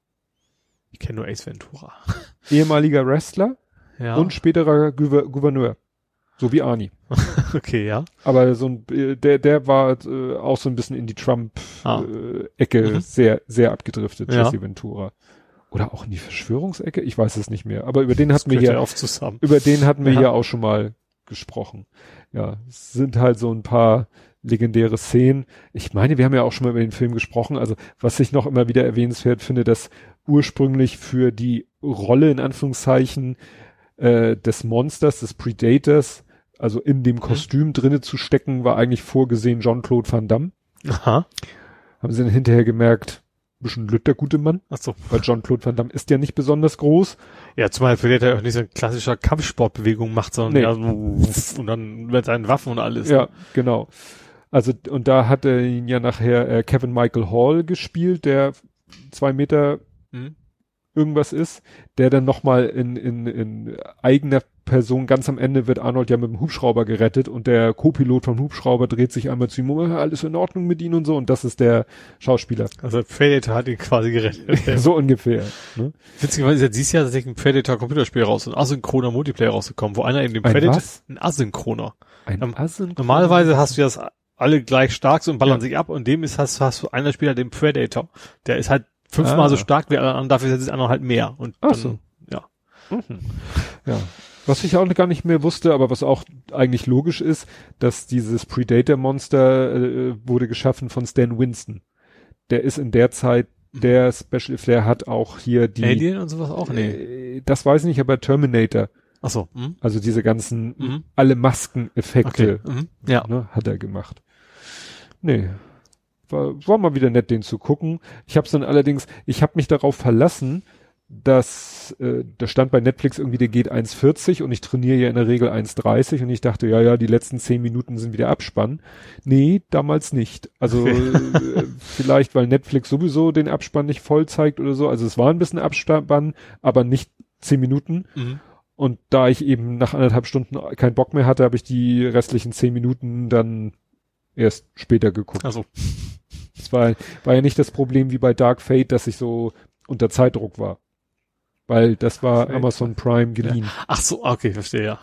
Ich kenne nur Ace Ventura. Ehemaliger Wrestler und späterer Gouverneur. So wie Arnie. Okay, ja. Aber der war auch so ein bisschen in die Trump-Ecke sehr, sehr abgedriftet, Jesse Ventura. Oder auch in die Verschwörungsecke? Ich weiß es nicht mehr. Aber über den hatten wir hier auch schon mal gesprochen. Ja, es sind halt so ein paar legendäre Szenen. Ich meine, wir haben ja auch schon mal über den Film gesprochen. Also, was ich noch immer wieder erwähnenswert finde, dass ursprünglich für die Rolle, in Anführungszeichen, des Monsters, des Predators, also in dem Kostüm drinne zu stecken, war eigentlich vorgesehen Jean-Claude Van Damme. Aha. Haben sie dann hinterher gemerkt, bisschen lütt der gute Mann. Ach so. Weil Jean-Claude Van Damme ist ja nicht besonders groß. Ja, zumal für den der auch nicht so eine klassische Kampfsportbewegung macht, sondern und dann mit seinen Waffen und alles. Ja, genau. Also, und da hat er ihn ja nachher Kevin Michael Hall gespielt, der 2 Meter irgendwas ist, der dann nochmal in eigener Person, ganz am Ende wird Arnold ja mit dem Hubschrauber gerettet und der Co-Pilot vom Hubschrauber dreht sich einmal zu ihm, alles in Ordnung mit ihm und so, und das ist der Schauspieler. Also Predator hat ihn quasi gerettet. So ungefähr. Ne? Witzigerweise ist ja dieses Jahr tatsächlich ein Predator-Computerspiel raus, ein asynchroner Multiplayer rausgekommen, wo einer eben den Predator, ein asynchroner. Normalerweise hast du das alle gleich stark so und ballern sich ab und dem hast du einer Spieler den Predator, der ist halt 5-mal so stark wie alle anderen, dafür sind es andere halt mehr. Und dann, so. Ja. Ja. Was ich auch gar nicht mehr wusste, aber was auch eigentlich logisch ist, dass dieses Predator-Monster wurde geschaffen von Stan Winston. Der ist in der Zeit der Special, der hat auch hier die Alien und sowas auch? Nee. Das weiß ich nicht, aber Terminator. Ach so. Also diese ganzen, alle Maskeneffekte, Ja. ne, hat er gemacht. Nee. war mal wieder nett, den zu gucken. Ich habe mich darauf verlassen, dass da stand bei Netflix irgendwie, der geht 1,40 und ich trainiere ja in der Regel 1,30 und ich dachte, ja, die letzten 10 Minuten sind wieder Abspann. Nee, damals nicht. Also vielleicht, weil Netflix sowieso den Abspann nicht voll zeigt oder so. Also es war ein bisschen Abspann, aber nicht 10 Minuten. Mhm. Und da ich eben nach 1,5 Stunden keinen Bock mehr hatte, habe ich die restlichen 10 Minuten dann erst später geguckt. Also. Das war ja nicht das Problem wie bei Dark Fate, dass ich so unter Zeitdruck war. Weil das war Amazon Prime geliehen. Ja. Ach so, okay, verstehe, ja.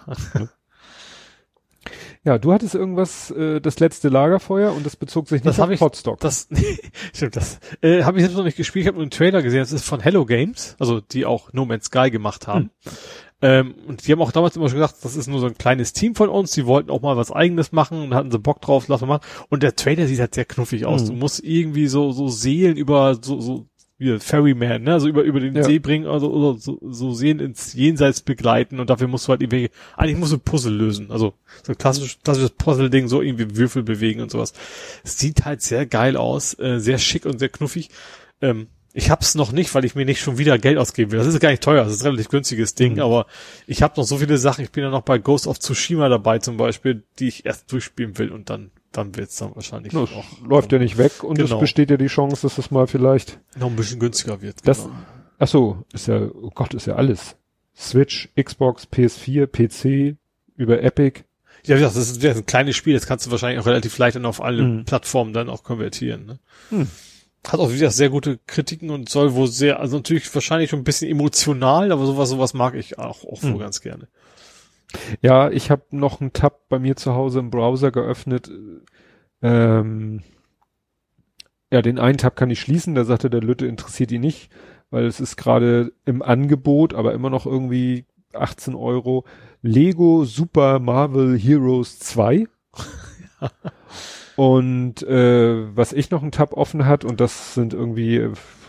Ja, du hattest irgendwas, das letzte Lagerfeuer und das bezog sich nicht auf Podstock. Stimmt, das habe ich jetzt noch nicht gespielt, ich habe nur einen Trailer gesehen, das ist von Hello Games, also die auch No Man's Sky gemacht haben. Und die haben auch damals immer schon gesagt, das ist nur so ein kleines Team von uns, die wollten auch mal was Eigenes machen und hatten so Bock drauf, lass mal machen. Und der Trailer sieht halt sehr knuffig aus. Du musst irgendwie so Seelen über so wie Ferryman, ne, also über den See bringen, also oder so Seelen ins Jenseits begleiten und dafür musst du halt eigentlich musst du Puzzle lösen, also so ein klassisches Puzzle-Ding, so irgendwie Würfel bewegen und sowas. Es sieht halt sehr geil aus, sehr schick und sehr knuffig. Ich hab's noch nicht, weil ich mir nicht schon wieder Geld ausgeben will. Das ist gar nicht teuer, das ist ein relativ günstiges Ding, aber ich habe noch so viele Sachen. Ich bin ja noch bei Ghost of Tsushima dabei zum Beispiel, die ich erst durchspielen will und dann wird's dann wahrscheinlich auch. Läuft ja nicht weg und es besteht ja die Chance, dass das mal vielleicht noch ein bisschen günstiger wird. Ach so, ist ja alles. Switch, Xbox, PS4, PC, über Epic. Ja, wie gesagt, das ist ein kleines Spiel, das kannst du wahrscheinlich auch relativ leicht dann auf alle Plattformen dann auch konvertieren, ne? Hat auch wieder sehr gute Kritiken und soll wohl also natürlich wahrscheinlich schon ein bisschen emotional, aber sowas mag ich auch wohl ganz gerne. Ja, ich habe noch einen Tab bei mir zu Hause im Browser geöffnet. Ja, den einen Tab kann ich schließen, da sagte der Lütte, interessiert ihn nicht, weil es ist gerade im Angebot, aber immer noch irgendwie 18 €. Lego Super Marvel Heroes 2. Und was ich noch einen Tab offen hat, und das sind irgendwie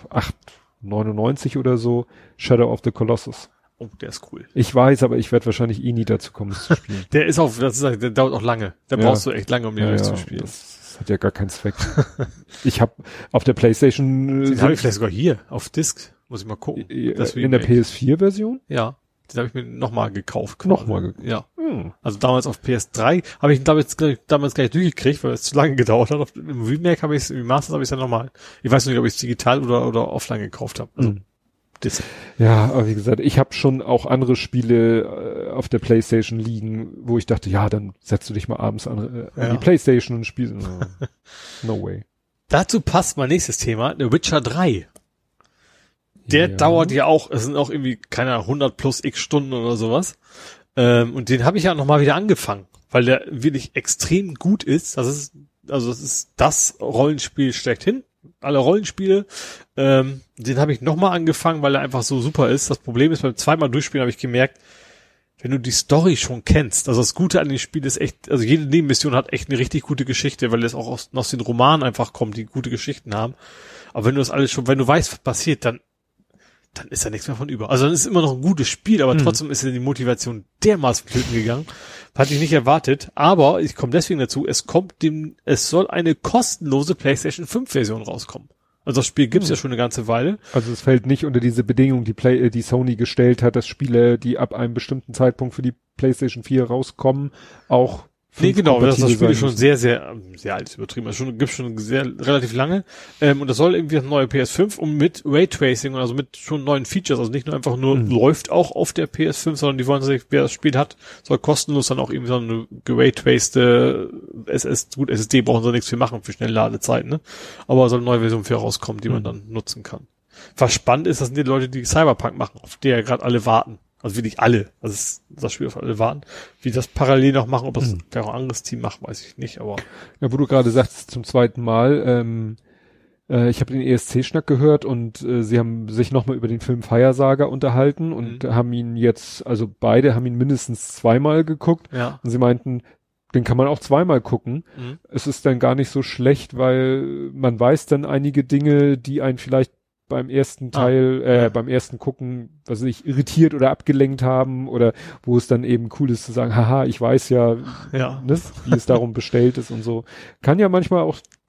8,99 oder so, Shadow of the Colossus. Oh, der ist cool. Ich weiß, aber ich werde wahrscheinlich nie dazu kommen, es zu spielen. Der dauert auch lange. Da brauchst du echt lange, um den durchzuspielen. Das hat ja gar keinen Zweck. Ich habe auf der PlayStation... Den habe ich vielleicht sogar hier, auf Disc. Muss ich mal gucken. In der PS4-Version? Ja. Den habe ich mir nochmal gekauft. Ja. Also damals auf PS3 habe ich damals gar nicht durchgekriegt, weil es zu lange gedauert hat. Im Remake habe ich es, im Masters habe ich es ja nochmal. Ich weiß nicht, ob ich es digital oder offline gekauft habe. Also ja, aber wie gesagt, ich habe schon auch andere Spiele auf der PlayStation liegen, wo ich dachte, ja, dann setzt du dich mal abends an die PlayStation und spielst. No way. Dazu passt mein nächstes Thema, The Witcher 3. Der dauert ja auch, es sind auch irgendwie, keine 100 plus x Stunden oder sowas. Und den habe ich ja nochmal wieder angefangen, weil der wirklich extrem gut ist. Das ist das Rollenspiel schlechthin. Alle Rollenspiele. Den habe ich nochmal angefangen, weil er einfach so super ist. Das Problem ist, beim zweimal Durchspielen habe ich gemerkt, wenn du die Story schon kennst, also das Gute an dem Spiel ist echt, also jede Nebenmission hat echt eine richtig gute Geschichte, weil es auch aus den Romanen einfach kommt, die gute Geschichten haben. Aber wenn du das alles schon, wenn du weißt, was passiert, dann ist da nichts mehr von über. Also dann ist immer noch ein gutes Spiel, aber trotzdem ist ja die Motivation dermaßen flöten gegangen. Hatte ich nicht erwartet, aber ich komme deswegen dazu, es soll eine kostenlose PlayStation 5 Version rauskommen. Also das Spiel gibt's ja schon eine ganze Weile. Also es fällt nicht unter diese Bedingung, die Sony gestellt hat, dass Spiele, die ab einem bestimmten Zeitpunkt für die PlayStation 4 rauskommen, auch Nee, genau, das Spiel ist schon sehr, sehr, sehr alt, übertrieben. Also gibt's schon relativ lange. Und das soll irgendwie das neue PS5 und mit Raytracing, also mit schon neuen Features, also nicht nur einfach nur läuft auch auf der PS5, sondern die wollen sich, wer das Spiel hat, soll kostenlos dann auch irgendwie so eine geraytraced SSD brauchen sie nichts für machen, für schnelle Ladezeiten, ne? Aber soll eine neue Version für rauskommen, die man dann nutzen kann. Was spannend ist, das sind die Leute, die Cyberpunk machen, auf die ja gerade alle warten. Also wirklich alle. Also das Spiel auf alle warten. Wie das parallel noch machen, ob das auch ein anderes Team macht, weiß ich nicht, aber. Ja, wo du gerade sagst, zum zweiten Mal, ich habe den ESC-Schnack gehört und sie haben sich nochmal über den Film Fire Saga unterhalten und haben ihn jetzt, also beide haben ihn mindestens zweimal geguckt. Ja. Und sie meinten, den kann man auch zweimal gucken. Es ist dann gar nicht so schlecht, weil man weiß dann einige Dinge, die einen vielleicht beim ersten Teil, beim ersten Gucken, was weiß ich, irritiert oder abgelenkt haben oder wo es dann eben cool ist zu sagen, haha, ich weiß ja. Ne, wie es darum bestellt ist und so. Kann ja manchmal auch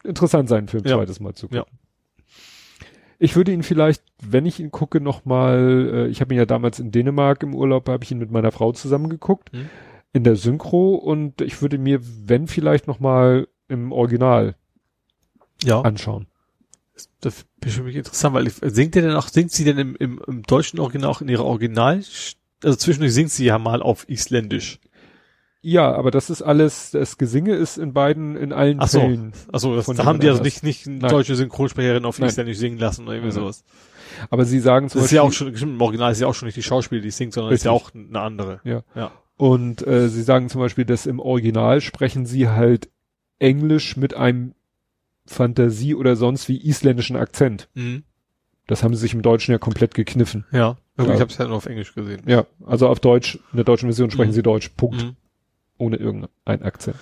interessant sein, Film zweites Mal zu gucken. Ja. Ich würde ihn vielleicht, wenn ich ihn gucke, nochmal, ich habe ihn ja damals in Dänemark im Urlaub, habe ich ihn mit meiner Frau zusammen geguckt, in der Synchro, und ich würde mir, wenn vielleicht nochmal im Original anschauen. Das ist für mich interessant, weil singt sie denn im deutschen Original auch in ihrer Original, also zwischendurch singt sie ja mal auf Isländisch. Ja, aber das ist alles, das Gesinge ist in allen Fällen. Achso, da haben die also nicht eine deutsche Synchronsprecherin auf Isländisch singen lassen oder irgendwie sowas. Aber sie sagen zum Beispiel. Das ist ja auch schon, im Original ist ja auch schon nicht die Schauspieler, die singt, sondern ist ja auch eine andere. Ja. Und sie sagen zum Beispiel, dass im Original sprechen sie halt Englisch mit einem Fantasie- oder sonst wie isländischen Akzent. Das haben sie sich im Deutschen ja komplett gekniffen. Ja. Ich habe es ja nur auf Englisch gesehen. Ja, also auf Deutsch, in der deutschen Version sprechen sie Deutsch. Punkt. Ohne irgendeinen Akzent.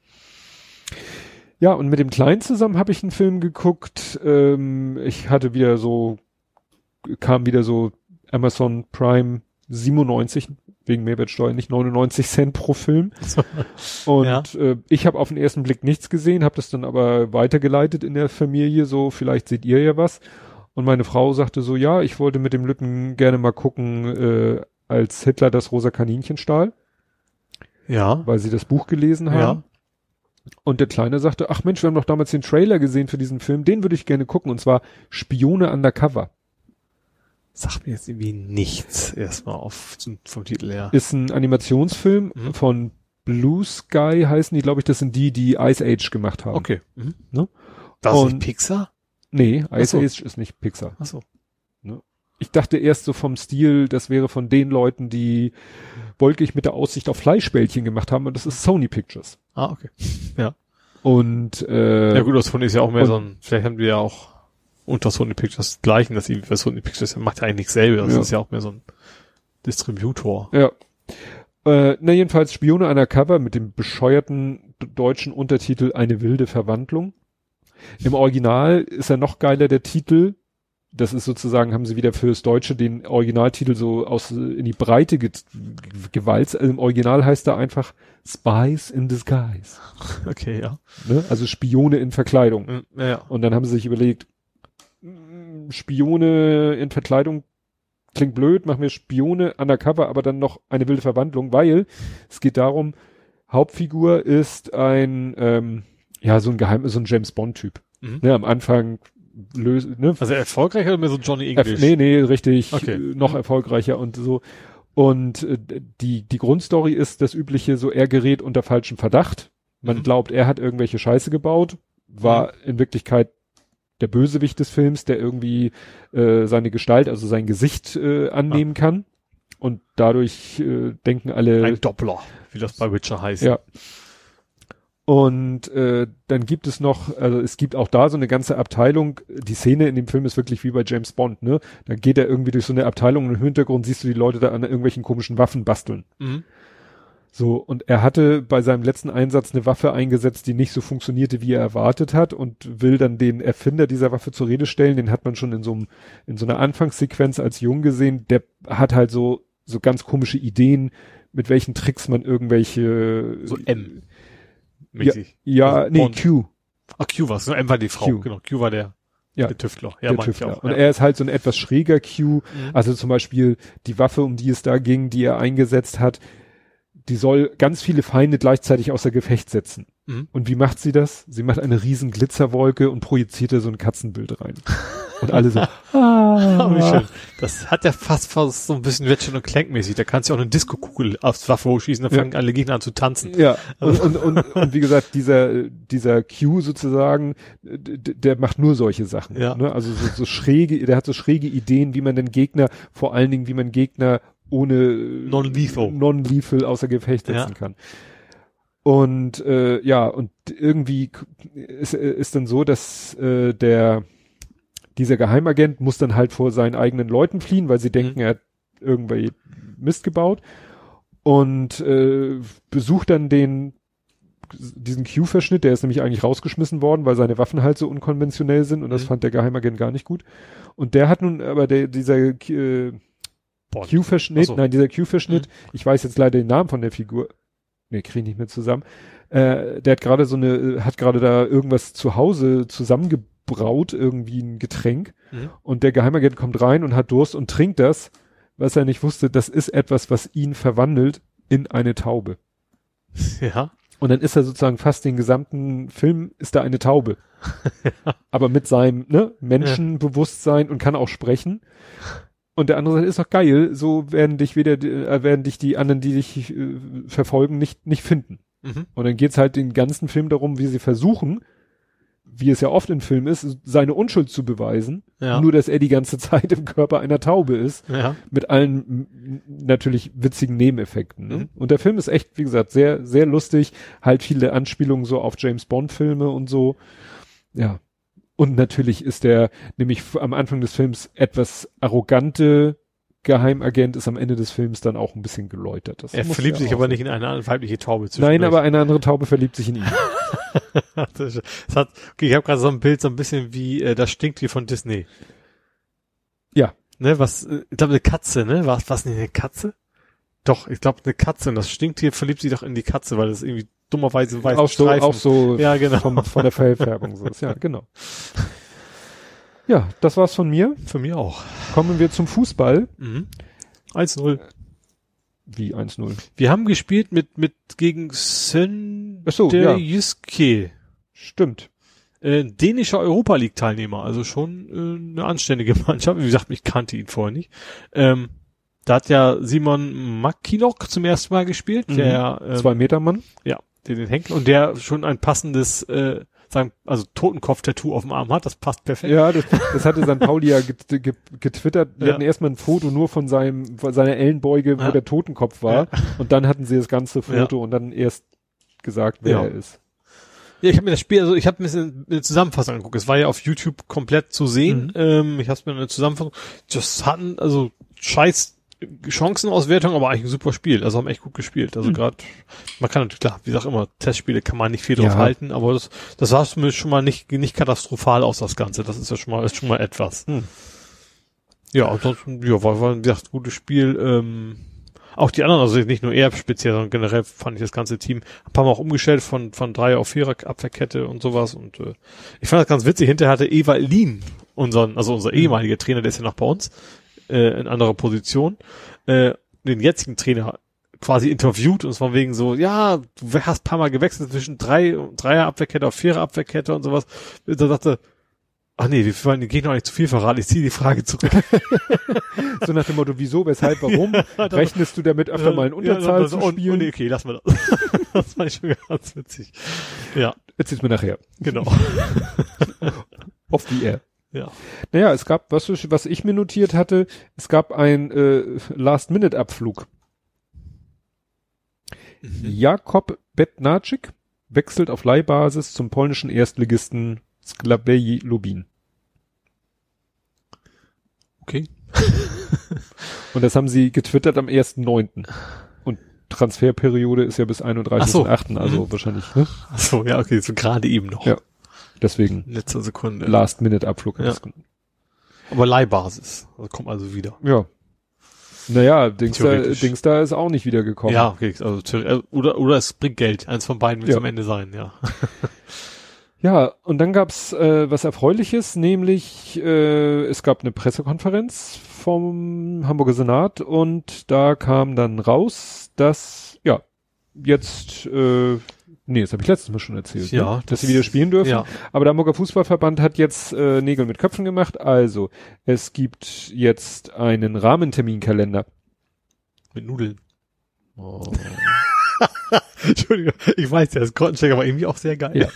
Ja, und mit dem Kleinen zusammen habe ich einen Film geguckt. Ich hatte kam wieder so Amazon Prime 97 wegen Mehrwertsteuer, nicht 99 Cent pro Film. Und ich habe auf den ersten Blick nichts gesehen, habe das dann aber weitergeleitet in der Familie, so vielleicht seht ihr ja was. Und meine Frau sagte so, ja, ich wollte mit dem Lütten gerne mal gucken, als Hitler das rosa Kaninchen stahl. Ja. Weil sie das Buch gelesen haben. Ja. Und der Kleine sagte, ach Mensch, wir haben doch damals den Trailer gesehen für diesen Film, den würde ich gerne gucken, und zwar Spione Undercover. Sagt mir jetzt irgendwie nichts, erstmal vom Titel her. Ist ein Animationsfilm von Blue Sky, heißen die, glaube ich, das sind die Ice Age gemacht haben. Okay. Ne? Das ist nicht Pixar? Nee, Ice Age ist nicht Pixar. Ach so. Ne? Ich dachte erst so vom Stil, das wäre von den Leuten, die Wolkig mit der Aussicht auf Fleischbällchen gemacht haben, und das ist Sony Pictures. Ah, okay. Ja. Und ja gut, das Sony ist ja auch mehr so ein, vielleicht haben wir ja auch unter Sony Pictures gleichen, dass die Sony Pictures macht ja eigentlich nichts selber, das ist ja auch mehr so ein Distributor. Ja. Jedenfalls Spione Undercover mit dem bescheuerten deutschen Untertitel Eine wilde Verwandlung. Im Original ist er noch geiler, der Titel. Das ist sozusagen, haben sie wieder fürs Deutsche den Originaltitel so in die Breite gewalzt. Also im Original heißt er einfach Spies in Disguise. Okay, ja. Ne? Also Spione in Verkleidung. Ja. Und dann haben sie sich überlegt, Spione in Verkleidung klingt blöd, machen wir Spione undercover, aber dann noch eine wilde Verwandlung, weil es geht darum, Hauptfigur ist ein so ein James Bond Typ. Ne, am Anfang Also erfolgreicher oder mehr so Johnny English? Nee, richtig, okay. Noch erfolgreicher und so. Und die Grundstory ist das übliche, so er gerät unter falschen Verdacht. Man glaubt, er hat irgendwelche Scheiße gebaut, war in Wirklichkeit der Bösewicht des Films, der irgendwie seine Gestalt, also sein Gesicht annehmen kann. Und dadurch denken alle... Ein Doppler, wie das bei Witcher heißt. Ja. Und dann gibt es noch, also es gibt auch da so eine ganze Abteilung, die Szene in dem Film ist wirklich wie bei James Bond, ne? Da geht er irgendwie durch so eine Abteilung und im Hintergrund siehst du die Leute da an irgendwelchen komischen Waffen basteln. So, und er hatte bei seinem letzten Einsatz eine Waffe eingesetzt, die nicht so funktionierte, wie er erwartet hat, und will dann den Erfinder dieser Waffe zur Rede stellen. Den hat man schon in so einer Anfangssequenz als jung gesehen. Der hat halt so ganz komische Ideen, mit welchen Tricks man irgendwelche... So M. Mäßig. Ja, nee, Q. Ach, Q war's. M war die Frau. Q. Genau, Q war der Tüftler. Ja, der Tüftler. Auch, und er ist halt so ein etwas schräger Q. Also zum Beispiel die Waffe, um die es da ging, die er eingesetzt hat, die soll ganz viele Feinde gleichzeitig außer Gefecht setzen. Und wie macht sie das? Sie macht eine riesen Glitzerwolke und projiziert da so ein Katzenbild rein. Und alle so, wie schön. Das hat ja fast so ein bisschen Ratchet und Clank-mäßig. Da kannst du auch eine Disco-Kugel aufs Waffe hochschießen, dann fangen alle Gegner an zu tanzen. Ja, und wie gesagt, dieser Q sozusagen, der macht nur solche Sachen. Ja. Ne? Also so schräge, der hat so schräge Ideen, wie man den Gegner, vor allen Dingen, wie man Gegner ohne non-lethal außer Gefecht setzen kann. Und und irgendwie ist dann so, dass dieser Geheimagent muss dann halt vor seinen eigenen Leuten fliehen, weil sie denken, er hat irgendwie Mist gebaut, und besucht dann diesen Q-Verschnitt, der ist nämlich eigentlich rausgeschmissen worden, weil seine Waffen halt so unkonventionell sind, und das fand der Geheimagent gar nicht gut. Und der hat nun aber dieser Q-Verschnitt, dieser Q-Verschnitt, ich weiß jetzt leider den Namen von der Figur krieg ich nicht mehr zusammen. Der hat gerade hat gerade da irgendwas zu Hause zusammengebraut, irgendwie ein Getränk. Und der Geheimagent kommt rein und hat Durst und trinkt das, was er nicht wusste, das ist etwas, was ihn verwandelt in eine Taube. Ja. Und dann ist er sozusagen fast den gesamten Film, ist da eine Taube. Aber mit seinem Menschenbewusstsein und kann auch sprechen. Und der andere sagt, ist doch geil, so werden dich die anderen, die dich verfolgen, nicht finden. Und dann geht's halt den ganzen Film darum, wie sie versuchen, wie es ja oft im Film ist, seine Unschuld zu beweisen, nur dass er die ganze Zeit im Körper einer Taube ist, mit allen natürlich witzigen Nebeneffekten. Ne? Und der Film ist echt, wie gesagt, sehr, sehr lustig, halt viele Anspielungen so auf James-Bond-Filme und so. Ja. Und natürlich ist der, nämlich am Anfang des Films etwas arrogante Geheimagent, ist am Ende des Films dann auch ein bisschen geläutert. Er verliebt sich aber nicht in eine weibliche Taube. Nein, aber eine andere Taube verliebt sich in ihn. Ich habe gerade so ein Bild, so ein bisschen wie das Stinktier von Disney. Ja. Ne, ich glaube eine Katze, ne? Was nicht eine Katze? Doch, ich glaube eine Katze. Und das Stinktier verliebt sich doch in die Katze, weil das irgendwie dummerweise weiß auch so ja, genau. von der Fellfärbung so ist. Ja, genau. Ja, das war's von mir. Für mich auch. Kommen wir zum Fußball. 1-0. Wie 1-0? Wir haben gespielt gegen Sönderjyske. Stimmt. Dänischer Europa League Teilnehmer, also schon eine anständige Mannschaft. Wie gesagt, ich kannte ihn vorher nicht. Da hat ja Simon Mackinock zum ersten Mal gespielt, der 2-Meter-Mann. Ja, den Henkel und der schon ein passendes Totenkopf-Tattoo auf dem Arm hat, das passt perfekt. Ja, das hatte St. Pauli ja getwittert. Die hatten erstmal ein Foto nur von seiner Ellenbeuge, wo der Totenkopf war. Und dann hatten sie das ganze Foto und dann erst gesagt, wer er ist. Ja, ich habe mir das Spiel, ich habe mir eine Zusammenfassung angeguckt. Es war ja auf YouTube komplett zu sehen. Ich habe mir eine Zusammenfassung. Das hatten scheiß Chancenauswertung, aber eigentlich ein super Spiel. Also haben echt gut gespielt. Also gerade, man kann natürlich, klar, wie gesagt immer, Testspiele kann man nicht viel drauf halten, aber das sah zumindest schon mal nicht katastrophal aus, das Ganze. Das ist ja schon mal etwas. Ja, ansonsten, war wie gesagt, gutes Spiel. Auch die anderen, also nicht nur er speziell, sondern generell fand ich das ganze Team ein paar Mal auch umgestellt von 3 auf 4 Abwehrkette und sowas und ich fand das ganz witzig. Hinterher hatte Ewald Lien, unser ehemaliger Trainer, der ist ja noch bei uns, in anderer Position, den jetzigen Trainer quasi interviewt und es war wegen so, ja, du hast ein paar Mal gewechselt zwischen 3er Abwehrkette auf 4er Abwehrkette und sowas. Da sagte, ach nee, wir gehen noch nicht zu viel verraten, ich ziehe die Frage zurück. So nach dem Motto, wieso, weshalb, warum? Rechnest du damit öfter mal in Unterzahl zu spielen? Nee, okay, lass mal das. Das fand ich schon ganz witzig. Ja. Erzähl's mir nachher. Genau. Off the air. Ja. Naja, es gab, was ich mir notiert hatte, es gab ein Last-Minute-Abflug. Jakub Bednarczyk wechselt auf Leihbasis zum polnischen Erstligisten Skłębie Lubin. Okay. Und das haben sie getwittert am 1.9. Und Transferperiode ist ja bis 31.8., also wahrscheinlich, ne? Ach so, ja, okay, so gerade eben noch. Ja. Deswegen. Letzte Sekunde. Last-Minute-Abflug. Ja. Aber Leihbasis. Also kommt also wieder. Ja. Naja, Dings da ist auch nicht wiedergekommen. Ja, okay, also oder es bringt Geld. Eins von beiden wird am Ende sein, ja. Ja, und dann gab's was Erfreuliches, nämlich es gab eine Pressekonferenz vom Hamburger Senat und da kam dann raus, dass jetzt das habe ich letztes Mal schon erzählt, ja, dass sie wieder spielen dürfen. Ja. Aber der Hamburger Fußballverband hat jetzt Nägel mit Köpfen gemacht. Also, es gibt jetzt einen Rahmenterminkalender. Mit Nudeln. Oh. Entschuldigung, ich weiß, der ist Grottenstecker, aber irgendwie auch sehr geil. Ja.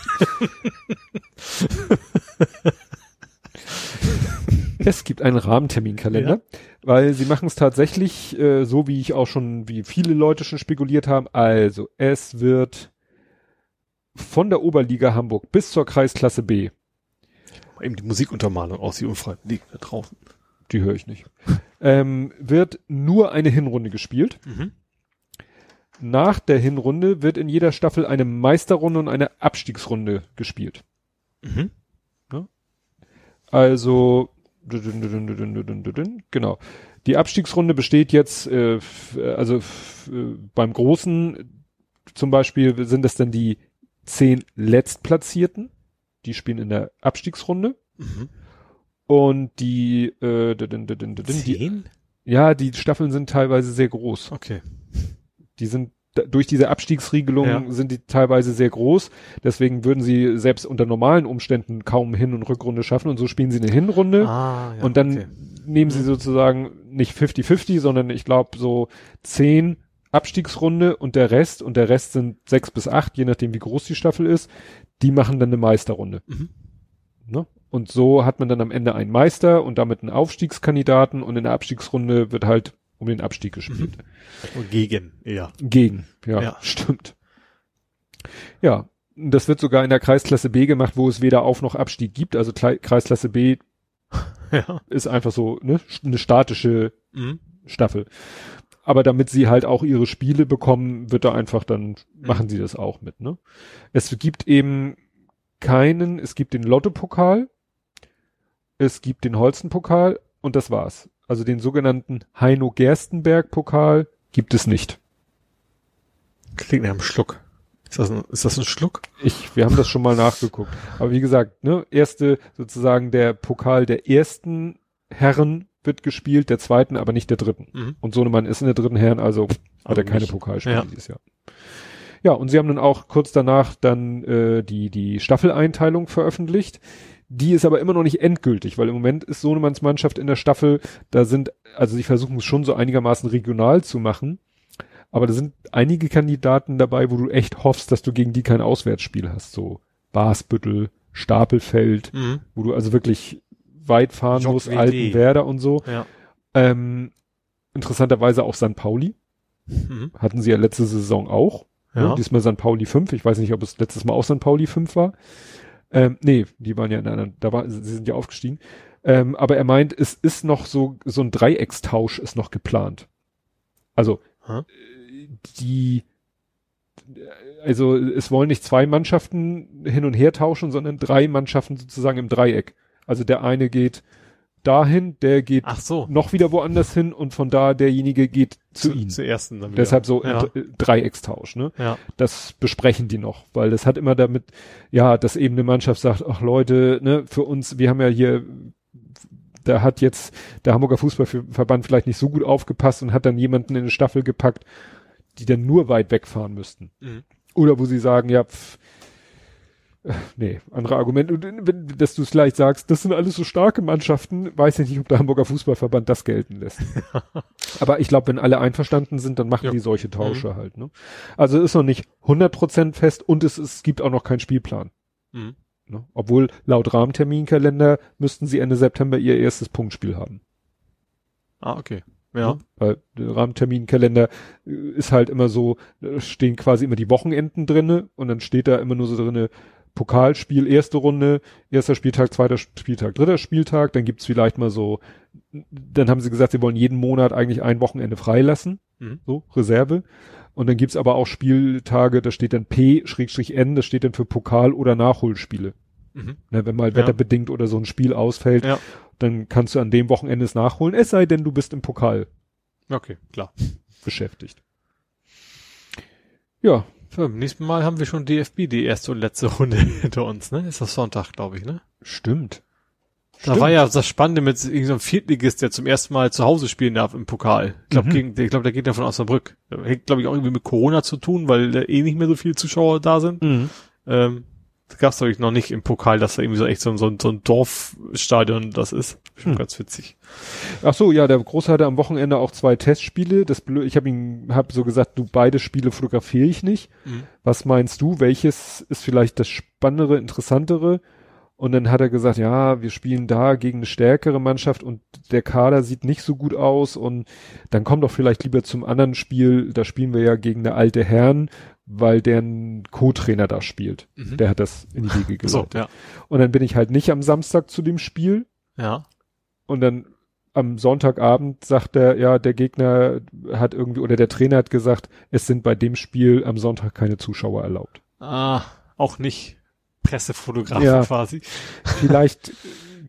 Es gibt einen Rahmenterminkalender, weil sie machen es tatsächlich so, wie viele Leute schon spekuliert haben. Also, es wird von der Oberliga Hamburg bis zur Kreisklasse B. Eben die Musikuntermalung aus, die unfrei liegt da draußen. Die höre ich nicht. Wird nur eine Hinrunde gespielt. Nach der Hinrunde wird in jeder Staffel eine Meisterrunde und eine Abstiegsrunde gespielt. Ja? Also, genau. Die Abstiegsrunde besteht jetzt, beim Großen zum Beispiel sind das dann die 10 Letztplatzierten, die spielen in der Abstiegsrunde. Und die, 10? die Staffeln sind teilweise sehr groß. Okay. Die sind, durch diese Abstiegsregelung sind die teilweise sehr groß. Deswegen würden sie selbst unter normalen Umständen kaum Hin- und Rückrunde schaffen. Und so spielen sie eine Hinrunde. Und dann nehmen sie sozusagen nicht 50-50, sondern ich glaube so 10 Abstiegsrunde und der Rest sind 6 bis 8, je nachdem wie groß die Staffel ist, die machen dann eine Meisterrunde. Ne? Und so hat man dann am Ende einen Meister und damit einen Aufstiegskandidaten und in der Abstiegsrunde wird halt um den Abstieg gespielt. Und gegen, ja, stimmt. Ja, das wird sogar in der Kreisklasse B gemacht, wo es weder Auf- noch Abstieg gibt. Also Kreisklasse B ist einfach so eine statische Staffel. Aber damit sie halt auch ihre Spiele bekommen, wird da einfach dann, machen sie das auch mit, ne? Es gibt eben es gibt den Lotto-Pokal, es gibt den Holsten-Pokal und das war's. Also den sogenannten Heino-Gerstenberg-Pokal gibt es nicht. Klingt nach einem Schluck. Ist das ein Schluck? Wir haben das schon mal nachgeguckt. Aber wie gesagt, sozusagen der Pokal der ersten Herren wird gespielt, der zweiten, aber nicht der dritten. Und Sohnemann ist in der dritten Herren, also hat er keine Pokalspiele dieses Jahr. Ja, und sie haben dann auch kurz danach dann die Staffeleinteilung veröffentlicht. Die ist aber immer noch nicht endgültig, weil im Moment ist Sohnemanns Mannschaft in der Staffel, sie versuchen es schon so einigermaßen regional zu machen, aber da sind einige Kandidaten dabei, wo du echt hoffst, dass du gegen die kein Auswärtsspiel hast, so Basbüttel, Stapelfeld, wo du also wirklich weit fahren musst, Altenwerder und so. Ja. Interessanterweise auch St. Pauli. Hatten sie ja letzte Saison auch. Ja. Diesmal St. Pauli 5. Ich weiß nicht, ob es letztes Mal auch St. Pauli 5 war. Nee, die waren ja in einer, sie sind ja aufgestiegen. Aber er meint, es ist noch so ein Dreieckstausch ist noch geplant. Also, es wollen nicht 2 Mannschaften hin und her tauschen, sondern 3 Mannschaften sozusagen im Dreieck. Also der eine geht dahin, der geht noch wieder woanders hin und von da derjenige geht zu ihnen. Zur ersten dann wieder. Deshalb so Dreieckstausch, ne? Ja. Das besprechen die noch, weil das hat immer damit, dass eben eine Mannschaft sagt, ach Leute, ne, für uns, wir haben ja hier, da hat jetzt der Hamburger Fußballverband vielleicht nicht so gut aufgepasst und hat dann jemanden in eine Staffel gepackt, die dann nur weit wegfahren müssten. Oder wo sie sagen, andere Argumente, dass du es gleich sagst, das sind alles so starke Mannschaften, weiß ich nicht, ob der Hamburger Fußballverband das gelten lässt. Aber ich glaube, wenn alle einverstanden sind, dann machen die solche Tausche halt, ne? Also ist noch nicht 100% fest und es gibt auch noch keinen Spielplan. Ne? Obwohl laut Rahmenterminkalender müssten sie Ende September ihr erstes Punktspiel haben. Okay. Ja. Weil der Rahmenterminkalender ist halt immer so, da stehen quasi immer die Wochenenden drinne und dann steht da immer nur so drinne, Pokalspiel, erste Runde, erster Spieltag, zweiter Spieltag, dritter Spieltag, dann gibt's vielleicht mal so, dann haben sie gesagt, sie wollen jeden Monat eigentlich ein Wochenende freilassen, so, Reserve. Und dann gibt's aber auch Spieltage, da steht dann P/N, das steht dann für Pokal- oder Nachholspiele. Ne, wenn mal wetterbedingt oder so ein Spiel ausfällt, dann kannst du an dem Wochenende es nachholen, es sei denn, du bist im Pokal. Okay, klar. Beschäftigt. Ja. Beim nächsten Mal haben wir schon DFB, die erste und letzte Runde hinter uns, ne? Ist das Sonntag, glaube ich, ne? Stimmt. Da war ja das Spannende mit irgendeinem Viertligist, der zum ersten Mal zu Hause spielen darf im Pokal. Ich glaube, der geht ja von Osnabrück. Hängt, glaube ich, auch irgendwie mit Corona zu tun, weil da nicht mehr so viele Zuschauer da sind. Das gab's, glaube ich, noch nicht im Pokal, dass da irgendwie so echt so ein Dorfstadion das ist. Schon ganz witzig. Ach so, ja, der Große hatte am Wochenende auch 2 Testspiele. Ich hab so gesagt, beide Spiele fotografiere ich nicht. Was meinst du? Welches ist vielleicht das Spannendere, Interessantere? Und dann hat er gesagt, ja, wir spielen da gegen eine stärkere Mannschaft und der Kader sieht nicht so gut aus und dann komm doch vielleicht lieber zum anderen Spiel. Da spielen wir ja gegen eine alte Herren, weil deren Co-Trainer da spielt. Der hat das in die Wege geleitet. So, ja. Und dann bin ich halt nicht am Samstag zu dem Spiel. Ja. Und dann am Sonntagabend sagt der Gegner hat irgendwie, oder der Trainer hat gesagt, es sind bei dem Spiel am Sonntag keine Zuschauer erlaubt. Auch nicht Pressefotografen quasi. Vielleicht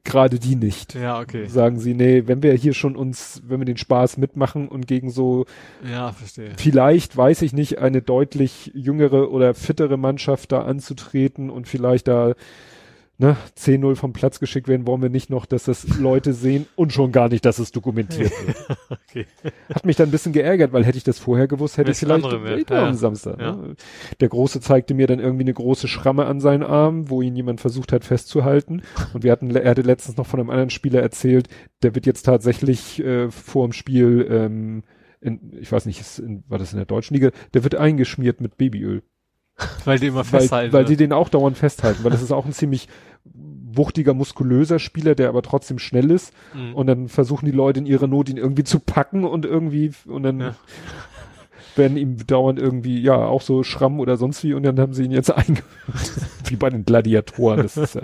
gerade die nicht. Ja, okay. Sagen sie, nee, wenn wir den Spaß mitmachen und gegen so, ja, verstehe. vielleicht, weiß ich nicht, eine deutlich jüngere oder fittere Mannschaft da anzutreten und vielleicht da 10-0 vom Platz geschickt werden, wollen wir nicht noch, dass das Leute sehen und schon gar nicht, dass es dokumentiert wird. Okay. Hat mich dann ein bisschen geärgert, weil hätte ich das vorher gewusst, hätte ich vielleicht am Samstag. Ja. Ne? Der Große zeigte mir dann irgendwie eine große Schramme an seinen Arm, wo ihn jemand versucht hat festzuhalten. Und er hatte letztens noch von einem anderen Spieler erzählt, der wird jetzt tatsächlich vor dem Spiel, ich weiß nicht, war das in der deutschen Liga, der wird eingeschmiert mit Babyöl. Weil die immer festhalten. Weil die den auch dauernd festhalten, weil das ist auch ein ziemlich wuchtiger, muskulöser Spieler, der aber trotzdem schnell ist. Mhm. Und dann versuchen die Leute in ihrer Not, ihn irgendwie zu packen und dann werden ihm dauernd irgendwie, auch so Schramm oder sonst wie und dann haben sie ihn jetzt wie bei den Gladiatoren. Das ist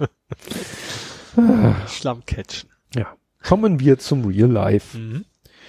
Schlammcatchen. Ja. Kommen wir zum Real Life. Mhm.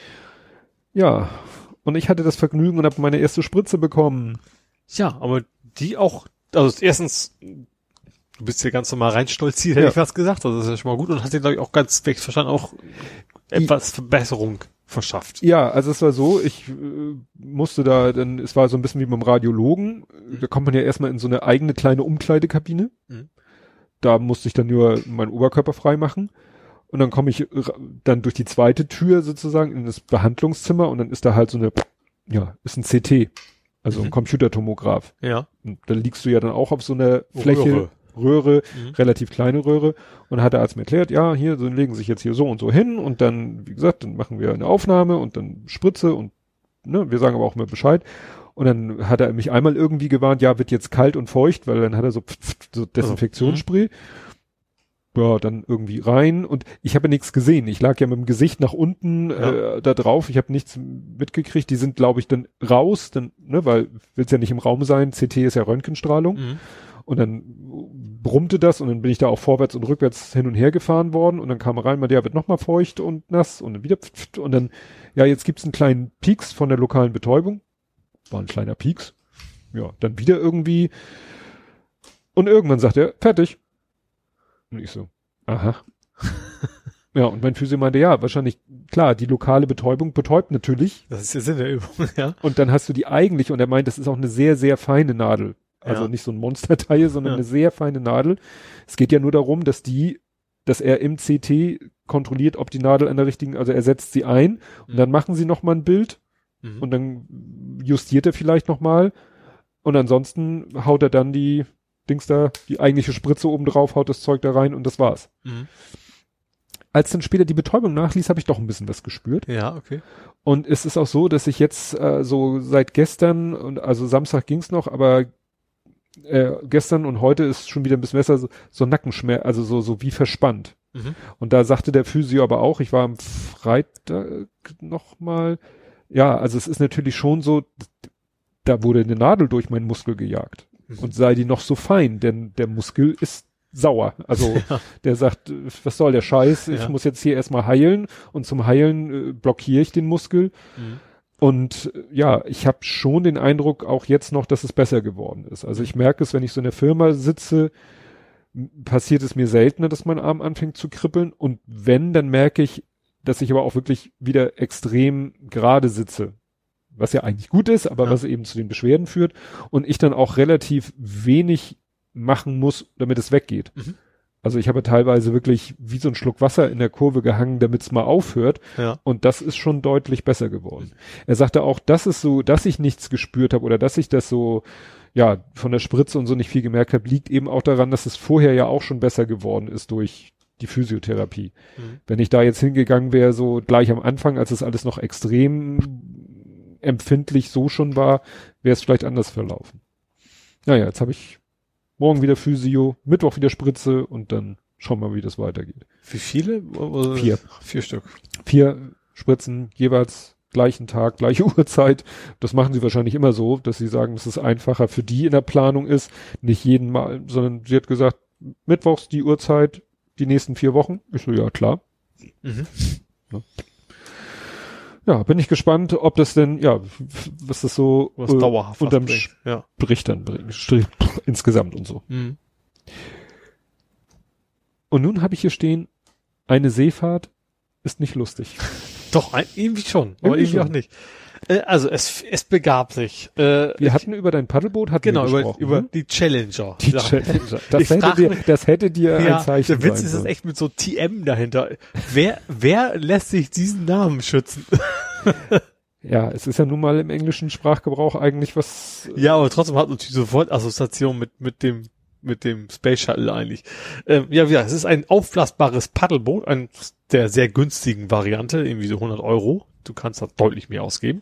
Ja. Und ich hatte das Vergnügen und habe meine erste Spritze bekommen. Ja, aber die auch, also erstens, du bist hier ganz normal reinstolziert, hätte ich was gesagt, also das ist ja schon mal gut und hast dir, glaube ich, auch ganz verstanden, auch etwas Verbesserung verschafft. Ja, also es war so, ich musste es war so ein bisschen wie beim Radiologen, da kommt man ja erstmal in so eine eigene kleine Umkleidekabine, da musste ich dann nur meinen Oberkörper frei machen und dann komme ich dann durch die zweite Tür sozusagen in das Behandlungszimmer und dann ist da halt so ist ein CT. Also ein Computertomograph. Ja. Und da liegst du ja dann auch auf so einer Fläche, Röhre, relativ kleine Röhre. Und hat der Arzt mir erklärt, ja, hier, so legen sich jetzt hier so und so hin und dann, wie gesagt, dann machen wir eine Aufnahme und dann Spritze und wir sagen aber auch immer Bescheid. Und dann hat er mich einmal irgendwie gewarnt, ja, wird jetzt kalt und feucht, weil dann hat er so Desinfektionsspray. Ja, dann irgendwie rein und ich habe ja nichts gesehen. Ich lag ja mit dem Gesicht nach unten da drauf. Ich habe nichts mitgekriegt. Die sind, glaube ich, dann raus, weil will's ja nicht im Raum sein. CT ist ja Röntgenstrahlung. Und dann brummte das und dann bin ich da auch vorwärts und rückwärts hin und her gefahren worden und dann kam er rein, meinte, ja, wird nochmal feucht und nass und dann wieder und dann, ja, jetzt gibt's einen kleinen Pieks von der lokalen Betäubung. War ein kleiner Pieks. Ja, dann wieder irgendwie und irgendwann sagt er, fertig. Und ich so, aha. Ja, und mein Physio meinte, ja, wahrscheinlich, klar, die lokale Betäubung betäubt natürlich. Das ist der Sinn der Übung, ja. Und dann hast du die eigentliche, und er meint, das ist auch eine sehr, sehr feine Nadel. Also nicht so ein Monsterteil, sondern eine sehr feine Nadel. Es geht ja nur darum, dass er im CT kontrolliert, ob die Nadel an der richtigen, also er setzt sie ein und dann machen sie nochmal ein Bild und dann justiert er vielleicht nochmal und ansonsten haut er dann die eigentliche Spritze oben drauf, haut das Zeug da rein und das war's. Als dann später die Betäubung nachließ, habe ich doch ein bisschen was gespürt. Ja, okay. Und es ist auch so, dass ich jetzt so seit gestern, und also Samstag ging's noch, aber gestern und heute ist schon wieder ein bisschen besser, so Nackenschmerz, also so wie verspannt. Und da sagte der Physio aber auch, ich war am Freitag nochmal, ja, also es ist natürlich schon so, da wurde eine Nadel durch meinen Muskel gejagt. Und sei die noch so fein, denn der Muskel ist sauer. Also der sagt, was soll der Scheiß? Ich muss jetzt hier erstmal heilen und zum Heilen blockiere ich den Muskel. Und ja, ich habe schon den Eindruck auch jetzt noch, dass es besser geworden ist. Also ich merke es, wenn ich so in der Firma sitze, passiert es mir seltener, dass mein Arm anfängt zu kribbeln. Und wenn, dann merke ich, dass ich aber auch wirklich wieder extrem gerade sitze. Was ja eigentlich gut ist, aber was eben zu den Beschwerden führt. Und ich dann auch relativ wenig machen muss, damit es weggeht. Also ich habe teilweise wirklich wie so ein Schluck Wasser in der Kurve gehangen, damit es mal aufhört. Ja. Und das ist schon deutlich besser geworden. Er sagte auch, das ist so, dass ich nichts gespürt habe oder dass ich das so, ja, von der Spritze und so nicht viel gemerkt habe, liegt eben auch daran, dass es vorher ja auch schon besser geworden ist durch die Physiotherapie. Wenn ich da jetzt hingegangen wäre, so gleich am Anfang, als es alles noch extrem empfindlich so schon war, wäre es vielleicht anders verlaufen. Naja, jetzt habe ich morgen wieder Physio, Mittwoch wieder Spritze und dann schauen wir mal, wie das weitergeht. Wie viele? 4. 4 Stück. 4 Spritzen, jeweils gleichen Tag, gleiche Uhrzeit. Das machen sie wahrscheinlich immer so, dass sie sagen, dass es einfacher für die in der Planung ist. Nicht jeden Mal, sondern sie hat gesagt, mittwochs die Uhrzeit, die nächsten 4 Wochen. Ich so, ja, klar. Ja, bin ich gespannt, ob das denn, ja, was das so dauerhaft unterm Strich dann bringt. Insgesamt und so. Und nun habe ich hier stehen, eine Seefahrt ist nicht lustig. Doch, irgendwie schon, aber irgendwie auch nicht. Also es begab sich. Wir hatten über dein Paddelboot gesprochen. über die Challenger. Die Challenger. Das hätte dir ein Zeichen sein. Der Witz ist es echt mit so TM dahinter. Wer lässt sich diesen Namen schützen? Ja, es ist ja nun mal im englischen Sprachgebrauch eigentlich was. Ja, aber trotzdem hat natürlich sofort Assoziation mit dem Space Shuttle eigentlich. Es ist ein aufblasbares Paddelboot, der sehr günstigen Variante, irgendwie so 100 €. Du kannst da deutlich mehr ausgeben.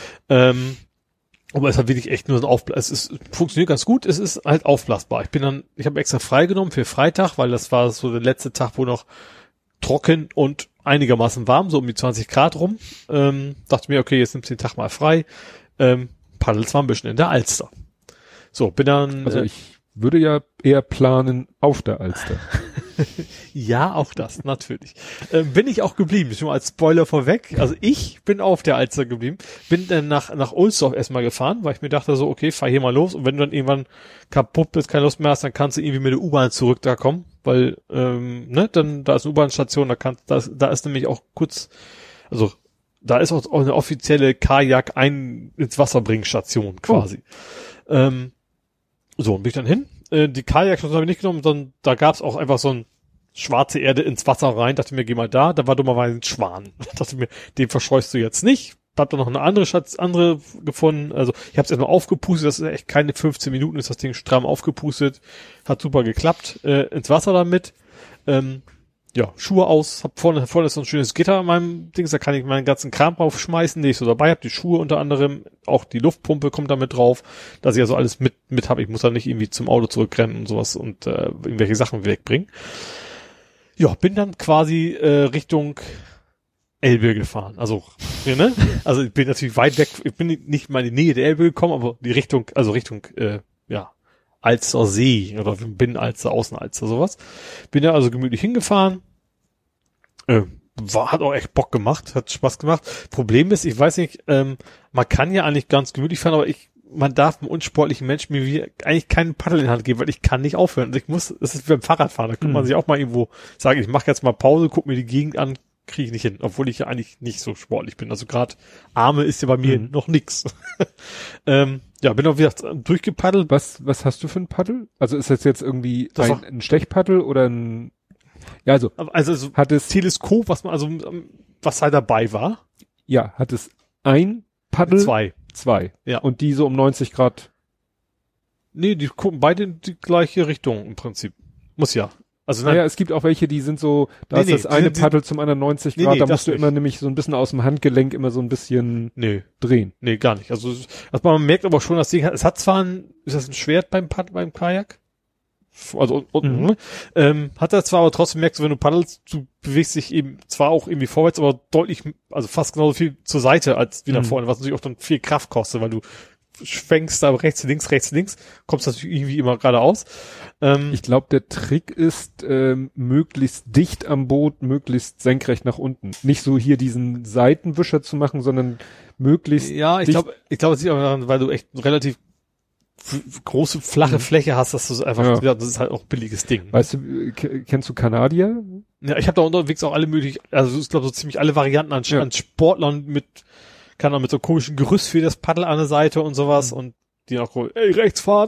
Aber es hat wirklich echt nur so ein funktioniert ganz gut, es ist halt aufblasbar. Ich habe extra freigenommen für Freitag, weil das war so der letzte Tag, wo noch trocken und einigermaßen warm, so um die 20 Grad rum. Dachte mir, okay, jetzt nimmst du den Tag mal frei. Paddel zwar ein bisschen in der Alster. So, bin dann... Also ich würde ja eher planen auf der Alster. Ja, auch das, natürlich. Bin ich auch geblieben, schon mal als Spoiler vorweg. Also ich bin auf der Alster geblieben, bin dann nach Ohlsdorf erstmal gefahren, weil ich mir dachte so, okay, fahr hier mal los und wenn du dann irgendwann kaputt bist, keine Lust mehr hast, dann kannst du irgendwie mit der U-Bahn zurück da kommen, weil, dann, da ist eine U-Bahn-Station, da ist nämlich auch kurz, also da ist auch eine offizielle Kajak ins Wasser bringen Station quasi. So, bin ich dann hin. Die Kajak-Station habe ich nicht genommen, sondern da gab's auch einfach so ein schwarze Erde ins Wasser rein. Dachte mir, geh mal da. Da war dummerweise ein Schwan. Dachte mir, den verscheuchst du jetzt nicht. Hab dann noch eine andere gefunden. Also ich habe es erstmal aufgepustet. Das ist echt keine 15 Minuten, ist das Ding stramm aufgepustet. Hat super geklappt. Ins Wasser damit. Schuhe aus, hab vorne ist so ein schönes Gitter an meinem Dings, da kann ich meinen ganzen Kram draufschmeißen, den ich so dabei habe, die Schuhe unter anderem, auch die Luftpumpe kommt da mit drauf, dass ich also alles mit habe, ich muss da nicht irgendwie zum Auto zurückrennen und sowas und irgendwelche Sachen wegbringen. Ja, bin dann quasi Richtung Elbe gefahren, also ich bin natürlich weit weg, ich bin nicht mal in die Nähe der Elbe gekommen, aber die Richtung Alster See oder Binnenalster, Außenalster, sowas. Bin da also gemütlich hingefahren. Hat auch echt Bock gemacht, hat Spaß gemacht. Problem ist, ich weiß nicht, man kann ja eigentlich ganz gemütlich fahren, aber man darf einem unsportlichen Menschen mir eigentlich keinen Paddel in die Hand geben, weil ich kann nicht aufhören. Also es ist wie beim Fahrradfahren, da kann man sich auch mal irgendwo sagen, ich mache jetzt mal Pause, guck mir die Gegend an, kriege ich nicht hin, obwohl ich ja eigentlich nicht so sportlich bin. Also gerade Arme ist ja bei mir noch nix. Bin auch wieder durchgepaddelt. Was hast du für ein Paddel? Also ist das jetzt irgendwie ein Stechpaddel oder ein... Ja, also hat es Teleskop, was halt dabei war? Ja, hat es ein Paddel? Zwei. Ja. Und die so um 90 Grad? Nee, die gucken beide in die gleiche Richtung im Prinzip. Muss ja. Also naja, es gibt auch welche, die sind so, ist das eine Paddel zum anderen 90 Grad, da musst du immer nämlich so ein bisschen aus dem Handgelenk immer so ein bisschen drehen. Nee, gar nicht. Also man merkt aber schon, das Ding es hat zwar ist das ein Schwert beim Kajak? Also hat er zwar, aber trotzdem merkst du, wenn du paddelst, du bewegst dich eben zwar auch irgendwie vorwärts, aber deutlich, also fast genauso viel zur Seite als wie nach vorne, was natürlich auch dann viel Kraft kostet, weil du schwenkst da rechts, links, kommst natürlich irgendwie immer geradeaus. Ich glaube, der Trick ist, möglichst dicht am Boot, möglichst senkrecht nach unten. Nicht so hier diesen Seitenwischer zu machen, sondern möglichst ich glaube, es liegt auch daran, weil du echt relativ große, flache Fläche hast, dass du einfach, das ist halt auch ein billiges Ding. Weißt du, kennst du Kanadier? Ja, ich habe da unterwegs auch alle möglichen, also ich glaube so ziemlich alle Varianten an Sportlern mit so komischen Gerüst für das Paddel an der Seite und sowas und die auch, rechts fahren.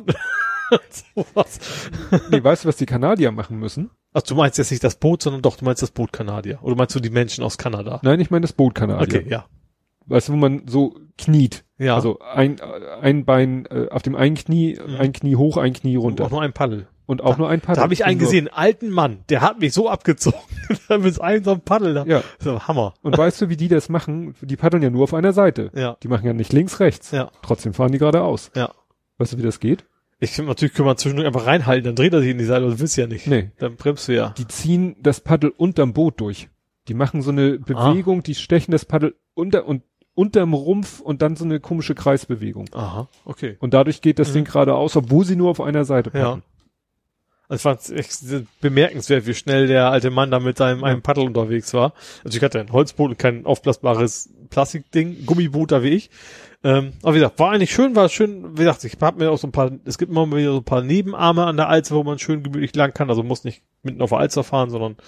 sowas. Nee, weißt du, was die Kanadier machen müssen? Ach, du meinst jetzt nicht das Boot, sondern doch, du meinst das Boot Kanadier. Oder meinst du die Menschen aus Kanada? Nein, ich meine das Boot Kanadier. Okay, ja. Weißt du, wo man so kniet? Ja. Also ein Bein auf dem einen Knie, ein Knie hoch, ein Knie runter. Und auch nur ein Paddel. Und auch nur ein Paddel. Da habe ich einen gesehen, einen alten Mann, der hat mich so abgezogen. Da mit einem so ein Paddel da. Ja. So, Hammer. Und weißt du, wie die das machen? Die paddeln ja nur auf einer Seite. Ja. Die machen ja nicht links, rechts. Ja. Trotzdem fahren die geradeaus. Ja. Weißt du, wie das geht? Natürlich können wir zwischendurch einfach reinhalten, dann dreht er sich in die Seite, aber das willst du ja nicht. Nee. Dann bremst du ja. Die ziehen das Paddel unterm Boot durch. Die machen so eine Bewegung, die stechen das Paddel unterm Rumpf und dann so eine komische Kreisbewegung. Aha, okay. Und dadurch geht das Ding geradeaus, obwohl sie nur auf einer Seite paddeln. Ja. Also ich fand es echt bemerkenswert, wie schnell der alte Mann da mit seinem einem Paddel unterwegs war. Also ich hatte ein Holzboot und kein aufblasbares Plastikding, Gummiboot da wie ich. Aber wie gesagt, war schön, wie gesagt, ich habe mir auch so ein paar, es gibt immer wieder so ein paar Nebenarme an der Alster, wo man schön gemütlich lang kann, also muss nicht mitten auf der Alster fahren, sondern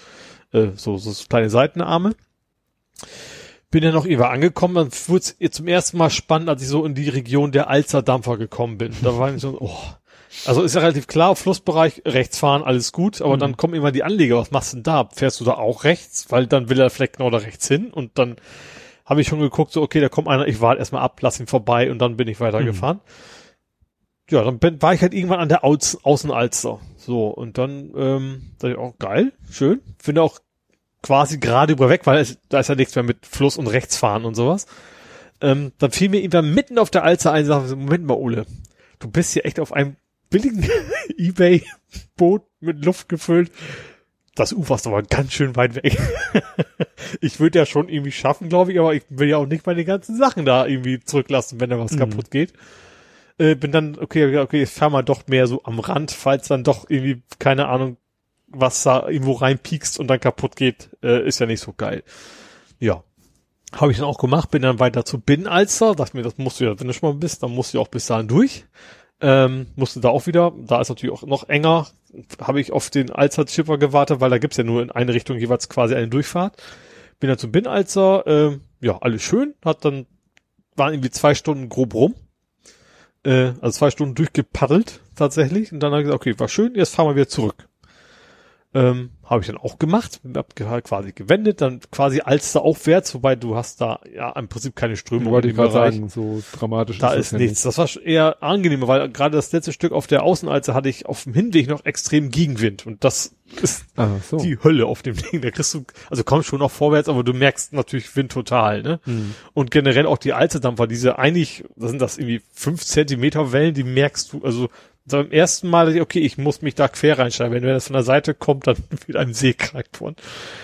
so kleine Seitenarme. Bin dann noch irgendwann angekommen, dann wurde es zum ersten Mal spannend, als ich so in die Region der Alster-Dampfer gekommen bin. Da war ich so, also ist ja relativ klar, Flussbereich, rechts fahren, alles gut, aber dann kommen immer die Anleger, was machst du denn da? Fährst du da auch rechts? Weil dann will er vielleicht genau da rechts hin und dann habe ich schon geguckt, so okay, da kommt einer, ich warte erstmal ab, lass ihn vorbei und dann bin ich weitergefahren. Ja, dann war ich halt irgendwann an der Außenalster. So, und dann dachte ich auch, geil, schön. Finde auch quasi gerade über weg, weil da ist ja nichts mehr mit Fluss und Rechtsfahren und sowas. Dann fiel mir irgendwann mitten auf der Alster ein, sag, Moment mal, Ole, du bist hier echt auf einem billigen eBay-Boot mit Luft gefüllt. Das Ufer ist aber ganz schön weit weg. Ich würde ja schon irgendwie schaffen, glaube ich, aber ich will ja auch nicht meine ganzen Sachen da irgendwie zurücklassen, wenn da was kaputt geht. Bin dann, okay, ich fahr mal doch mehr so am Rand, falls dann doch irgendwie, keine Ahnung, was da irgendwo reinpiekst und dann kaputt geht, ist ja nicht so geil. Ja. Habe ich dann auch gemacht, bin dann weiter zu Binnenalster, dachte mir, das musst du ja, wenn du schon mal bist, dann musst du ja auch bis dahin durch. Musste da auch wieder, da ist natürlich auch noch enger, habe ich auf den Alster-Schipper gewartet, weil da gibt's ja nur in eine Richtung jeweils quasi eine Durchfahrt. Bin dann zum Binnenalster, ja, alles schön, waren irgendwie 2 Stunden grob rum, also 2 Stunden durchgepaddelt tatsächlich und dann habe ich gesagt, okay, war schön, jetzt fahren wir wieder zurück. Habe ich dann auch gemacht, hab quasi gewendet, dann quasi Alster aufwärts, wobei du hast da ja im Prinzip keine Strömung. Wollte ich gerade sagen, so dramatisch da ist nichts. Das war eher angenehmer, weil gerade das letzte Stück auf der Außenalster hatte ich auf dem Hinweg noch extrem Gegenwind und das ist die Hölle auf dem Ding. Da kriegst du, also kommst schon noch vorwärts, aber du merkst natürlich Wind total, ne? Und generell auch die Alsterdampfer, diese eigentlich, sind das irgendwie 5 Zentimeter Wellen, die merkst du, also beim ersten Mal, okay, ich muss mich da quer reinschreiben. Wenn das von der Seite kommt, dann wird einem Seekragt worden.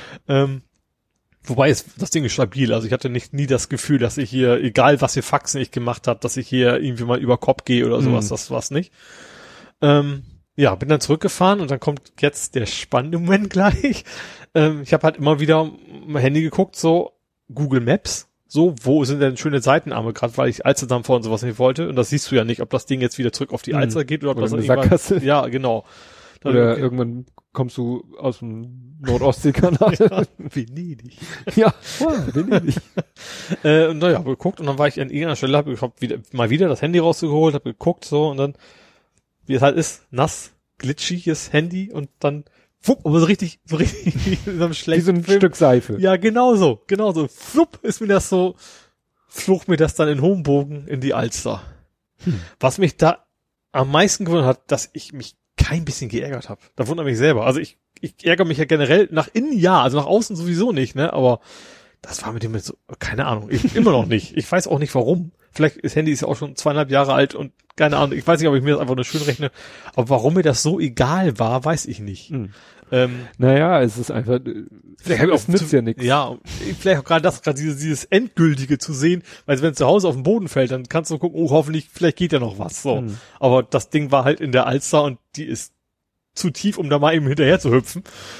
Wobei das Ding ist stabil. Also ich hatte nie das Gefühl, dass ich hier, egal was für Faxen ich gemacht habe, dass ich hier irgendwie mal über Kopf gehe oder sowas. Das war's nicht. Ja, bin dann zurückgefahren und dann kommt jetzt der spannende Moment gleich. Ich habe halt immer wieder mein Handy geguckt, so Google Maps. So, wo sind denn schöne Seitenarme, gerade weil ich Alsterdampfer und sowas nicht wollte. Und das siehst du ja nicht, ob das Ding jetzt wieder zurück auf die Alster geht oder ob das eine Sackgasse. Ja, genau. Dann oder irgendwann kommst du aus dem Nordostseekanal. Ja, Venedig. Ja, Venedig. Und naja, habe geguckt und dann war ich an irgendeiner Stelle, habe mal wieder das Handy rausgeholt, habe geguckt so und dann, wie es halt ist, nass, glitschiges Handy und dann aber so richtig in so einem schlechten wie so ein Film. Stück Seife. Ja, genau so. Flupp ist mir das so, flog mir das dann in hohem Bogen in die Alster. Was mich da am meisten gewundert hat, dass ich mich kein bisschen geärgert habe. Da wundert mich selber. Also ich ärgere mich ja generell nach innen ja, also nach außen sowieso nicht, ne, aber das war mit dem so, keine Ahnung, immer noch nicht. Ich weiß auch nicht warum. Vielleicht das Handy ist ja auch schon 2,5 Jahre alt und keine Ahnung, ich weiß nicht, ob ich mir das einfach nur schön rechne, aber warum mir das so egal war, weiß ich nicht. Naja, es ist einfach, es nützt ja nichts. Ja, vielleicht auch gerade dieses Endgültige zu sehen, weil wenn es zu Hause auf den Boden fällt, dann kannst du gucken, oh, hoffentlich, vielleicht geht ja noch was, so. Aber das Ding war halt in der Alster und die ist zu tief, um da mal eben hinterher zu hüpfen.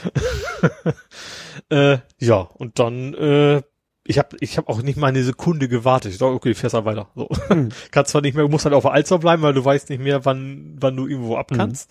Ja, und dann, ich hab auch nicht mal eine Sekunde gewartet. Ich dachte, okay, fährst halt weiter. So. Kannst zwar nicht mehr, du musst halt auf der Alster bleiben, weil du weißt nicht mehr, wann du irgendwo ab kannst.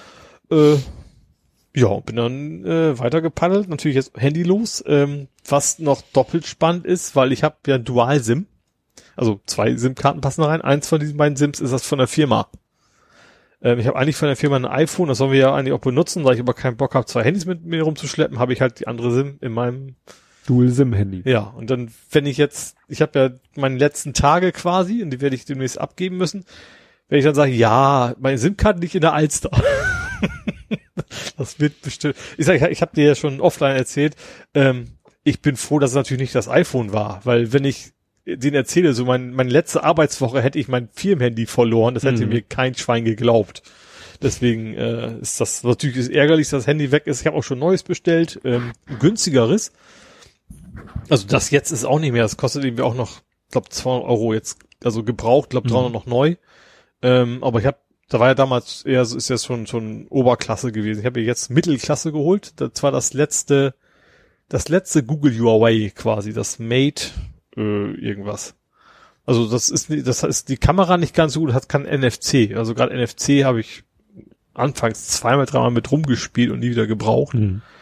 Ja, bin dann weiter gepaddelt, natürlich jetzt Handy los, was noch doppelt spannend ist, weil ich habe ja Dual-SIM, also 2 SIM-Karten passen da rein, eins von diesen beiden SIMs ist das von der Firma. Ich habe eigentlich von der Firma ein iPhone, das sollen wir ja eigentlich auch benutzen, da ich aber keinen Bock habe, 2 Handys mit mir rumzuschleppen, habe ich halt die andere SIM in meinem Dual-SIM-Handy. Ja, und dann, wenn ich habe ja meine letzten Tage quasi, und die werde ich demnächst abgeben müssen, wenn ich dann sage, ja, meine SIM-Karte liegt in der Alster. Das wird bestimmt. Ich habe dir ja schon offline erzählt, ich bin froh, dass es natürlich nicht das iPhone war, weil wenn ich den erzähle, so meine letzte Arbeitswoche hätte ich mein Firmenhandy verloren, das hätte mir kein Schwein geglaubt. Deswegen ist das natürlich ärgerlich, dass das Handy weg ist. Ich habe auch schon Neues bestellt, günstigeres. Also das jetzt ist auch nicht mehr, das kostet irgendwie auch noch, glaube 200 Euro jetzt, also gebraucht, glaube 300 noch neu. Aber da war ja damals eher, ist ja schon Oberklasse gewesen. Ich habe jetzt Mittelklasse geholt. Das war das letzte Google Huawei quasi, das Mate irgendwas. Also das ist die Kamera nicht ganz so gut, hat kein NFC. Also gerade NFC habe ich anfangs 2-3 Mal mit rumgespielt und nie wieder gebraucht.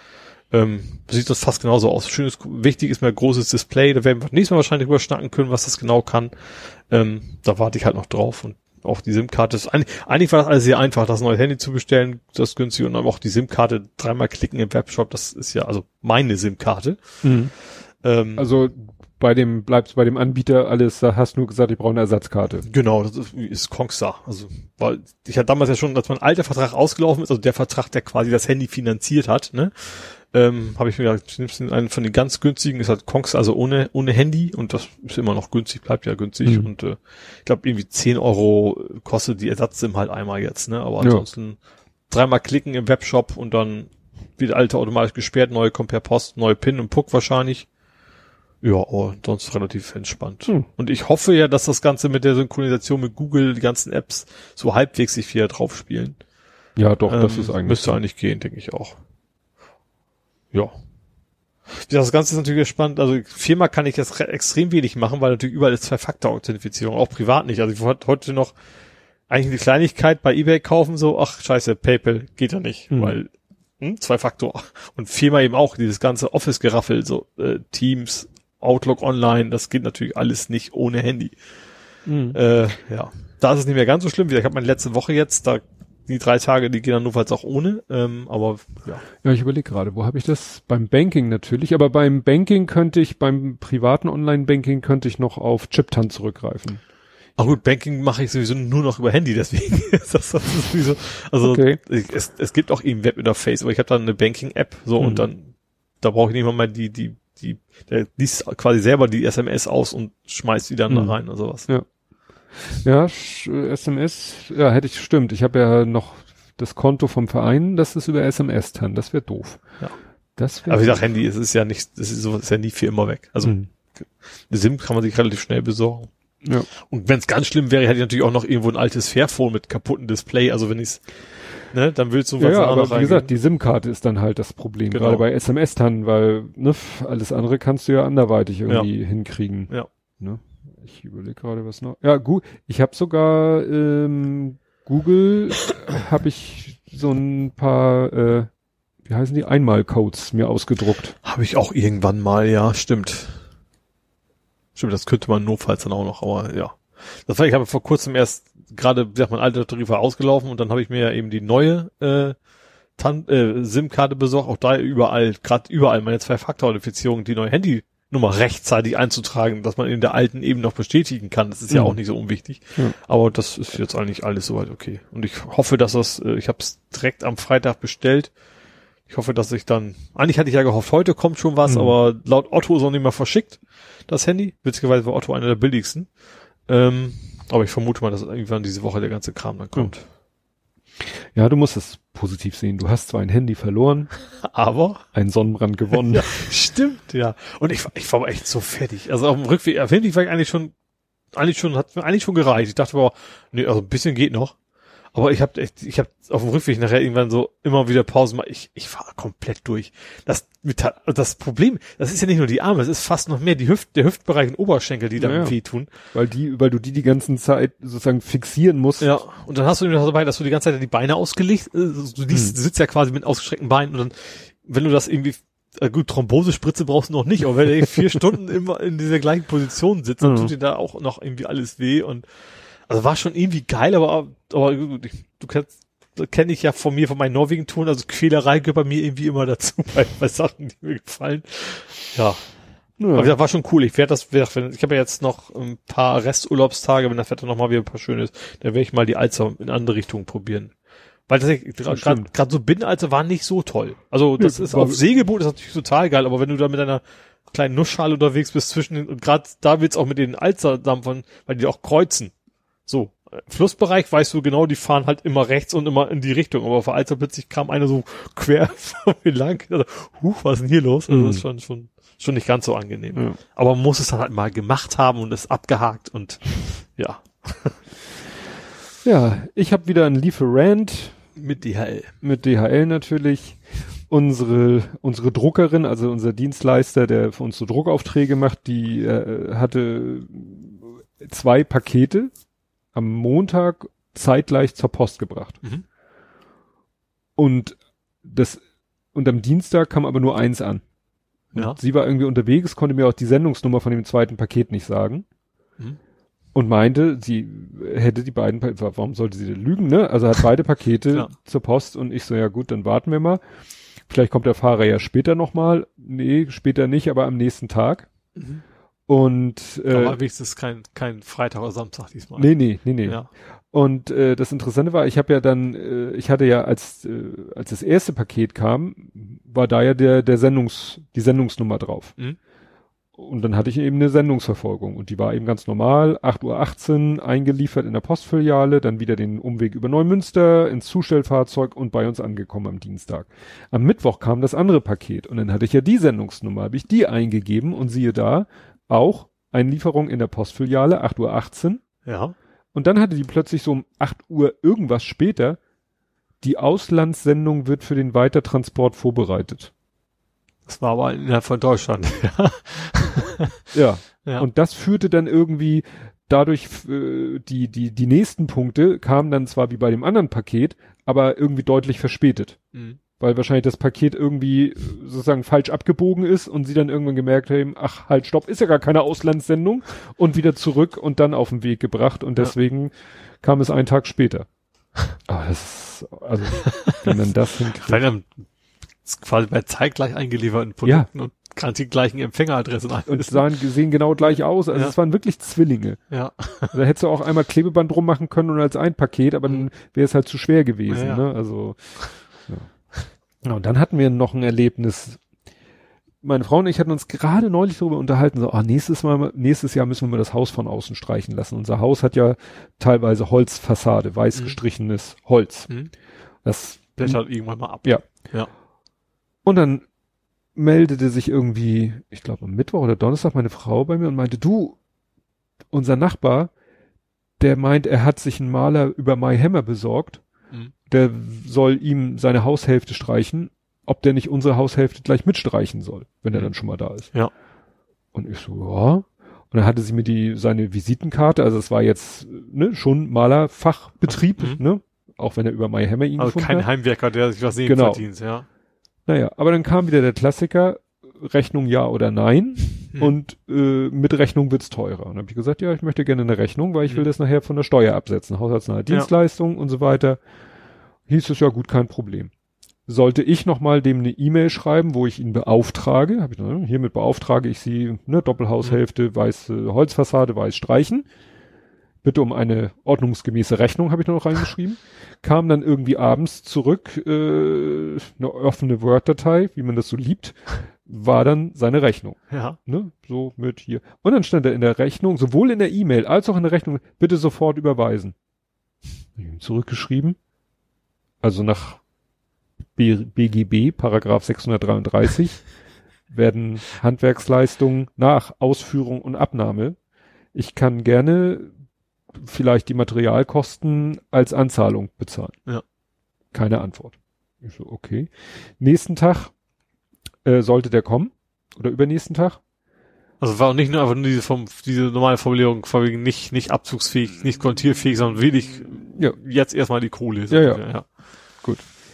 Sieht das fast genauso aus. Wichtig ist mir großes Display, da werden wir nächstes Mal wahrscheinlich drüber schnacken können, was das genau kann. Da warte ich halt noch drauf und auch die SIM-Karte ist, eigentlich war das alles sehr einfach, das neue Handy zu bestellen, das ist günstig und dann auch die SIM-Karte dreimal klicken im Webshop, das ist ja also meine SIM-Karte. Mhm. Also bleibst bei dem Anbieter alles, da hast du nur gesagt, ich brauche eine Ersatzkarte. Genau, das ist Kongstar. Also, weil ich hatte damals ja schon, als mein alter Vertrag ausgelaufen ist, also der Vertrag, der quasi das Handy finanziert hat, ne, habe ich mir gedacht, ich nehme einen von den ganz günstigen, ist halt Kongstar, also ohne Handy und das ist immer noch günstig, bleibt ja günstig und ich glaube irgendwie 10 Euro kostet die Ersatz-SIM halt einmal jetzt, ne, aber ansonsten dreimal klicken im Webshop und dann wird alte automatisch gesperrt, neue kommt per Post, neue PIN und Puck wahrscheinlich. Ja, aber sonst relativ entspannt. Und ich hoffe ja, dass das Ganze mit der Synchronisation mit Google, die ganzen Apps, so halbwegs sich wieder drauf spielen. Ja, doch, das ist eigentlich. Müsste eigentlich gehen, denke ich auch. Ja. Das Ganze ist natürlich spannend. Also Firma kann ich jetzt extrem wenig machen, weil natürlich überall ist Zwei-Faktor-Authentifizierung, auch privat nicht. Also ich wollte heute noch eigentlich eine Kleinigkeit bei eBay kaufen, so, ach scheiße, PayPal geht ja nicht, weil Zwei-Faktor. Und Firma eben auch, dieses ganze Office-Geraffel, so Teams, Outlook Online, das geht natürlich alles nicht ohne Handy. Ja, da ist es nicht mehr ganz so schlimm. Ich habe meine letzte Woche jetzt, da die 3 Tage, die gehen dann notfalls auch ohne, aber ja. Ja, ich überlege gerade, wo habe ich das? Beim Banking natürlich, aber beim Banking beim privaten Online-Banking könnte ich noch auf Chiptan zurückgreifen. Ach gut, Banking mache ich sowieso nur noch über Handy, deswegen ist das sowieso, also okay. Es gibt auch eben Webinterface, aber ich habe dann eine Banking-App, so und dann, da brauche ich nicht mal der liest quasi selber die SMS aus und schmeißt die dann da rein oder sowas. Ja. Ja, SMS, ja, stimmt. Ich habe ja noch das Konto vom Verein, das ist über SMS dann. Das wäre doof. Ja. Aber wie gesagt, Handy, es ist ja nicht, ist ja nie für immer weg. Also, eine SIM kann man sich relativ schnell besorgen. Ja. Und wenn es ganz schlimm wäre, hätte ich natürlich auch noch irgendwo ein altes Fairphone mit kaputtem Display. Also wenn ich's, ne, dann willst du was ja, aber noch wie gesagt, die SIM-Karte ist dann halt das Problem. Genau. Gerade bei SMS dann, weil, ne, alles andere kannst du ja anderweitig irgendwie hinkriegen. Ja. Ne? Ich überlege gerade, was noch. Ja, gut. Ich habe sogar Google, habe ich so ein paar, wie heißen die, Einmalcodes mir ausgedruckt. Habe ich auch irgendwann mal, ja, stimmt. Stimmt, das könnte man notfalls dann auch noch, aber ja. Ich habe vor kurzem erst gerade, wie gesagt, mein alter Tarif war ausgelaufen und dann habe ich mir ja eben die neue SIM-Karte besorgt, auch da gerade überall meine Zwei-Faktor-Authentifizierung, die neue Handynummer rechtzeitig einzutragen, dass man in der alten eben noch bestätigen kann. Das ist ja auch nicht so unwichtig. Ja. Aber das ist jetzt eigentlich alles soweit okay. Und ich hoffe, dass ich habe es direkt am Freitag bestellt. Ich hoffe, dass ich dann, eigentlich hatte ich ja gehofft, heute kommt schon was, aber laut Otto ist auch nicht mehr verschickt, das Handy. Witzigerweise war Otto einer der billigsten. Aber ich vermute mal, dass irgendwann diese Woche der ganze Kram dann kommt. Ja, du musst es positiv sehen. Du hast zwar ein Handy verloren, aber einen Sonnenbrand gewonnen. Ja, stimmt, ja. Und ich war echt so fertig. Also auf dem Rückweg, auf dem Hinweg war ich hat mir eigentlich schon gereicht. Ich dachte aber, nee, also ein bisschen geht noch. Aber ich hab auf dem Rückweg nachher irgendwann so immer wieder Pausen mal. Ich war komplett durch. Das Problem, das ist ja nicht nur die Arme, es ist fast noch mehr der Hüftbereich und Oberschenkel, die da wehtun. Weil du die ganze Zeit sozusagen fixieren musst. Ja. Und dann hast du noch dabei, dass du die ganze Zeit die Beine ausgelegt, du sitzt ja quasi mit ausgestreckten Beinen und dann, wenn du das irgendwie, gut, Thrombosespritze brauchst du noch nicht, aber wenn du 4 Stunden immer in dieser gleichen Position sitzt, dann tut dir da auch noch irgendwie alles weh und also war schon irgendwie geil, aber gut, kenne ich ja von meinen Norwegen-Touren, also Quälerei gehört bei mir irgendwie immer dazu, bei Sachen, die mir gefallen. Ja. Aber das war schon cool. Ich habe ja jetzt noch ein paar Resturlaubstage, wenn das Wetter nochmal wieder ein paar schön ist, dann werde ich mal die Alster in andere Richtungen probieren. Weil tatsächlich, gerade so Binnenalster war nicht so toll. Also das ist auf Segelboot ist natürlich total geil, aber wenn du da mit einer kleinen Nussschale unterwegs bist und gerade da wird's auch mit den Alsterdampfern, weil die auch kreuzen. So, Flussbereich weißt du genau, die fahren halt immer rechts und immer in die Richtung, aber auf der Alster plötzlich kam einer so quer vor mir lang. Also, was ist denn hier los? Also das ist schon nicht ganz so angenehm. Ja. Aber man muss es dann halt mal gemacht haben und es abgehakt und ja. Ja, ich habe wieder einen Lieferant. Mit DHL. Mit DHL natürlich. Unsere Druckerin, also unser Dienstleister, der für uns so Druckaufträge macht, die hatte 2 Pakete am Montag zeitgleich zur Post gebracht. Und das Und am Dienstag kam aber nur eins an. Ja. Sie war irgendwie unterwegs, konnte mir auch die Sendungsnummer von dem zweiten Paket nicht sagen. Und meinte, sie hätte die beiden, warum sollte sie denn lügen, ne? Also hat beide Pakete zur Post und ich so, ja gut, dann warten wir mal. Vielleicht kommt der Fahrer ja später nochmal. Nee, später nicht, aber am nächsten Tag. Und aber wenigstens kein Freitag oder Samstag diesmal. Nee. Ja. Und das Interessante war, ich habe ja dann, ich hatte ja, als das erste Paket kam, war da ja die Sendungsnummer drauf. Und dann hatte ich eben eine Sendungsverfolgung und die war eben ganz normal, 8:18 Uhr eingeliefert in der Postfiliale, dann wieder den Umweg über Neumünster ins Zustellfahrzeug und bei uns angekommen am Dienstag. Am Mittwoch kam das andere Paket und dann hatte ich ja die Sendungsnummer, habe ich die eingegeben und siehe da, auch Einlieferung in der Postfiliale, 8:18 Uhr. Ja. Und dann hatte die plötzlich so um 8 Uhr irgendwas später, die Auslandssendung wird für den Weitertransport vorbereitet. Das war aber innerhalb von Deutschland. Ja. Ja. Und das führte dann irgendwie dadurch, die nächsten Punkte kamen dann zwar wie bei dem anderen Paket, aber irgendwie deutlich verspätet. Weil wahrscheinlich das Paket irgendwie sozusagen falsch abgebogen ist und sie dann irgendwann gemerkt haben, ach halt, stopp, ist ja gar keine Auslandssendung und wieder zurück und dann auf den Weg gebracht und deswegen kam es einen Tag später. Aber das ist, also, wenn man das hinkriegt. Quasi bei zeitgleich eingelieferten Produkten und gerade die gleichen Empfängeradressen ein. Und sehen genau gleich aus. Also es waren wirklich Zwillinge. Ja. Da hättest du auch einmal Klebeband drum machen können und als ein Paket, aber dann wäre es halt zu schwer gewesen. Ja. Ne? Also ja, und dann hatten wir noch ein Erlebnis. Meine Frau und ich hatten uns gerade neulich darüber unterhalten, so, nächstes Jahr müssen wir mal das Haus von außen streichen lassen. Unser Haus hat ja teilweise Holzfassade, weiß gestrichenes Holz. Das blättert irgendwann mal ab. Ja. Ja. Und dann meldete sich irgendwie, ich glaube am Mittwoch oder Donnerstag meine Frau bei mir und meinte, du, unser Nachbar, der meint, er hat sich einen Maler über MyHammer besorgt, der soll ihm seine Haushälfte streichen, ob der nicht unsere Haushälfte gleich mitstreichen soll, wenn er dann schon mal da ist. Ja. Und ich so, ja. Und dann hatte sie mir seine Visitenkarte, also es war jetzt schon Malerfachbetrieb, ne? Auch wenn er über MyHammer ihn also kein hat. Heimwerker, der sich was sehen verdient, ja. Naja, aber dann kam wieder der Klassiker, Rechnung ja oder nein und mit Rechnung wird's teurer. Und dann habe ich gesagt, ja, ich möchte gerne eine Rechnung, weil ich will das nachher von der Steuer absetzen, haushaltsnahe Dienstleistung und so weiter. Hieß es ja gut, kein Problem. Sollte ich nochmal dem eine E-Mail schreiben, wo ich ihn beauftrage, habe ich gesagt, hiermit beauftrage ich Sie, Doppelhaushälfte, weiße Holzfassade, weiß streichen. Bitte um eine ordnungsgemäße Rechnung, habe ich noch reingeschrieben. Kam dann irgendwie abends zurück, eine offene Word-Datei, wie man das so liebt, war dann seine Rechnung. Ja. Ne? So mit hier. Und dann stand er in der Rechnung, sowohl in der E-Mail als auch in der Rechnung, bitte sofort überweisen. Ich habe ihm zurückgeschrieben. Also nach BGB, Paragraph 633, werden Handwerksleistungen nach Ausführung und Abnahme. Ich kann gerne vielleicht die Materialkosten als Anzahlung bezahlen. Ja. Keine Antwort. Ich so, okay. Nächsten Tag sollte der kommen oder übernächsten Tag. Also war auch nicht nur einfach nur diese normale Formulierung, vor wegen nicht abzugsfähig, nicht kontierfähig, sondern wirklich jetzt erstmal die Kohle. Ja. Gut.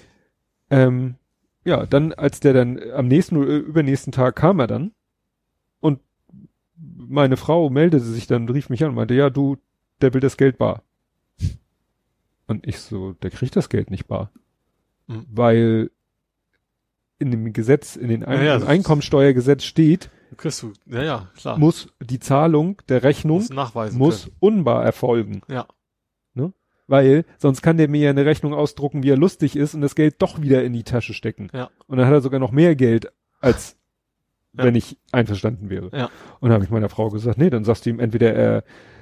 Ja, dann, als der dann am nächsten oder übernächsten Tag kam er dann und meine Frau meldete sich dann, rief mich an und meinte, ja, du, der will das Geld bar. Und ich so, der kriegt das Geld nicht bar. Weil in dem Gesetz, in den Einkommensteuergesetz steht, kriegst du, klar. Muss die Zahlung der Rechnung muss unbar erfolgen. Ja. Ne? Weil sonst kann der mir ja eine Rechnung ausdrucken, wie er lustig ist und das Geld doch wieder in die Tasche stecken. Ja. Und dann hat er sogar noch mehr Geld, als wenn ich einverstanden wäre. Ja. Und dann habe ich meiner Frau gesagt, nee, dann sagst du ihm entweder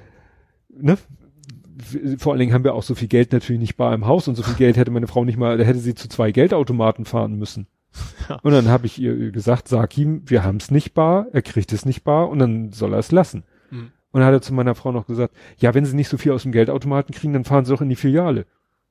vor allen Dingen haben wir auch so viel Geld natürlich nicht bar im Haus und so viel Geld hätte meine Frau nicht mal, da hätte sie zu 2 Geldautomaten fahren müssen. Ja. Und dann habe ich ihr gesagt, sag ihm, wir haben es nicht bar, er kriegt es nicht bar und dann soll er es lassen. Und dann hat er zu meiner Frau noch gesagt, ja, wenn sie nicht so viel aus dem Geldautomaten kriegen, dann fahren sie doch in die Filiale.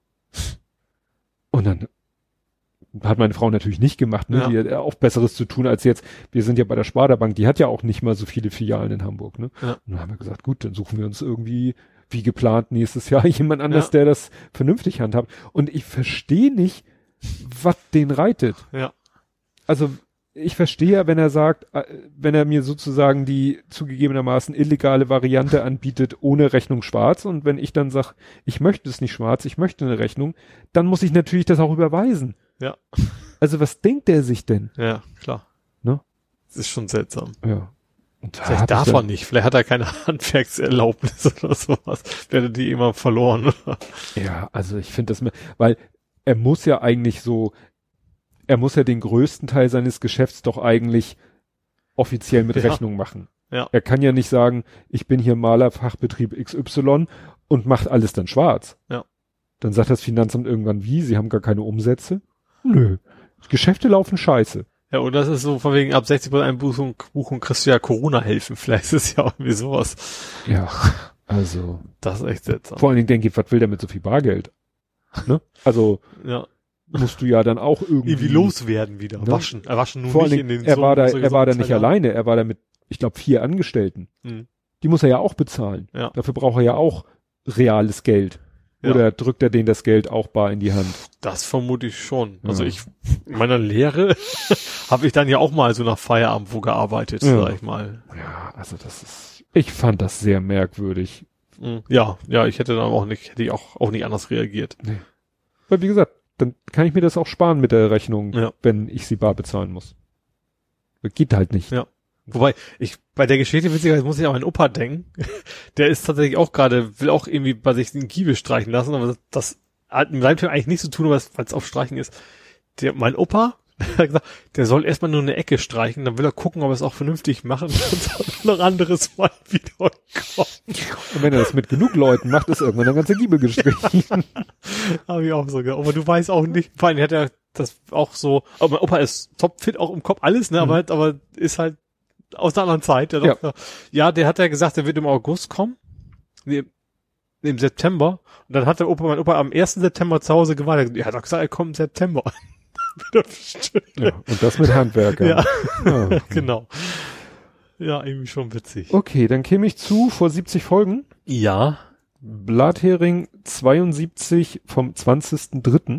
Und dann hat meine Frau natürlich nicht gemacht, ne? Die hat auch Besseres zu tun als jetzt. Wir sind ja bei der Sparda-Bank, die hat ja auch nicht mal so viele Filialen in Hamburg, ne? Ja. Und dann haben wir gesagt, gut, dann suchen wir uns irgendwie, wie geplant, nächstes Jahr jemand anders, der das vernünftig handhabt. Und ich verstehe nicht, was den reitet. Ja. also ich verstehe ja, wenn er sagt, wenn er mir sozusagen die zugegebenermaßen illegale Variante anbietet, ohne Rechnung schwarz, und wenn ich dann sage, ich möchte es nicht schwarz, ich möchte eine Rechnung, dann muss ich natürlich das auch überweisen. Ja. Also was denkt der sich denn? Ja, klar. Ne? Das ist schon seltsam. Ja. Und Vielleicht darf er nicht, vielleicht hat er keine Handwerkserlaubnis oder sowas. Werde die immer verloren. Ja, also ich finde das, weil er muss ja den größten Teil seines Geschäfts doch eigentlich offiziell mit Rechnung machen. Ja. Er kann ja nicht sagen, ich bin hier Malerfachbetrieb XY und macht alles dann schwarz. Ja. Dann sagt das Finanzamt irgendwann, wie? Sie haben gar keine Umsätze? Nö. Geschäfte laufen scheiße. Ja, und das ist so von wegen ab 60% Einbuchung kriegst du ja Corona-Hilfen. Vielleicht ist es ja auch irgendwie sowas. Ja, also. Das ist echt seltsam. Vor allen Dingen denke ich, was will der mit so viel Bargeld? Ne? Also. Ja. Musst du ja dann auch irgendwie loswerden wieder. Ne? Waschen. Er waschen nur vor nicht allen Dingen, er war da nicht alleine. Er war da mit, ich glaube, 4 Angestellten. Mhm. Die muss er ja auch bezahlen. Ja. Dafür braucht er ja auch reales Geld. Oder drückt er denen das Geld auch bar in die Hand? Das vermute ich schon. Ja. Also in meiner Lehre habe ich dann ja auch mal so nach Feierabend wo gearbeitet, sag ich mal. Ja, also ich fand das sehr merkwürdig. Ja, ich hätte dann auch nicht anders reagiert. Nee. Weil wie gesagt, dann kann ich mir das auch sparen mit der Rechnung, wenn ich sie bar bezahlen muss. Das geht halt nicht. Ja. Wobei, bei der Geschichte witzigerweise muss ich an meinen Opa denken. Der ist tatsächlich auch will auch irgendwie bei sich den Giebel streichen lassen, aber das hat mit seinem Thema eigentlich nichts zu tun, weil es auf Streichen ist. Mein Opa hat gesagt, der soll erstmal nur eine Ecke streichen, dann will er gucken, ob er es auch vernünftig machen und soll noch anderes Mal wieder kommen. Und wenn er das mit genug Leuten macht, ist irgendwann der ganze Giebel gestrichen. Habe ich auch so gedacht. Aber du weißt auch nicht, vor allem hat er das auch so, aber mein Opa ist topfit, auch im Kopf alles, ne, aber ist halt aus einer anderen Zeit. Der hat ja gesagt, der wird im August kommen. Nee, im September. Und dann hat mein Opa am 1. September zu Hause gewartet. Er hat auch gesagt, er kommt im September. Ja, und das mit Handwerkern. Ja, okay. Genau. Ja, irgendwie schon witzig. Okay, dann käme ich vor 70 Folgen. Ja. Blathering 72 vom 20.03.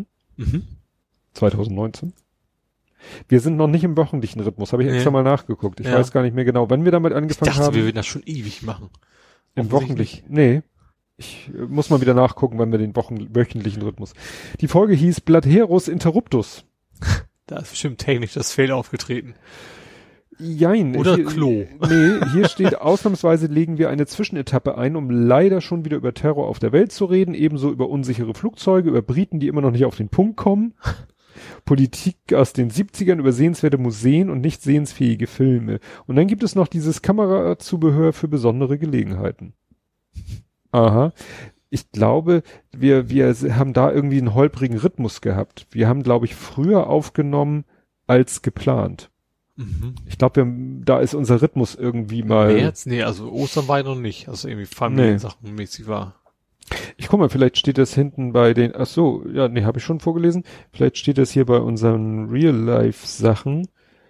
2019. Wir sind noch nicht im wöchentlichen Rhythmus, habe ich extra mal nachgeguckt. Ich weiß gar nicht mehr genau, wann wir damit angefangen haben. Ich dachte, wir würden das schon ewig machen. Im wöchentlichen? Nee. Ich muss mal wieder nachgucken, wann wir den wöchentlichen Rhythmus. Die Folge hieß Blatheros Interruptus. Da ist bestimmt technisch das Fail aufgetreten. Jein. Oder Klo. Nee, hier steht, ausnahmsweise legen wir eine Zwischenetappe ein, um leider schon wieder über Terror auf der Welt zu reden, ebenso über unsichere Flugzeuge, über Briten, die immer noch nicht auf den Punkt kommen, Politik aus den 70ern, über sehenswerte Museen und nicht sehensfähige Filme. Und dann gibt es noch dieses Kamerazubehör für besondere Gelegenheiten. Aha. Ich glaube, wir haben da irgendwie einen holprigen Rhythmus gehabt. Wir haben, glaube ich, früher aufgenommen als geplant. Ich glaube, da ist unser Rhythmus irgendwie mal... März? Nee, also Ostern war ja noch nicht. Also irgendwie Familiensachenmäßig war. Ich guck mal, vielleicht steht das hinten bei den... Ach so, ja, nee, habe ich schon vorgelesen. Vielleicht steht das hier bei unseren Real-Life-Sachen.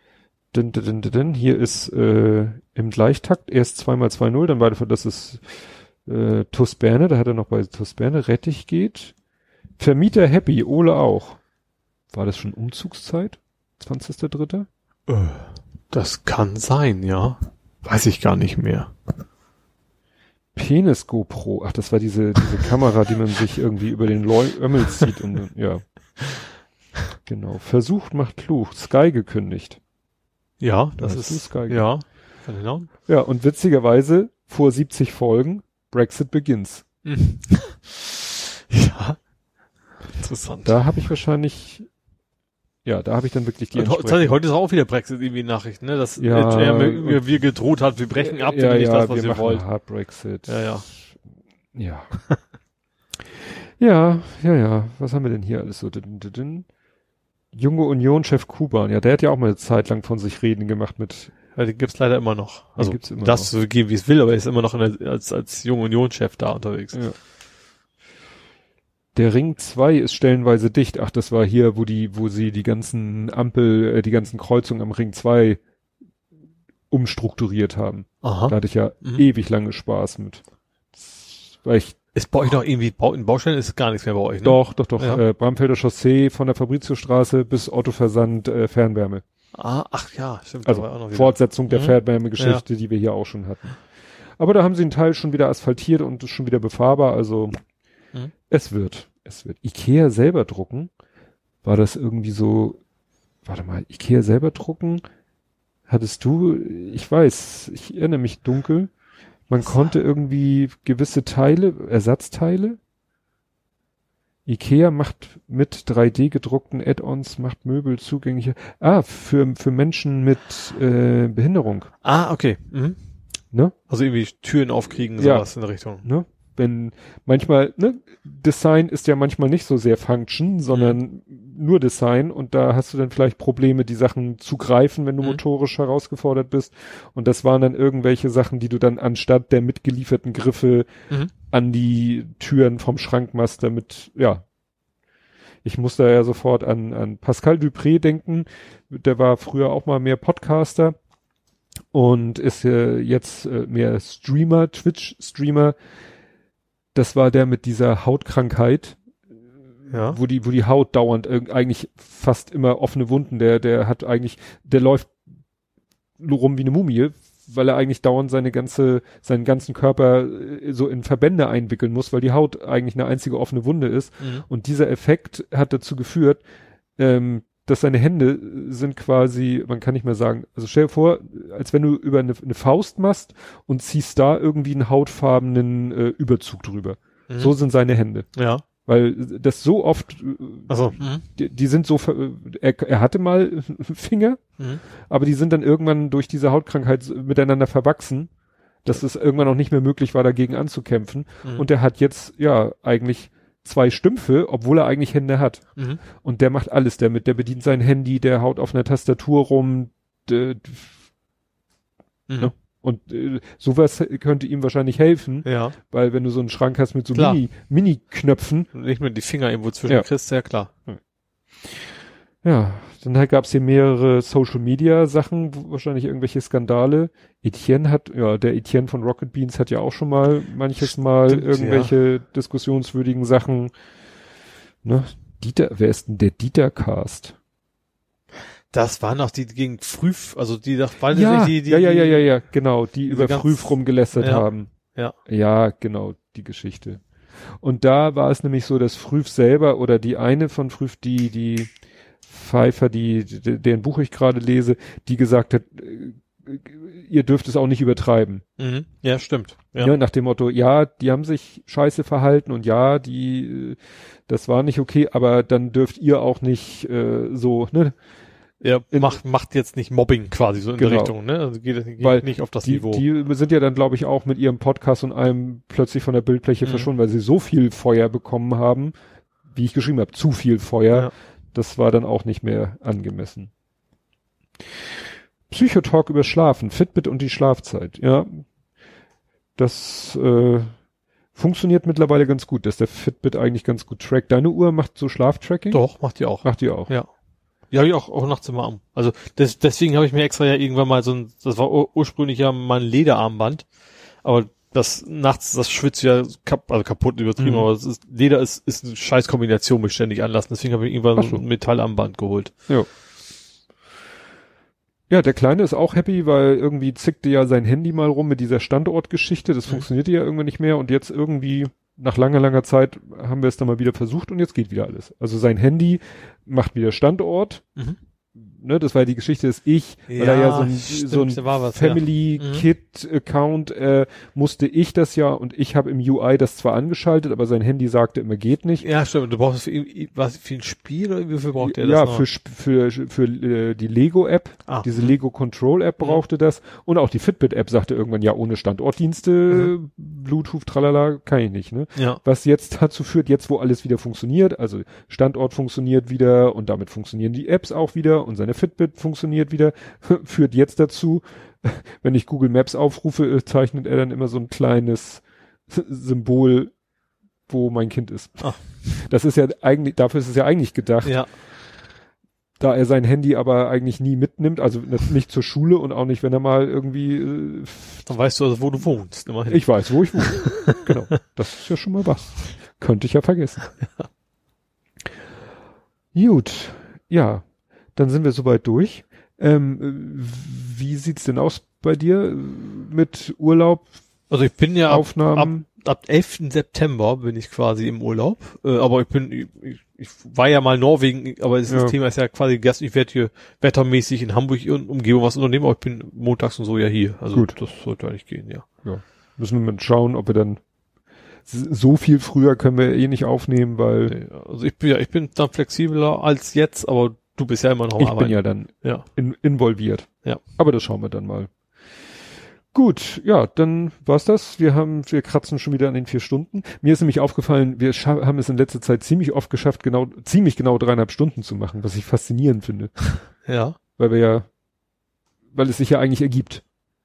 Hier ist im Gleichtakt erst 2x2-0, dann weiter, das ist TuS Berne, da hat er noch bei TuS Berne Rettich geht. Vermieter happy, Ole auch. War das schon Umzugszeit? 20.03.? Das kann sein, ja. Weiß ich gar nicht mehr. Penis GoPro. Ach, das war diese Kamera, die man sich irgendwie über den Ömmel zieht und ja. Genau. Versucht macht klug. Sky gekündigt. Ja, das ist Sky. Ja. Genau. Ja, und witzigerweise vor 70 Folgen Brexit begins. Ja. Interessant. Da habe ich wahrscheinlich da habe ich dann wirklich die Tatsächlich, heute ist auch wieder Brexit irgendwie Nachrichten, ne? Dass wir gedroht hat, wir brechen ab, wenn nicht das, was ihr wollt. Hard Brexit. Ja. Ja. Was haben wir denn hier alles so? Junge Union-Chef Kuban. Ja, der hat ja auch mal eine Zeit lang von sich reden gemacht mit... Ja, den gibt's leider immer noch. Also, gibt's immer das so geben, wie es will, aber er ist immer noch als Junge Union-Chef da unterwegs. Ja. Der Ring 2 ist stellenweise dicht. Ach, das war hier, wo sie die ganzen die ganzen Kreuzungen am Ring 2 umstrukturiert haben. Aha. Da hatte ich ja ewig lange Spaß mit. Ist bei euch noch irgendwie, in Baustellen ist gar nichts mehr bei euch, ne? Doch. Ja. Bramfelder Chaussee von der Fabriziostraße bis Ottoversand Fernwärme. Ach ja, stimmt. Also da war auch noch wieder. Fortsetzung der Fernwärmegeschichte, die wir hier auch schon hatten. Aber da haben sie einen Teil schon wieder asphaltiert und ist schon wieder befahrbar, also es wird. Ikea selber drucken, war das irgendwie so, warte mal, Ikea selber drucken, hattest du, ich erinnere mich dunkel, man konnte irgendwie gewisse Teile, Ersatzteile, Ikea macht mit 3D gedruckten Add-ons, macht Möbel zugänglicher. Für Menschen mit Behinderung. Okay. Mhm. Ne? Also irgendwie Türen aufkriegen, sowas in der Richtung. Ne? Wenn manchmal, ne, Design ist ja manchmal nicht so sehr Function, sondern nur Design und da hast du dann vielleicht Probleme, die Sachen zu greifen, wenn du motorisch herausgefordert bist. Und das waren dann irgendwelche Sachen, die du dann anstatt der mitgelieferten Griffe an die Türen vom Schrank machst, damit, ich muss da ja sofort an Pascal Dupré denken. Der war früher auch mal mehr Podcaster und ist jetzt mehr Streamer, Twitch-Streamer. Das war der mit dieser Hautkrankheit, wo die Haut dauernd eigentlich fast immer offene Wunden, der läuft rum wie eine Mumie, weil er eigentlich dauernd seinen ganzen Körper so in Verbände einwickeln muss, weil die Haut eigentlich eine einzige offene Wunde ist. Und dieser Effekt hat dazu geführt, dass seine Hände sind quasi, man kann nicht mehr sagen, also stell dir vor, als wenn du über eine Faust machst und ziehst da irgendwie einen hautfarbenen Überzug drüber. So sind seine Hände. Ja. Weil das so oft, die sind so, er hatte mal Finger, aber die sind dann irgendwann durch diese Hautkrankheit miteinander verwachsen, dass es irgendwann auch nicht mehr möglich war, dagegen anzukämpfen. Und er hat jetzt, eigentlich 2 Stümpfe, obwohl er eigentlich Hände hat. Und der macht alles damit. Der bedient sein Handy, der haut auf einer Tastatur rum. Ne? Und sowas könnte ihm wahrscheinlich helfen. Ja. Weil wenn du so einen Schrank hast mit so Mini-Knöpfen. Nicht mehr die Finger irgendwo zwischen kriegst, ja klar. Ja, dann gab es hier mehrere Social-Media-Sachen, wahrscheinlich irgendwelche Skandale. Der Etienne von Rocket Beans hat ja auch schon mal Mal irgendwelche diskussionswürdigen Sachen. Ne? Wer ist denn der Dieter-Cast? Das waren auch die gegen Früh, also die genau, die über Früh rumgelästert haben. Ja, genau, die Geschichte. Und da war es nämlich so, dass Früh selber oder die eine von Früh, die Pfeiffer, deren Buch ich gerade lese, die gesagt hat, ihr dürft es auch nicht übertreiben. Ja, stimmt. Ja, nach dem Motto, die haben sich scheiße verhalten und das war nicht okay, aber dann dürft ihr auch nicht so, ne? Ja, macht jetzt nicht Mobbing quasi so in der Richtung, ne? Also geht nicht auf das Niveau. Die sind ja dann, glaube ich, auch mit ihrem Podcast und allem plötzlich von der Bildfläche verschwunden, weil sie so viel Feuer bekommen haben, wie ich geschrieben habe, zu viel Feuer. Ja. Das war dann auch nicht mehr angemessen. Psychotalk über Schlafen, Fitbit und die Schlafzeit. Ja, das funktioniert mittlerweile ganz gut, dass der Fitbit eigentlich ganz gut trackt. Deine Uhr macht so Schlaftracking? Doch, macht die auch. Ja. Die habe ich auch nachts immer an. Also deswegen habe ich mir extra irgendwann mal das war ursprünglich ja mein Lederarmband, aber nachts, das schwitzt ja kaputt übertrieben, aber Leder ist eine scheiß Kombination mit ständig anlassen, deswegen habe ich irgendwann so ein Metallarmband geholt. Ja, der Kleine ist auch happy, weil irgendwie zickte ja sein Handy mal rum mit dieser Standortgeschichte, das funktionierte ja irgendwann nicht mehr und jetzt irgendwie nach langer Zeit haben wir es dann mal wieder versucht und jetzt geht wieder alles. Also sein Handy macht wieder Standort. Ne, das war ja die Geschichte, dass weil er ja so ein Family-Kit-Account, musste ich das ja und ich habe im UI das zwar angeschaltet, aber sein Handy sagte immer, geht nicht. Ja, stimmt. Du brauchst für ein Spiel oder wie viel braucht der das noch? Für die Lego-App, diese Lego-Control-App brauchte das und auch die Fitbit-App sagte irgendwann, ja, ohne Standortdienste, Bluetooth, tralala, kann ich nicht, ne? Ja. Was jetzt dazu führt, jetzt wo alles wieder funktioniert, also Standort funktioniert wieder und damit funktionieren die Apps auch wieder und seine Fitbit funktioniert wieder, führt jetzt dazu, wenn ich Google Maps aufrufe, zeichnet er dann immer so ein kleines Symbol, wo mein Kind ist. Das ist ja eigentlich, dafür ist es ja eigentlich gedacht. Ja. Da er sein Handy aber eigentlich nie mitnimmt, also nicht zur Schule und auch nicht, wenn er mal irgendwie... Dann weißt du also, wo du wohnst. Immerhin. Ich weiß, wo ich wohne. Genau. Das ist ja schon mal was. Könnte ich ja vergessen. Gut. Ja. Dann sind wir soweit durch. Wie sieht's denn aus bei dir mit Urlaub? Also ich bin ja Aufnahmen? ab 11. September bin ich quasi im Urlaub, aber ich war ja mal in Norwegen, aber das Thema ist ja quasi ich werde hier wettermäßig in Hamburg und Umgebung was unternehmen, aber ich bin montags und so ja hier. Also gut, das sollte eigentlich gehen, ja. Müssen wir mal schauen, ob wir dann so viel früher können wir eh nicht aufnehmen, weil also ich bin dann flexibler als jetzt, aber du bist ja immer noch am Arbeiten. Bin ja dann involviert. Ja. Aber das schauen wir dann mal. Gut, ja, dann war's das. Wir kratzen schon wieder an den 4 Stunden. Mir ist nämlich aufgefallen, wir haben es in letzter Zeit ziemlich oft geschafft, ziemlich genau 3,5 Stunden zu machen, was ich faszinierend finde. Ja. Weil es sich ja eigentlich ergibt.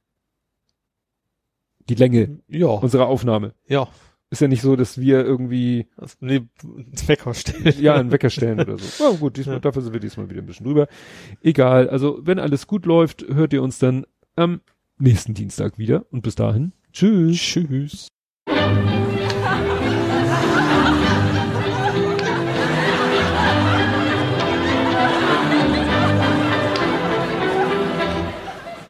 Die Länge unserer Aufnahme. Ja. Ist ja nicht so, dass wir irgendwie einen Wecker stellen. Ja, einen Wecker stellen oder so. Oh, gut, dafür sind wir diesmal wieder ein bisschen drüber. Egal, also wenn alles gut läuft, hört ihr uns dann am nächsten Dienstag wieder. Und bis dahin, tschüss. Tschüss.